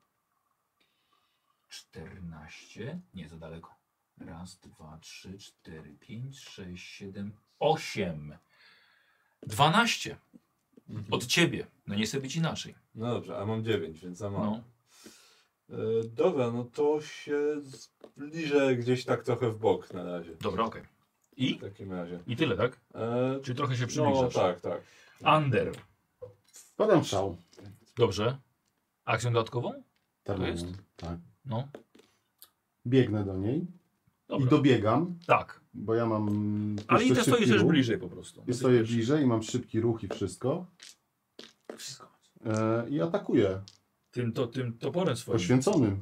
czternaście. Nie, za daleko. Raz, dwa, trzy, cztery, pięć, sześć, siedem, osiem. dwanaście. Od ciebie. No nie chce być inaczej. No dobrze, a mam dziewięć, więc za mało. No. E, dobra, no to się zbliżę gdzieś tak trochę w bok na razie. Dobra, okej. W I? takim razie. I tyle, tak? E, Czyli trochę się no przybliżasz. tak, tak. Under. Wpadam w szał. Dobrze. Akcją dodatkową? Termonem. jest? Tak. No. Biegnę do niej Dobra. i dobiegam, Tak. bo ja mam... Ale i jeszcze ty stoisz szybki też ruch. bliżej po prostu. I stoję bliżej i mam szybki ruch i wszystko. Wszystko. E, I atakuję. Tym, to, tym toporem swoim. Poświęconym.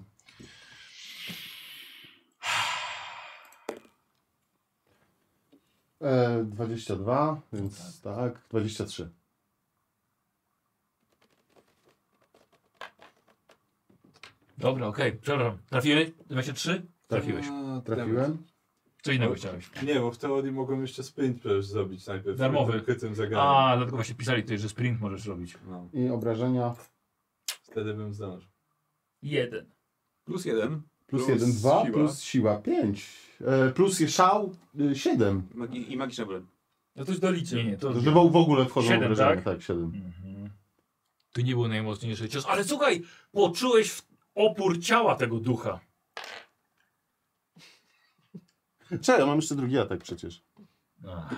E, dwadzieścia dwa, więc tak, dwadzieścia trzy. Dobra, okej. Przepraszam. Trafiłeś? dwadzieścia trzy? Trafiłeś. A, Trafiłem. Co innego chciałeś? Nie, bo w teorii mogłem jeszcze sprint przecież zrobić najpierw. Darmowy. Tym krytym zegarem. A, dlatego właśnie pisali tutaj, że sprint możesz robić. No, I obrażenia wtedy bym zdążył. Jeden. Plus jeden. plus Plus jeden, dwa, siła. plus siła pięć. E, plus szał y, siedem. Magi I magiczna broń. No to już doliczę. Nie, nie, to... To, że w w ogóle wchodzą Siedem, obrażenia. tak? Tak, siedem. Mhm. To nie był najmocniejszy cios, ale słuchaj, poczułeś w- opór ciała tego ducha. Czekaj, ja mam jeszcze drugi atak przecież. No.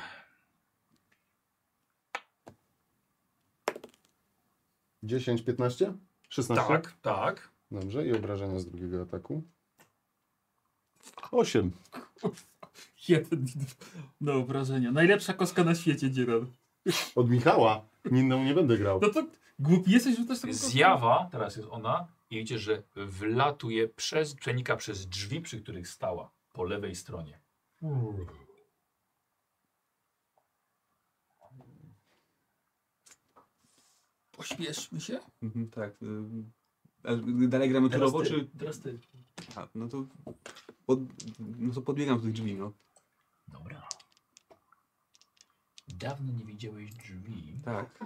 dziesięć, piętnaście? szesnaście? Tak, tak. Dobrze, i obrażenia z drugiego ataku. osiem. Jeden do obrażenia. Najlepsza kostka na świecie, Dzieran. Od Michała. Inną nie będę grał. No to głupi jesteś, że też taką kostkę? Zjawa, teraz jest ona, i widzicie, że wlatuje przez, przenika przez drzwi, przy których stała, po lewej stronie. Pośpieszmy się. Mhm, tak. ym, ale dalej gramy turowo, czy... teraz ty. A, no to... Pod, no to podbiegam do tych drzwi, no. Dobra. Dawno nie widziałeś drzwi. Tak.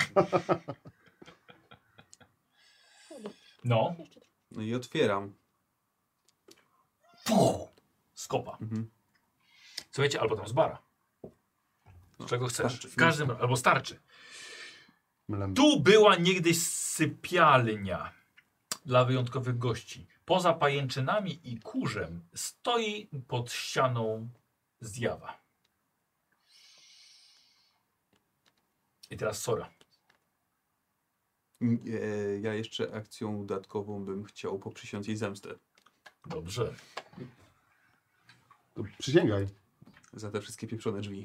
No. No i otwieram. Puh! Skopa. Mhm. Słuchajcie, albo tam z bara. No, Czego chcesz? starczy. W każdym razie, albo starczy. Mlem. Tu była niegdyś sypialnia dla wyjątkowych gości. Poza pajęczynami i kurzem stoi pod ścianą zjawa. I teraz Sora. Mm, e, Ja jeszcze akcją dodatkową bym chciał poprzysiąc jej zemstę. Dobrze. To przysięgaj. Za te wszystkie pieprzone drzwi.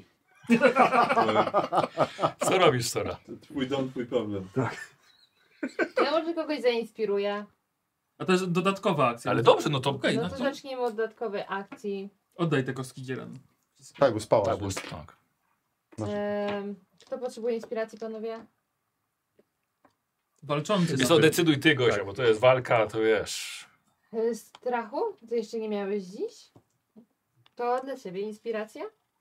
Co robisz, Sora? Twój dom, twój problem. Ja może kogoś zainspiruję. A to jest dodatkowa akcja. Ale dobrze, no to... Okej, No no to to zaczniemy od dodatkowej akcji. oddaj te kostki Dzieran. Tak, bo spała. Tak, bo jest, tak. Masz. Ehm, kto potrzebuje inspiracji, panowie? Walczący. Jest na to pewno. decyduj ty, Gosia, bo to jest walka, to wiesz... E, Strachu? Ty jeszcze nie miałeś dziś? To dla ciebie inspiracja?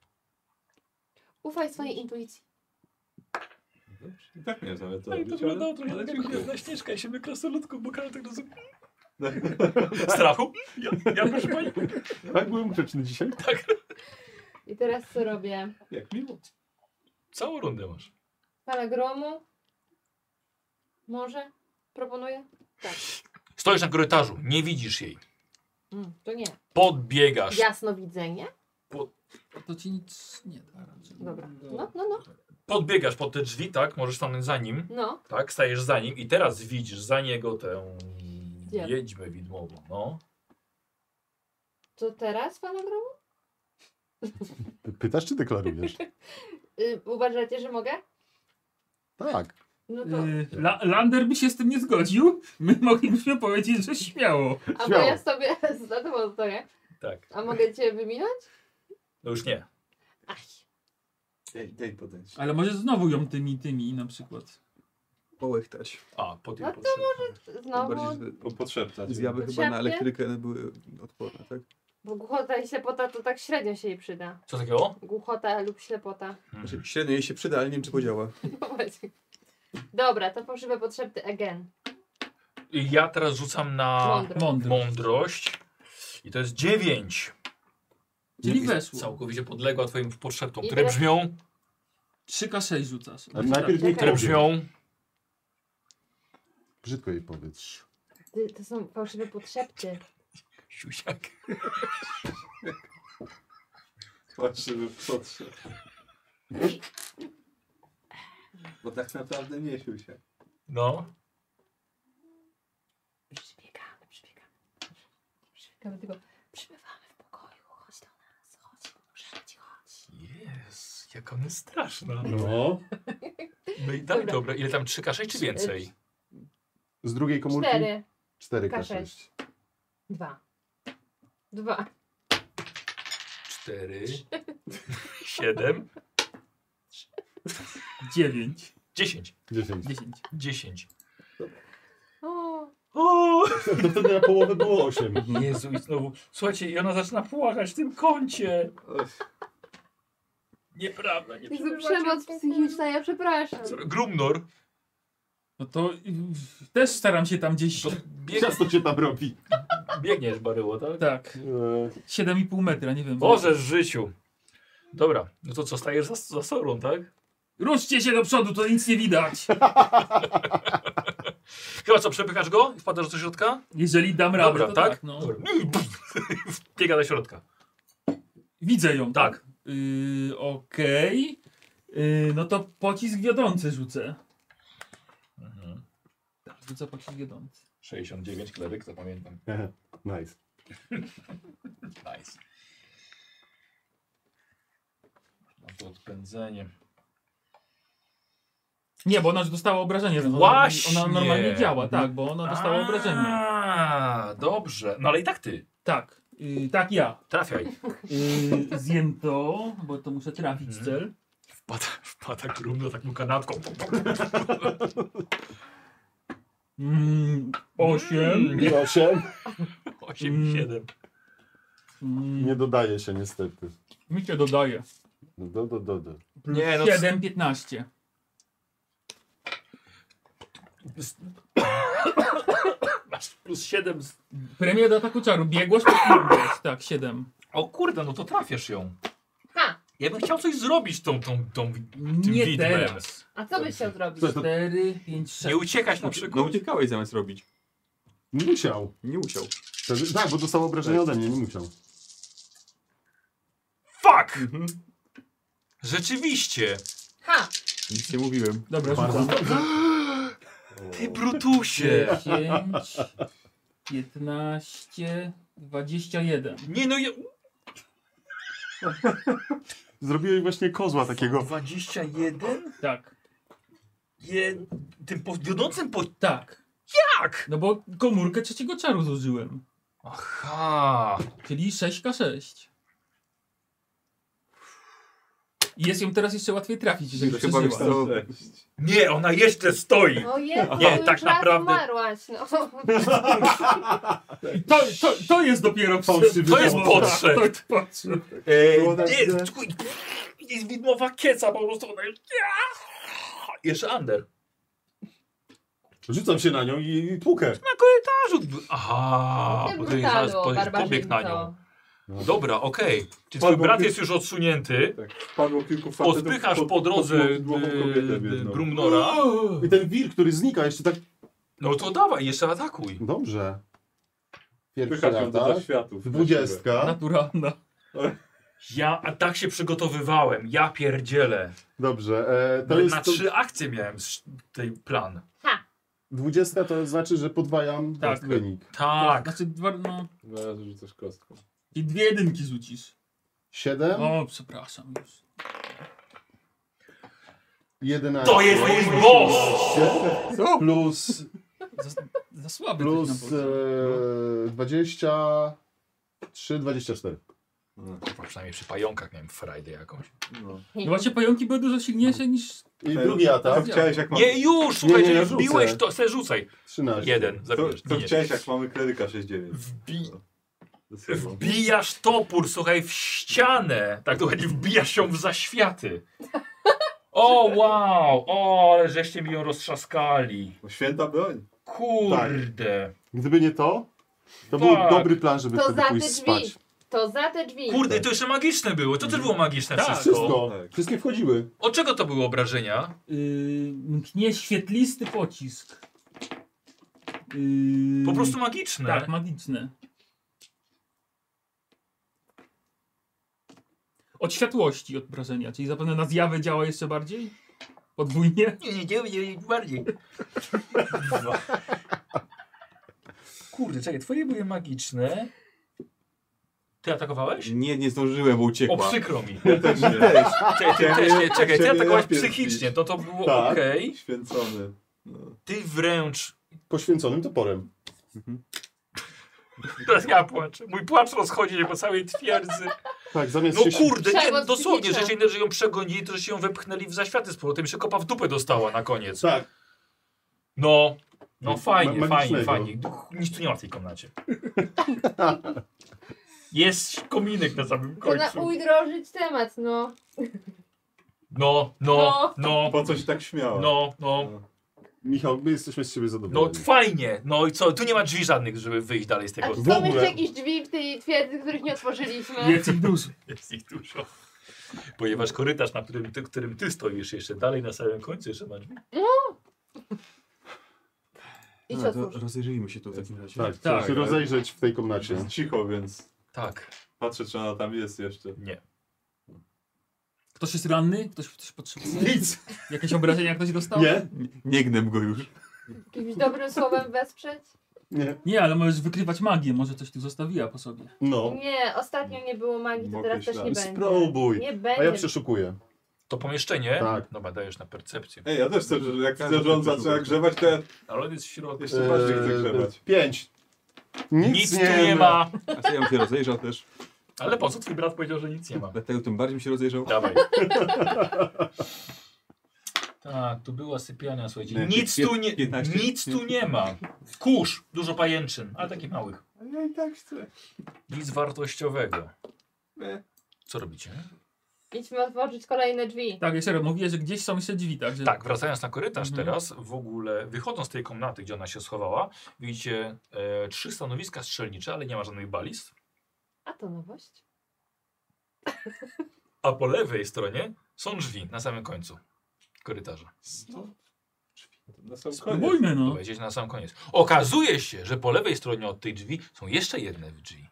Ufaj swojej intuicji. Dobrze. I tak miałem zamiar to No i to robić, wyglądało ale, trochę ale jak dziękuję. jedna śnieżka i się wykrasnoludką, bo każdy tak rozumie. Strachu? Ja, ja proszę pani. Tak, byłem grzeczny dzisiaj. I teraz co robię? Jak miło. Całą rundę masz. Fala gromu? Może? Proponuję? Tak. Stoisz na korytarzu, nie widzisz jej. Mm, to nie. Podbiegasz. Jasnowidzenie? To ci nic nie da raczej. Dobra. No, no, no. Podbiegasz pod te drzwi, tak? Możesz stanąć za nim, No. tak? Stajesz za nim i teraz widzisz za niego tę Gdzie? wiedźmę widmową, no. To teraz fala gromu? Pytasz czy deklarujesz? Y, uważacie, że mogę? Tak. No to... Yy, La Lander by się z tym nie zgodził. My moglibyśmy powiedzieć, że śmiało. A bo śmiało. ja sobie za tobą stoję. Tak. A mogę cię wyminąć? No już nie. Aj. Daj, daj podejść. Ale może znowu ją tymi, tymi na przykład. Połechtać. A, pod No jej to potrzeby. Znowu, Bardziej, że Po, podszeptać. zjawy chyba Potrzebnie? na elektrykę były odporne, tak? bo głuchota i ślepota to tak średnio się jej przyda. Co takiego? Głuchota lub ślepota. Znaczy, średnio jej się przyda, ale nie wiem czy podziała. No właśnie. Dobra, to fałszywe potrzeby again. I ja teraz rzucam na Mądro. Mądry. mądrość. I to jest dziewięć. Czyli Jest weszło. całkowicie podległa twoim podszeptom, I które teraz- brzmią, trzy K sześć rzucasz. Ale najpierw niech które powie. brzmią. Brzydko jej powiedz. Ty, to są fałszywe potrzeby. Siusiak. Patrzymy w potrzeb. Bo tak naprawdę nie sił się. No. Przybiegamy, przybiegamy. Przybiegamy, tylko przybywamy w pokoju. Chodź do nas, chodź, pomożemy ci, chodź. Jest, jak ona jest straszna. No. No i tak, Dobra. dobra. Ile tam trzy K sześć czy więcej? Z drugiej komórki? Cztery, cztery K K sześć. sześć. dwa. Dwa. cztery, siedem, dziewięć. dziesięć. dziesięć. dziesięć. dziesięć. O, O! To wtedy na połowę było osiem. Jezu, i znowu. Słuchajcie, i ona zaczyna płakać w tym kącie. Nieprawda, nie Jezu, przebywacie przemoc w pokoju. psychiczna, ja przepraszam. Co- Grumnor. No to y, też staram się tam gdzieś... To bieg, Ciasto się tam robi. biegniesz, Baryło, tak? Tak. siedem i pół metra, nie wiem. Boże, w życiu. Dobra, no to co, stajesz za, za Sorą, tak? Ruszcie się do przodu, to nic nie widać. Chyba co, przepychasz go i wpadasz do środka? Jeżeli dam radę, Dobra, to tak? tak no. Dobra. Biega do środka. Widzę ją. Tak. Yy, Okej. Yy, no to pocisk wiodący rzucę. Mhm. Tak, rzucę pocisk wiodący. sześćdziesiąt dziewięć kleryk, to pamiętam. Nice. Nice. No to odpędzenie. Nie, bo ona już dostała obrażenie. więc ona- Właśnie. Ona normalnie działa, tak, bo ona dostała obrażenie. A, dobrze. No ale i tak ty. Tak, yy, tak ja. Trafiaj. Yy, zjem to, bo to muszę trafić w cel. Wpada, wpada grumno taką kanapką. Mm, osiem. I osiem. osiem, siedem. Mm, Nie dodaje się niestety. mi się dodaje. Do, do, do, do. Plus Nie, no siedem, piętnaście. Masz plus siedem. Z... Premia do ataku czaru. Biegłość, podbiegłość. Tak, siedem. O kurde, no to trafiasz ją. Ha! Ja bym chciał coś zrobić tą, tą, tą tym Nie widmem. teraz. A co byś chciał zrobić? Co to? cztery, pięć, sześć. Nie uciekać na No przykład. uciekałeś zamiast robić. Nie musiał. Nie musiał. To- Tak, bo dostał obrażenie ode mnie, nie musiał. Fuck! Mhm. Rzeczywiście. Ha! Nic nie mówiłem. Dobra, Bardzo rzucam. dobrze. Ty brutusie. dziesięć, piętnaście, dwadzieścia jeden. Nie no ja... Zrobiłeś właśnie kozła takiego. dwadzieścia jeden? Tak, Je... Tym po... wiodącym po... tak. Jak? No bo komórkę trzeciego czaru zużyłem. Aha. Czyli sześć K sześć. I jest ją teraz jeszcze łatwiej trafić, jeżeli Chyba wiesz przeżyła. co, Nie, ona jeszcze stoi. O Jezu, Nie, już tak raz naprawdę- umarłaś, no. I to, to, to jest dopiero Fałszywy To jest dowód. podszedł. To jest podszedł. Eee, Było tak, nie, że- czekuj, jest widmowa kieca po prostu. Ona jest... Jeszcze under. Rzucam się na nią i tłukę. Na korytarzu. Aha, Tym bo to jest zaraz brutalu, po- pobiegł na barbarzyńco. nią. Dobra, okej. Czy twój Albo brat ky- jest już odsunięty? Tak, wpadło kilku facetów. Odpychasz pod- po drodze pod głową kobietę e, biedną. Grumnora. I ten wir, który znika jeszcze tak... No to dawaj, jeszcze atakuj. Dobrze. Pierwszy Wpychasz ją do atak. zaświatów. Dwudziestka. Naturalna. Ja a tak się przygotowywałem. Ja pierdzielę. Dobrze. E, to No, jest na to, trzy akcje miałem z tej plan. dwudziestka to znaczy, że podwajam Tak. wynik. Tak. Znaczy, dwa, no, Dwa razy rzucasz kostką. i dwie jedynki rzucisz. siedem, O, przepraszam już. jedenaście. To jest mój boss! Plus, Za, za słaby plus też na bocie. e, dwadzieścia trzy, dwadzieścia cztery. No. Kurwa, przynajmniej przy pająkach miałem frajdę jakąś. No. No właśnie pająki były dużo silniejsze niż... I drugi atak. To chciałeś jak mamy... Nie, już! Słuchajcie, nie, ja wbiłeś rzucę. to, se rzucaj. trzynaście. Jeden, To, zabijesz. to giniesz. chciałeś jak mamy kleryka sześć dziewięć. Wbi Ze sobą. wbijasz topór, słuchaj, w ścianę. Tak, dokładnie, wbijasz ją w zaświaty. O, wow! O, ale żeście mi ją roztrzaskali. No, święta broń. Kurde. Gdyby nie to, to Tak. był dobry plan, żeby To wtedy za pójść te drzwi. spać. To za te drzwi. Kurde, to jeszcze magiczne było. To też było magiczne Tak. wszystko. Wszystko. Tak. Wszystkie wchodziły. Od czego to były obrażenia? Yy, mknie świetlisty pocisk. Yy, Po prostu magiczne. Tak, magiczne. Od światłości obrażenia, czyli zapewne na zjawę działa jeszcze bardziej? Podwójnie? Nie, nie, nie, nie, nie bardziej. Kurde, czekaj, twoje były magiczne. Ty atakowałeś? nie, nie zdążyłem, bo O, uciekła. przykro mi. Też nie. Czekaj, ty też nie, czekaj, ty Ciebie atakowałeś najpierw psychicznie, to to było Tak. okej. Święcony. No. Ty wręcz... Poświęconym toporem. Teraz ja płaczę. Mój płacz rozchodzi się po całej twierdzy. Tak, zamiast No się... kurde, nie, Przemoc dosłownie, że psychiczna. się, że ją przegonili, to że się ją wepchnęli w zaświaty z powrotem i się kopa w dupę dostała na koniec. Tak. No, no Ma- fajnie, fajnie, magicznego. fajnie. Nic tu nie ma w tej komnacie. Jest kominek na samym To na końcu. udrożyć temat, no. No, no, no, Po coś tak śmiała. no, no. No. Michał, my jesteśmy z ciebie No zadowoleni. fajnie. No i co, tu nie ma drzwi żadnych, żeby wyjść dalej z A tego. czy w są ogóle- jeszcze jakieś drzwi w tej twierdzy, których nie otworzyliśmy? Jest ich dużo. Jest ich dużo. Ponieważ korytarz, na którym ty, którym ty stoisz jeszcze dalej na samym końcu jeszcze ma drzwi. Idź No, to otwórz. rozejrzyjmy się tu w takim razie. Tak, Tak, trzeba się ale- rozejrzeć w tej komnacie. Jest cicho, więc Tak. Patrzę, czy ona tam jest jeszcze. Nie. Ktoś jest ranny? Ktoś coś potrzebuje? Nic! Jakieś obrażenia ktoś dostał? Nie? Nie, nie gnę go już. Jakimś dobrym słowem wesprzeć? Nie. Nie, ale możesz wykrywać magię, może coś tu zostawiła po sobie. No. Nie, ostatnio nie było magii, to Mogę teraz też nie ślad. będzie. Spróbuj. Nie A ja będzie. przeszukuję. To pomieszczenie? Tak. Dobra, dajesz na percepcję. Ej, ja też chcę, że jak widzę, że on zaczyna grzebać, to ja Ale on jest w środku. jeszcze bardziej chcę Eee, grzebać. Pięć. Nic, Nic tu nie ma. A co ja bym się rozejrzał też. Ale po co twój brat powiedział, że nic nie ma? Dlatego tym bardziej bym się rozejrzał. Dawaj. Tak, tu była sypialnia, słuchajcie. Nie, Nic tu nie, piętnaście? nic tu nie ma. Kurz, dużo pajęczyn, ale takich małych. A ja i tak chcę. Nic wartościowego. Nie. Co robicie? Idźmy otworzyć kolejne drzwi. Tak, jeszcze raz, mówię, że gdzieś są jeszcze drzwi, tak? Że... Tak, wracając na korytarz Mhm. teraz, w ogóle wychodząc z tej komnaty, gdzie ona się schowała, widzicie e, trzy stanowiska strzelnicze, ale nie ma żadnych balist. A to nowość. A po lewej stronie są drzwi na samym końcu korytarza. No. Na sam koniec. Spróbujmy, no. Dobra, idziecie na sam koniec. Okazuje się, że po lewej stronie od tej drzwi są jeszcze jedne drzwi.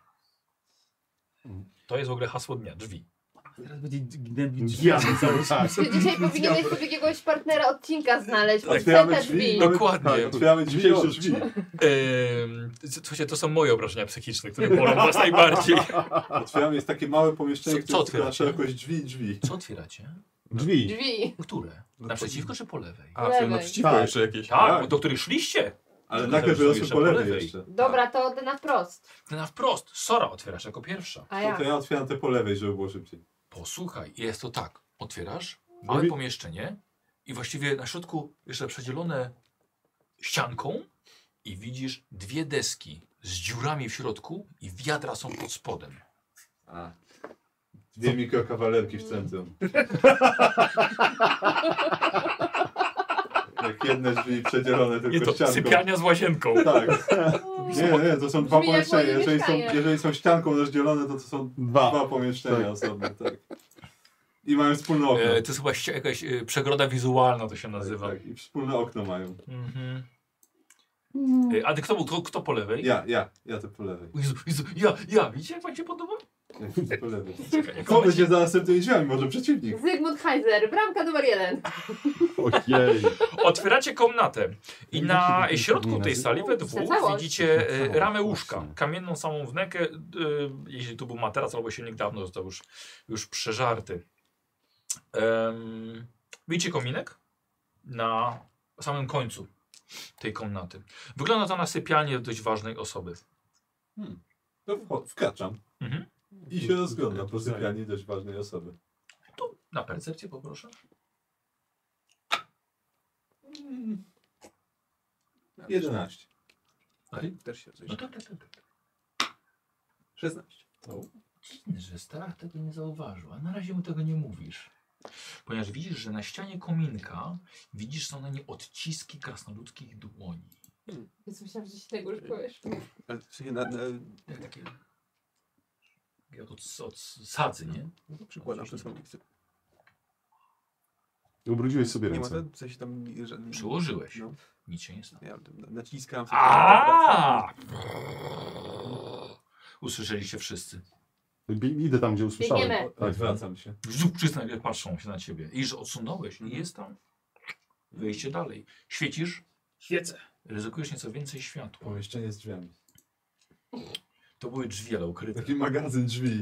To jest w ogóle hasło dnia, drzwi. Teraz będzie gnębić Ja, drzwi. tak. Ty dzisiaj powinieneś sobie jakiegoś partnera odcinka znaleźć. Otwieramy Otwieramy drzwi. drzwi. No. Dokładnie. Tak, otwieramy drzwi Dzisiejsze od drzwi. Ehm, słuchajcie, to są moje obrażenia psychiczne, które bolą was najbardziej. Otwieramy, jest takie małe pomieszczenie, Co- które co jest tylko na otwieracie? szerokość drzwi i drzwi. Co otwieracie? Drzwi. Drzwi. Które? Naprzeciwko czy po lewej? A, sobie Lewej. naprzeciwko Tak. jeszcze jakieś. Tak, tak. do których szliście. Ale Tylko nagle że są wyrosły jeszcze po po lewej lewej. jeszcze. Dobra, to na wprost. Ty na wprost. Sora otwierasz jako pierwsza. A No ja. to ja otwieram te po lewej, żeby było szybciej. Posłuchaj, jest to tak. Otwierasz małe Robi- pomieszczenie i właściwie na środku jeszcze przedzielone ścianką i widzisz dwie deski z dziurami w środku i wiadra są pod spodem. A. Dwie mikrokawalerki w centrum. Jak jedne drzwi przedzielone Nie, tylko to ścianką. sypialnia z łazienką. Tak. Nie, nie, to są dwa Brzmi jak pomieszczenia. moje Jeżeli są, mieszkanie. jeżeli są ścianką rozdzielone, to to są Dwa. dwa pomieszczenia Tak. osobne, tak. I mają wspólne okno. E, to jest chyba ści- jakaś e, przegroda wizualna to się nazywa. Tak, I wspólne okno mają. Mhm. E, a ty kto, był- kto, kto po lewej? Ja, ja, ja to po lewej. Jezu, Jezu, ja, ja, widzicie jak wam się podoba? Ja po lewej. Czekaj, jak Co ona będzie się... za następnymi drzwiami? Może przeciwnik? Zygmunt Heiser, bramka numer jeden. Ojej. Otwieracie komnatę i Jak na się to środku nazywa? tej sali we dwóch Całość. widzicie e, Całość, ramę łóżka, właśnie. kamienną samą wnękę, e, jeśli tu był materac albo silnik dawno został już, już przeżarty. Em, widzicie kominek na samym końcu tej komnaty. Wygląda to na sypialnię dość ważnej osoby. To wcho- wkraczam Mhm. i się rozglądam po sypialni dość ważnej osoby. Tu na percepcję poproszę. jedenaście. Też się No rozejrzał. tak, tak, tak. szesnaście. Dziwne, że Starach tego nie zauważył, a na razie mu tego nie mówisz. Ponieważ widzisz, że na ścianie kominka widzisz są na nie odciski krasnoludzkich dłoni. Więc myślałam, że się tego już powiesz. Ale w sensie na, na, Jak takie... Jak od, od sadzy, nie? no to przykładam to są listy. Ubrudziłeś sobie Nie ma ręce. w sensie tam nie- żadnej... Przyłożyłeś. No, Nic się nie stało. ja tam naciskam. A! Usłyszeliście wszyscy. Bi- Idę tam, gdzie usłyszałem. Biegniemy. Odwracam się. Wszyscy nagle patrzą się na ciebie. I że odsunąłeś i jest tam wyjście dalej. Świecisz? Świecę. Ryzykujesz nieco więcej światła. Pomieszczenie z drzwiami. To były drzwi, ale ukryte. Taki magazyn drzwi.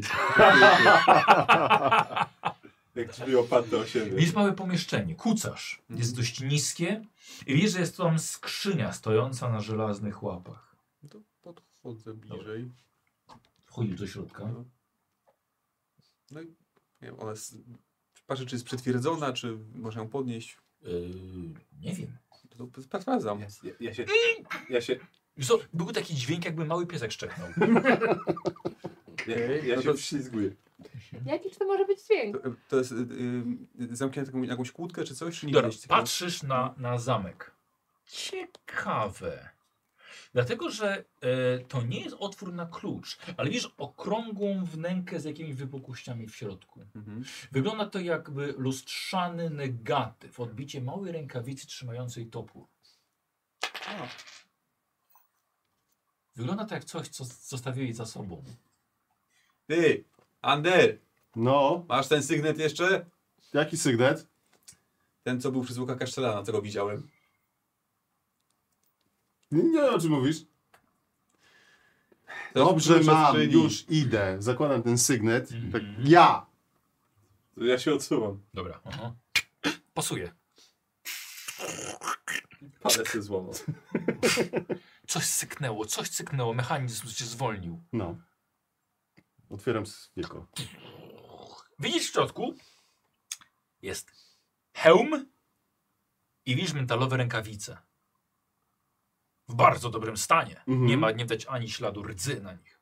Jak drzwi oparte o siebie. Jest małe pomieszczenie, kucasz. Jest dość niskie i widzisz, że jest tam skrzynia stojąca na żelaznych łapach. To podchodzę bliżej. Wchodzisz do środka. No. No i nie wiem, ona jest, patrzę, czy jest przetwierdzona, czy można ją podnieść. Yy, nie wiem. To, to sprawdzam. Ja, ja, ja się... Ja się... Wiesz co, był taki dźwięk, jakby mały piesek szczeknął. Ja, ja No się to- wślizguję. Jakiż to może być dźwięk? To, to jest y, y, zamknięte taką jakąś kłódkę czy coś? Czy nie Dobra, widać takiego? patrzysz na, na zamek. Ciekawe. Dlatego, że e, to nie jest otwór na klucz, ale widzisz okrągłą wnękę z jakimiś wypukościami w środku. Mhm. Wygląda to jakby lustrzany negatyw, odbicie małej rękawicy trzymającej topór. A, Wygląda to jak coś, co zostawiłeś za sobą. Ty, Ander, No, masz ten sygnet jeszcze? jaki sygnet? Ten, co był przy zwłokach Kasztelana, co go widziałem. Nie, nie wiem, o czym mówisz. To Dobrze, klucz od mam, skrzyni. już idę. Zakładam ten sygnet. Mhm. Tak, ja! To ja się odsuwam. Dobra, aha. Pasuje. Palec się złamał. Coś syknęło, coś syknęło, mechanizm się zwolnił. No. Otwieram wieko. Widzisz w środku? Jest hełm i widzisz metalowe rękawice. W bardzo dobrym stanie. Mhm. Nie ma, nie widać ani śladu rdzy na nich.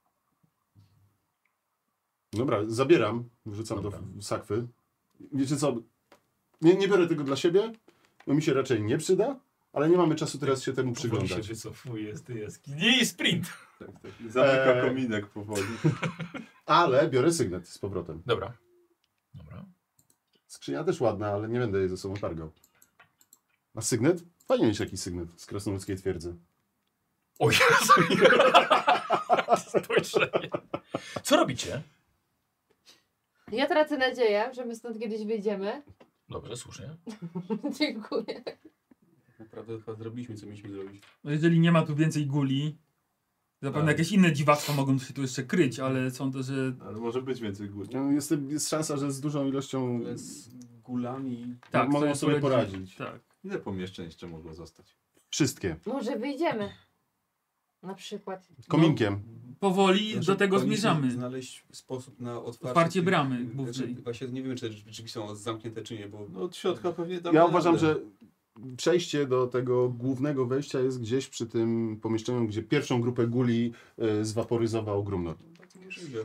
Dobra, zabieram. Wrzucam Dobra. do sakwy. Wiecie co? Nie, nie biorę tego dla siebie, bo mi się raczej nie przyda, ale nie mamy czasu teraz się temu Powoli się przyglądać. wycofuje z tej jaskini i sprint. Tak, tak. I zamyka Eee. kominek powoli. Ale biorę sygnet z powrotem. Dobra. Dobra. Skrzynia też ładna, ale nie będę jej ze sobą targał. A sygnet? Fajnie mieć jakiś sygnet z krasnoludzkiej twierdzy. O Jezu! Spojrzenie. Co robicie? Ja tracę nadzieję, że my stąd kiedyś wyjdziemy. Dobrze, słusznie. Dziękuję. Naprawdę chyba zrobiliśmy, co mieliśmy zrobić. No jeżeli nie ma tu więcej guli, zapewne Tak. jakieś inne dziwactwa mogą się tu jeszcze kryć, ale sądzę, że Ale może być więcej gór. No, Jest, jest szansa, że z dużą ilością Ale z gulami... tak, mogą to sobie poradzi- poradzić. Tak. Ile pomieszczeń jeszcze mogło zostać? Wszystkie. Może wyjdziemy. Na przykład. Kominkiem. Powoli Znaczy, do tego powinniśmy zmierzamy. znaleźć sposób na otwarcie, Otwarcie tych- bramy Znaczy, głównej. właśnie nie wiem, czy te drzwi są zamknięte, czy nie, bo... No od środka pewnie damy Ja uważam, radę. że przejście do tego głównego wejścia jest gdzieś przy tym pomieszczeniu, gdzie pierwszą grupę guli y, zwaporyzował Grumnor. Tak możliwe.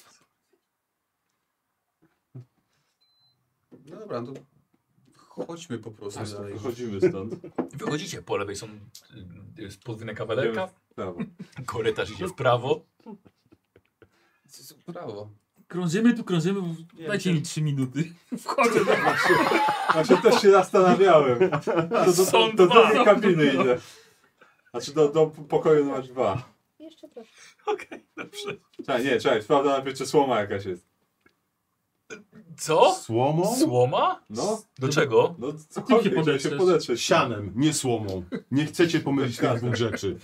No dobra, no to chodźmy po prostu Tak, dalej. wychodzimy stąd. Wychodzicie, po lewej są y, y, podwójne kawalerka, W prawo. korytarz idzie w prawo. Co- co- Brawo. Krążymy tu, krążymy, bo Nie, dajcie nie. mi trzy minuty. Wchodzę do Właśnie też się zastanawiałem. To do, Są do, do dwa. drugiej kabiny idę. Znaczy do, do pokoju numer dwa. Jeszcze troszkę. Okej, dobrze. Czekaj, nie, czekaj, sprawdzam najpierw, czy słoma jakaś jest. Co? Słomą? Słoma? No, Do czego? no cokolwiek, żeby się podetrzesz? podetrzeć. Sianem, nie słomą. Nie chcecie pomylić tych dwóch rzeczy.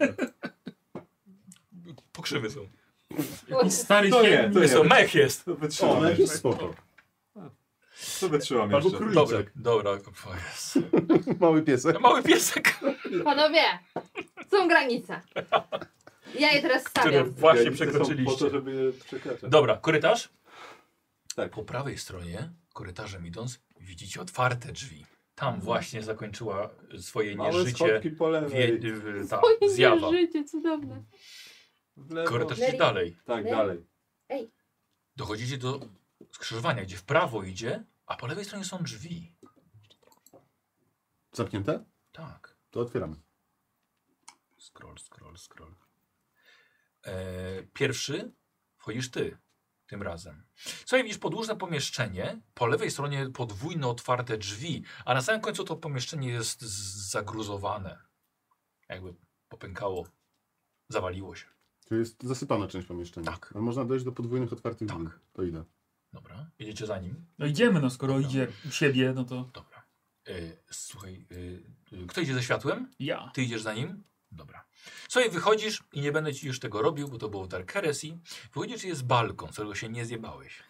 Pokrzywy są. jakiś stary To nie, świetny. to nie. To mech jest. To O, wytrzymam ale jeszcze. jest spoko. To wytrzymam Albo jeszcze. króliczek. Dobra, dobra. O Jezu. Mały piesek. Mały piesek, Panowie, są granice. Ja je teraz który stawiam. właśnie Granice są po to, przekroczyliście. żeby je przekraczać. Dobra, korytarz? Tak. Po prawej stronie, korytarzem idąc, widzicie otwarte drzwi. Tam właśnie zakończyła swoje Małe nieżycie schodki po wie, lewej. y, ta Moje zjawa. życie, cudowne. W lewo. Korytarz idzie Lepiej. dalej. Tak, Lepiej. dalej. Dochodzicie do skrzyżowania, gdzie w prawo idzie, a po lewej stronie są drzwi. Zamknięte? Tak. To otwieramy. Scroll, scroll, scroll. E, pierwszy wchodzisz ty tym razem. Słuchaj, widzisz podłużne pomieszczenie, po lewej stronie podwójne otwarte drzwi, a na samym końcu to pomieszczenie jest z- zagruzowane. Jakby popękało, zawaliło się. Tu jest zasypana część pomieszczenia. Tak. Ale można dojść do podwójnych otwartych Tak. drzwi. To idę. Dobra, idziecie za nim. No idziemy, no skoro idzie u siebie, no to Dobra. E, słuchaj, e, e, kto idzie ze światłem? ja. Ty idziesz za nim? Dobra. Słuchaj, wychodzisz i nie będę ci już tego robił, bo to było w Dark Heresy. Wychodzisz i jest balkon, z którego się nie zjebałeś.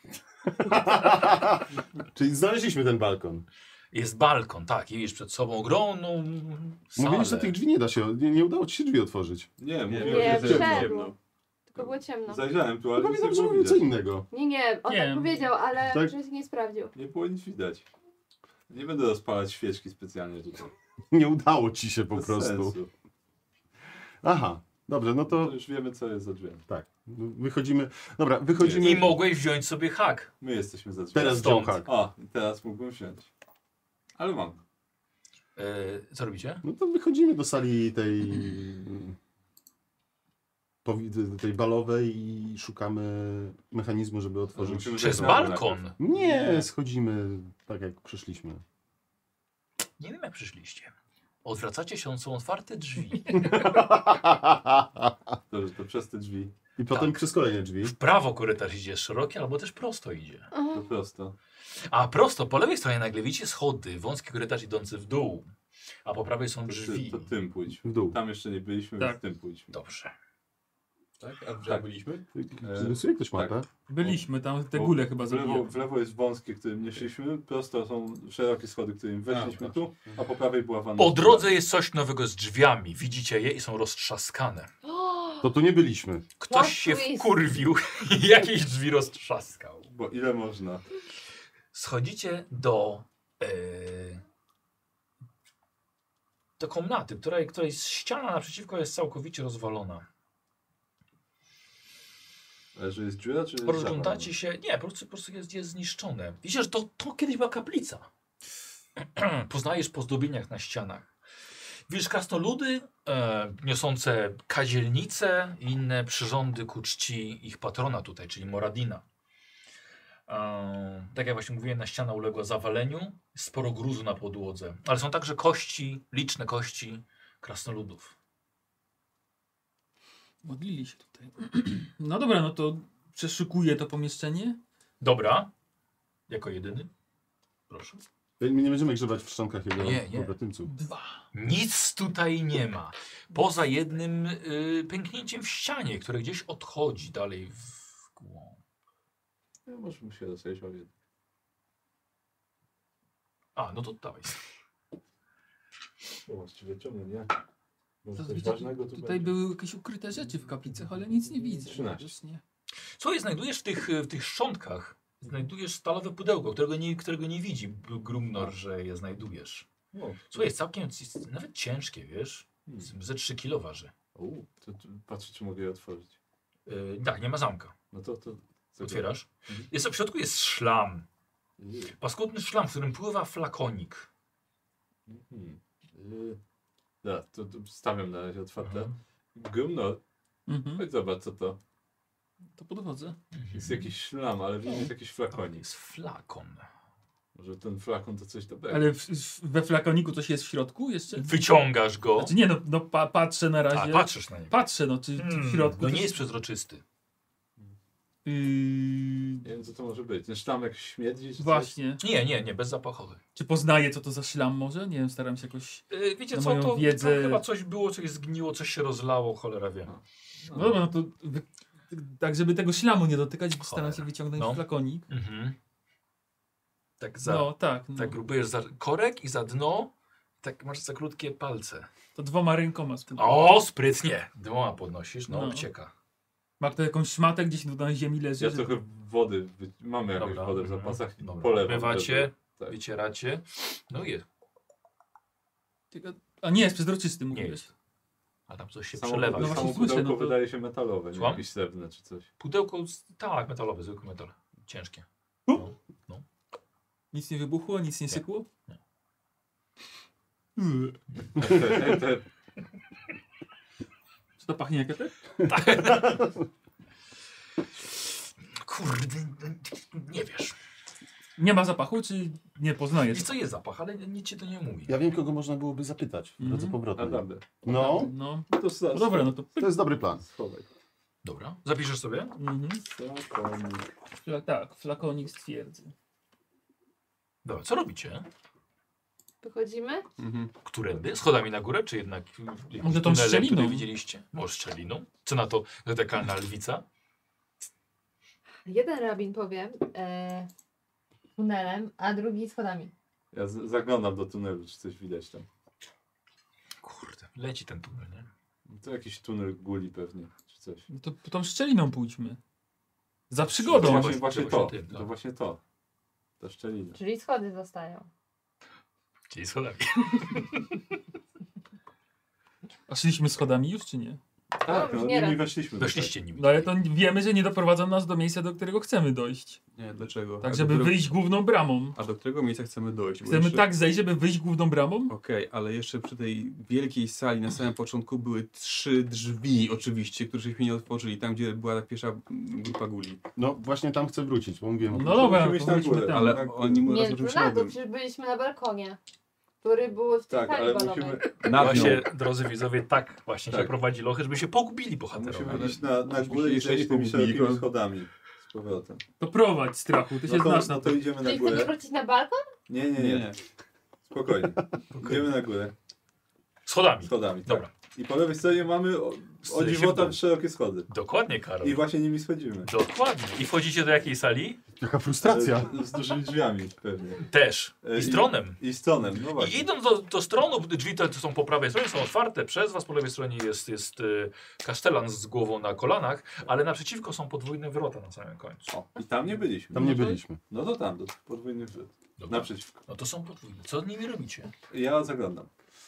Czyli znaleźliśmy ten balkon. Jest balkon, tak, i widzisz przed sobą ogromną salę. Mówili, że tych drzwi nie da się, nie, nie udało ci się drzwi otworzyć. Nie, Nie, mówiłem, nie, że ciemno. wszedł. Tylko było ciemno. Zajrzałem tu, ale nic nie Pamiętam, że było mówił co widać. innego. Nie, nie, on Nie. tak powiedział, ale Tak? że nie sprawdził. Nie było nic widać. Nie będę rozpalać świeczki specjalnie tutaj. Nie udało ci się po Bez prostu. sensu. Aha, dobrze, no to To już wiemy, co jest za drzwiami. tak. Wychodzimy. Dobra, wychodzimy. I mogłeś wziąć sobie hak. My jesteśmy za drzwiami. Teraz Stąd. dział hak. O, i teraz mógłbym wziąć. Ale mam. E, co robicie? No to wychodzimy do sali tej powi- tej balowej i szukamy mechanizmu, żeby otworzyć. Musimy Przez zejść na dół balkon. najpierw. Nie, schodzimy tak jak przyszliśmy. Nie wiem jak przyszliście. Odwracacie się, są otwarte drzwi. Dobrze, to przez te drzwi. I potem Tak. przez kolejne drzwi. W prawo korytarz idzie szeroki, albo też prosto idzie. To prosto. A prosto, po lewej stronie nagle widzicie schody, wąski korytarz idący w dół. A po prawej są To, drzwi. ty, to tym pójdź. W dół. Tam jeszcze nie byliśmy, Tak. więc tym pójdźmy. Dobrze. Tak? A gdzie Tak. byliśmy? Rysuje ktoś tak. mapę? Byliśmy tam, te Bo góle chyba w lewo, zabijemy. w lewo jest wąskie, którym nie szliśmy, prosto są szerokie schody, którym weszliśmy A, tu, a po prawej była wanna. Po drodze jest coś nowego z drzwiami. Widzicie je i są roztrzaskane. To tu nie byliśmy. Ktoś się Plot twist. wkurwił i jakieś drzwi roztrzaskał. Bo ile można? Schodzicie do, e, do komnaty, której, której ściana naprzeciwko jest całkowicie rozwalona. Ale że jest dziura, czy jest Rozglądacie się, nie, po prostu, po prostu jest, jest zniszczone. Widzicie, że to, to kiedyś była kaplica. Poznajesz po zdobieniach na ścianach. Widzisz krasnoludy e, niosące kadzielnice i inne przyrządy ku czci ich patrona tutaj, czyli Moradina. E, tak jak właśnie mówiłem, na ściana uległa zawaleniu, sporo gruzu na podłodze, ale są także kości, liczne kości krasnoludów. Modlili się tutaj. No dobra, no to przeszukuję to pomieszczenie. Dobra, jako jedyny, proszę. My nie będziemy grzebać w szczątkach jego Nie, nie. pobratymców. Dwa. Nic tutaj nie ma. Poza jednym y, pęknięciem w ścianie, które gdzieś odchodzi dalej w głąb. No, możemy się rozejść o jedno. A, no to dawaj. No właściwie czemu nie? Może To coś widzę, ważnego tu tutaj będzie? były jakieś ukryte rzeczy w kaplicach, ale nic nie widzę. trzynaście. Wiesz, nie. Słuchaj, znajdujesz w tych, w tych szczątkach, znajdujesz stalowe pudełko, którego nie, którego nie widzi Grumnor, że je znajdujesz. No, Słuchaj, jest całkiem, jest nawet ciężkie, wiesz? hmm. Ze trzy kilo waży. U, to, to patrzę, czy mogę je otworzyć. Yy, tak, nie ma zamka. No to... to to Otwierasz. Mhm. Jest, w środku jest szlam. Yy, Paskudny szlam, w którym pływa flakonik. mhm. Yy. Da, to, to stawiam na razie otwarte. Mhm. Grumno, Mhm. chodź zobacz co to. To podchodzę. Jest jakiś szlam, ale w nim jest jakiś To flakonik. jest flakon. Może ten flakon to coś dobrego. Ale w, w, we flakoniku coś jest w środku jeszcze? Wyciągasz go. Znaczy nie, no, no pa, patrzę na A, razie. patrzysz na niego. Patrzę, no, czy, czy Hmm, w środku no coś- nie jest przezroczysty. Yy, Nie wiem co to może być. Ten szlam jak śmierdzi? czy coś? właśnie. Nie, nie, nie, bezzapachowy. Czy poznaję, co to za szlam może? Nie wiem, staram się jakoś... Yy, wiecie Na co, moją to, wiedzę- to chyba coś było, coś zgniło, coś się rozlało, cholera wie. No. No dobra, no to wy... tak, żeby tego szlamu nie dotykać, staram Cholera. się wyciągnąć No. flakonik. Mhm. Tak za, No, tak. No. tak próbujesz za korek i za dno, tak masz za krótkie palce. To dwoma rękoma spróbuję. O, sprytnie. Dwoma podnosisz, no, No. ucieka. Ma kto jakąś szmatę gdzieś tu na ziemi leży? Ja że- trochę wody, wy- mamy jakąś Dobra, wodę w mhm. zapasach i Dobra. polewam. Mywacie, żeby- Tak. wycieracie. No jest. Tylko- A nie, jest przezroczysty, Nie mówiłeś. jest. A tam coś się Samo, przelewa. No samo właśnie pudełko słyszę, no to- wydaje się metalowe, nie Słucham? jakieś srebrne czy coś. Pudełko, z- tak, metalowe, zwykły metal. Ciężkie. U. No. Nic nie wybuchło, nic nie Nie. sykło? Nie. Yy. Te- te- Czy to pachnie jak eter? Kurde, nie wiesz. Nie ma zapachu, czy nie poznaję? Wiesz co jest zapach, ale nic ci to nie mówi. Ja wiem, kogo można byłoby zapytać w drodze Mhm. powrotnej. Naprawdę. No, No, No to za- no dobra, no to... to jest dobry plan. Schowaj. Dobra, zapiszesz sobie? Mhm. Flakonik. Fla tak, flakonik stwierdzy. Dobra, co robicie? Wychodzimy? Mhm. Którędy? Schodami na górę, czy jednak Może tą tunelem, szczeliną? który widzieliście? Może szczeliną? Co na to radykalna lwica? Jeden rabin powie e, tunelem, a drugi schodami. Ja z- zaglądam do tunelu, czy coś widać tam. Kurde, leci ten tunel, nie? To jakiś tunel guli pewnie, czy coś. No to tą szczeliną pójdźmy. Za To przygodą. Trzeba- właśnie, właśnie trzeba to. się tym, tak. To właśnie to. Ta szczelina. Czyli schody zostają. Czyli schodami. A szliśmy schodami już, czy nie? Tak, już no nieraz. nimi weszliśmy. Doszliście nimi. No ale to wiemy, że nie doprowadzą nas do miejsca, do którego chcemy dojść. Nie, dlaczego? Tak, A żeby do którego- wyjść główną bramą. A do którego miejsca chcemy dojść? Bo Chcemy jeszcze- tak zejść, żeby wyjść główną bramą? Okej, ale jeszcze przy tej wielkiej sali na samym początku były trzy drzwi oczywiście, które żeśmy nie otworzyli, tam gdzie była ta pierwsza mm, grupa guli. No właśnie tam chcę wrócić, bo mówiłem o tym. No dobra, musimy iść to na wróćmy górę, tam. Ale tak. oni mu Nie, razem na dół, śladem. przecież byliśmy na balkonie. który był w tej Tak, hali ale balowej. musimy, Na Właśnie, drodzy widzowie, tak właśnie się Tak. prowadzi lochy, żeby się pogubili bohaterowie. musimy iść na, na Myśmy górę się i jeszcze zejść nie tymi pogubili, szerokimi bo- schodami z powrotem. To prowadź strachu, ty się No to, znasz na no to. to idziemy na Czyli chcemy górę. wrócić na balkon? Nie, nie, nie. Spokojnie. Idziemy na górę. Schodami. Schodami, tak. Dobra. I po lewej stronie mamy o, o Zejście w dziwo dół. tam szerokie schody. Dokładnie, Karol. I właśnie nimi schodzimy. Dokładnie. I wchodzicie do jakiej sali? Jaka frustracja. E, Z dużymi drzwiami pewnie. Też. E, I stronem. I stronem, no I właśnie. idąc do, do stronu, drzwi te są po prawej stronie, są otwarte przez was, po lewej stronie jest, jest y, kasztelan z głową na kolanach, ale naprzeciwko są podwójne wrota na samym końcu. O, i tam nie byliśmy. Tam nie byliśmy. No to tam, do tych podwójnych wrót. Dobra. Naprzeciwko. No to są podwójne. Co z nimi robicie? Ja zaglądam.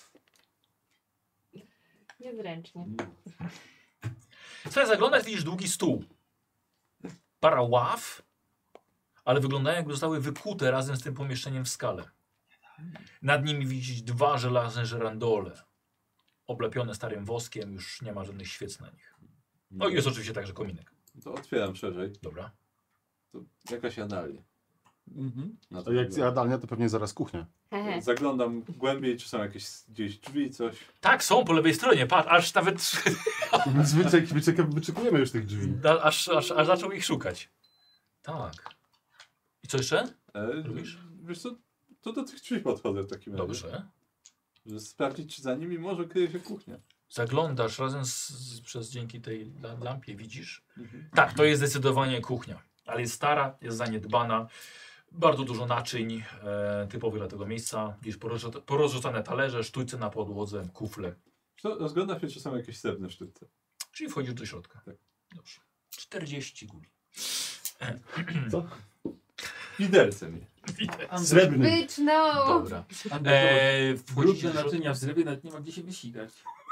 Niezręcznie. Słuchaj, zaglądasz, widzisz długi stół. Para ław, ale wyglądają jakby zostały wykute razem z tym pomieszczeniem w skale. Nad nimi widzisz dwa żelazne żerandole. Oblepione starym woskiem, już nie ma żadnych świec na nich. No i jest oczywiście także kominek. To otwieram szerzej. Dobra. To jakaś jadalnia. Mhm. Na to A jak wygląda. jadalnia, to pewnie zaraz kuchnia. Hehe. Zaglądam głębiej, czy są jakieś gdzieś drzwi, coś. Tak, są po lewej stronie, patrz, aż nawet Zwyczaj, wyczek, wyczekujemy już tych drzwi. Da- aż, aż, aż zaczął ich szukać. Tak. I co jeszcze? E, Lubisz? Wiesz co, to do tych drzwi podchodzę w takim razie. Dobrze. Żeby sprawdzić, czy za nimi może kryje się kuchnia. Zaglądasz razem z, z, przez dzięki tej la- lampie, widzisz? Mhm. Tak, to jest zdecydowanie kuchnia. Ale jest stara, jest zaniedbana. Bardzo dużo naczyń e, typowych dla tego miejsca. Widzisz porozrzuca- porozrzucane talerze, sztućce na podłodze, kufle. Co, rozglądam się, czy są jakieś srebrne sztuce. Czyli wchodzisz do środka. Tak. Dobrze. czterdzieści guli. Co? Widelce mi. Srebrny. Wycznął! Dobra. Albo E, wchodzicie brudne do środka. naczynia w zrywie, nawet nie ma gdzie się wysikać.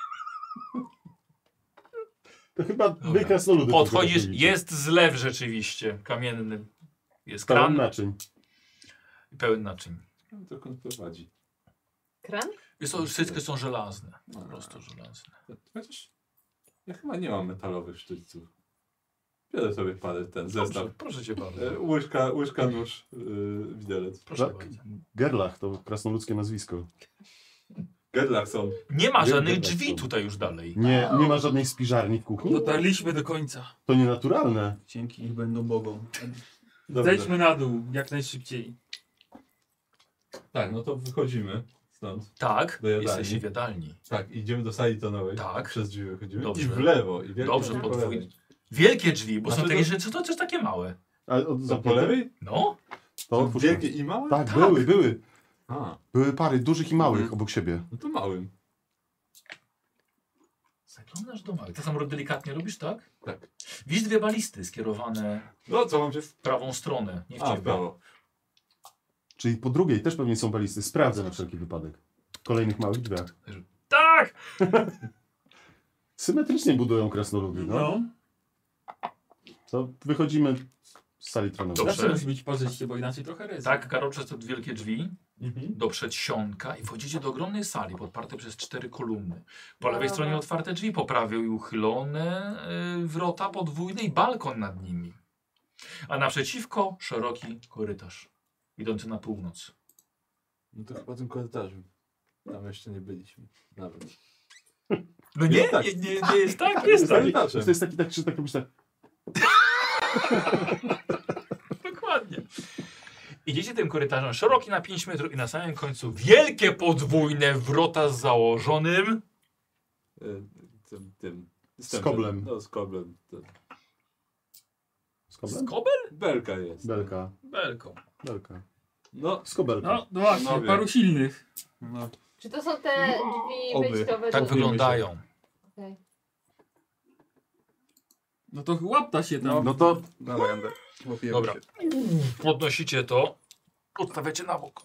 To chyba Dobra. wy krasnoludy. Podchodzisz, tylko tak jest zlew rzeczywiście, kamienny. Jest Pełen kran naczyń. i pełen naczyń. No, dokąd prowadzi. Kran? Jest to, wszystkie są żelazne. Po A. prostu żelazne. Chociaż ja chyba nie mam metalowych sztućców. Biorę sobie parę ten zestaw. Dobrze, proszę cię bardzo. E, łyżka, łyżka, nóż, yy, widelec. Proszę Tak? bardzo. Gerlach to krasnoludzkie nazwisko. Gedlach są. Nie ma Wiem, żadnych wiem, drzwi jak to. tutaj już dalej. Nie, nie ma żadnej spiżarni w kuchni? Dotarliśmy do końca. To nienaturalne. Dzięki ich będą bogom. Dobrze. Zejdźmy na dół jak najszybciej. Tak, no to wychodzimy stąd. Tak, Do jadalni. jesteście w jadalni. Tak, idziemy do sali tonowej. Tak. Przez drzwi wychodzimy. Dobrze. I w lewo. I wielkie Dobrze, drzwi po podwójnie. lewej. Wielkie drzwi, bo są Znaczy takie, to- że co to też takie małe. A od To po zamknięte? lewej? No, To Są otwórz. wielkie i małe? Tak, Tak. były, były. A, Były pary dużych i małych Mhm. obok siebie. no to małym. zaglądasz do małych. Ty sam delikatnie robisz, tak? Tak. Widzisz dwie balisty skierowane No co mam się... w prawą stronę, nie w A, w ciebie. prawo. Czyli po drugiej też pewnie są balisty. Sprawdzę na wszelki wypadek. W kolejnych małych drzwiach. Tak! Symetrycznie budują krasnoludy, no. No. To wychodzimy z sali tronowej. Dobrze. Zawsze musi być parzyście, bo inaczej trochę ryzyko. Tak, Karol, przez te wielkie drzwi Mhm. do przedsionka i wchodzicie do ogromnej sali podparte przez cztery kolumny. Po lewej Wow. stronie otwarte drzwi, po prawej uchylone yy, wrota podwójne i balkon nad nimi. A naprzeciwko szeroki korytarz idący na północ. No to chyba tym korytarzem. Tam jeszcze nie byliśmy. Nawet. No nie, tak. nie, nie, nie jest tak, jest tak. Korytarzem. To jest taki, tak, czy tak robisz tak. Dokładnie. Idziecie tym korytarzem szeroki na pięć metrów i na samym końcu wielkie podwójne wrota z założonym. E, Tym, tym. Z koblem. No, z koblem. To- Z koblem? Skobel? Belka jest. Belka. Belką. Belka. No, Z kobelką. No, no właśnie, Panowie. paru silnych. No. Czy to są te drzwi Oby. wyjściowe? Tak do- wyglądają. Okej. No to łapta się tam. No to Dobra, będę. Łapiemy Dobra. się. Podnosicie to, odstawiacie na bok.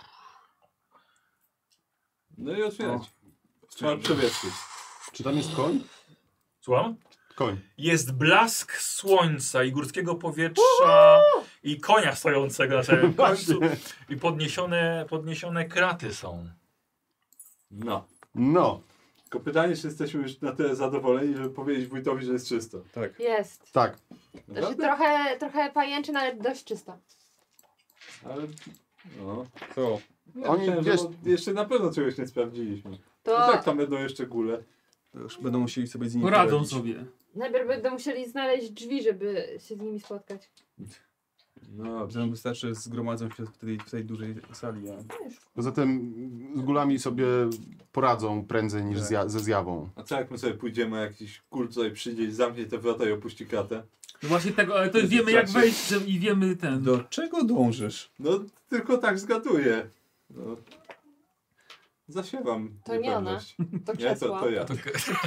no i otwierać. Trzeba przewietrzyć. czy tam jest koń? Słucham? Koń. Jest blask słońca i górskiego powietrza i konia stojącego na samym końcu. Właśnie. I podniesione, podniesione kraty są. No. No, Tylko pytanie, czy jesteśmy już na tyle zadowoleni, żeby powiedzieć wójtowi, że jest czysto. Tak. Jest. tak. Znaczy, trochę, trochę pajęczyn, ale dość czysto. Ale... No. To Ja Oni, myślałem, wiesz- że bo jeszcze na pewno czegoś nie sprawdziliśmy. No To tak, tam będą jeszcze góle. To już będą musieli sobie z nimi Poradzą poradzić. sobie. najpierw będą musieli znaleźć drzwi, żeby się z nimi spotkać. No dobrze. Nam wystarczy zgromadzą się w tej, w tej dużej sali. A... Poza tym z gulami sobie poradzą prędzej niż Tak. zja ze zjawą. A co jak my sobie pójdziemy, jakiś kul tutaj przyjdzie i zamknie te wrota i opuści kratę? No właśnie tego, ale to wiemy jak wejść że- i wiemy ten. Do czego dążysz? No tylko tak zgaduję. No. Zasiewam To nie niepewność. To Nie, to, krzesło. to ja. To...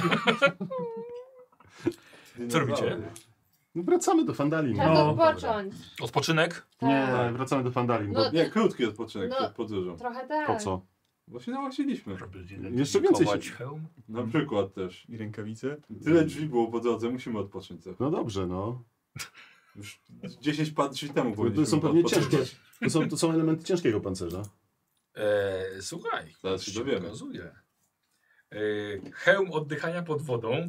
Co robicie? No wracamy do Fandalin. Trzeba No, odpocząć. Odpoczynek? Nie, Tak. wracamy do Fandalin. No, Bo Nie, krótki odpoczynek No. przed podróżą. Trochę tak. po co? Bo się nałasiliśmy. Jeszcze więcej się- Kować hełm? Na przykład też. I rękawice? Tyle drzwi było po drodze, musimy odpocząć trochę. No dobrze, no. Już dziesięć par drzwi temu To, powinniśmy to są pewnie odpocząć. ciężkie. To są, to są elementy ciężkiego pancerza. Eee, słuchaj, Zaraz się się dowiemy. okazuje. Eee, hełm oddychania pod wodą.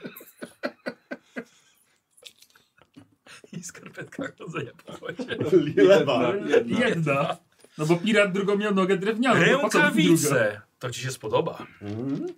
I skarpetka chodzenia po wodzie. Lewa. Jedna. Jedna. No bo pirat drugą miał nogę drewnianą. to po co druga? Rękawice! To ci się spodoba. Mhm.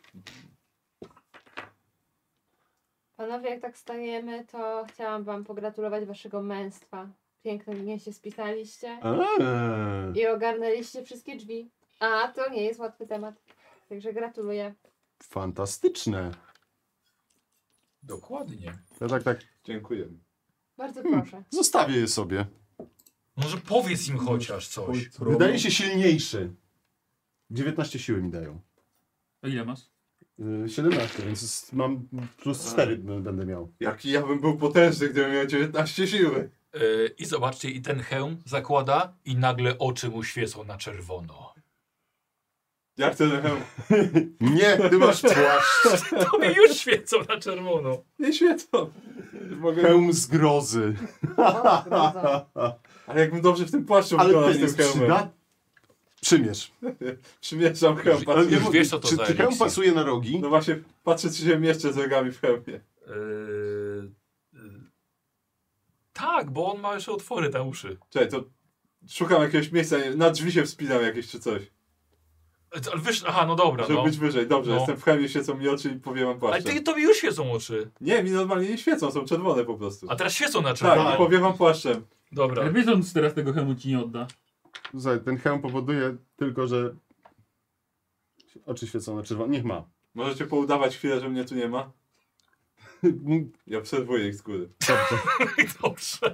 Panowie, jak tak stajemy, to chciałam wam pogratulować waszego męstwa. Pięknie się spisaliście Eee, i ogarnęliście wszystkie drzwi. A to nie jest łatwy temat. Także gratuluję. Fantastyczne. Dokładnie. Ja tak, tak. Dziękuję. Bardzo Hmm. proszę. Zostawię je sobie. Może powiedz im chociaż coś. Wydaje się silniejszy. dziewiętnaście siły mi dają. A ile masz? Yy, siedemnaście, więc mam plus cztery będę miał. Jaki ja bym był potężny, gdybym miał dziewiętnaście siły. Eee, I zobaczcie, i ten hełm zakłada i nagle oczy mu świecą na czerwono. Jak ten hełm? Nie, ty masz płaszcz. To mi już świecą na czerwono. Nie świecą. Mogę... Hełm zgrozy. O, zgroza. Ale jakbym dobrze w tym płaszczu Ale wyglądał ten z jest tym hełmem. przyda? Przymierz. Przymierzam hełm. Już- Patrzę, już nie, wiesz, co to czy, za czy hełm eliksir. pasuje na rogi? no właśnie, patrzę, czy się mieszczę z rogami w hełmie. Eee, eee, tak, bo on ma jeszcze otwory na uszy. Czekaj, to szukam jakiegoś miejsca, nie- na drzwi się wspinam jakieś czy coś. Eee, Ale wiesz, aha, no dobra, Żeby no. być wyżej. Dobrze, No. jestem w hełmie, świecą mi oczy i powiewam Ale płaszczem. ty, to mi już świecą oczy. Nie, mi normalnie nie świecą, są czerwone po prostu. A teraz świecą na Tak, czerwono. i powiewam płaszczem. Dobra. Ale wiesz, on teraz tego hełmu ci nie odda. Słuchaj, ten hełm powoduje tylko, że oczy świecą na czerwono. Niech ma. Możecie poudawać chwilę, że mnie tu nie ma? Ja obserwuję ich z góry. Dobrze.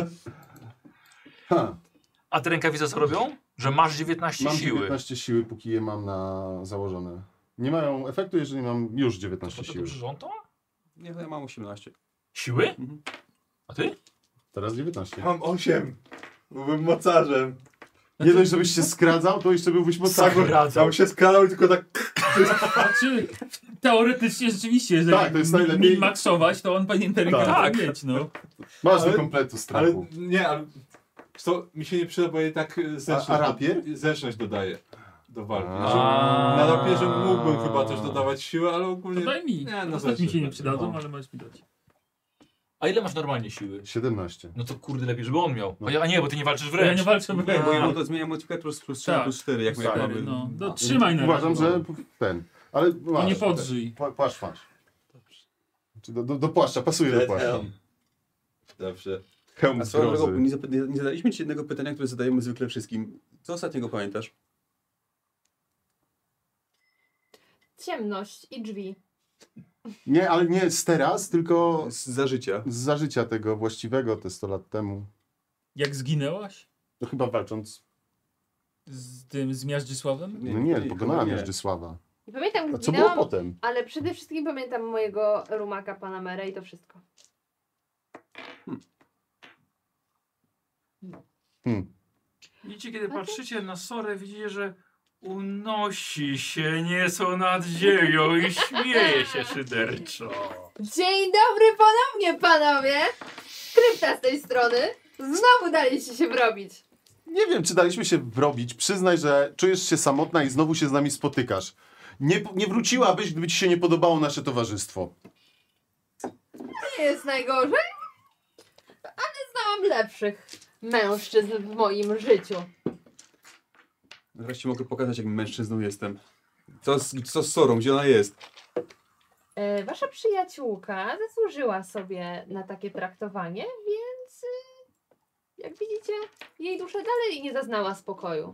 Ha, A te rękawice co robią? Że masz dziewiętnaście mam siły. dziewiętnaście siły, póki je mam na założone. Nie mają efektu, jeżeli mam już To, dziewiętnaście to, to siły. dobrze, że on to ma? Nie, ja mam osiemnaście. Siły? Mhm. A ty? Teraz dziewiętnaście. Mam osiem. Byłbym mocarzem. Nie dość, żebyś się skradzał, to jeszcze byłbyś mocarzem. Skradzał. Tam się skradał i tylko tak... Znaczy, teoretycznie rzeczywiście, jeżeli Tak, to jest najlepiej. maksować, to on powinien te rękawice Tak. mieć, no. Masz Ale- do kompletu Ale strachu. nie, ale... To mi się nie przyda, bo je tak y, zręczność, A- a rapier? do, zręczność dodaje do walki. A. Że Na rapierze mógłbym chyba też dodawać siłę, ale To ogólnie... daj mi. Nie, no Ostatni zresztą się nie tak. przydadzą, No. ale możesz mi dać. A ile masz normalnie siły? siedemnaście. No to kurde, lepiej, żeby on miał. No. A, ja, a nie, bo ty nie walczysz Bo ja wręcz. nie walczę Nie, w bo ja to zmieniam multiplier plus, plus trzy, Tak. plus cztery, jak, jak Cztery, mamy. no. To trzymaj na Uważam, razie. że ten. Ale To masz, nie podrzyj. Pła- Płaszcz masz. Czy do, do, do płaszcza, pasuje do płaszcza. Dobrze. Hełm A swoją drogą, zgrozy. nie, zap- nie, nie zadaliśmy ci jednego pytania, które zadajemy zwykle wszystkim. Co ostatniego pamiętasz? Ciemność i drzwi. Nie, ale nie z teraz, tylko Z za życia. z za życia tego właściwego te sto lat temu. Jak zginęłaś? No chyba walcząc. Z tym, z Miażdżysławem? No nie, nie, pokonała nie. Miażdżysława. I pamiętam, A gdy co było zginęłam, potem? ale przede wszystkim pamiętam mojego rumaka, pana Merę i to wszystko. Hmm. Widzicie, kiedy patrzycie na Sorę, widzicie, że unosi się nieco nad ziemią i śmieje się szyderczo. Dzień dobry ponownie, panowie! Krypta z tej strony. Znowu daliście się wrobić. Nie wiem, czy daliśmy się wrobić. Przyznaj, że czujesz się samotna i znowu się z nami spotykasz. Nie, nie wróciłabyś, gdyby ci się nie podobało nasze towarzystwo. Nie jest najgorzej, ale znałam lepszych mężczyzn w moim życiu. Wreszcie mogę pokazać, jakim mężczyzną jestem. Co z, co z Sorą? Gdzie ona jest? E, wasza przyjaciółka zasłużyła sobie na takie traktowanie, więc y, jak widzicie, jej dusza dalej nie zaznała spokoju.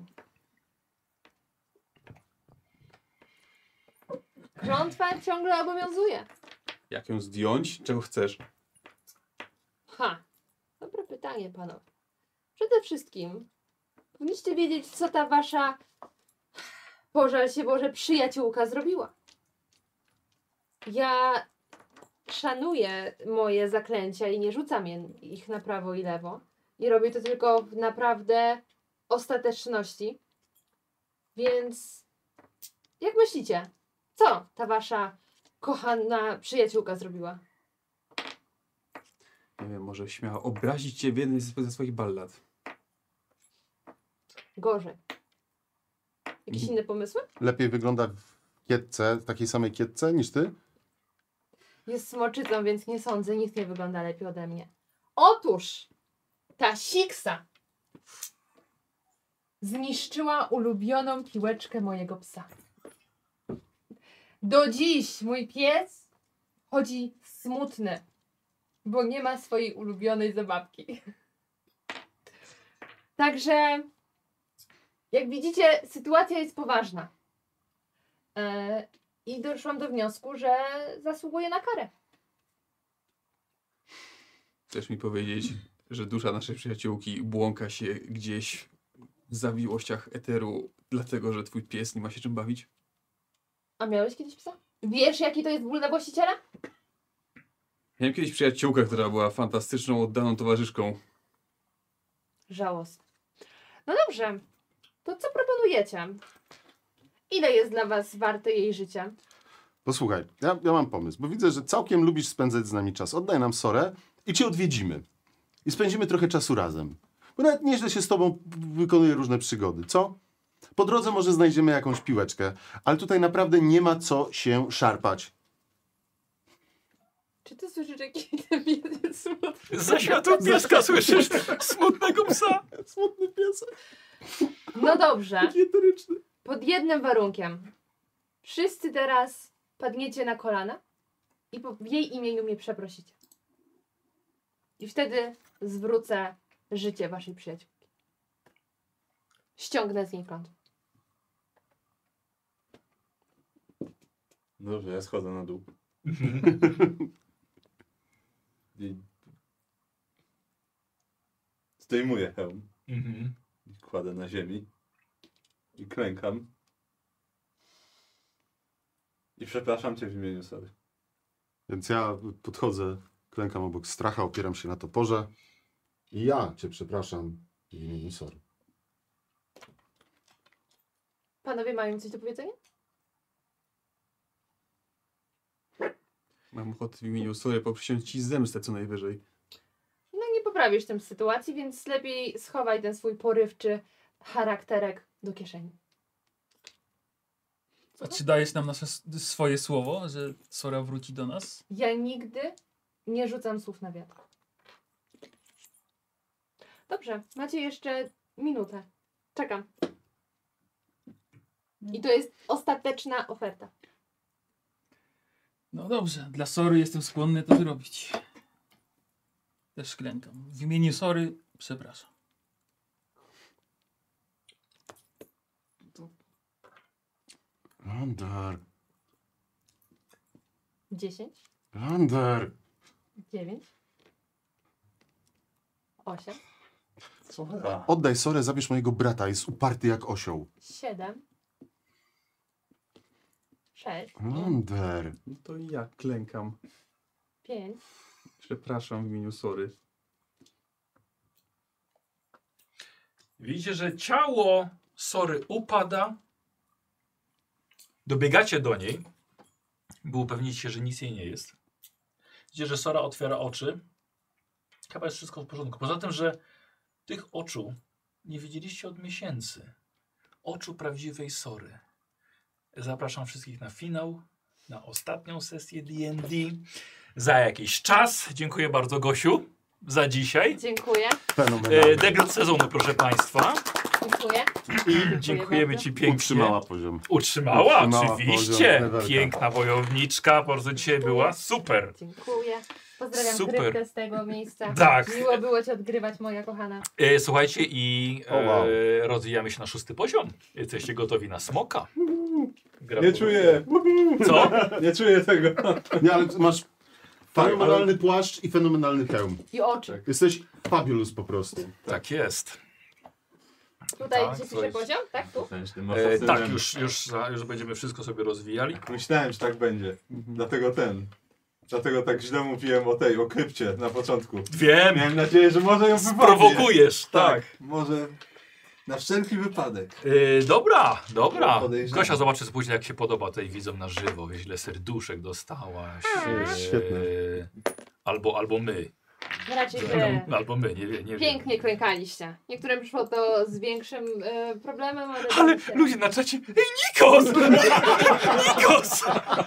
Klątwa ciągle obowiązuje. Jak ją zdjąć? Czego chcesz? Ha, dobre pytanie, panowie. Przede wszystkim powinniście wiedzieć, co ta wasza, pożal się Boże, przyjaciółka zrobiła. Ja szanuję moje zaklęcia i nie rzucam je, ich na prawo i lewo. I robię to tylko w naprawdę ostateczności. Więc jak myślicie, co ta wasza kochana przyjaciółka zrobiła? Nie wiem, może śmiała obrazić cię w jednej ze ze swoich ballad. Gorzej. Jakieś inne pomysły? Lepiej wygląda w kietce, takiej samej kietce niż ty? Jest smoczycą, więc nie sądzę, nikt nie wygląda lepiej ode mnie. Otóż ta siksa zniszczyła ulubioną piłeczkę mojego psa. Do dziś mój pies chodzi smutny, bo nie ma swojej ulubionej zabawki. Także, jak widzicie, sytuacja jest poważna. E, I doszłam do wniosku, że zasługuje na karę. Chcesz mi powiedzieć, że dusza naszej przyjaciółki błąka się gdzieś w zawiłościach eteru, dlatego że twój pies nie ma się czym bawić? A miałeś kiedyś psa? Wiesz, jaki to jest ból na właściciela? Miałem kiedyś przyjaciółkę, która była fantastyczną, oddaną towarzyszką. Żałosne. No dobrze, to co proponujecie? Ile jest dla was warte jej życie? Posłuchaj, ja, ja mam pomysł, bo widzę, że całkiem lubisz spędzać z nami czas. Oddaj nam Sorę i cię odwiedzimy. I spędzimy trochę czasu razem. Bo nawet nieźle się z tobą wykonuje różne przygody, co? Po drodze może znajdziemy jakąś piłeczkę, ale tutaj naprawdę nie ma co się szarpać. Czy ty słyszysz jakiś ten pies smutny? Za światło pieska słyszysz smutnego psa. Smutny piesek. No dobrze, Eteryczny. pod jednym warunkiem. Wszyscy teraz padniecie na kolana i po, w jej imieniu mnie przeprosicie. I wtedy zwrócę życie waszej przyjaciółki. Ściągnę z niej klątwę. Dobrze, ja schodzę na dół. I zdejmuję hełm. Mhm. I kładę na ziemi. I klękam. I przepraszam cię w imieniu Sory. Więc ja podchodzę, klękam obok Stracha, opieram się na toporze. I ja cię przepraszam w imieniu Sory. Panowie mają coś do powiedzenia? Mam ochotę w imieniu Sory poprzysiąść ci zemstę co najwyżej. No nie poprawisz tym sytuacji, więc lepiej schowaj ten swój porywczy charakterek do kieszeni. A czy dajesz nam nasze s- swoje słowo, że Sora wróci do nas? Ja nigdy nie rzucam słów na wiatr. Dobrze, macie jeszcze minutę. Czekam. I to jest ostateczna oferta. No dobrze, dla Sory jestem skłonny to zrobić. Też klękam. W imieniu Sory przepraszam. Lander, dziesięć, Lander. dziewięć, osiem, Sora. Oddaj Sorę, zabierz mojego brata, jest uparty jak osioł. siedem, sześć, Lander. No to i ja klękam. pięć, Przepraszam w imieniu Sory. Widzicie, że ciało Sory upada. Dobiegacie do niej, by upewnić się, że nic jej nie jest. Widzicie, że Sora otwiera oczy. Chyba jest wszystko w porządku. Poza tym, że tych oczu nie widzieliście od miesięcy. Oczu prawdziwej Sory. Zapraszam wszystkich na finał, na ostatnią sesję D and D. Za jakiś czas. Dziękuję bardzo, Gosiu, za dzisiaj. dziękuję. E, Fenomenalny. Debiut sezonu, proszę Państwa. Dziękuję. Dziękujemy bardzo. ci pięknie. Utrzymała poziom. Utrzymała, Utrzymała oczywiście. poziom levelka. Piękna wojowniczka, po prostu dzisiaj była super. Dziękuję. Pozdrawiam Super. Krywkę z tego miejsca. Tak. Miło było cię odgrywać, moja kochana. E, słuchajcie, i O, wow. e, rozwijamy się na szósty poziom. Jesteście gotowi na smoka. Nie Gratuluję. czuję. Co? Nie czuję tego. Nie, ale masz Tak, fenomenalny płaszcz i fenomenalny hełm. I oczy. Jesteś fabulous po prostu. Tak jest. Tutaj Tak, się pisze coś. poziom, tak? Tu? Tym E, asasynem. tak, już, już, za- już będziemy wszystko sobie rozwijali. Myślałem, że tak będzie. Dlatego ten. Dlatego tak źle mówiłem o tej, o krypcie na początku. Wiem, Miałem nadzieję, że może ją wybawię. prowokujesz, tak. Może na wszelki wypadek. E, dobra, dobra. Podejrzewam. Gosia zobaczy później, jak się podoba tej widzom na żywo. Wiesz, ile serduszek dostałaś. E, Świetne. Albo, albo my. Raczej wy. Albo my, nie, wie- nie wiem. Pięknie klękaliście. Niektórym przyszło to z większym e, problemem, ale... Ale dało się. ludzie na czacie, ej Nikos! Nikos!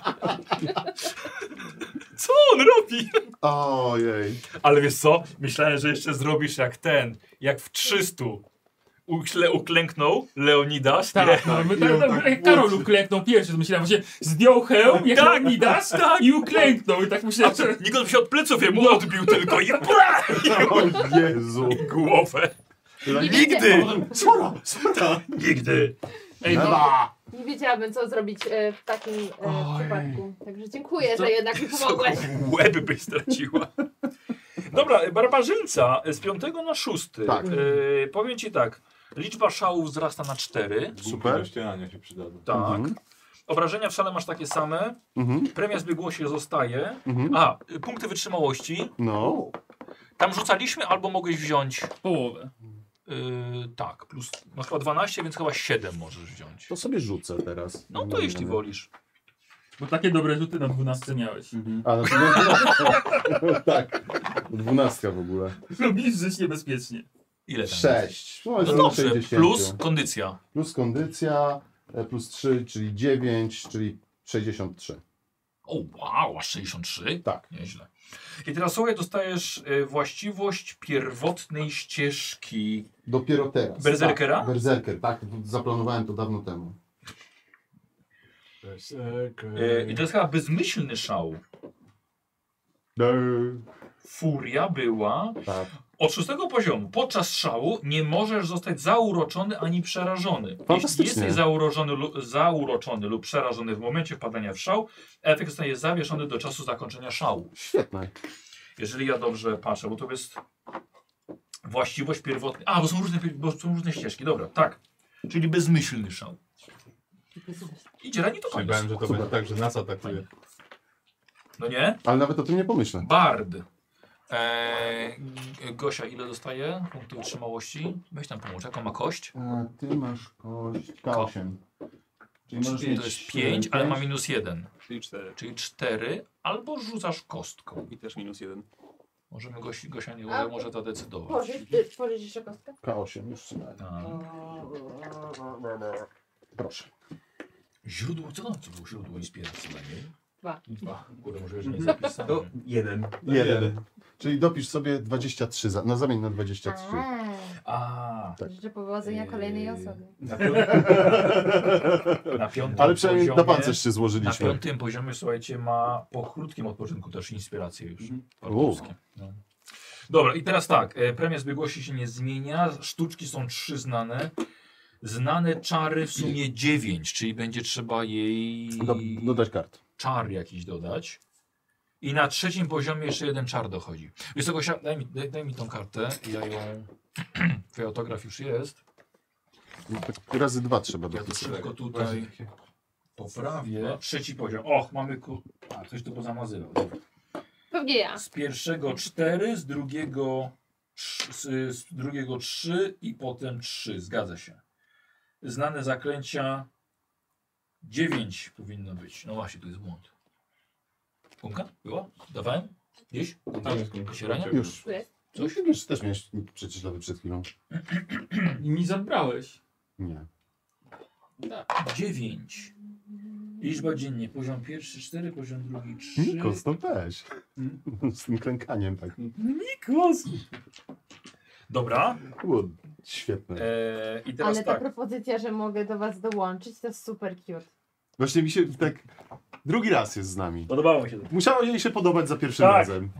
Co on robi? Ojej. Ale wiesz co? Myślałem, że jeszcze zrobisz jak ten, jak w trzystu. Ukle, uklęknął Leonidas. Tak, no, my, tak, tak, jak Karol uklęknął pierwszy, to myślałem, że zdjął hełm, jak Tak, Leonidas tak. i uklęknął. I tak A myślałem, co, że... Nikos się od pleców jemu odbił tylko i O Jezu. głowę. Nie Nigdy! Sora, sora. Nigdy! Ej, no, Nela. Nie wiedziałabym, co zrobić e, w takim e, Oj. przypadku. Także dziękuję, Co? że jednak mi pomogłeś. Łeb byś straciła. Dobra, barbarzyńca z piątego na szósty. Tak. E, powiem ci tak. Liczba szałów wzrasta na cztery. Super. Do ścierania się przydadzą. Tak. Mhm. Obrażenia w szale masz takie same. Mhm. Premia zbiegłości zostaje. Mhm. A, y, punkty wytrzymałości. No. Tam rzucaliśmy albo mogłeś wziąć. połowę. Yy, tak, plus. Masz chyba dwanaście, więc chyba siedem możesz wziąć. To sobie rzucę teraz. No to jeśli wolisz. Bo takie dobre rzuty na dwunastce miałeś. A, no to no, tak. Dwunastka w ogóle. Lubisz żyć niebezpiecznie. Ile tam? Sześć. No, No jestem dobrze, na sześćdziesięciu. plus kondycja. Plus kondycja, e, plus trzy, czyli dziewięć, czyli sześćdziesiąt trzy. O wow, aż sześćdziesiąt trzy? Tak. Nieźle. I teraz słuchaj, dostajesz y, właściwość pierwotnej ścieżki. Dopiero teraz. Berserkera? Tak, berserker, tak. Zaplanowałem to dawno temu. Y, I to jest chyba bezmyślny szał. No. Furia była. Tak. Od szóstego poziomu podczas szału nie możesz zostać zauroczony ani przerażony. Jeśli Fantastycznie. jesteś zauroczony, lu- zauroczony lub przerażony w momencie wpadania w szał, efekt zostaje zawieszony do czasu zakończenia szału. Świetne. Jeżeli ja dobrze patrzę, bo to jest właściwość pierwotna. A, bo są różne, bo są różne ścieżki, dobra, tak. Czyli bezmyślny szał. Idzie rani to koniec. Myślałem, że to Super. będzie tak, że nas atakuje. No nie? Ale nawet o tym nie pomyślę. Bard. Eee, Gosia, ile dostaje punktów wytrzymałości? Weź tam pomóż. Jaką ma kość? A ty masz kość K osiem. Czyli możesz Czyli mieć to jest pięć, ale ma minus jeden. Czyli cztery. Czyli cztery, albo rzucasz kostką. I też minus jeden. Możemy Gosi, Gosia nie A, może zadecydować. Pożyć, y, pożyć jeszcze kostkę? K osiem, już trzymałem. Tak. Proszę. Źródło, co to co było źródło inspiracji dla niej? Dwa. Dwa. Kurde, może już nie jest zapisane. To jeden. Jeden. Czyli dopisz sobie dwadzieścia trzy, za, na zamień na dwadzieścia trzy. A, Tak. Życzę powodzenia kolejnej Yy, osobie. na, pią... na piątym Ale przynajmniej poziomie, na pancerz się na złożyliśmy. piątym poziomie, słuchajcie, ma po krótkim odpoczynku też inspirację już. Mhm. Partnerskie. No. Dobra, i teraz tak, e, premia zbiegłości się nie zmienia, sztuczki są trzy znane. Znane czary w sumie dziewięć, czyli będzie trzeba jej Do, dodać kart. czar jakiś dodać. I na trzecim poziomie jeszcze jeden czar dochodzi. Wiesz co, Gosia, daj mi, daj, daj mi tą kartę, ja ją... Twój autograf już jest. No, tak razy dwa trzeba Ja to dopisać. szybko tutaj poprawię. Trzeci poziom. Och, mamy ku... A, ktoś to pozamazywał. Dobra. Pewnie ja. Z pierwszego cztery, z drugiego, trz- z, z drugiego trzy i potem trzy. Zgadza się. Znane zaklęcia dziewięć powinno być. No właśnie, tu jest błąd. Gumka? Była? Dawałem? Gdzieś? Gumka? Się rania? Już. Tu jest. Coś? Już też miałeś przecież lewy przed chwilą. I mi zabrałeś. Nie. dziewięć. Liczba dziennie. Poziom pierwszy cztery, poziom drugi trzy. Nikos, to weź. Hmm? Z tym klękaniem tak. Nikos! Dobra. Good. Świetne. E, I teraz Ale ta tak. propozycja, że mogę do was dołączyć, to jest super cute. Właśnie mi się tak... Drugi raz jest z nami. Podobało mi się to. Musiało jej się podobać za pierwszym Tak. razem.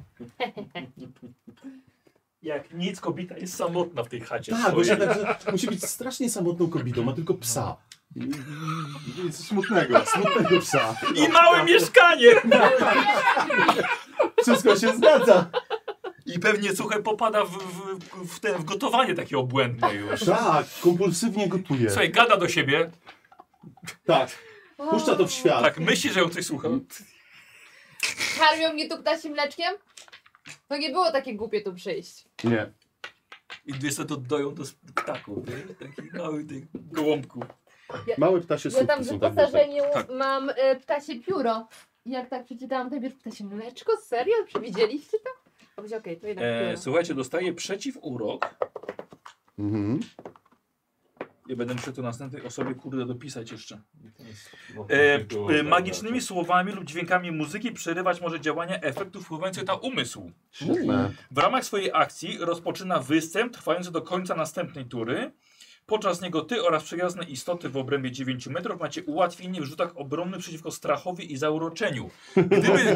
Jak nic, kobieta jest samotna w tej chacie. Tak, swojej. właśnie tak, że musi być strasznie samotną kobietą, ma tylko psa. I, i, i smutnego, smutnego psa. I małe mieszkanie! Wszystko się zgadza. I pewnie, słuchaj, popada w, w, w, ten, w gotowanie takie obłędne już. Tak, kompulsywnie gotuje. Słuchaj, gada do siebie. Tak, puszcza to w świat. Tak, myśli, że ją ktoś słucha. Karmią mnie tu ptasim mleczkiem? To nie było takie głupie tu przyjść. Nie. I wiesz co, to doją do ptaków, nie? Takich małych tych gołąbków. Małe ptasie Ja tam słupki w są tak wiesz, wyposażeniu tak. mam e, ptasie pióro. I jak tak przeczytałam, to wiesz, ptasie mleczko? Serio? Przewidzieliście to? A okej, okay, to jednak E, pióro. słuchajcie, dostaję przeciw urok. Mhm. Ja będę musiał to następnej osobie, kurde, dopisać jeszcze. No, E, było p- tak, magicznymi słowami lub dźwiękami muzyki przerywać może działania efektów wpływających na umysł. Świetne. W ramach swojej akcji rozpoczyna występ trwający do końca następnej tury. Podczas niego ty oraz przyjazne istoty w obrębie dziewięciu metrów macie ułatwienie w rzutach obronnych przeciwko strachowi i zauroczeniu. Gdyby...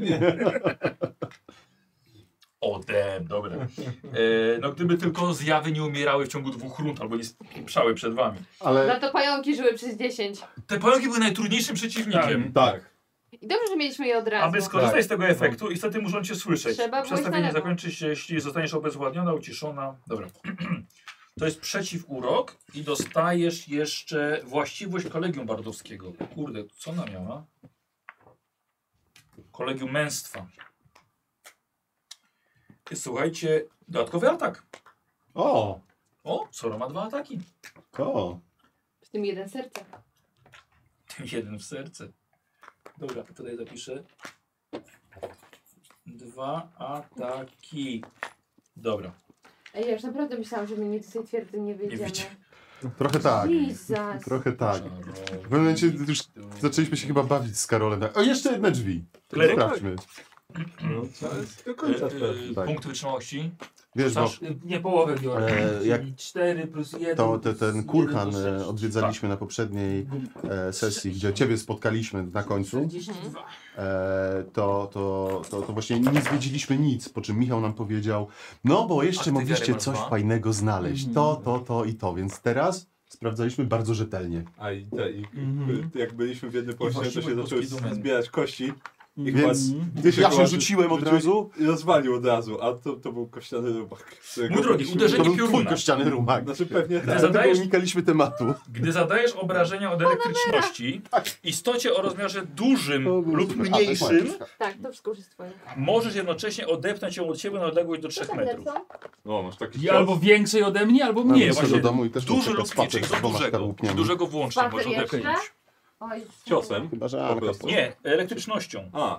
Odem, dobre. E, no gdyby tylko zjawy nie umierały w ciągu dwóch rund albo nie spieprzały przed wami. Ale Za to pająki żyły przez dziesięć. Te pająki były najtrudniejszym przeciwnikiem. tak. I dobrze, że mieliśmy je od razu. Aby skorzystać z tego efektu, istoty muszą cię słyszeć. Trzeba było iść Przestawienie na lewo. zakończy się, jeśli zostaniesz obezwładniona, uciszona. Dobra. To jest przeciwurok i dostajesz jeszcze właściwość kolegium bardowskiego. Kurde, co ona miała? Kolegium męstwa. I słuchajcie, dodatkowy atak. O, O, Sora ma dwa ataki. o. W tym jeden serce. Jeden w serce. Dobra, tutaj zapiszę. Dwa ataki. Dobra. Ej, ja już naprawdę myślałam, że my nic z tej twierdzy nie wyjdziemy. wyjdzie. Trochę tak. Jesus. Trochę tak. Czarodziej. W pewnym momencie już zaczęliśmy się chyba bawić z Karolem. O, jeszcze jedne drzwi. Kleryk? Sprawdźmy. No, to jest do E, końca e, pewnie. Tak. Punkt wytrzymałości. Wiesz, bo Rzucasz? Nie połowę biorę. E, jak- Czyli cztery plus jeden. to te, plus ten jeden kurhan plus e, sześć. odwiedzaliśmy na poprzedniej e, sesji, gdzie ciebie spotkaliśmy na końcu. czterdzieści dwa. E, to, to, to, to właśnie nie zwiedziliśmy nic, po czym Michał nam powiedział, no bo jeszcze A ty mogliście wiarę masz coś dwa? fajnego znaleźć, Mhm. to, to, to i to, więc teraz sprawdzaliśmy bardzo rzetelnie. A i, te, i Mhm. jak byliśmy w jednym pościanie, to się właściwość zaczęły boskiej domeny. zbierać kości. I chyba Więc z- ja się chyba rzuciłem od rzuciłeś razu, I rozwalił od razu, a to, to był kościany rybak. Mój drogi, uderzenie to był twój pioruna. kościany rumak. Znaczy pewnie Gdy tak. Dlatego zadajesz- unikaliśmy tematu. Gdy zadajesz obrażenia od elektryczności istocie o rozmiarze dużym To był lub super. A, mniejszym, tak, tak. Tak, to wszystko już jest twoje. możesz jednocześnie odepnąć ją od siebie na odległość do Co trzech tam metrów. lecą? O, masz taki I albo większej ode mnie, albo Nie, mniej. właśnie. do domu i też Duży na lub przykład mniejszy, spacer do z dwoma dużego. szkarłupniami. Dużego włącznie Spacer możesz jeszcze? odepchnąć. Oj, Ciosem? Chyba, że Po Anka prostu. Nie, elektrycznością. A,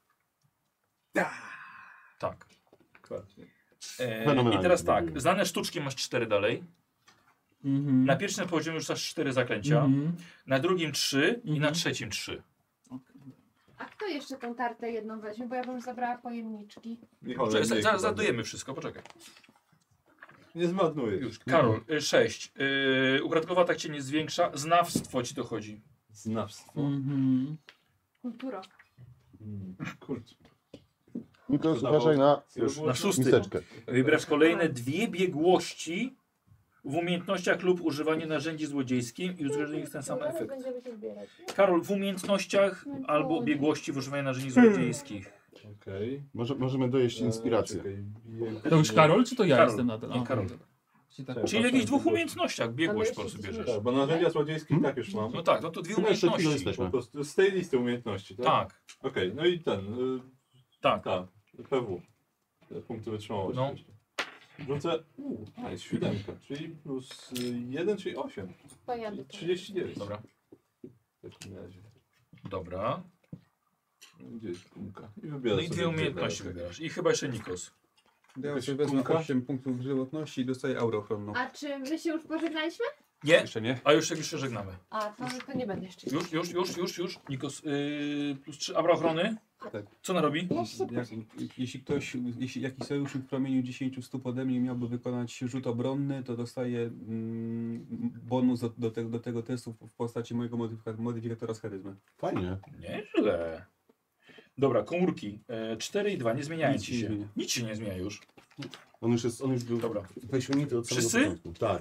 Tak. dokładnie. E, Fenomenalnie I teraz to tak, było. znane sztuczki masz cztery dalej. Mhm. Na pierwszym poziomie już masz cztery zaklęcia, Mhm. na drugim trzy i na Mhm. trzecim trzy. A kto jeszcze tą tartę jedną weźmie? Bo ja bym zabrała pojemniczki. Michał, Za- najmniej za- chyba. Zadujemy wszystko, poczekaj. Nie zmarnujesz. Już. Karol, y, sześć. Yy, ukradkowa tak cię nie zwiększa, znawstwo ci dochodzi. Znawstwo. Mhm. Kultura. Mm. Kurczę. Nikos, To uważaj na Już Na szósty. miseczkę. Wybierasz kolejne dwie biegłości w umiejętnościach lub używanie narzędzi złodziejskich i uzyskujesz ich ten sam Zaraz efekt. będziemy się zbierać. Karol, w umiejętnościach albo biegłości w używaniu narzędzi złodziejskich. Okej. Może, możemy dojeść inspirację. E, czekaj, bieg- To już Karol, czy to ja Karol. jestem nadal? Nie, A, Karol. czyli tak. Cześć. Czyli w jakichś dwóch umiejętnościach biegłość Ale po prostu jeszcze bierzesz. Tak, bo narzędzia złodziejskie Hmm? tak już mam. No tak, no to dwie Chyba jeszcze chwilę umiejętności. jesteśmy. Po prostu z tej listy umiejętności, tak? Tak, Okej, no i ten. Y, tak. tak, P W. Te punkty wytrzymałości. No. Rzucę. Uuu, a jest siódemka, czyli plus jeden, czyli osiem. Pojadę. Czyli trzydzieści dziewięć. Dobra, W takim razie. dobra. Gdzie jest gumka? I wybieram No i sobie dwie umiejętności dalej. wybierasz. I chyba jeszcze Nikos. Ja sobie wezmę Kulka? osiem punktów żywotności i dostaję aurę ochronną. A czy my się już pożegnaliśmy? Nie, Jeszcze nie. a już, już się żegnamy. A, to, to nie będę jeszcze. Już, już, już, już, już. Nikos, yy, plus trzy. Abra ochrony. Tak. Co ona robi? Jak, jeśli ktoś, jeśli jakiś sojusznik w promieniu dziesięć stóp ode mnie miałby wykonać rzut obronny, to dostaje mm, bonus do, do, tego, do tego testu w postaci mojego modyfika- modyfikatora z charyzmy. Fajnie. Nieźle. Dobra, komórki. E, cztery i dwa, nie zmieniają Nic ci się się. nie zmienia. Nic się nie zmienia już. On już jest, on już był Dobra. wyśmienity od samego Wszyscy? początku. Tak.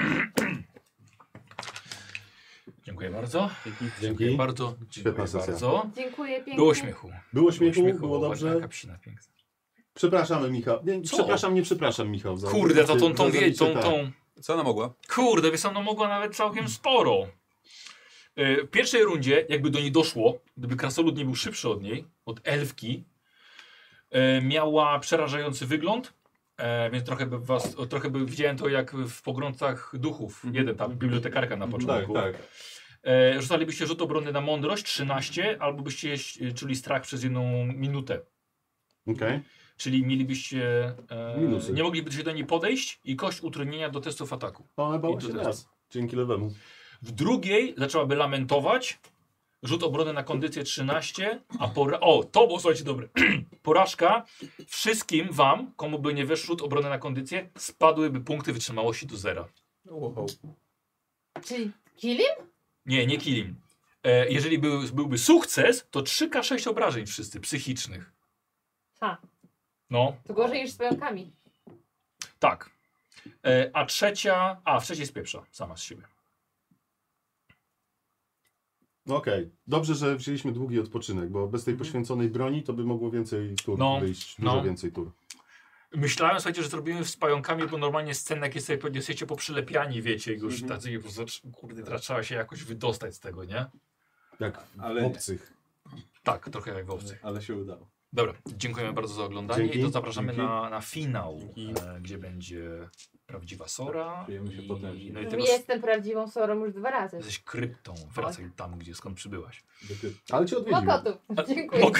Dziękuję bardzo. Dzięki. Dziękuję Dzięki. bardzo. Dziękuję Świetna sesja. bardzo. Dziękuję pięknie. Było śmiechu. Było śmiechu, było Ładna dobrze. kapsina piękna. Przepraszamy, Michał. Nie, Co? przepraszam, nie przepraszam, Michał. Za, Kurde, to tą, tą, za wie, zabicie, tą, tak. tą. Co ona mogła? Kurde, wiesz, ona mogła nawet całkiem sporo. E, W pierwszej rundzie, jakby do niej doszło, gdyby krasolud nie był szybszy od niej, od elfki, e, miała przerażający wygląd, e, więc trochę by was, o, trochę by widziałem to jak w pogromcach duchów. Mhm. Jeden tam, bibliotekarka na Tak, początku. tak. E, rzucalibyście rzut obronny na mądrość, trzynaście, albo byście e, czuli strach przez jedną minutę. Okej. Czyli mielibyście, e, Minusy. nie moglibyście do niej podejść i kość utrudnienia do testów ataku. Ona I bała tu się też. raz. Dzięki lewemu. W drugiej zaczęłaby lamentować. Rzut obrony na kondycję trzynaście, a pora... O, to było, słuchajcie, dobre. Porażka. Wszystkim wam, komu by nie weszł rzut obrony na kondycję, spadłyby punkty wytrzymałości do zera. Wow. Czyli Kilim? Nie, nie kilim. E, jeżeli był, byłby sukces, to trzy K sześć obrażeń wszyscy, psychicznych. Ha, No, to gorzej niż z pająkami. tak. E, a trzecia... A, w trzeciej spieprza, sama z siebie. No okej. Dobrze, że wzięliśmy długi odpoczynek, bo bez tej poświęconej broni to by mogło więcej tur No, wyjść. no. Dużo więcej tur. Myślałem, słuchajcie, że zrobimy z pająkami, bo normalnie scenę, jak jesteście, jesteście poprzylepiani, wiecie, i już Mhm. tacy, po prostu, kurde, teraz trzeba się jakoś wydostać z tego, nie? Jak Ale- w obcych. Tak, trochę jak w owcy. Ale się udało. Dobra, dziękujemy bardzo za oglądanie Dzięki, i to zapraszamy dzięki. na, na finał, Dzięki. e, gdzie będzie prawdziwa Sora. Czujemy się I, potężni. no i tego Jestem prawdziwą sorą już dwa razy. jesteś kryptą, wracaj tam, gdzie skąd przybyłaś. Ale cię odwiedził. Mokotów. Dziękuję. Mok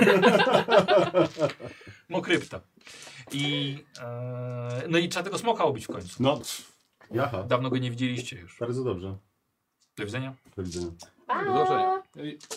Mokrypta. I, e, no i trzeba tego smoka ubić w końcu. No, pff, jaha. Dawno go nie widzieliście już. Bardzo dobrze. Do widzenia. Do widzenia. Pa! Do zobaczenia.